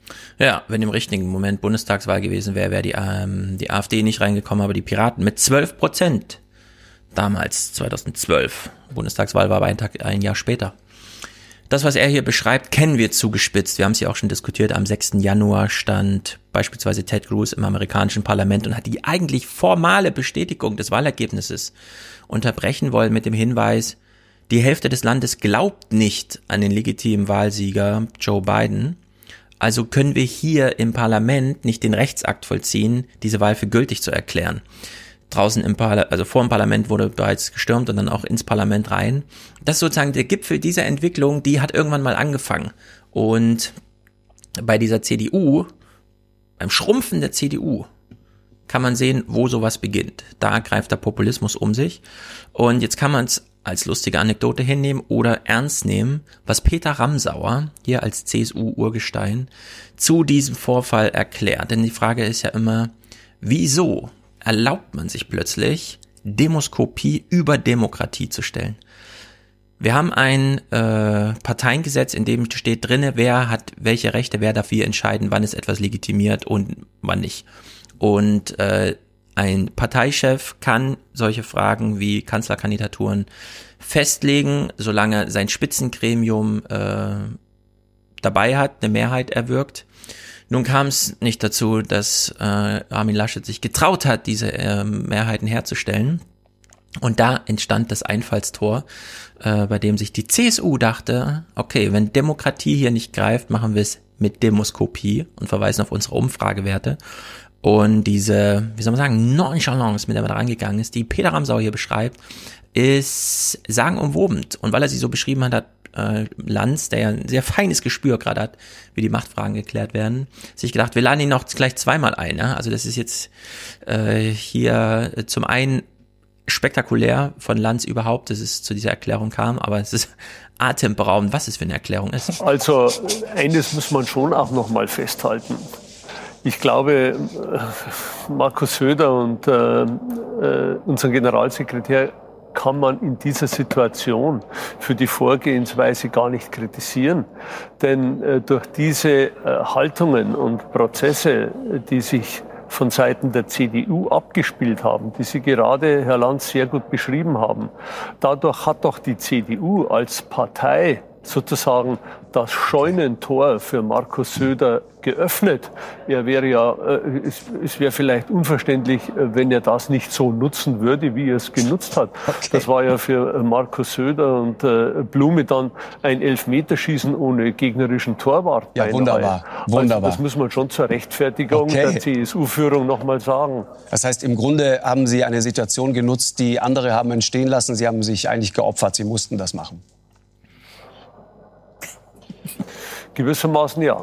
Ja, wenn im richtigen Moment Bundestagswahl gewesen wäre, wäre die AfD nicht reingekommen, aber die Piraten mit 12%. Damals, 2012. Bundestagswahl war aber ein Jahr später. Das, was er hier beschreibt, kennen wir zugespitzt. Wir haben es ja auch schon diskutiert. Am 6. Januar stand beispielsweise Ted Cruz im amerikanischen Parlament und hat die eigentlich formale Bestätigung des Wahlergebnisses unterbrechen wollen mit dem Hinweis, die Hälfte des Landes glaubt nicht an den legitimen Wahlsieger Joe Biden. Also können wir hier im Parlament nicht den Rechtsakt vollziehen, diese Wahl für gültig zu erklären. Draußen vor dem Parlament wurde bereits gestürmt und dann auch ins Parlament rein. Das ist sozusagen der Gipfel dieser Entwicklung, die hat irgendwann mal angefangen. Und bei dieser CDU, beim Schrumpfen der CDU, kann man sehen, wo sowas beginnt. Da greift der Populismus um sich. Und jetzt kann man es als lustige Anekdote hinnehmen oder ernst nehmen, was Peter Ramsauer, hier als CSU-Urgestein, zu diesem Vorfall erklärt. Denn die Frage ist ja immer, wieso erlaubt man sich plötzlich, Demoskopie über Demokratie zu stellen? Wir haben ein Parteiengesetz, in dem steht drinne, wer hat welche Rechte, wer darf wie entscheiden, wann ist etwas legitimiert und wann nicht. Und ein Parteichef kann solche Fragen wie Kanzlerkandidaturen festlegen, solange sein Spitzengremium dabei hat, eine Mehrheit erwirkt. Nun kam es nicht dazu, dass Armin Laschet sich getraut hat, diese Mehrheiten herzustellen. Und da entstand das Einfallstor, bei dem sich die CSU dachte, okay, wenn Demokratie hier nicht greift, machen wir es mit Demoskopie und verweisen auf unsere Umfragewerte. Und diese, wie soll man sagen, Nonchalance, mit der man da rangegangen ist, die Peter Ramsauer hier beschreibt, ist sagenumwoben. Und weil er sie so beschrieben hat, Lanz, der ja ein sehr feines Gespür gerade hat, wie die Machtfragen geklärt werden, sich gedacht, wir laden ihn noch gleich zweimal ein. Ne? Also das ist jetzt hier zum einen spektakulär von Lanz überhaupt, dass es zu dieser Erklärung kam, aber es ist atemberaubend, was es für eine Erklärung ist. Also eines muss man schon auch noch mal festhalten. Ich glaube, Markus Söder und unseren Generalsekretär kann man in dieser Situation für die Vorgehensweise gar nicht kritisieren. Denn durch diese Haltungen und Prozesse, die sich von Seiten der CDU abgespielt haben, die Sie gerade, Herr Lanz, sehr gut beschrieben haben, dadurch hat doch die CDU als Partei sozusagen das Scheunentor für Markus Söder geöffnet. Er wäre ja, es wäre vielleicht unverständlich, wenn er das nicht so nutzen würde, wie er es genutzt hat. Okay. Das war ja für Markus Söder und Blume dann ein Elfmeterschießen ohne gegnerischen Torwart. Ja, wunderbar. Wunderbar. Also das muss man schon zur Rechtfertigung der CSU-Führung nochmal sagen. Das heißt, im Grunde haben Sie eine Situation genutzt, die andere haben entstehen lassen. Sie haben sich eigentlich geopfert. Sie mussten das machen. Gewissermaßen ja.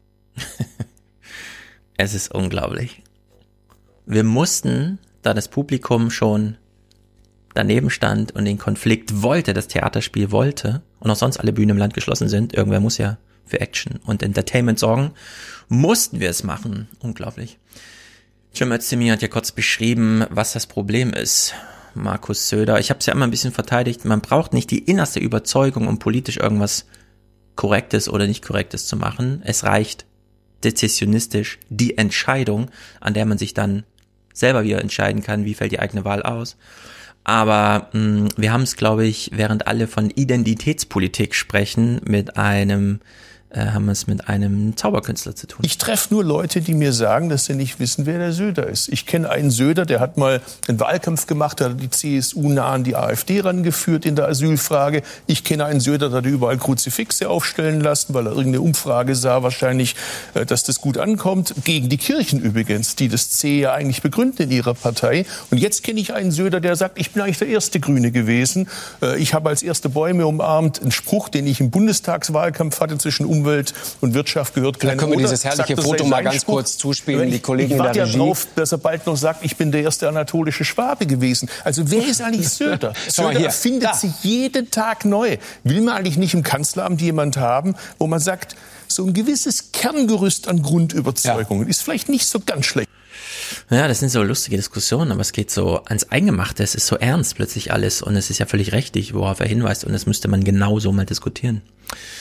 Es ist unglaublich. Wir mussten, da das Publikum schon daneben stand und den Konflikt wollte, das Theaterspiel wollte und auch sonst alle Bühnen im Land geschlossen sind, irgendwer muss ja für Action und Entertainment sorgen, mussten wir es machen. Unglaublich. Cem Özdemir hat ja kurz beschrieben, was das Problem ist. Markus Söder, ich habe es ja immer ein bisschen verteidigt, man braucht nicht die innerste Überzeugung, um politisch irgendwas Korrektes oder nicht Korrektes zu machen. Es reicht dezessionistisch die Entscheidung, an der man sich dann selber wieder entscheiden kann, wie fällt die eigene Wahl aus. Aber wir haben es, glaube ich, während alle von Identitätspolitik sprechen, haben wir es mit einem Zauberkünstler zu tun. Ich treffe nur Leute, die mir sagen, dass sie nicht wissen, wer der Söder ist. Ich kenne einen Söder, der hat mal einen Wahlkampf gemacht, der hat die CSU nah an die AfD rangeführt in der Asylfrage. Ich kenne einen Söder, der hat überall Kruzifixe aufstellen lassen, weil er irgendeine Umfrage sah, wahrscheinlich, dass das gut ankommt. Gegen die Kirchen übrigens, die das C ja eigentlich begründen in ihrer Partei. Und jetzt kenne ich einen Söder, der sagt, ich bin eigentlich der erste Grüne gewesen. Ich habe als erste Bäume umarmt. Ein Spruch, den ich im Bundestagswahlkampf hatte zwischen Umwelt und Wirtschaft gehört kein. Da können wir dieses herrliche Foto mal ganz kurz zuspielen. Die Kollegen in der Regie. Ich warte ja drauf, dass er bald noch sagt, ich bin der erste anatolische Schwabe gewesen. Also wer ist eigentlich Söder? Söder erfindet sich jeden Tag neu. Will man eigentlich nicht im Kanzleramt jemand haben, wo man sagt, so ein gewisses Kerngerüst an Grundüberzeugungen ist vielleicht nicht so ganz schlecht. Ja, das sind so lustige Diskussionen, aber es geht so ans Eingemachte. Es ist so ernst plötzlich alles und es ist ja völlig richtig, worauf er hinweist und das müsste man genauso mal diskutieren.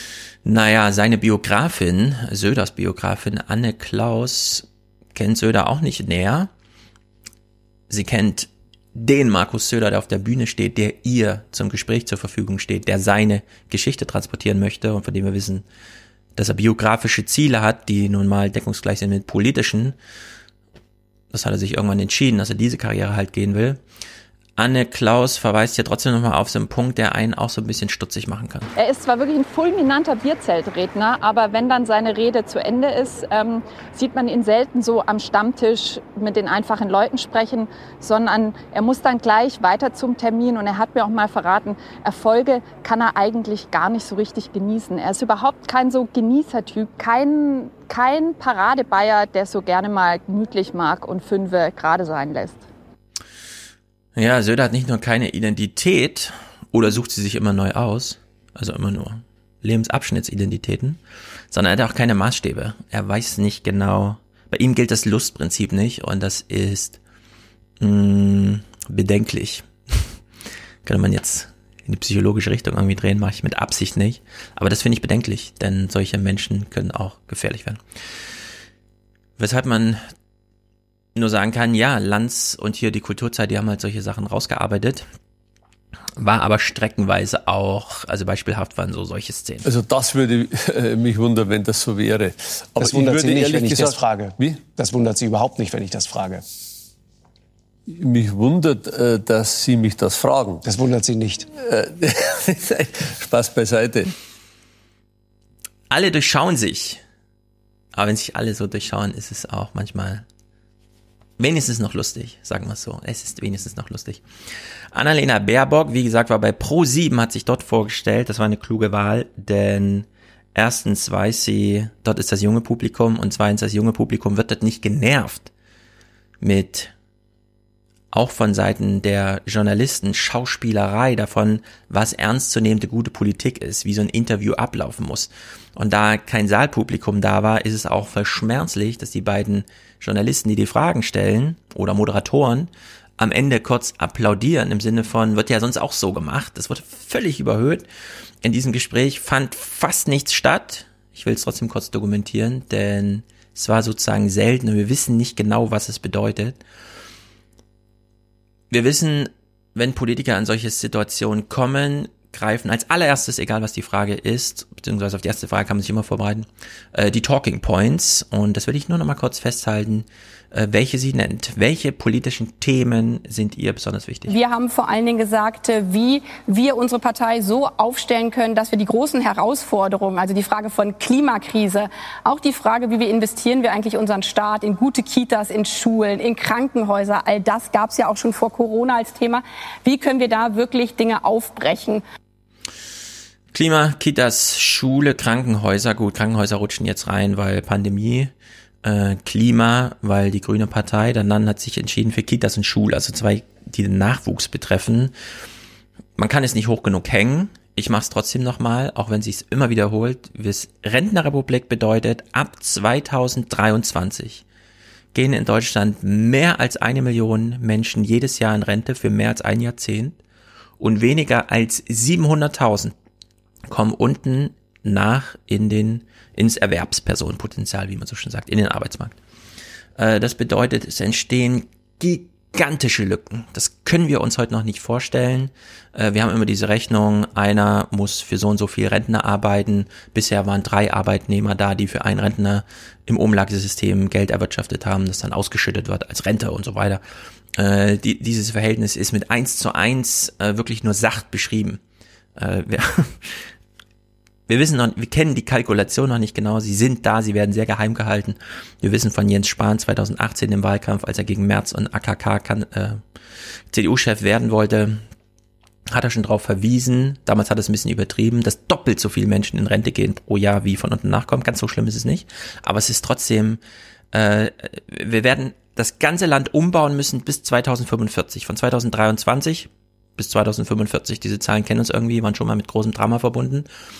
Naja, seine Biografin, Söders Biografin, Anne Klaus, kennt Söder auch nicht näher. Sie kennt den Markus Söder, der auf der Bühne steht, der ihr zum Gespräch zur Verfügung steht, der seine Geschichte transportieren möchte und von dem wir wissen, dass er biografische Ziele hat, die nun mal deckungsgleich sind mit politischen. Das hat er sich irgendwann entschieden, dass er diese Karriere halt gehen will. Anne Klaus verweist ja trotzdem nochmal auf so einen Punkt, der einen auch so ein bisschen stutzig machen kann. Er ist zwar wirklich ein fulminanter Bierzeltredner, aber wenn dann seine Rede zu Ende ist, sieht man ihn selten so am Stammtisch mit den einfachen Leuten sprechen, sondern er muss dann gleich weiter zum Termin. Und er hat mir auch mal verraten, Erfolge kann er eigentlich gar nicht so richtig genießen. Er ist überhaupt kein so Genießertyp, kein Paradebayer, der so gerne mal gemütlich mag und 5 gerade sein lässt. Ja, Söder hat nicht nur keine Identität oder sucht sie sich immer neu aus, also immer nur Lebensabschnittsidentitäten, sondern er hat auch keine Maßstäbe. Er weiß nicht genau, bei ihm gilt das Lustprinzip nicht und das ist bedenklich. Könnte man jetzt in die psychologische Richtung irgendwie drehen, mache ich mit Absicht nicht, aber das finde ich bedenklich, denn solche Menschen können auch gefährlich werden. Weshalb man nur sagen kann, ja, Lanz und hier die Kulturzeit, die haben halt solche Sachen rausgearbeitet, war aber streckenweise auch, also beispielhaft waren so solche Szenen. Also das würde mich wundern, wenn das so wäre. Aber das wundert Sie nicht, wenn ich gesagt, das frage. Wie? Das wundert Sie überhaupt nicht, wenn ich das frage. Mich wundert, dass Sie mich das fragen. Das wundert Sie nicht. Spaß beiseite. Alle durchschauen sich. Aber wenn sich alle so durchschauen, ist es auch manchmal wenigstens noch lustig, sagen wir es so. Es ist wenigstens noch lustig. Annalena Baerbock, wie gesagt, war bei Pro7, hat sich dort vorgestellt. Das war eine kluge Wahl, denn erstens weiß sie, dort ist das junge Publikum und zweitens, das junge Publikum wird dort nicht genervt mit, auch von Seiten der Journalisten, Schauspielerei davon, was ernstzunehmende gute Politik ist, wie so ein Interview ablaufen muss. Und da kein Saalpublikum da war, ist es auch verschmerzlich, dass die beiden Journalisten, die Fragen stellen oder Moderatoren, am Ende kurz applaudieren, im Sinne von, wird ja sonst auch so gemacht. Das wird völlig überhöht. In diesem Gespräch fand fast nichts statt. Ich will es trotzdem kurz dokumentieren, denn es war sozusagen selten und wir wissen nicht genau, was es bedeutet. Wir wissen, wenn Politiker an solche Situationen kommen, greifen als allererstes, egal was die Frage ist, beziehungsweise auf die erste Frage kann man sich immer vorbereiten, die Talking Points. Und das will ich nur noch mal kurz festhalten, welche sie nennt. Welche politischen Themen sind ihr besonders wichtig? Wir haben vor allen Dingen gesagt, wie wir unsere Partei so aufstellen können, dass wir die großen Herausforderungen, also die Frage von Klimakrise, auch die Frage, wie investieren wir eigentlich unseren Staat in gute Kitas, in Schulen, in Krankenhäuser, all das gab es ja auch schon vor Corona als Thema. Wie können wir da wirklich Dinge aufbrechen? Klima, Kitas, Schule, Krankenhäuser. Gut, Krankenhäuser rutschen jetzt rein, weil Pandemie. Klima, weil die Grüne Partei, dann hat sich entschieden für Kitas und Schule, also 2, die den Nachwuchs betreffen. Man kann es nicht hoch genug hängen. Ich mache es trotzdem nochmal, auch wenn sich es immer wiederholt. Rentenrepublik bedeutet, ab 2023 gehen in Deutschland mehr als 1 Million Menschen jedes Jahr in Rente für mehr als ein Jahrzehnt und weniger als 700.000 kommen unten nach ins Erwerbspersonenpotenzial, wie man so schön sagt, in den Arbeitsmarkt. Das bedeutet, es entstehen gigantische Lücken. Das können wir uns heute noch nicht vorstellen. Wir haben immer diese Rechnung, einer muss für so und so viel Rentner arbeiten. Bisher waren 3 Arbeitnehmer da, die für einen Rentner im Umlagesystem Geld erwirtschaftet haben, das dann ausgeschüttet wird als Rente und so weiter. Dieses Verhältnis ist mit 1:1 wirklich nur sacht beschrieben. Wir wissen noch, wir kennen die Kalkulation noch nicht genau. Sie sind da, sie werden sehr geheim gehalten. Wir wissen von Jens Spahn 2018 im Wahlkampf, als er gegen Merz und AKK CDU-Chef werden wollte, hat er schon darauf verwiesen. Damals hat er es ein bisschen übertrieben, dass doppelt so viele Menschen in Rente gehen pro Jahr, wie von unten nachkommen. Ganz so schlimm ist es nicht. Aber es ist trotzdem, wir werden das ganze Land umbauen müssen bis 2045. Von 2023 bis 2045. Diese Zahlen kennen uns irgendwie, waren schon mal mit großem Drama verbunden.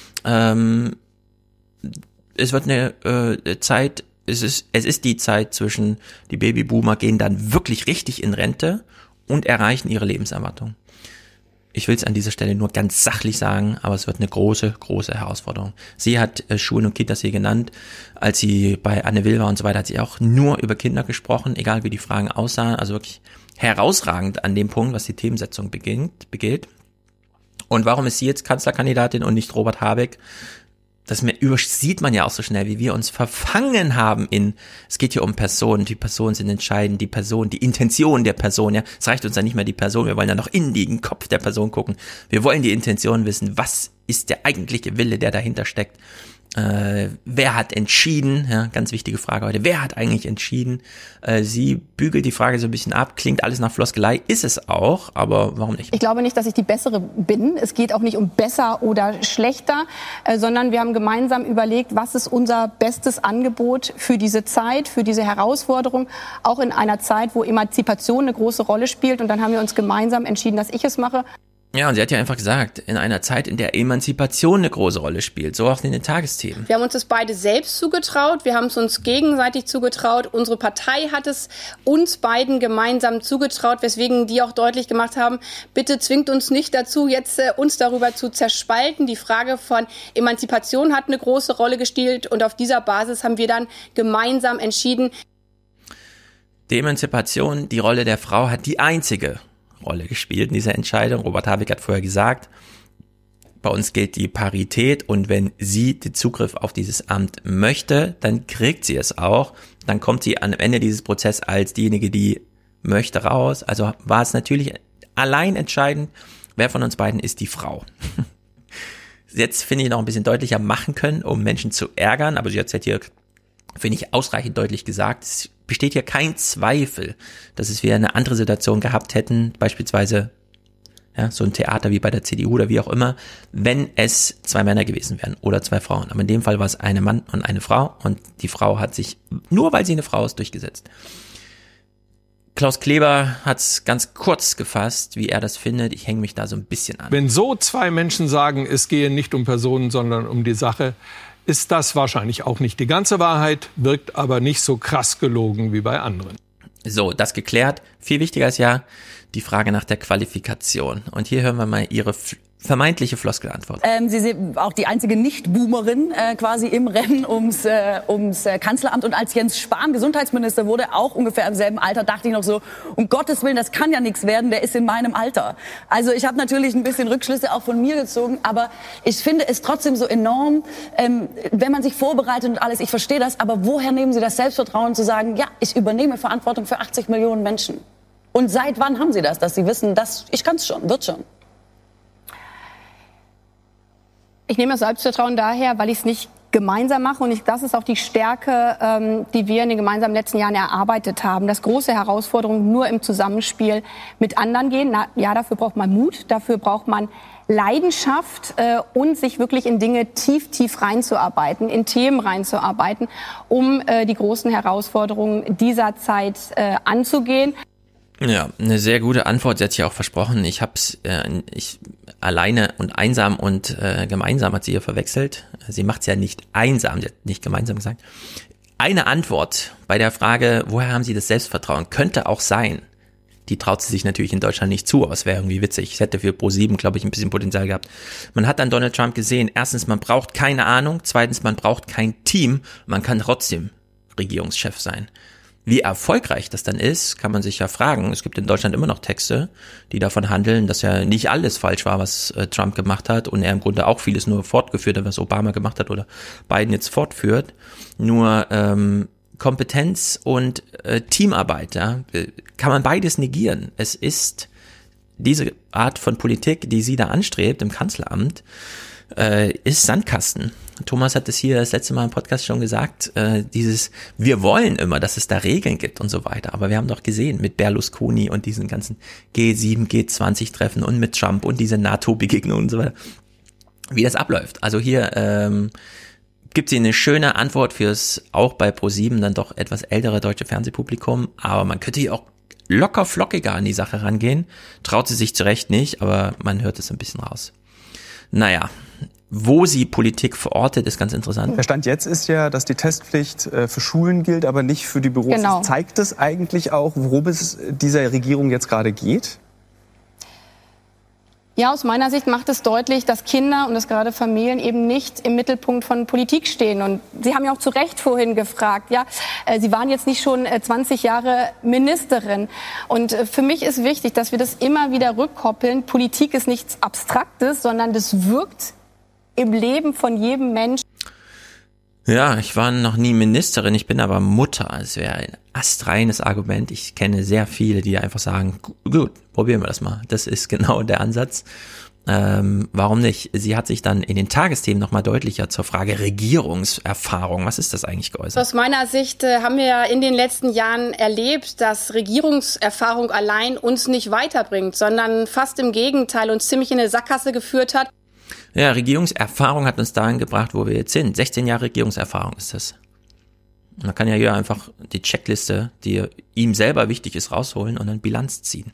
Es wird eine Zeit, es ist die Zeit zwischen, die Babyboomer gehen dann wirklich richtig in Rente und erreichen ihre Lebenserwartung. ich will es an dieser Stelle nur ganz sachlich sagen, aber es wird eine große, große Herausforderung. Sie hat Schulen und Kitas hier genannt. Als sie bei Anne Will war und so weiter, hat sie auch nur über Kinder gesprochen, egal wie die Fragen aussahen. Also wirklich herausragend an dem Punkt, was die Themensetzung begeht. Und warum ist sie jetzt Kanzlerkandidatin und nicht Robert Habeck? Das übersieht man ja auch so schnell, wie wir uns verfangen haben es geht hier um Personen, die Personen sind entscheidend, die Person, die Intention der Person, ja. Es reicht uns ja nicht mehr die Person, wir wollen ja noch in den Kopf der Person gucken. Wir wollen die Intention wissen, was ist der eigentliche Wille, der dahinter steckt. Wer hat entschieden? Ja, ganz wichtige Frage heute. Wer hat eigentlich entschieden? Sie bügelt die Frage so ein bisschen ab, klingt alles nach Floskelei, ist es auch, aber warum nicht? Ich glaube nicht, dass ich die Bessere bin. Es geht auch nicht um besser oder schlechter, sondern wir haben gemeinsam überlegt, was ist unser bestes Angebot für diese Zeit, für diese Herausforderung, auch in einer Zeit, wo Emanzipation eine große Rolle spielt. Und dann haben wir uns gemeinsam entschieden, dass ich es mache. Ja, und sie hat ja einfach gesagt, in einer Zeit, in der Emanzipation eine große Rolle spielt, so auch in den Tagesthemen. Wir haben uns das beide selbst zugetraut, wir haben es uns gegenseitig zugetraut, unsere Partei hat es uns beiden gemeinsam zugetraut, weswegen die auch deutlich gemacht haben, bitte zwingt uns nicht dazu, jetzt uns darüber zu zerspalten. Die Frage von Emanzipation hat eine große Rolle gespielt und auf dieser Basis haben wir dann gemeinsam entschieden. Die Emanzipation, die Rolle der Frau hat die einzige Rolle gespielt in dieser Entscheidung. Robert Habeck hat vorher gesagt, bei uns gilt die Parität und wenn sie den Zugriff auf dieses Amt möchte, dann kriegt sie es auch. Dann kommt sie am Ende dieses Prozesses als diejenige, die möchte, raus. Also war es natürlich allein entscheidend, wer von uns beiden ist die Frau. Jetzt finde ich noch ein bisschen deutlicher machen können, um Menschen zu ärgern, aber sie hat es hier, finde ich, ausreichend deutlich gesagt. Es besteht hier kein Zweifel, dass wir eine andere Situation gehabt hätten, beispielsweise ja, so ein Theater wie bei der CDU oder wie auch immer, wenn es 2 Männer gewesen wären oder 2 Frauen. Aber in dem Fall war es ein Mann und eine Frau und die Frau hat sich, nur weil sie eine Frau ist, durchgesetzt. Klaus Kleber hat es ganz kurz gefasst, wie er das findet. Ich hänge mich da so ein bisschen an. Wenn so 2 Menschen sagen, es gehe nicht um Personen, sondern um die Sache, ist das wahrscheinlich auch nicht die ganze Wahrheit, wirkt aber nicht so krass gelogen wie bei anderen. So, das geklärt. Viel wichtiger ist ja die Frage nach der Qualifikation. Und hier hören wir mal Ihre vermeintliche Floskelantwort. Sie sind auch die einzige Nicht-Boomerin quasi im Rennen ums Kanzleramt. Und als Jens Spahn Gesundheitsminister wurde, auch ungefähr im selben Alter, dachte ich noch so, um Gottes Willen, das kann ja nichts werden, der ist in meinem Alter. Also ich habe natürlich ein bisschen Rückschlüsse auch von mir gezogen, aber ich finde es trotzdem so enorm, wenn man sich vorbereitet und alles, ich verstehe das, aber woher nehmen Sie das Selbstvertrauen zu sagen, ja, ich übernehme Verantwortung für 80 Millionen Menschen? Und seit wann haben Sie das, dass Sie wissen, ich kann es schon, wird schon? Ich nehme das Selbstvertrauen daher, weil ich es nicht gemeinsam mache. Und das ist auch die Stärke, die wir in den gemeinsamen letzten Jahren erarbeitet haben. Dass große Herausforderungen nur im Zusammenspiel mit anderen gehen. Ja, dafür braucht man Mut, dafür braucht man Leidenschaft und sich wirklich in Dinge tief reinzuarbeiten, in Themen reinzuarbeiten, um die großen Herausforderungen dieser Zeit anzugehen. Ja, eine sehr gute Antwort. Sie hat sich auch versprochen. Ich hab's, alleine und einsam und gemeinsam hat sie hier verwechselt. Sie macht's ja nicht einsam, sie hat nicht gemeinsam gesagt. Eine Antwort bei der Frage, woher haben Sie das Selbstvertrauen, könnte auch sein. Die traut sie sich natürlich in Deutschland nicht zu, aber es wäre irgendwie witzig. Es hätte für Pro7, glaube ich, ein bisschen Potenzial gehabt. Man hat an Donald Trump gesehen, erstens, man braucht keine Ahnung, zweitens, man braucht kein Team, man kann trotzdem Regierungschef sein. Wie erfolgreich das dann ist, kann man sich ja fragen. Es gibt in Deutschland immer noch Texte, die davon handeln, dass ja nicht alles falsch war, was Trump gemacht hat und er im Grunde auch vieles nur fortgeführt hat, was Obama gemacht hat oder Biden jetzt fortführt. Nur Kompetenz und Teamarbeit, ja, kann man beides negieren. Es ist diese Art von Politik, die sie da anstrebt im Kanzleramt, ist Sandkasten. Thomas hat es hier das letzte Mal im Podcast schon gesagt, wir wollen immer, dass es da Regeln gibt und so weiter, aber wir haben doch gesehen mit Berlusconi und diesen ganzen G7, G20-Treffen und mit Trump und diese NATO-Begegnungen und so weiter, wie das abläuft. Also hier gibt sie eine schöne Antwort fürs auch bei Pro7 dann doch etwas ältere deutsche Fernsehpublikum, aber man könnte hier auch locker flockiger an die Sache rangehen, traut sie sich zu Recht nicht, aber man hört es ein bisschen raus. Naja, wo sie Politik verortet, ist ganz interessant. Der Stand jetzt ist ja, dass die Testpflicht für Schulen gilt, aber nicht für die Büros. Genau. Zeigt es eigentlich auch, worum es dieser Regierung jetzt gerade geht? Ja, aus meiner Sicht macht es deutlich, dass Kinder und dass gerade Familien eben nicht im Mittelpunkt von Politik stehen. Und Sie haben ja auch zu Recht vorhin gefragt, ja, Sie waren jetzt nicht schon 20 Jahre Ministerin. Und für mich ist wichtig, dass wir das immer wieder rückkoppeln. Politik ist nichts Abstraktes, sondern das wirkt im Leben von jedem Menschen. Ja, ich war noch nie Ministerin, ich bin aber Mutter. Es wäre ein astreines Argument. Ich kenne sehr viele, die einfach sagen, gut, probieren wir das mal. Das ist genau der Ansatz. Warum nicht? Sie hat sich dann in den Tagesthemen nochmal deutlicher zur Frage Regierungserfahrung. Was ist das eigentlich geäußert? Aus meiner Sicht haben wir ja in den letzten Jahren erlebt, dass Regierungserfahrung allein uns nicht weiterbringt, sondern fast im Gegenteil uns ziemlich in eine Sackgasse geführt hat. Ja, Regierungserfahrung hat uns dahin gebracht, wo wir jetzt sind. 16 Jahre Regierungserfahrung ist das. Man kann ja hier einfach die Checkliste, die ihm selber wichtig ist, rausholen und dann Bilanz ziehen.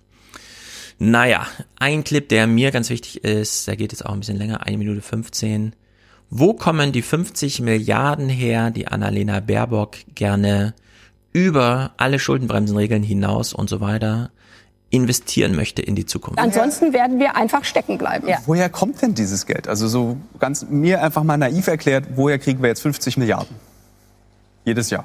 Naja, ein Clip, der mir ganz wichtig ist, der geht jetzt auch ein bisschen länger, 1 Minute 15. Wo kommen die 50 Milliarden her, die Annalena Baerbock gerne über alle Schuldenbremsenregeln hinaus und so weiter investieren möchte in die Zukunft? Ansonsten werden wir einfach stecken bleiben. Ja. Woher kommt denn dieses Geld? Also so ganz mir einfach mal naiv erklärt, woher kriegen wir jetzt 50 Milliarden? Jedes Jahr.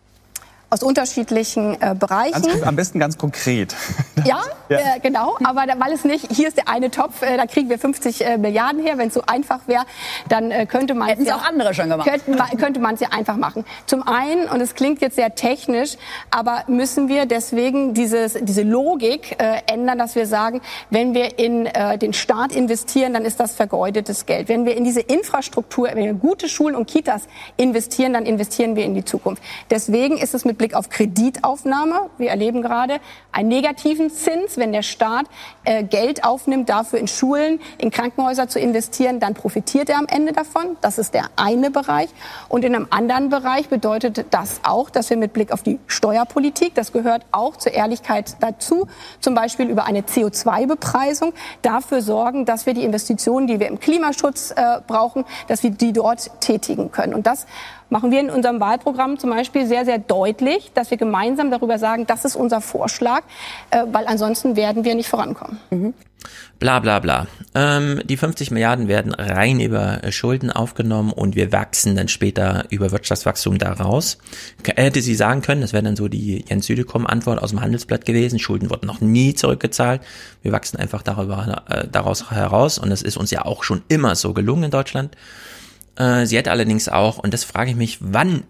Aus unterschiedlichen Bereichen. Am besten ganz konkret. Ja, genau. Aber weil es nicht, hier ist der eine Topf, da kriegen wir 50 Milliarden her. Wenn es so einfach wäre, dann könnte man es ja auch andere schon gemacht. Könnte man es ja einfach machen. Zum einen, und es klingt jetzt sehr technisch, aber müssen wir deswegen diese Logik ändern, dass wir sagen, wenn wir in den Staat investieren, dann ist das vergeudetes Geld. Wenn wir in diese Infrastruktur, wenn wir in gute Schulen und Kitas investieren, dann investieren wir in die Zukunft. Deswegen ist es mit Blick auf Kreditaufnahme, wir erleben gerade einen negativen Zins, wenn der Staat Geld aufnimmt, dafür in Schulen, in Krankenhäuser zu investieren, dann profitiert er am Ende davon. Das ist der eine Bereich. Und in einem anderen Bereich bedeutet das auch, dass wir mit Blick auf die Steuerpolitik, das gehört auch zur Ehrlichkeit dazu, zum Beispiel über eine CO2-Bepreisung, dafür sorgen, dass wir die Investitionen, die wir im Klimaschutz brauchen, dass wir die dort tätigen können. Und das machen wir in unserem Wahlprogramm zum Beispiel sehr, sehr deutlich, dass wir gemeinsam darüber sagen, das ist unser Vorschlag, weil ansonsten werden wir nicht vorankommen. Bla bla bla. Die 50 Milliarden werden rein über Schulden aufgenommen und wir wachsen dann später über Wirtschaftswachstum daraus. Hätte sie sagen können, das wäre dann so die Jens-Südekum-Antwort aus dem Handelsblatt gewesen, Schulden wurden noch nie zurückgezahlt, wir wachsen einfach daraus heraus und das ist uns ja auch schon immer so gelungen in Deutschland. Sie hätte allerdings auch, und das frage ich mich, wann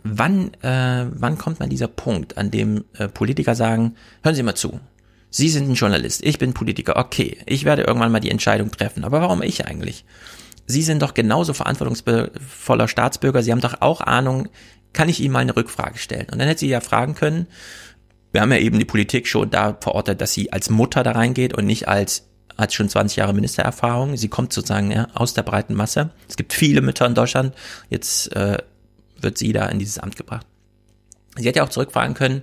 kommt mal dieser Punkt, an dem Politiker sagen, hören Sie mal zu, Sie sind ein Journalist, ich bin Politiker, okay, ich werde irgendwann mal die Entscheidung treffen, aber warum ich eigentlich? Sie sind doch genauso verantwortungsvoller Staatsbürger, Sie haben doch auch Ahnung, kann ich Ihnen mal eine Rückfrage stellen? Und dann hätte sie ja fragen können, wir haben ja eben die Politik schon da verortet, dass sie als Mutter da reingeht und nicht hat schon 20 Jahre Ministererfahrung. Sie kommt sozusagen aus der breiten Masse. Es gibt viele Mütter in Deutschland. Jetzt wird sie da in dieses Amt gebracht. Sie hätte ja auch zurückfragen können,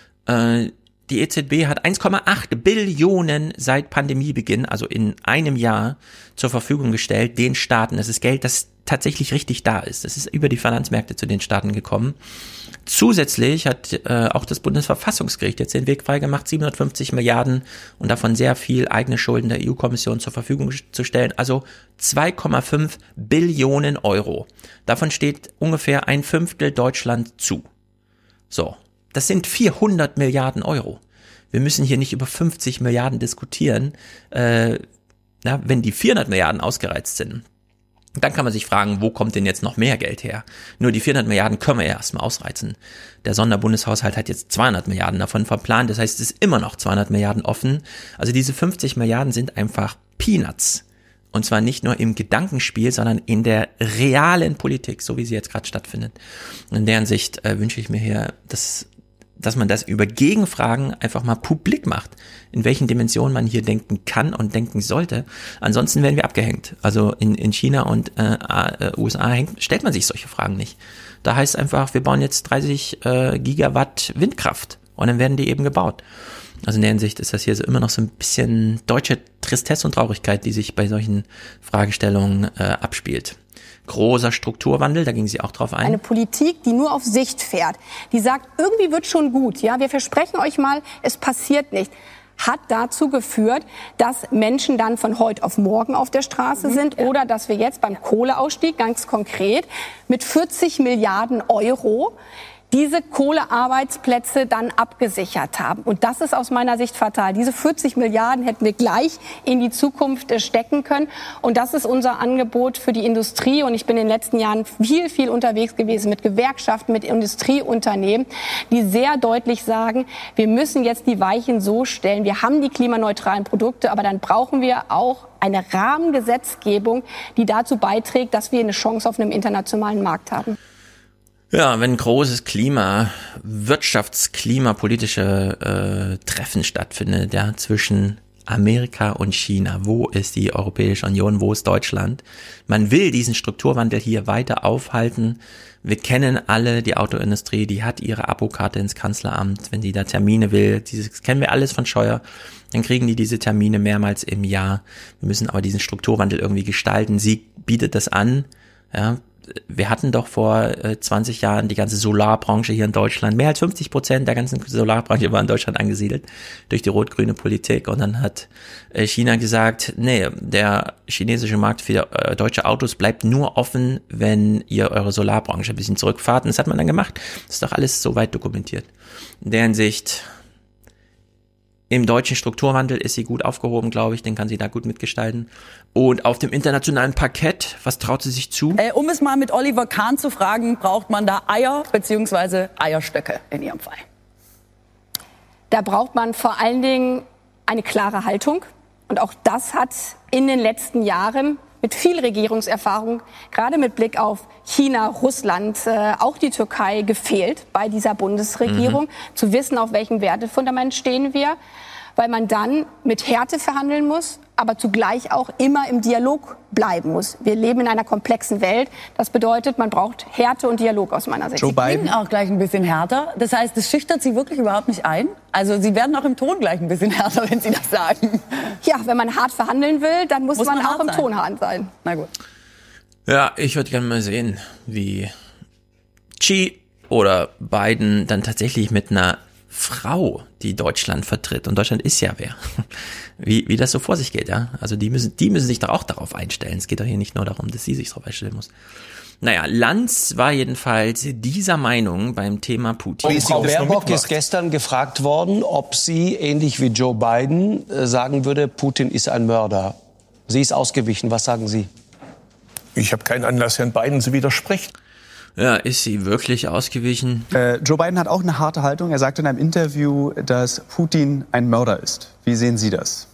die EZB hat 1,8 Billionen seit Pandemiebeginn, also in einem Jahr, zur Verfügung gestellt, den Staaten. Das ist Geld, das tatsächlich richtig da ist. Das ist über die Finanzmärkte zu den Staaten gekommen. Zusätzlich hat auch das Bundesverfassungsgericht jetzt den Weg freigemacht, 750 Milliarden und davon sehr viel eigene Schulden der EU-Kommission zur Verfügung zu stellen. Also 2,5 Billionen Euro. Davon steht ungefähr 1/5 Deutschland zu. So, das sind 400 Milliarden Euro. Wir müssen hier nicht über 50 Milliarden diskutieren. Wenn die 400 Milliarden ausgereizt sind, dann kann man sich fragen, wo kommt denn jetzt noch mehr Geld her? Nur die 400 Milliarden können wir ja erstmal ausreizen. Der Sonderbundeshaushalt hat jetzt 200 Milliarden davon verplant. Das heißt, es ist immer noch 200 Milliarden offen. Also diese 50 Milliarden sind einfach Peanuts. Und zwar nicht nur im Gedankenspiel, sondern in der realen Politik, so wie sie jetzt gerade stattfindet. Und in deren Sicht wünsche ich mir hier, dass man das über Gegenfragen einfach mal publik macht, in welchen Dimensionen man hier denken kann und denken sollte. Ansonsten werden wir abgehängt. Also in China und USA stellt man sich solche Fragen nicht. Da heißt einfach, wir bauen jetzt 30 Gigawatt Windkraft und dann werden die eben gebaut. Also in der Hinsicht ist das hier so immer noch so ein bisschen deutsche Tristesse und Traurigkeit, die sich bei solchen Fragestellungen abspielt. Großer Strukturwandel, da ging sie auch drauf ein. Eine Politik, die nur auf Sicht fährt, die sagt, irgendwie wird schon gut, ja, wir versprechen euch mal, es passiert nicht. hat dazu geführt, dass Menschen dann von heute auf morgen auf der Straße sind oder dass wir jetzt beim Kohleausstieg ganz konkret mit 40 Milliarden Euro diese Kohlearbeitsplätze dann abgesichert haben. Und das ist aus meiner Sicht fatal. Diese 40 Milliarden hätten wir gleich in die Zukunft stecken können. Und das ist unser Angebot für die Industrie. Und ich bin in den letzten Jahren viel unterwegs gewesen mit Gewerkschaften, mit Industrieunternehmen, die sehr deutlich sagen, wir müssen jetzt die Weichen so stellen. Wir haben die klimaneutralen Produkte, aber dann brauchen wir auch eine Rahmengesetzgebung, die dazu beiträgt, dass wir eine Chance auf einem internationalen Markt haben. Ja, wenn großes klimapolitische Treffen stattfindet, ja, zwischen Amerika und China, wo ist die Europäische Union, wo ist Deutschland? Man will diesen Strukturwandel hier weiter aufhalten. Wir kennen alle die Autoindustrie, die hat ihre Abokarte ins Kanzleramt, wenn die da Termine will. Das kennen wir alles von Scheuer. Dann kriegen die diese Termine mehrmals im Jahr. Wir müssen aber diesen Strukturwandel irgendwie gestalten. Sie bietet das an, ja. Wir hatten doch vor 20 Jahren die ganze Solarbranche hier in Deutschland. Mehr als 50% der ganzen Solarbranche war in Deutschland angesiedelt durch die rot-grüne Politik. Und dann hat China gesagt, nee, der chinesische Markt für deutsche Autos bleibt nur offen, wenn ihr eure Solarbranche ein bisschen zurückfahrt. Und das hat man dann gemacht. Das ist doch alles soweit dokumentiert. In der Hinsicht, im deutschen Strukturwandel ist sie gut aufgehoben, glaube ich, den kann sie da gut mitgestalten. Und auf dem internationalen Parkett, was traut sie sich zu? Um es mal mit Oliver Kahn zu fragen, braucht man da Eier bzw. Eierstöcke in Ihrem Fall? Da braucht man vor allen Dingen eine klare Haltung. Und auch das hat in den letzten Jahren mit viel Regierungserfahrung, gerade mit Blick auf China, Russland, auch die Türkei gefehlt bei dieser Bundesregierung, zu wissen, auf welchem Wertefundament stehen wir, weil man dann mit Härte verhandeln muss, aber zugleich auch immer im Dialog bleiben muss. Wir leben in einer komplexen Welt. Das bedeutet, man braucht Härte und Dialog aus meiner Sicht. Sie klingen auch gleich ein bisschen härter. Das heißt, das schüchtert Sie wirklich überhaupt nicht ein? Also Sie werden auch im Ton gleich ein bisschen härter, wenn Sie das sagen. Ja, wenn man hart verhandeln will, dann muss man auch im Ton hart sein. Na gut. Ja, ich würde gerne mal sehen, wie Xi oder Biden dann tatsächlich mit einer Frau, die Deutschland vertritt, und Deutschland ist ja wer, wie das so vor sich geht, ja. Also die müssen sich doch auch darauf einstellen. Es geht doch hier nicht nur darum, dass sie sich darauf einstellen muss. Naja, Lanz war jedenfalls dieser Meinung beim Thema Putin. Und Frau Baerbock ist gestern gefragt worden, ob sie, ähnlich wie Joe Biden, sagen würde, Putin ist ein Mörder. Sie ist ausgewichen. Was sagen Sie? Ich habe keinen Anlass, Herrn Biden zu widersprechen. Ja, ist sie wirklich ausgewichen? Joe Biden hat auch eine harte Haltung. Er sagte in einem Interview, dass Putin ein Mörder ist. Wie sehen Sie das?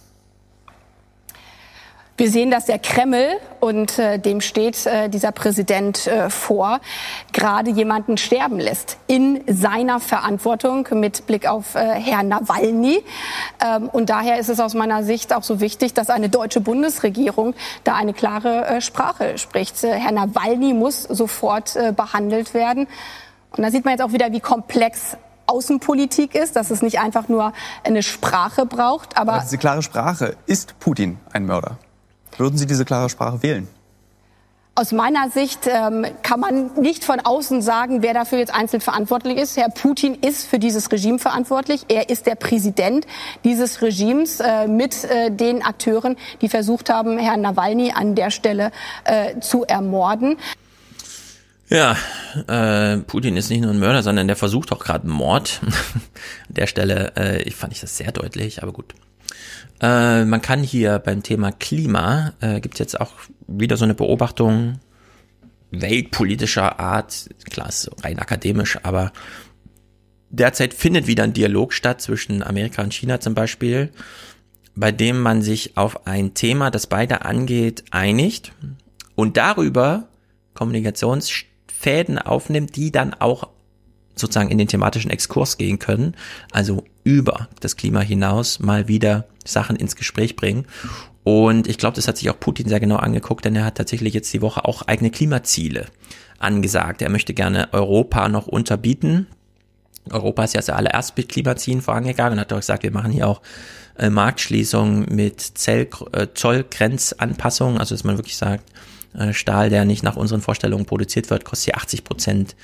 Wir sehen, dass der Kreml, und dem steht dieser Präsident vor, gerade jemanden sterben lässt in seiner Verantwortung mit Blick auf Herrn Nawalny. Und daher ist es aus meiner Sicht auch so wichtig, dass eine deutsche Bundesregierung da eine klare Sprache spricht. Herr Nawalny muss sofort behandelt werden. Und da sieht man jetzt auch wieder, wie komplex Außenpolitik ist, dass es nicht einfach nur eine Sprache braucht. Aber diese klare Sprache, ist Putin ein Mörder? Würden Sie diese klare Sprache wählen? Aus meiner Sicht kann man nicht von außen sagen, wer dafür jetzt einzeln verantwortlich ist. Herr Putin ist für dieses Regime verantwortlich. Er ist der Präsident dieses Regimes mit den Akteuren, die versucht haben, Herrn Nawalny an der Stelle zu ermorden. Ja, Putin ist nicht nur ein Mörder, sondern der versucht auch gerade einen Mord. An der Stelle fand ich das sehr deutlich, aber gut. Man kann hier beim Thema Klima, gibt es jetzt auch wieder so eine Beobachtung weltpolitischer Art, klar, ist so rein akademisch, aber derzeit findet wieder ein Dialog statt zwischen Amerika und China zum Beispiel, bei dem man sich auf ein Thema, das beide angeht, einigt und darüber Kommunikationsfäden aufnimmt, die dann auch sozusagen in den thematischen Exkurs gehen können, also über das Klima hinaus mal wieder Sachen ins Gespräch bringen. Und ich glaube, das hat sich auch Putin sehr genau angeguckt, denn er hat tatsächlich jetzt die Woche auch eigene Klimaziele angesagt. Er möchte gerne Europa noch unterbieten. Europa ist ja zuallererst mit Klimazielen vorangegangen und hat doch gesagt, wir machen hier auch Marktschließungen mit Zollgrenzanpassungen, also dass man wirklich sagt, Stahl, der nicht nach unseren Vorstellungen produziert wird, kostet hier 80%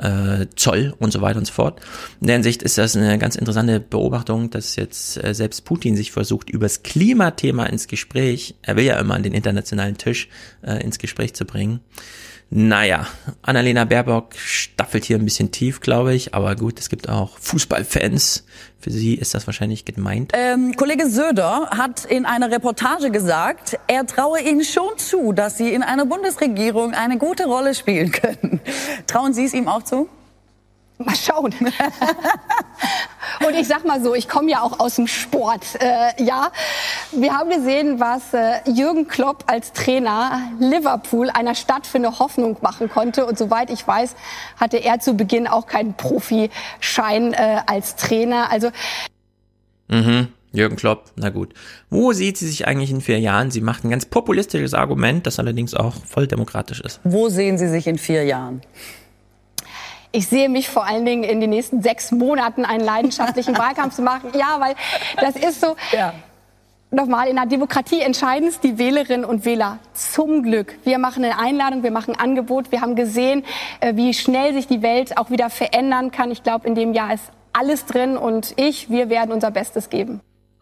Zoll und so weiter und so fort. In der Hinsicht ist das eine ganz interessante Beobachtung, dass jetzt selbst Putin sich versucht, übers Klimathema ins Gespräch, er will ja immer an den internationalen Tisch, ins Gespräch zu bringen. Naja, Annalena Baerbock staffelt hier ein bisschen tief, glaube ich, aber gut, es gibt auch Fußballfans. Für sie ist das wahrscheinlich gemeint. Kollege Söder hat in einer Reportage gesagt, er traue ihnen schon zu, dass sie in einer Bundesregierung eine gute Rolle spielen können. Trauen Sie es ihm auch zu? Mal schauen. Und ich sag mal so, ich komme ja auch aus dem Sport. Ja, wir haben gesehen, was Jürgen Klopp als Trainer Liverpool, einer Stadt, für eine Hoffnung machen konnte. Und soweit ich weiß, hatte er zu Beginn auch keinen Profischein als Trainer. Also Jürgen Klopp, na gut. Wo sieht sie sich eigentlich in 4 Jahren? Sie macht ein ganz populistisches Argument, das allerdings auch voll demokratisch ist. Wo sehen Sie sich in 4 Jahren? Ich sehe mich vor allen Dingen in den nächsten 6 Monaten einen leidenschaftlichen Wahlkampf zu machen. Ja, weil das ist so, nochmal, in der Demokratie entscheiden es die Wählerinnen und Wähler zum Glück. Wir machen eine Einladung, wir machen ein Angebot. Wir haben gesehen, wie schnell sich die Welt auch wieder verändern kann. Ich glaube, in dem Jahr ist alles drin und wir werden unser Bestes geben.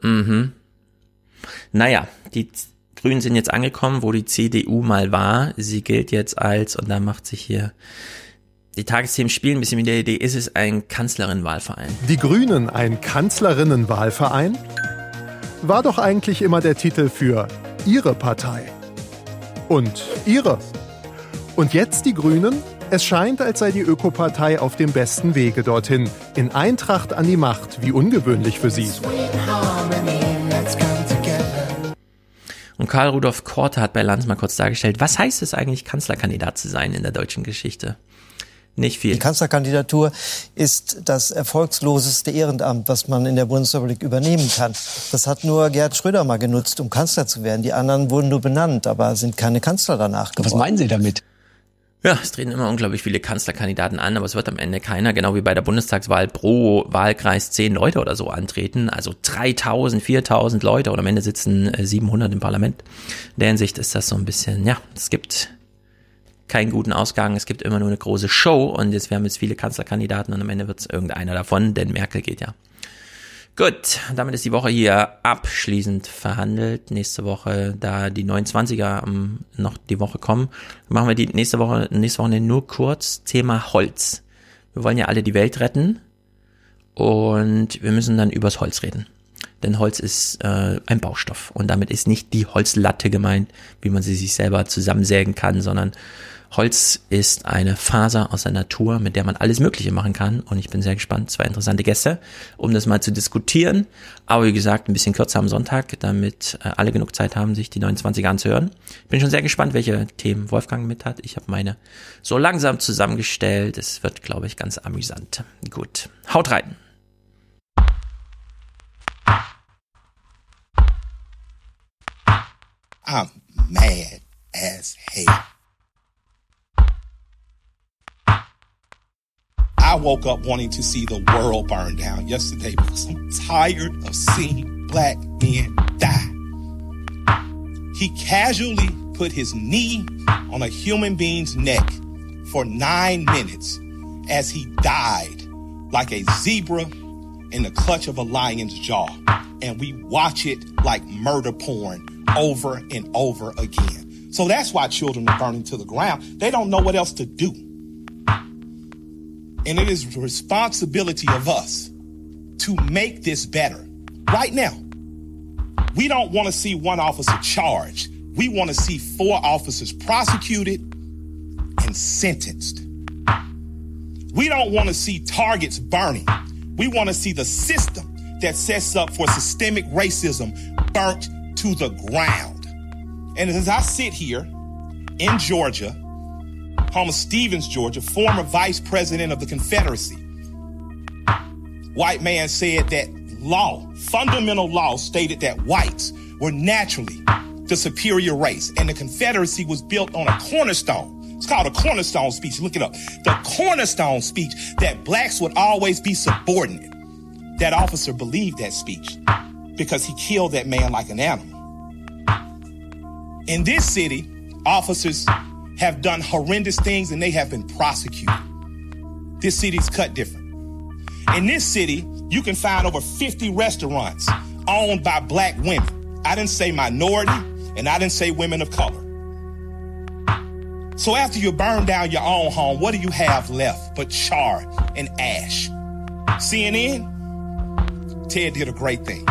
Naja, die Grünen sind jetzt angekommen, wo die CDU mal war. Sie gilt jetzt als, und da macht sich hier die Tagesthemen spielen ein bisschen mit der Idee, ist es ein Kanzlerinnenwahlverein? Die Grünen ein Kanzlerinnenwahlverein? War doch eigentlich immer der Titel für Ihre Partei. Und Ihre. Und jetzt die Grünen? Es scheint, als sei die Ökopartei auf dem besten Wege dorthin. In Eintracht an die Macht, wie ungewöhnlich für sie. Und Karl Rudolf Korte hat bei Lanz mal kurz dargestellt, was heißt es eigentlich, Kanzlerkandidat zu sein in der deutschen Geschichte? Nicht viel. Die Kanzlerkandidatur ist das erfolgsloseste Ehrenamt, was man in der Bundesrepublik übernehmen kann. Das hat nur Gerhard Schröder mal genutzt, um Kanzler zu werden. Die anderen wurden nur benannt, aber sind keine Kanzler danach geworden. Was meinen Sie damit? Ja, es treten immer unglaublich viele Kanzlerkandidaten an, aber es wird am Ende keiner, genau wie bei der Bundestagswahl, pro Wahlkreis 10 Leute oder so antreten. Also 3.000, 4.000 Leute und am Ende sitzen 700 im Parlament. In der Hinsicht ist das so ein bisschen, ja, es gibt keinen guten Ausgang, es gibt immer nur eine große Show und wir haben jetzt viele Kanzlerkandidaten und am Ende wird es irgendeiner davon, denn Merkel geht ja. Gut, damit ist die Woche hier abschließend verhandelt. Nächste Woche, da die 29er noch die Woche kommen, machen wir die nächste Woche nur kurz. Thema Holz. Wir wollen ja alle die Welt retten und wir müssen dann übers Holz reden. Denn Holz ist ein Baustoff und damit ist nicht die Holzlatte gemeint, wie man sie sich selber zusammensägen kann, sondern Holz ist eine Faser aus der Natur, mit der man alles Mögliche machen kann und ich bin sehr gespannt, 2 interessante Gäste, um das mal zu diskutieren, aber wie gesagt, ein bisschen kürzer am Sonntag, damit alle genug Zeit haben, sich die 29er anzuhören. Ich bin schon sehr gespannt, welche Themen Wolfgang mit hat. Ich habe meine so langsam zusammengestellt, es wird, glaube ich, ganz amüsant. Gut, haut rein! I'm mad as hell. I woke up wanting to see the world burn down yesterday because I'm tired of seeing black men die. He casually put his knee on a human being's neck for 9 minutes as he died like a zebra in the clutch of a lion's jaw. And we watch it like murder porn over and over again. So that's why children are burning to the ground. They don't know what else to do. And it is the responsibility of us to make this better. Right now, we don't want to see 1 officer charged. We want to see 4 officers prosecuted and sentenced. We don't want to see targets burning. We want to see the system that sets up for systemic racism burnt to the ground. And as I sit here in Georgia, home of Stevens, Georgia, former vice president of the Confederacy, white man said that law, fundamental law, stated that whites were naturally the superior race. And the Confederacy was built on a cornerstone. It's called a cornerstone speech. Look it up. The cornerstone speech that blacks would always be subordinate. That officer believed that speech because he killed that man like an animal. In this city, officers have done horrendous things and they have been prosecuted. This city's cut different. In this city, you can find over 50 restaurants owned by black women. I didn't say minority, and I didn't say women of color. So after you burn down your own home, what do you have left but char and ash? CNN? Ted did a great thing.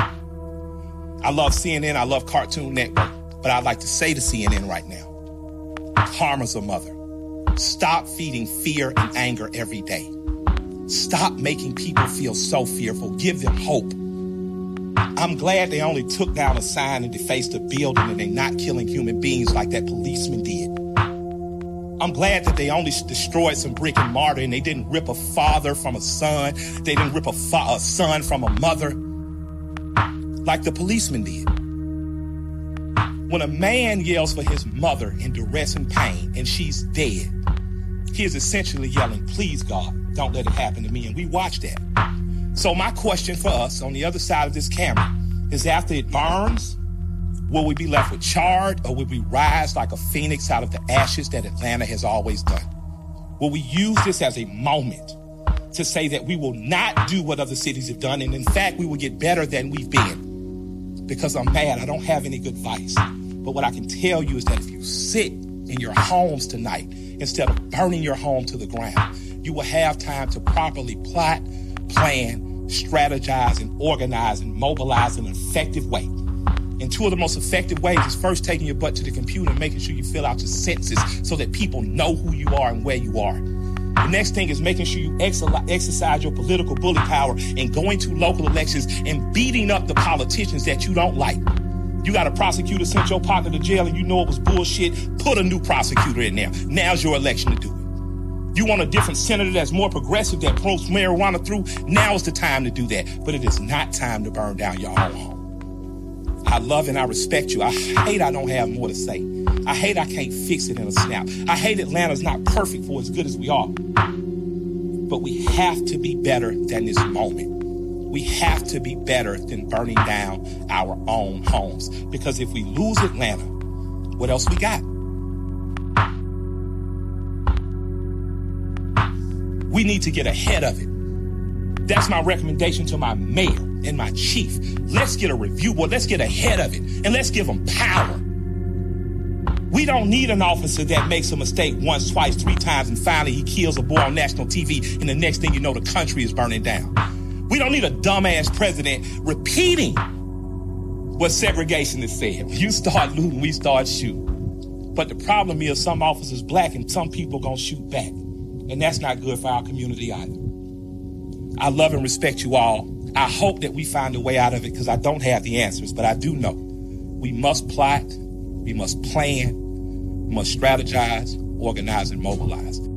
I love CNN, I love Cartoon Network, but I'd like to say to CNN right now, karma's a mother. Stop feeding fear and anger every day. Stop making people feel so fearful. Give them hope. I'm glad they only took down a sign and defaced a building and they're not killing human beings like that policeman did. I'm glad that they only destroyed some brick and mortar and they didn't rip a father from a son. They didn't rip a son from a mother like the policeman did. When a man yells for his mother in duress and pain and she's dead, he is essentially yelling, please, God, don't let it happen to me. And we watch that. So my question for us on the other side of this camera is after it burns, will we be left with charred or will we rise like a phoenix out of the ashes that Atlanta has always done? Will we use this as a moment to say that we will not do what other cities have done and in fact we will get better than we've been? Because I'm mad, I don't have any good advice. But what I can tell you is that if you sit in your homes tonight instead of burning your home to the ground, you will have time to properly plot, plan, strategize, and organize and mobilize in an effective way. And two of the most effective ways is first taking your butt to the computer and making sure you fill out your census so that people know who you are and where you are. The next thing is making sure you exercise your political bully power and going to local elections and beating up the politicians that you don't like. You got a prosecutor sent your partner to jail and you know it was bullshit, put a new prosecutor in there. Now's your election to do it. You want a different senator that's more progressive, that promotes marijuana through, now is the time to do that. But it is not time to burn down your own home. I love and I respect you. I hate I don't have more to say. I hate I can't fix it in a snap. I hate Atlanta's not perfect for as good as we are. But we have to be better than this moment. We have to be better than burning down our own homes. Because if we lose Atlanta, what else we got? We need to get ahead of it. That's my recommendation to my mayor and my chief. Let's get a review board. Let's get ahead of it. And let's give them power. We don't need an officer that makes a mistake once, twice, 3 times, and finally he kills a boy on national TV, and the next thing you know, the country is burning down. We don't need a dumbass president repeating what segregationists said. When you start looting, we start shooting. But the problem is some officers black and some people gonna shoot back. And that's not good for our community either. I love and respect you all. I hope that we find a way out of it because I don't have the answers, but I do know we must plot, we must plan, we must strategize, organize, and mobilize.